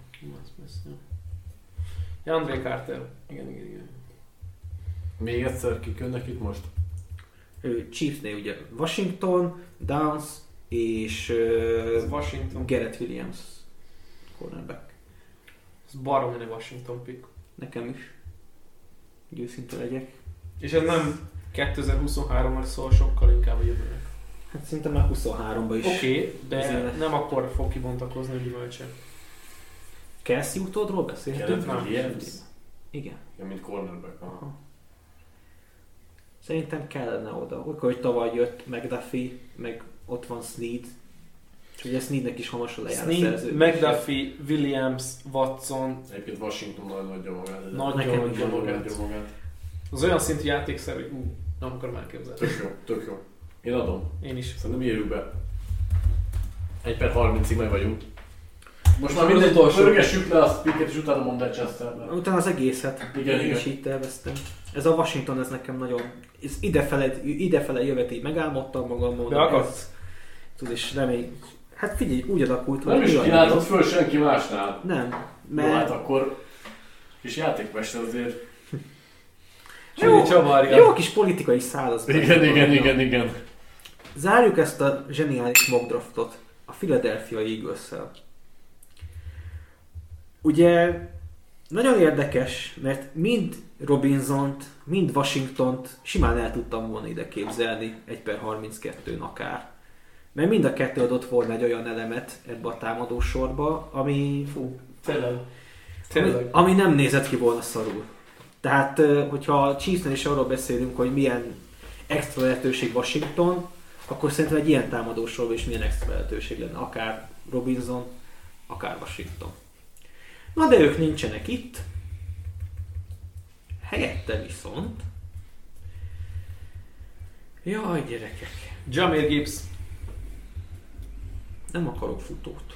Ja, André Carter. Igen. Még egyszer kik jönnek itt most? Chiefsnél ugye Washington, Downs és Washington. Garrett Williams cornerback. Ez baromi menő Washington pick. Nekem is. Hogy őszinte legyek. És ez nem 2023-ra szól, sokkal inkább a jövőnek. Hát szinte már 23-ban is. Oké, de Ezért. nem akkor fog kibontakozni a gyümölcse. Kelsey utódról beszéltünk? Garrett Williams? Igen. Ja, mint cornerback. Aha. Szerintem kellene oda. Akkor, hogy tavaly jött McDuffie, meg ott van Snead. Úgyhogy ezt Sneadnek is hamarosan lejár a Snead, szerződés. McDuffie, Williams, Watson. Egyébként Washington nagyon adja magát. Nagyon adja magát. Az olyan szintű játékszer, hogy nem akarom elképzelni. Tök jó. Én adom. Én is. Szerintem írjuk be. 1/30-ig meg vagyunk. Most már Az mindegy, utolsó. pörgessük le a picket, és utána mondd el Chester-nek. Utána az egészet. Igen, Én is így terveztem. Ez a Washington, ez nekem nagyon... Ez idefele jövet, így megálmodtam magammal. Beakadt? Tudod, és remény... Hát figyelj, úgy alakult, Nem is olyan kínáltad jó. föl senki másnál. Nem, Jó, hát mert... akkor kis játékmester azért. Jó, Csavarja. jó kis politikai szál az. Igen. Zárjuk ezt a zseniális mock draftot a Philadelphia Eagles-szel. Ugye nagyon érdekes, mert mind Robinsont, mind Washingtont simán el tudtam volna ide képzelni 1/32-n akár. Mert mind a kettő adott volna egy olyan elemet ebbe a támadó sorba, ami, ami nem nézett ki volna szarul. Tehát, hogyha a Chiefsnél is arról beszélünk, hogy milyen extra lehetőség Washington, akkor szerintem egy ilyen támadósorban is milyen extra lehetőség lenne. Akár Robinson, akár Washington. Na de ők nincsenek itt. Helyette viszont... Jaj, gyerekek. Jahmyr Gibbs. Nem akarok futót.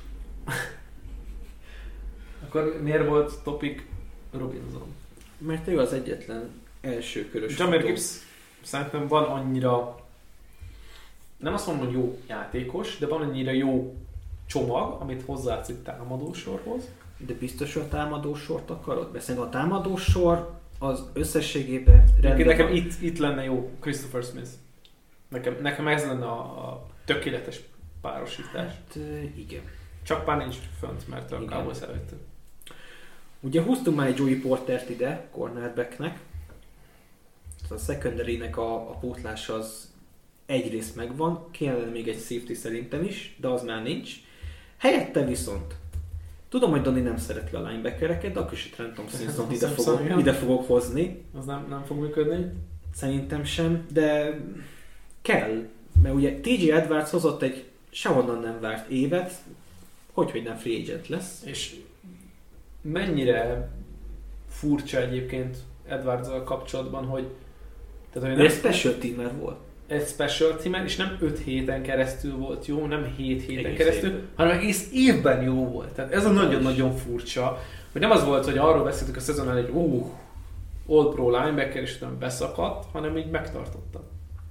Akkor miért volt topic Robinson? Mert ő az egyetlen első körös Jahmyr futó. Gibbs szerintem van annyira, nem azt mondom, hogy jó játékos, de van annyira jó csomag, amit hozzáadsz egy támadósorhoz. De biztos, hogy a támadósort akarod? Mert szerintem a támadósor az összességében rendben Nekem van. itt lenne jó Christopher Smith. Nekem ez lenne a tökéletes párosítás. Hát, igen. Csak már nincs fönt, mert a Igen. Cowboys előtte. Ugye húztunk már egy Joey Portert ide, cornerbacknek. A secondary-nek a pótlás az egyrészt megvan, kellene még egy safety szerintem is, de az már nincs. Helyette viszont, tudom, hogy Dani nem szereti a linebackereket, de akkor is a Trenton Simpsont ide fogok hozni. Az nem fog működni. Szerintem sem, de kell. Mert ugye TJ Edwards hozott egy sehonnan nem várt évet, hogy nem free agent lesz. És mennyire furcsa egyébként Edwardzzal kapcsolatban, hogy tehát, hogy Egy special teamer volt. egy special teamer, és nem 5 héten keresztül volt jó, nem 7 héten Egész keresztül, évben. hanem egész évben jó volt. Tehát ez a nagyon-nagyon furcsa, hogy nem az volt, hogy arról beszéltük a szezon elején, hogy All Pro linebacker, és utána beszakadt, hanem így megtartotta.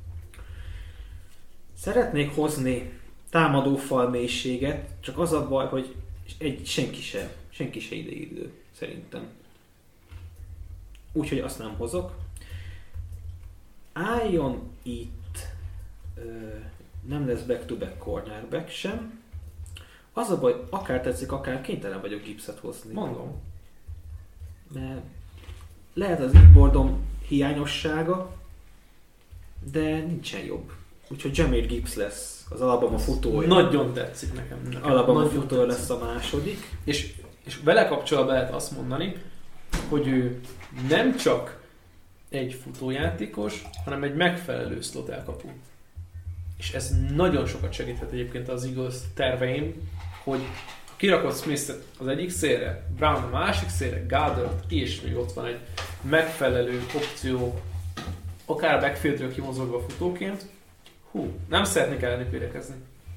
Szeretnék hozni támadófal mélységet, csak az a baj, hogy senki se ideidő, szerintem. Úgyhogy azt nem hozok. Álljon itt, nem lesz back-to-back cornerback sem. Az a baj, akár tetszik, akár kénytelen vagyok Gibbset hozni. Mondom. Mert lehet az inboardom hiányossága, de nincsen jobb. Úgyhogy Jahmyr Gibbs lesz az Alabama futója. Nagyon tetszik nekem. Alabama nagyon futója tetszik. lesz a második. És vele kapcsolatban lehet azt mondani, hogy ő nem csak egy futójátékos, hanem egy megfelelő slot elkapó. És ez nagyon sokat segíthet egyébként az Eagles terveim, hogy kirakod Smith-et az egyik szélre, Brown a másik szélre, Goddard, és még ott van egy megfelelő opció, akár backfieldről kimozogva futóként. Nem szeretnék ellenük védekezni.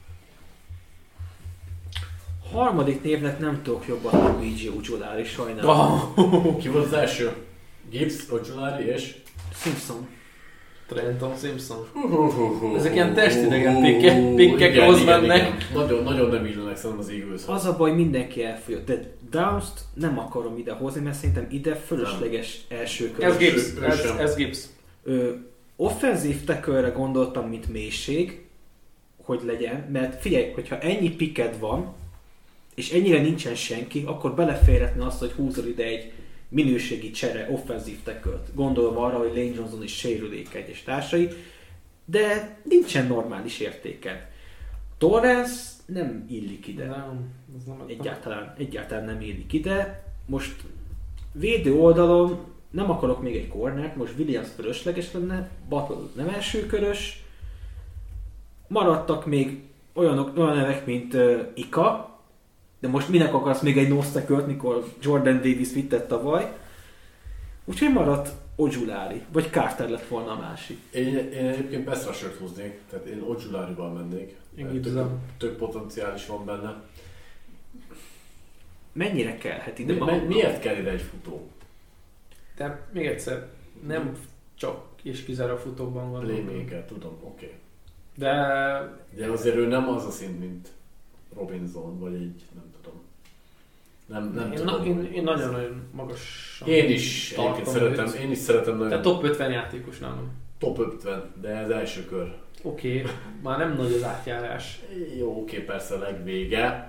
Harmadik névnek nem tudok jobban, mint BJ Ujulari, sajnálom. Ki volt az első? Gibbs, Ojulari és... Simpson. Trenton Simpson. Ezek ilyen testidegen pikkek igen, hoz igen, mennek. igen. Nagyon nem illenek szerintem az Eagles. Az a baj, mindenki elfogyott. De Downs-t nem akarom ide hozni, mert szerintem ide fölösleges első körös. Ez Gibbs. ő sem. Ez Gibbs. Offenzív tackle-re gondoltam, mint mélység, hogy legyen, mert figyelj, hogyha ennyi picked van, és ennyire nincsen senki, akkor beleférhetne azt, hogy húzol ide egy minőségi csere, offenzív tackle-t, gondolva arra, hogy Lane Johnson is sérülékeny és társai, de nincsen normális értéked. Torrance nem illik ide. Nem, ez nem Egyáltalán nem illik ide. Most védő oldalon nem akarok még egy cornert, most Williams fölösleges lenne, Butler nem első körös. Maradtak még olyan nevek, mint Ika, de most minek akarsz még egy nose-tackle-t, mikor Jordan Davis vittett tavaly. Úgyhogy maradt Ojulari, vagy Carter lett volna a másik. Én egyébként pass rushert húznék, tehát én Ojularival mennék. Több potenciális van benne. Mennyire kellhet ide? Miért kell ide egy futó? De még egyszer, nem csak és kizárólag futókban van. Playmaker, tudom, oké. De azért ő nem az a szint, mint Robinson, vagy egy, nem tudom. Nem tudom. Én nagyon-nagyon magasan Én is szeretem nagyon. Tehát top 50 játékos nálam. Top 50, de ez első kör. Oké, már nem nagy az átjárás. Jó, oké, persze a legvége.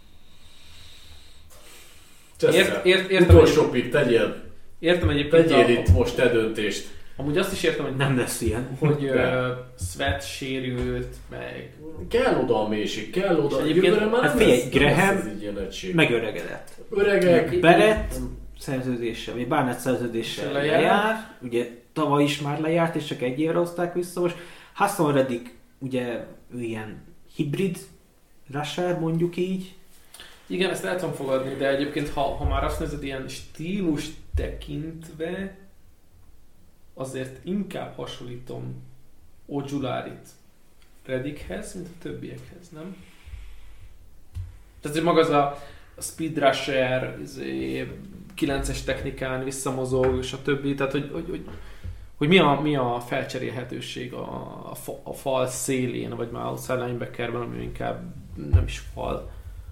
Utolsó pick, Értem egyébként. Tegyél itt most te döntést. Amúgy azt is értem, hogy nem lesz ilyen. Hogy Sweat sérült, meg... Kell oda a mélység, kell oda. Egyébként, hát figyelj, Graham megöregedett. Öregek. Barrett szerződése, vagy Barnett szerződése lejár. Ugye tavaly is már lejárt, és csak egy évre hozták vissza. Most Hassan Reddick, ugye ő ilyen hibrid rusher, mondjuk így. Igen, ezt el tudom fogadni, de egyébként ha már azt nézed ilyen stílus tekintve, azért inkább hasonlítom Ojularit Reddickhez, mint a többiekhez, nem? Tehát, hogy maga az a speed rusher, 9-es technikán visszamozog, és a többi, tehát, hogy mi a felcserélhetőség a fal szélén, vagy már outside linebackerben, ami inkább nem is fal.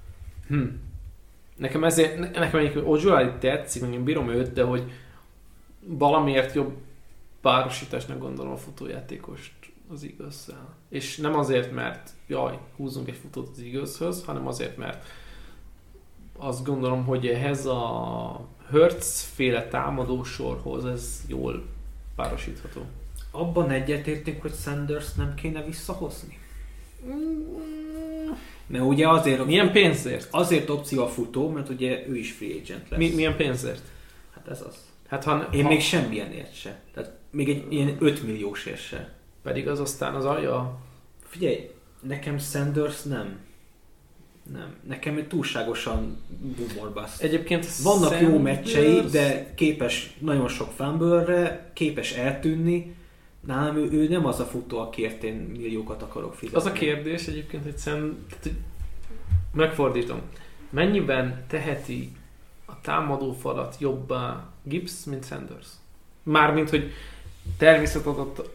Nekem egyébként Ojulari tetszik, meg én bírom őt, de hogy valamiért jobb párosításnak gondolom a futójátékost az Eagles-szel. És nem azért, mert húzzunk egy futót az Eagles-höz, hanem azért, mert azt gondolom, hogy ehhez a Hurts-féle támadósorhoz ez jól párosítható. Abban egyetértünk, hogy Sanders nem kéne visszahozni? Mert ugye azért... Milyen pénzért? Azért opció a futó, mert ugye ő is free agent lesz. Milyen pénzért? Hát ez az. Hát még semmilyenért se. Tehát még egy ilyen 5 milliósért se. Pedig az aztán az alja... Figyelj, nekem Sanders nem. Nekem túlságosan boomer-bust. Egyébként vannak Sanders... jó meccsei, de képes nagyon sok fumble-re, képes eltűnni. Nálam ő nem az a futó, akiért én milliókat akarok fizetni. Az a kérdés egyébként, hogy megfordítom. Mennyiben teheti a támadó falat jobbá Gibbs, mint Sanders? Mármint, hogy természet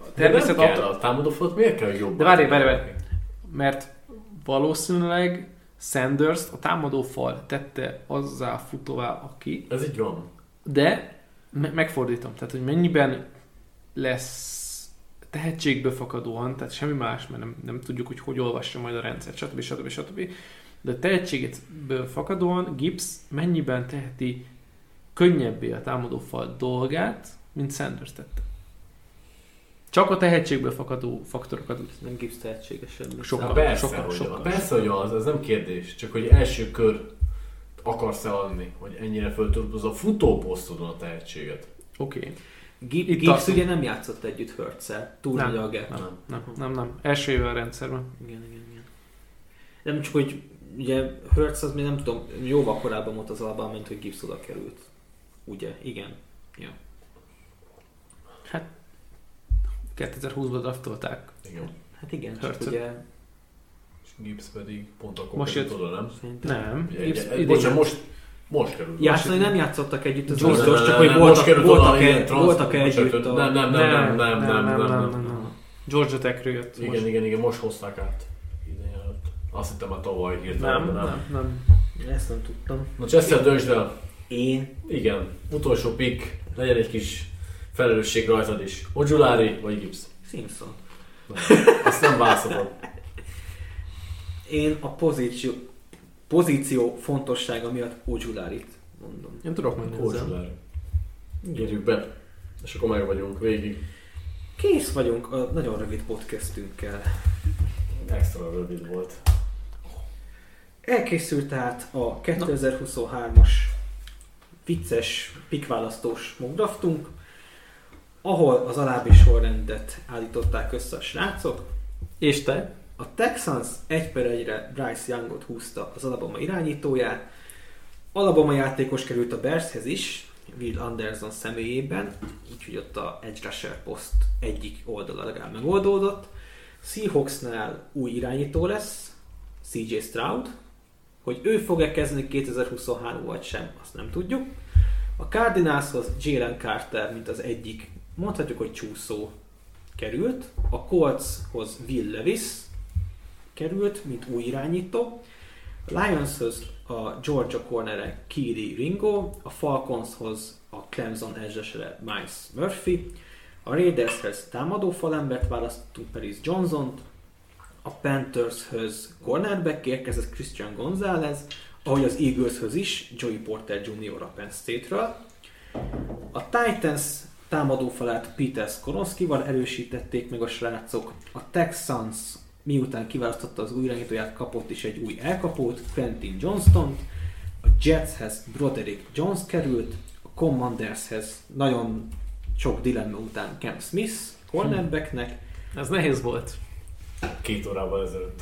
a támadó falat miért kell jobbá? De várj. Mert valószínűleg Sanders a támadó fal tette azzá a futóvá, aki... Ez így van. De megfordítom. Tehát, hogy mennyiben lesz tehetségből fakadóan, tehát semmi más, mert nem tudjuk, hogy olvassa majd a rendszer, stb. De a tehetségből fakadóan Gibbs mennyiben teheti könnyebbé a támadófal dolgát, mint Sanders tette. Csak a tehetségből fakadó faktorokat. Nem Gibbs tehetségesebb. Sokkal. Persze, hogy az nem kérdés, csak hogy első kör akarsz-e adni, hogy ennyire föltudod a futóposztodon a tehetséget. Oké. Gibbs ugye nem játszott együtt Hurts-szel. Túl nagy a gap. Nem. Első éve a rendszerben. Igen. Nem csak, hogy ugye Hurts az még nem tudom, jóval korábban volt az alapban, mint hogy Gibbs oda került. Ugye? Igen. Ja. Hát 2020-ban draftolták. Igen. Hát igen, csak ugye... És Gibbs pedig pont akkor most került oda, nem? Nem. Most került. Játszani nem játszottak együtt az Gibbs, csak hogy voltak együtt a... Nem. Georgia Techről jött. Igen, most hozták át. Azt hittem már tavaly hirtelen. Nem. Ezt nem tudtam. Na Chester, döntsd el. Én? Igen. Utolsó pick. Legyen egy kis felelősség rajtad is. Ojulari vagy Gibbs? Simpson. Azt nem válaszolod. Én a pozíció fontossága miatt Ojularit mondom. Én tudok menni ezzel. Ojulari. Írjuk be. És akkor meg vagyunk végig. Kész vagyunk a nagyon rövid podcastünkkel. Extra rövid volt. Elkészült tehát a 2023-as vicces pickválasztós mockdraftunk, ahol az alábbi sorrendet állították össze a srácok. És te? A Texans 1-1-re Bryce Youngot húzta az Alabama irányítóját. Alabama játékos került a Bearshez is, Will Anderson személyében, úgyhogy ott a edge rusher poszt egyik oldala legalább megoldódott. Seahawksnál új irányító lesz, CJ Stroud. Hogy ő fog-e kezdeni 2023 vagy sem, azt nem tudjuk. A Cardinalshoz Jalen Carter, mint az egyik, mondhatjuk, hogy csúszó került. A Coltshoz Will Levis került, mint új irányító. A Lionshoz a Georgia cornere Keely Ringo, a Falconshoz a Clemson edge-esre Miles Murphy, a Raidershez támadó falembert választottunk, Paris Johnson-t, a Panthershöz cornerback érkezett Christian Gonzalez, ahogy az Eagleshöz is Joey Porter Jr. a Penn State-ről. A Titans támadófalát Peter Skoronskival erősítették meg a srácok. A Texans miután kiválasztotta az új irányítóját, kapott is egy új elkapót, Quentin Johnston-t. A Jetshez Broderick Jones került, a Commandershez nagyon sok dilemma után Cam Smith cornerbacknek. Ez nehéz volt. 2 órával ezelőtt.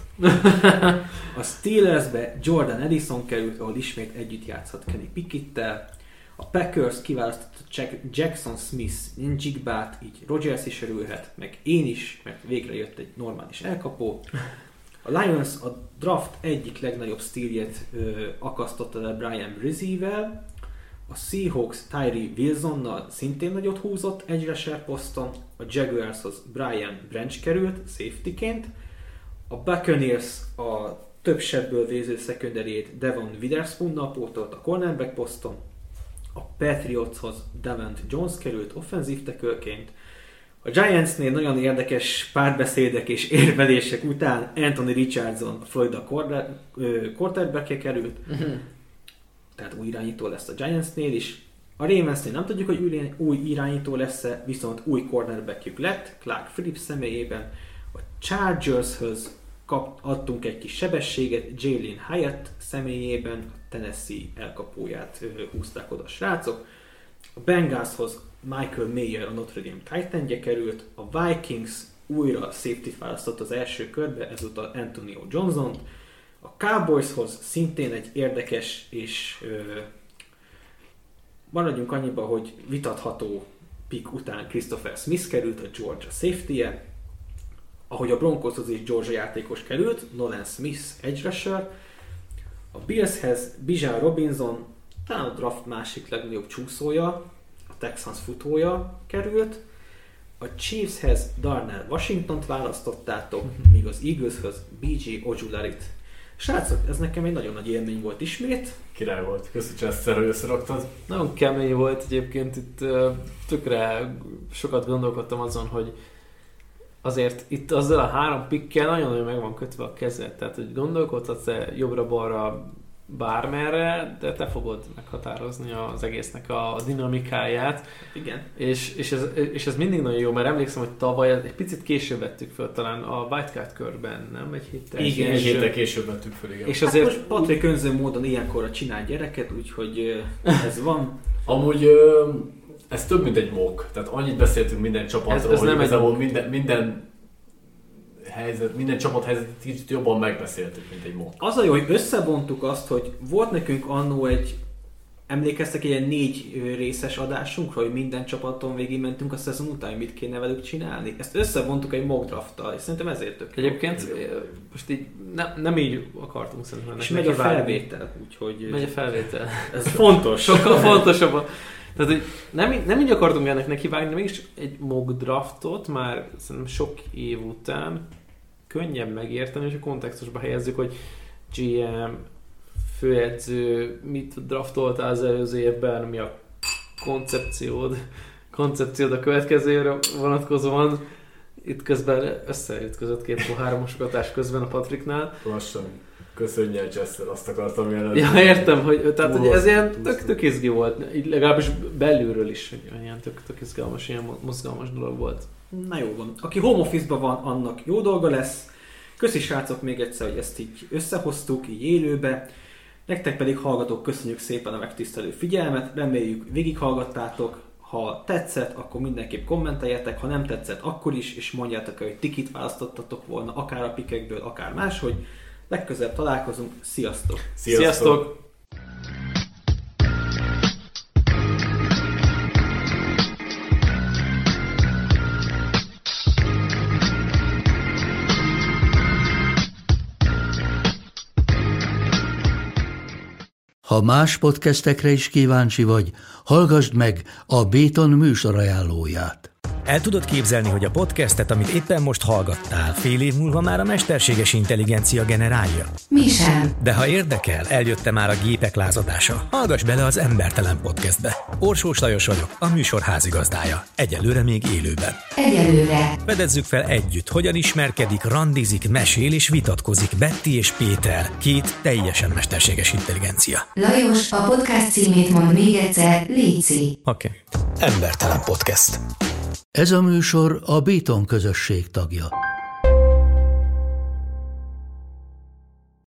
A Steelersbe Jordan Addison került, ahol ismét együtt játszhat Kenny Pickett-tel. A Packers kiválasztotta Jackson Smith Njigbát, így Rodgers is örülhet, meg én is, mert végre jött egy normális elkapó. A Lions a draft egyik legnagyobb stíljét akasztotta le Brian Brzee-vel. A Seahawks Tyree Wilsonnal szintén nagyot húzott edge rusher poszton. A Jaguarshoz Brian Branch került safetyként. A Buccaneers a több sebből véző secondary-ét Devon Witherspoonnal pótolt a cornerback poszton. A Patriotshoz Davante Jones került offenzív tackle-ként. A Giantsnél nagyon érdekes párbeszédek és érvelések után Anthony Richardson a Florida quarterback-e került. Tehát új irányító lesz a Giantsnél is. A Ravensnél nem tudjuk, hogy új irányító lesz-e, viszont új cornerbackjük lett, Clark Phillips személyében. A Chargershöz adtunk egy kis sebességet, Jalen Hyatt személyében, a Tennessee elkapóját húzták oda a srácok. A Bengalshoz Michael Mayer, a Notre Dame Titanje került. A Vikings újra safety-t választott az első körbe, ezúttal Antonio Johnson-t. A Cowboyshoz szintén egy érdekes és maradjunk annyiba, hogy vitatható pick után Christopher Smith került, a Georgia safety-je. Ahogy a Broncoshoz is Georgia játékos került, Nolan Smith edge rusher. A Billshez Bijan Robinson, talán a draft másik legnagyobb csúszója, a Texans futója került. A Chiefshez Darnell Washingtont választottátok, míg az Eagleshöz BJ Ojularit. Srácok, ez nekem egy nagyon nagy élmény volt ismét. Király volt. Köszönöm, Chester, hogy összeraktad. Nagyon kemény volt egyébként, itt tökre sokat gondolkodtam azon, hogy azért itt azzal a 3 pickkel nagyon-nagyon meg van kötve a kezed, tehát hogy gondolkodhatsz jobbra-balra bármerre, de te fogod meghatározni az egésznek a dinamikáját. Igen. És ez mindig nagyon jó, mert emlékszem, hogy tavaly egy picit később vettük föl, talán a Wildcard körben, nem? Egy héttel később vettük föl, igen. És azért most Patrik önző módon ilyenkorra csinál gyereket, úgyhogy ez van. Amúgy ez több, mint egy mock. Tehát annyit beszéltünk minden csapatról, ez hogy igazából minden csapat helyzetet kicsit jobban megbeszéltük, mint egy mock. Az a jó, hogy összevontuk azt, hogy volt nekünk annó emlékeztek egy ilyen 4 részes adásunkra, hogy minden csapaton végigmentünk a szezon után, hogy mit kéne velük csinálni. Ezt összevontuk egy mock drafttal, és szerintem ezért tök jó. Egyébként most így nem így akartunk szerintem. És megy a felvétel, úgyhogy... Megy a felvétel. Ez fontos. Sokkal fontosabb. Tehát, hogy nem így akartunk ennek nekivágni, de mégis egy mock draftot már szerintem sok év után könnyebb megérteni, és a kontextusba helyezzük, hogy GM, főedző, mit draftoltál az előző évben, mi a koncepciód a következő évre vonatkozóan. Itt közben összeütközött 2-3 mosogatás közben a Patriknál. Lassan. Köszönj el, Chester, azt akartam jelenni. Ja, értem, hogy ez ilyen tök izgi volt, így legalábbis belülről is, hogy ilyen tök izgalmas, ilyen mozgalmas dolog volt. Na jó van. Aki home office-ban van, annak jó dolga lesz. Köszi srácok még egyszer, hogy ezt így összehoztuk, így élőbe. Nektek pedig hallgatók, köszönjük szépen a megtisztelő figyelmet, reméljük végighallgattátok. Ha tetszett, akkor mindenképp kommenteljetek, ha nem tetszett, akkor is, és mondjátok el, hogy ti kit választottatok volna, akár a pikekből, akár máshogy. Legközelebb találkozunk, sziasztok! Sziasztok! Ha más podcastekre is kíváncsi vagy, hallgassd meg a Béton műsorajánlóját. El tudod képzelni, hogy a podcastet, amit éppen most hallgattál, fél év múlva már a mesterséges intelligencia generálja? Mi sem. De ha érdekel, eljött már a gépek lázadása. Hallgass bele az Embertelen Podcastbe. Orsós Lajos vagyok, a műsor házigazdája. Egyelőre még élőben. Egyelőre. Fedezzük fel együtt, hogyan ismerkedik, randizik, mesél és vitatkozik Betty és Péter, két teljesen mesterséges intelligencia. Lajos, a podcast címét mond még egyszer, léci. Oké. Embertelen Podcast. Ez a műsor a Béton közösség tagja.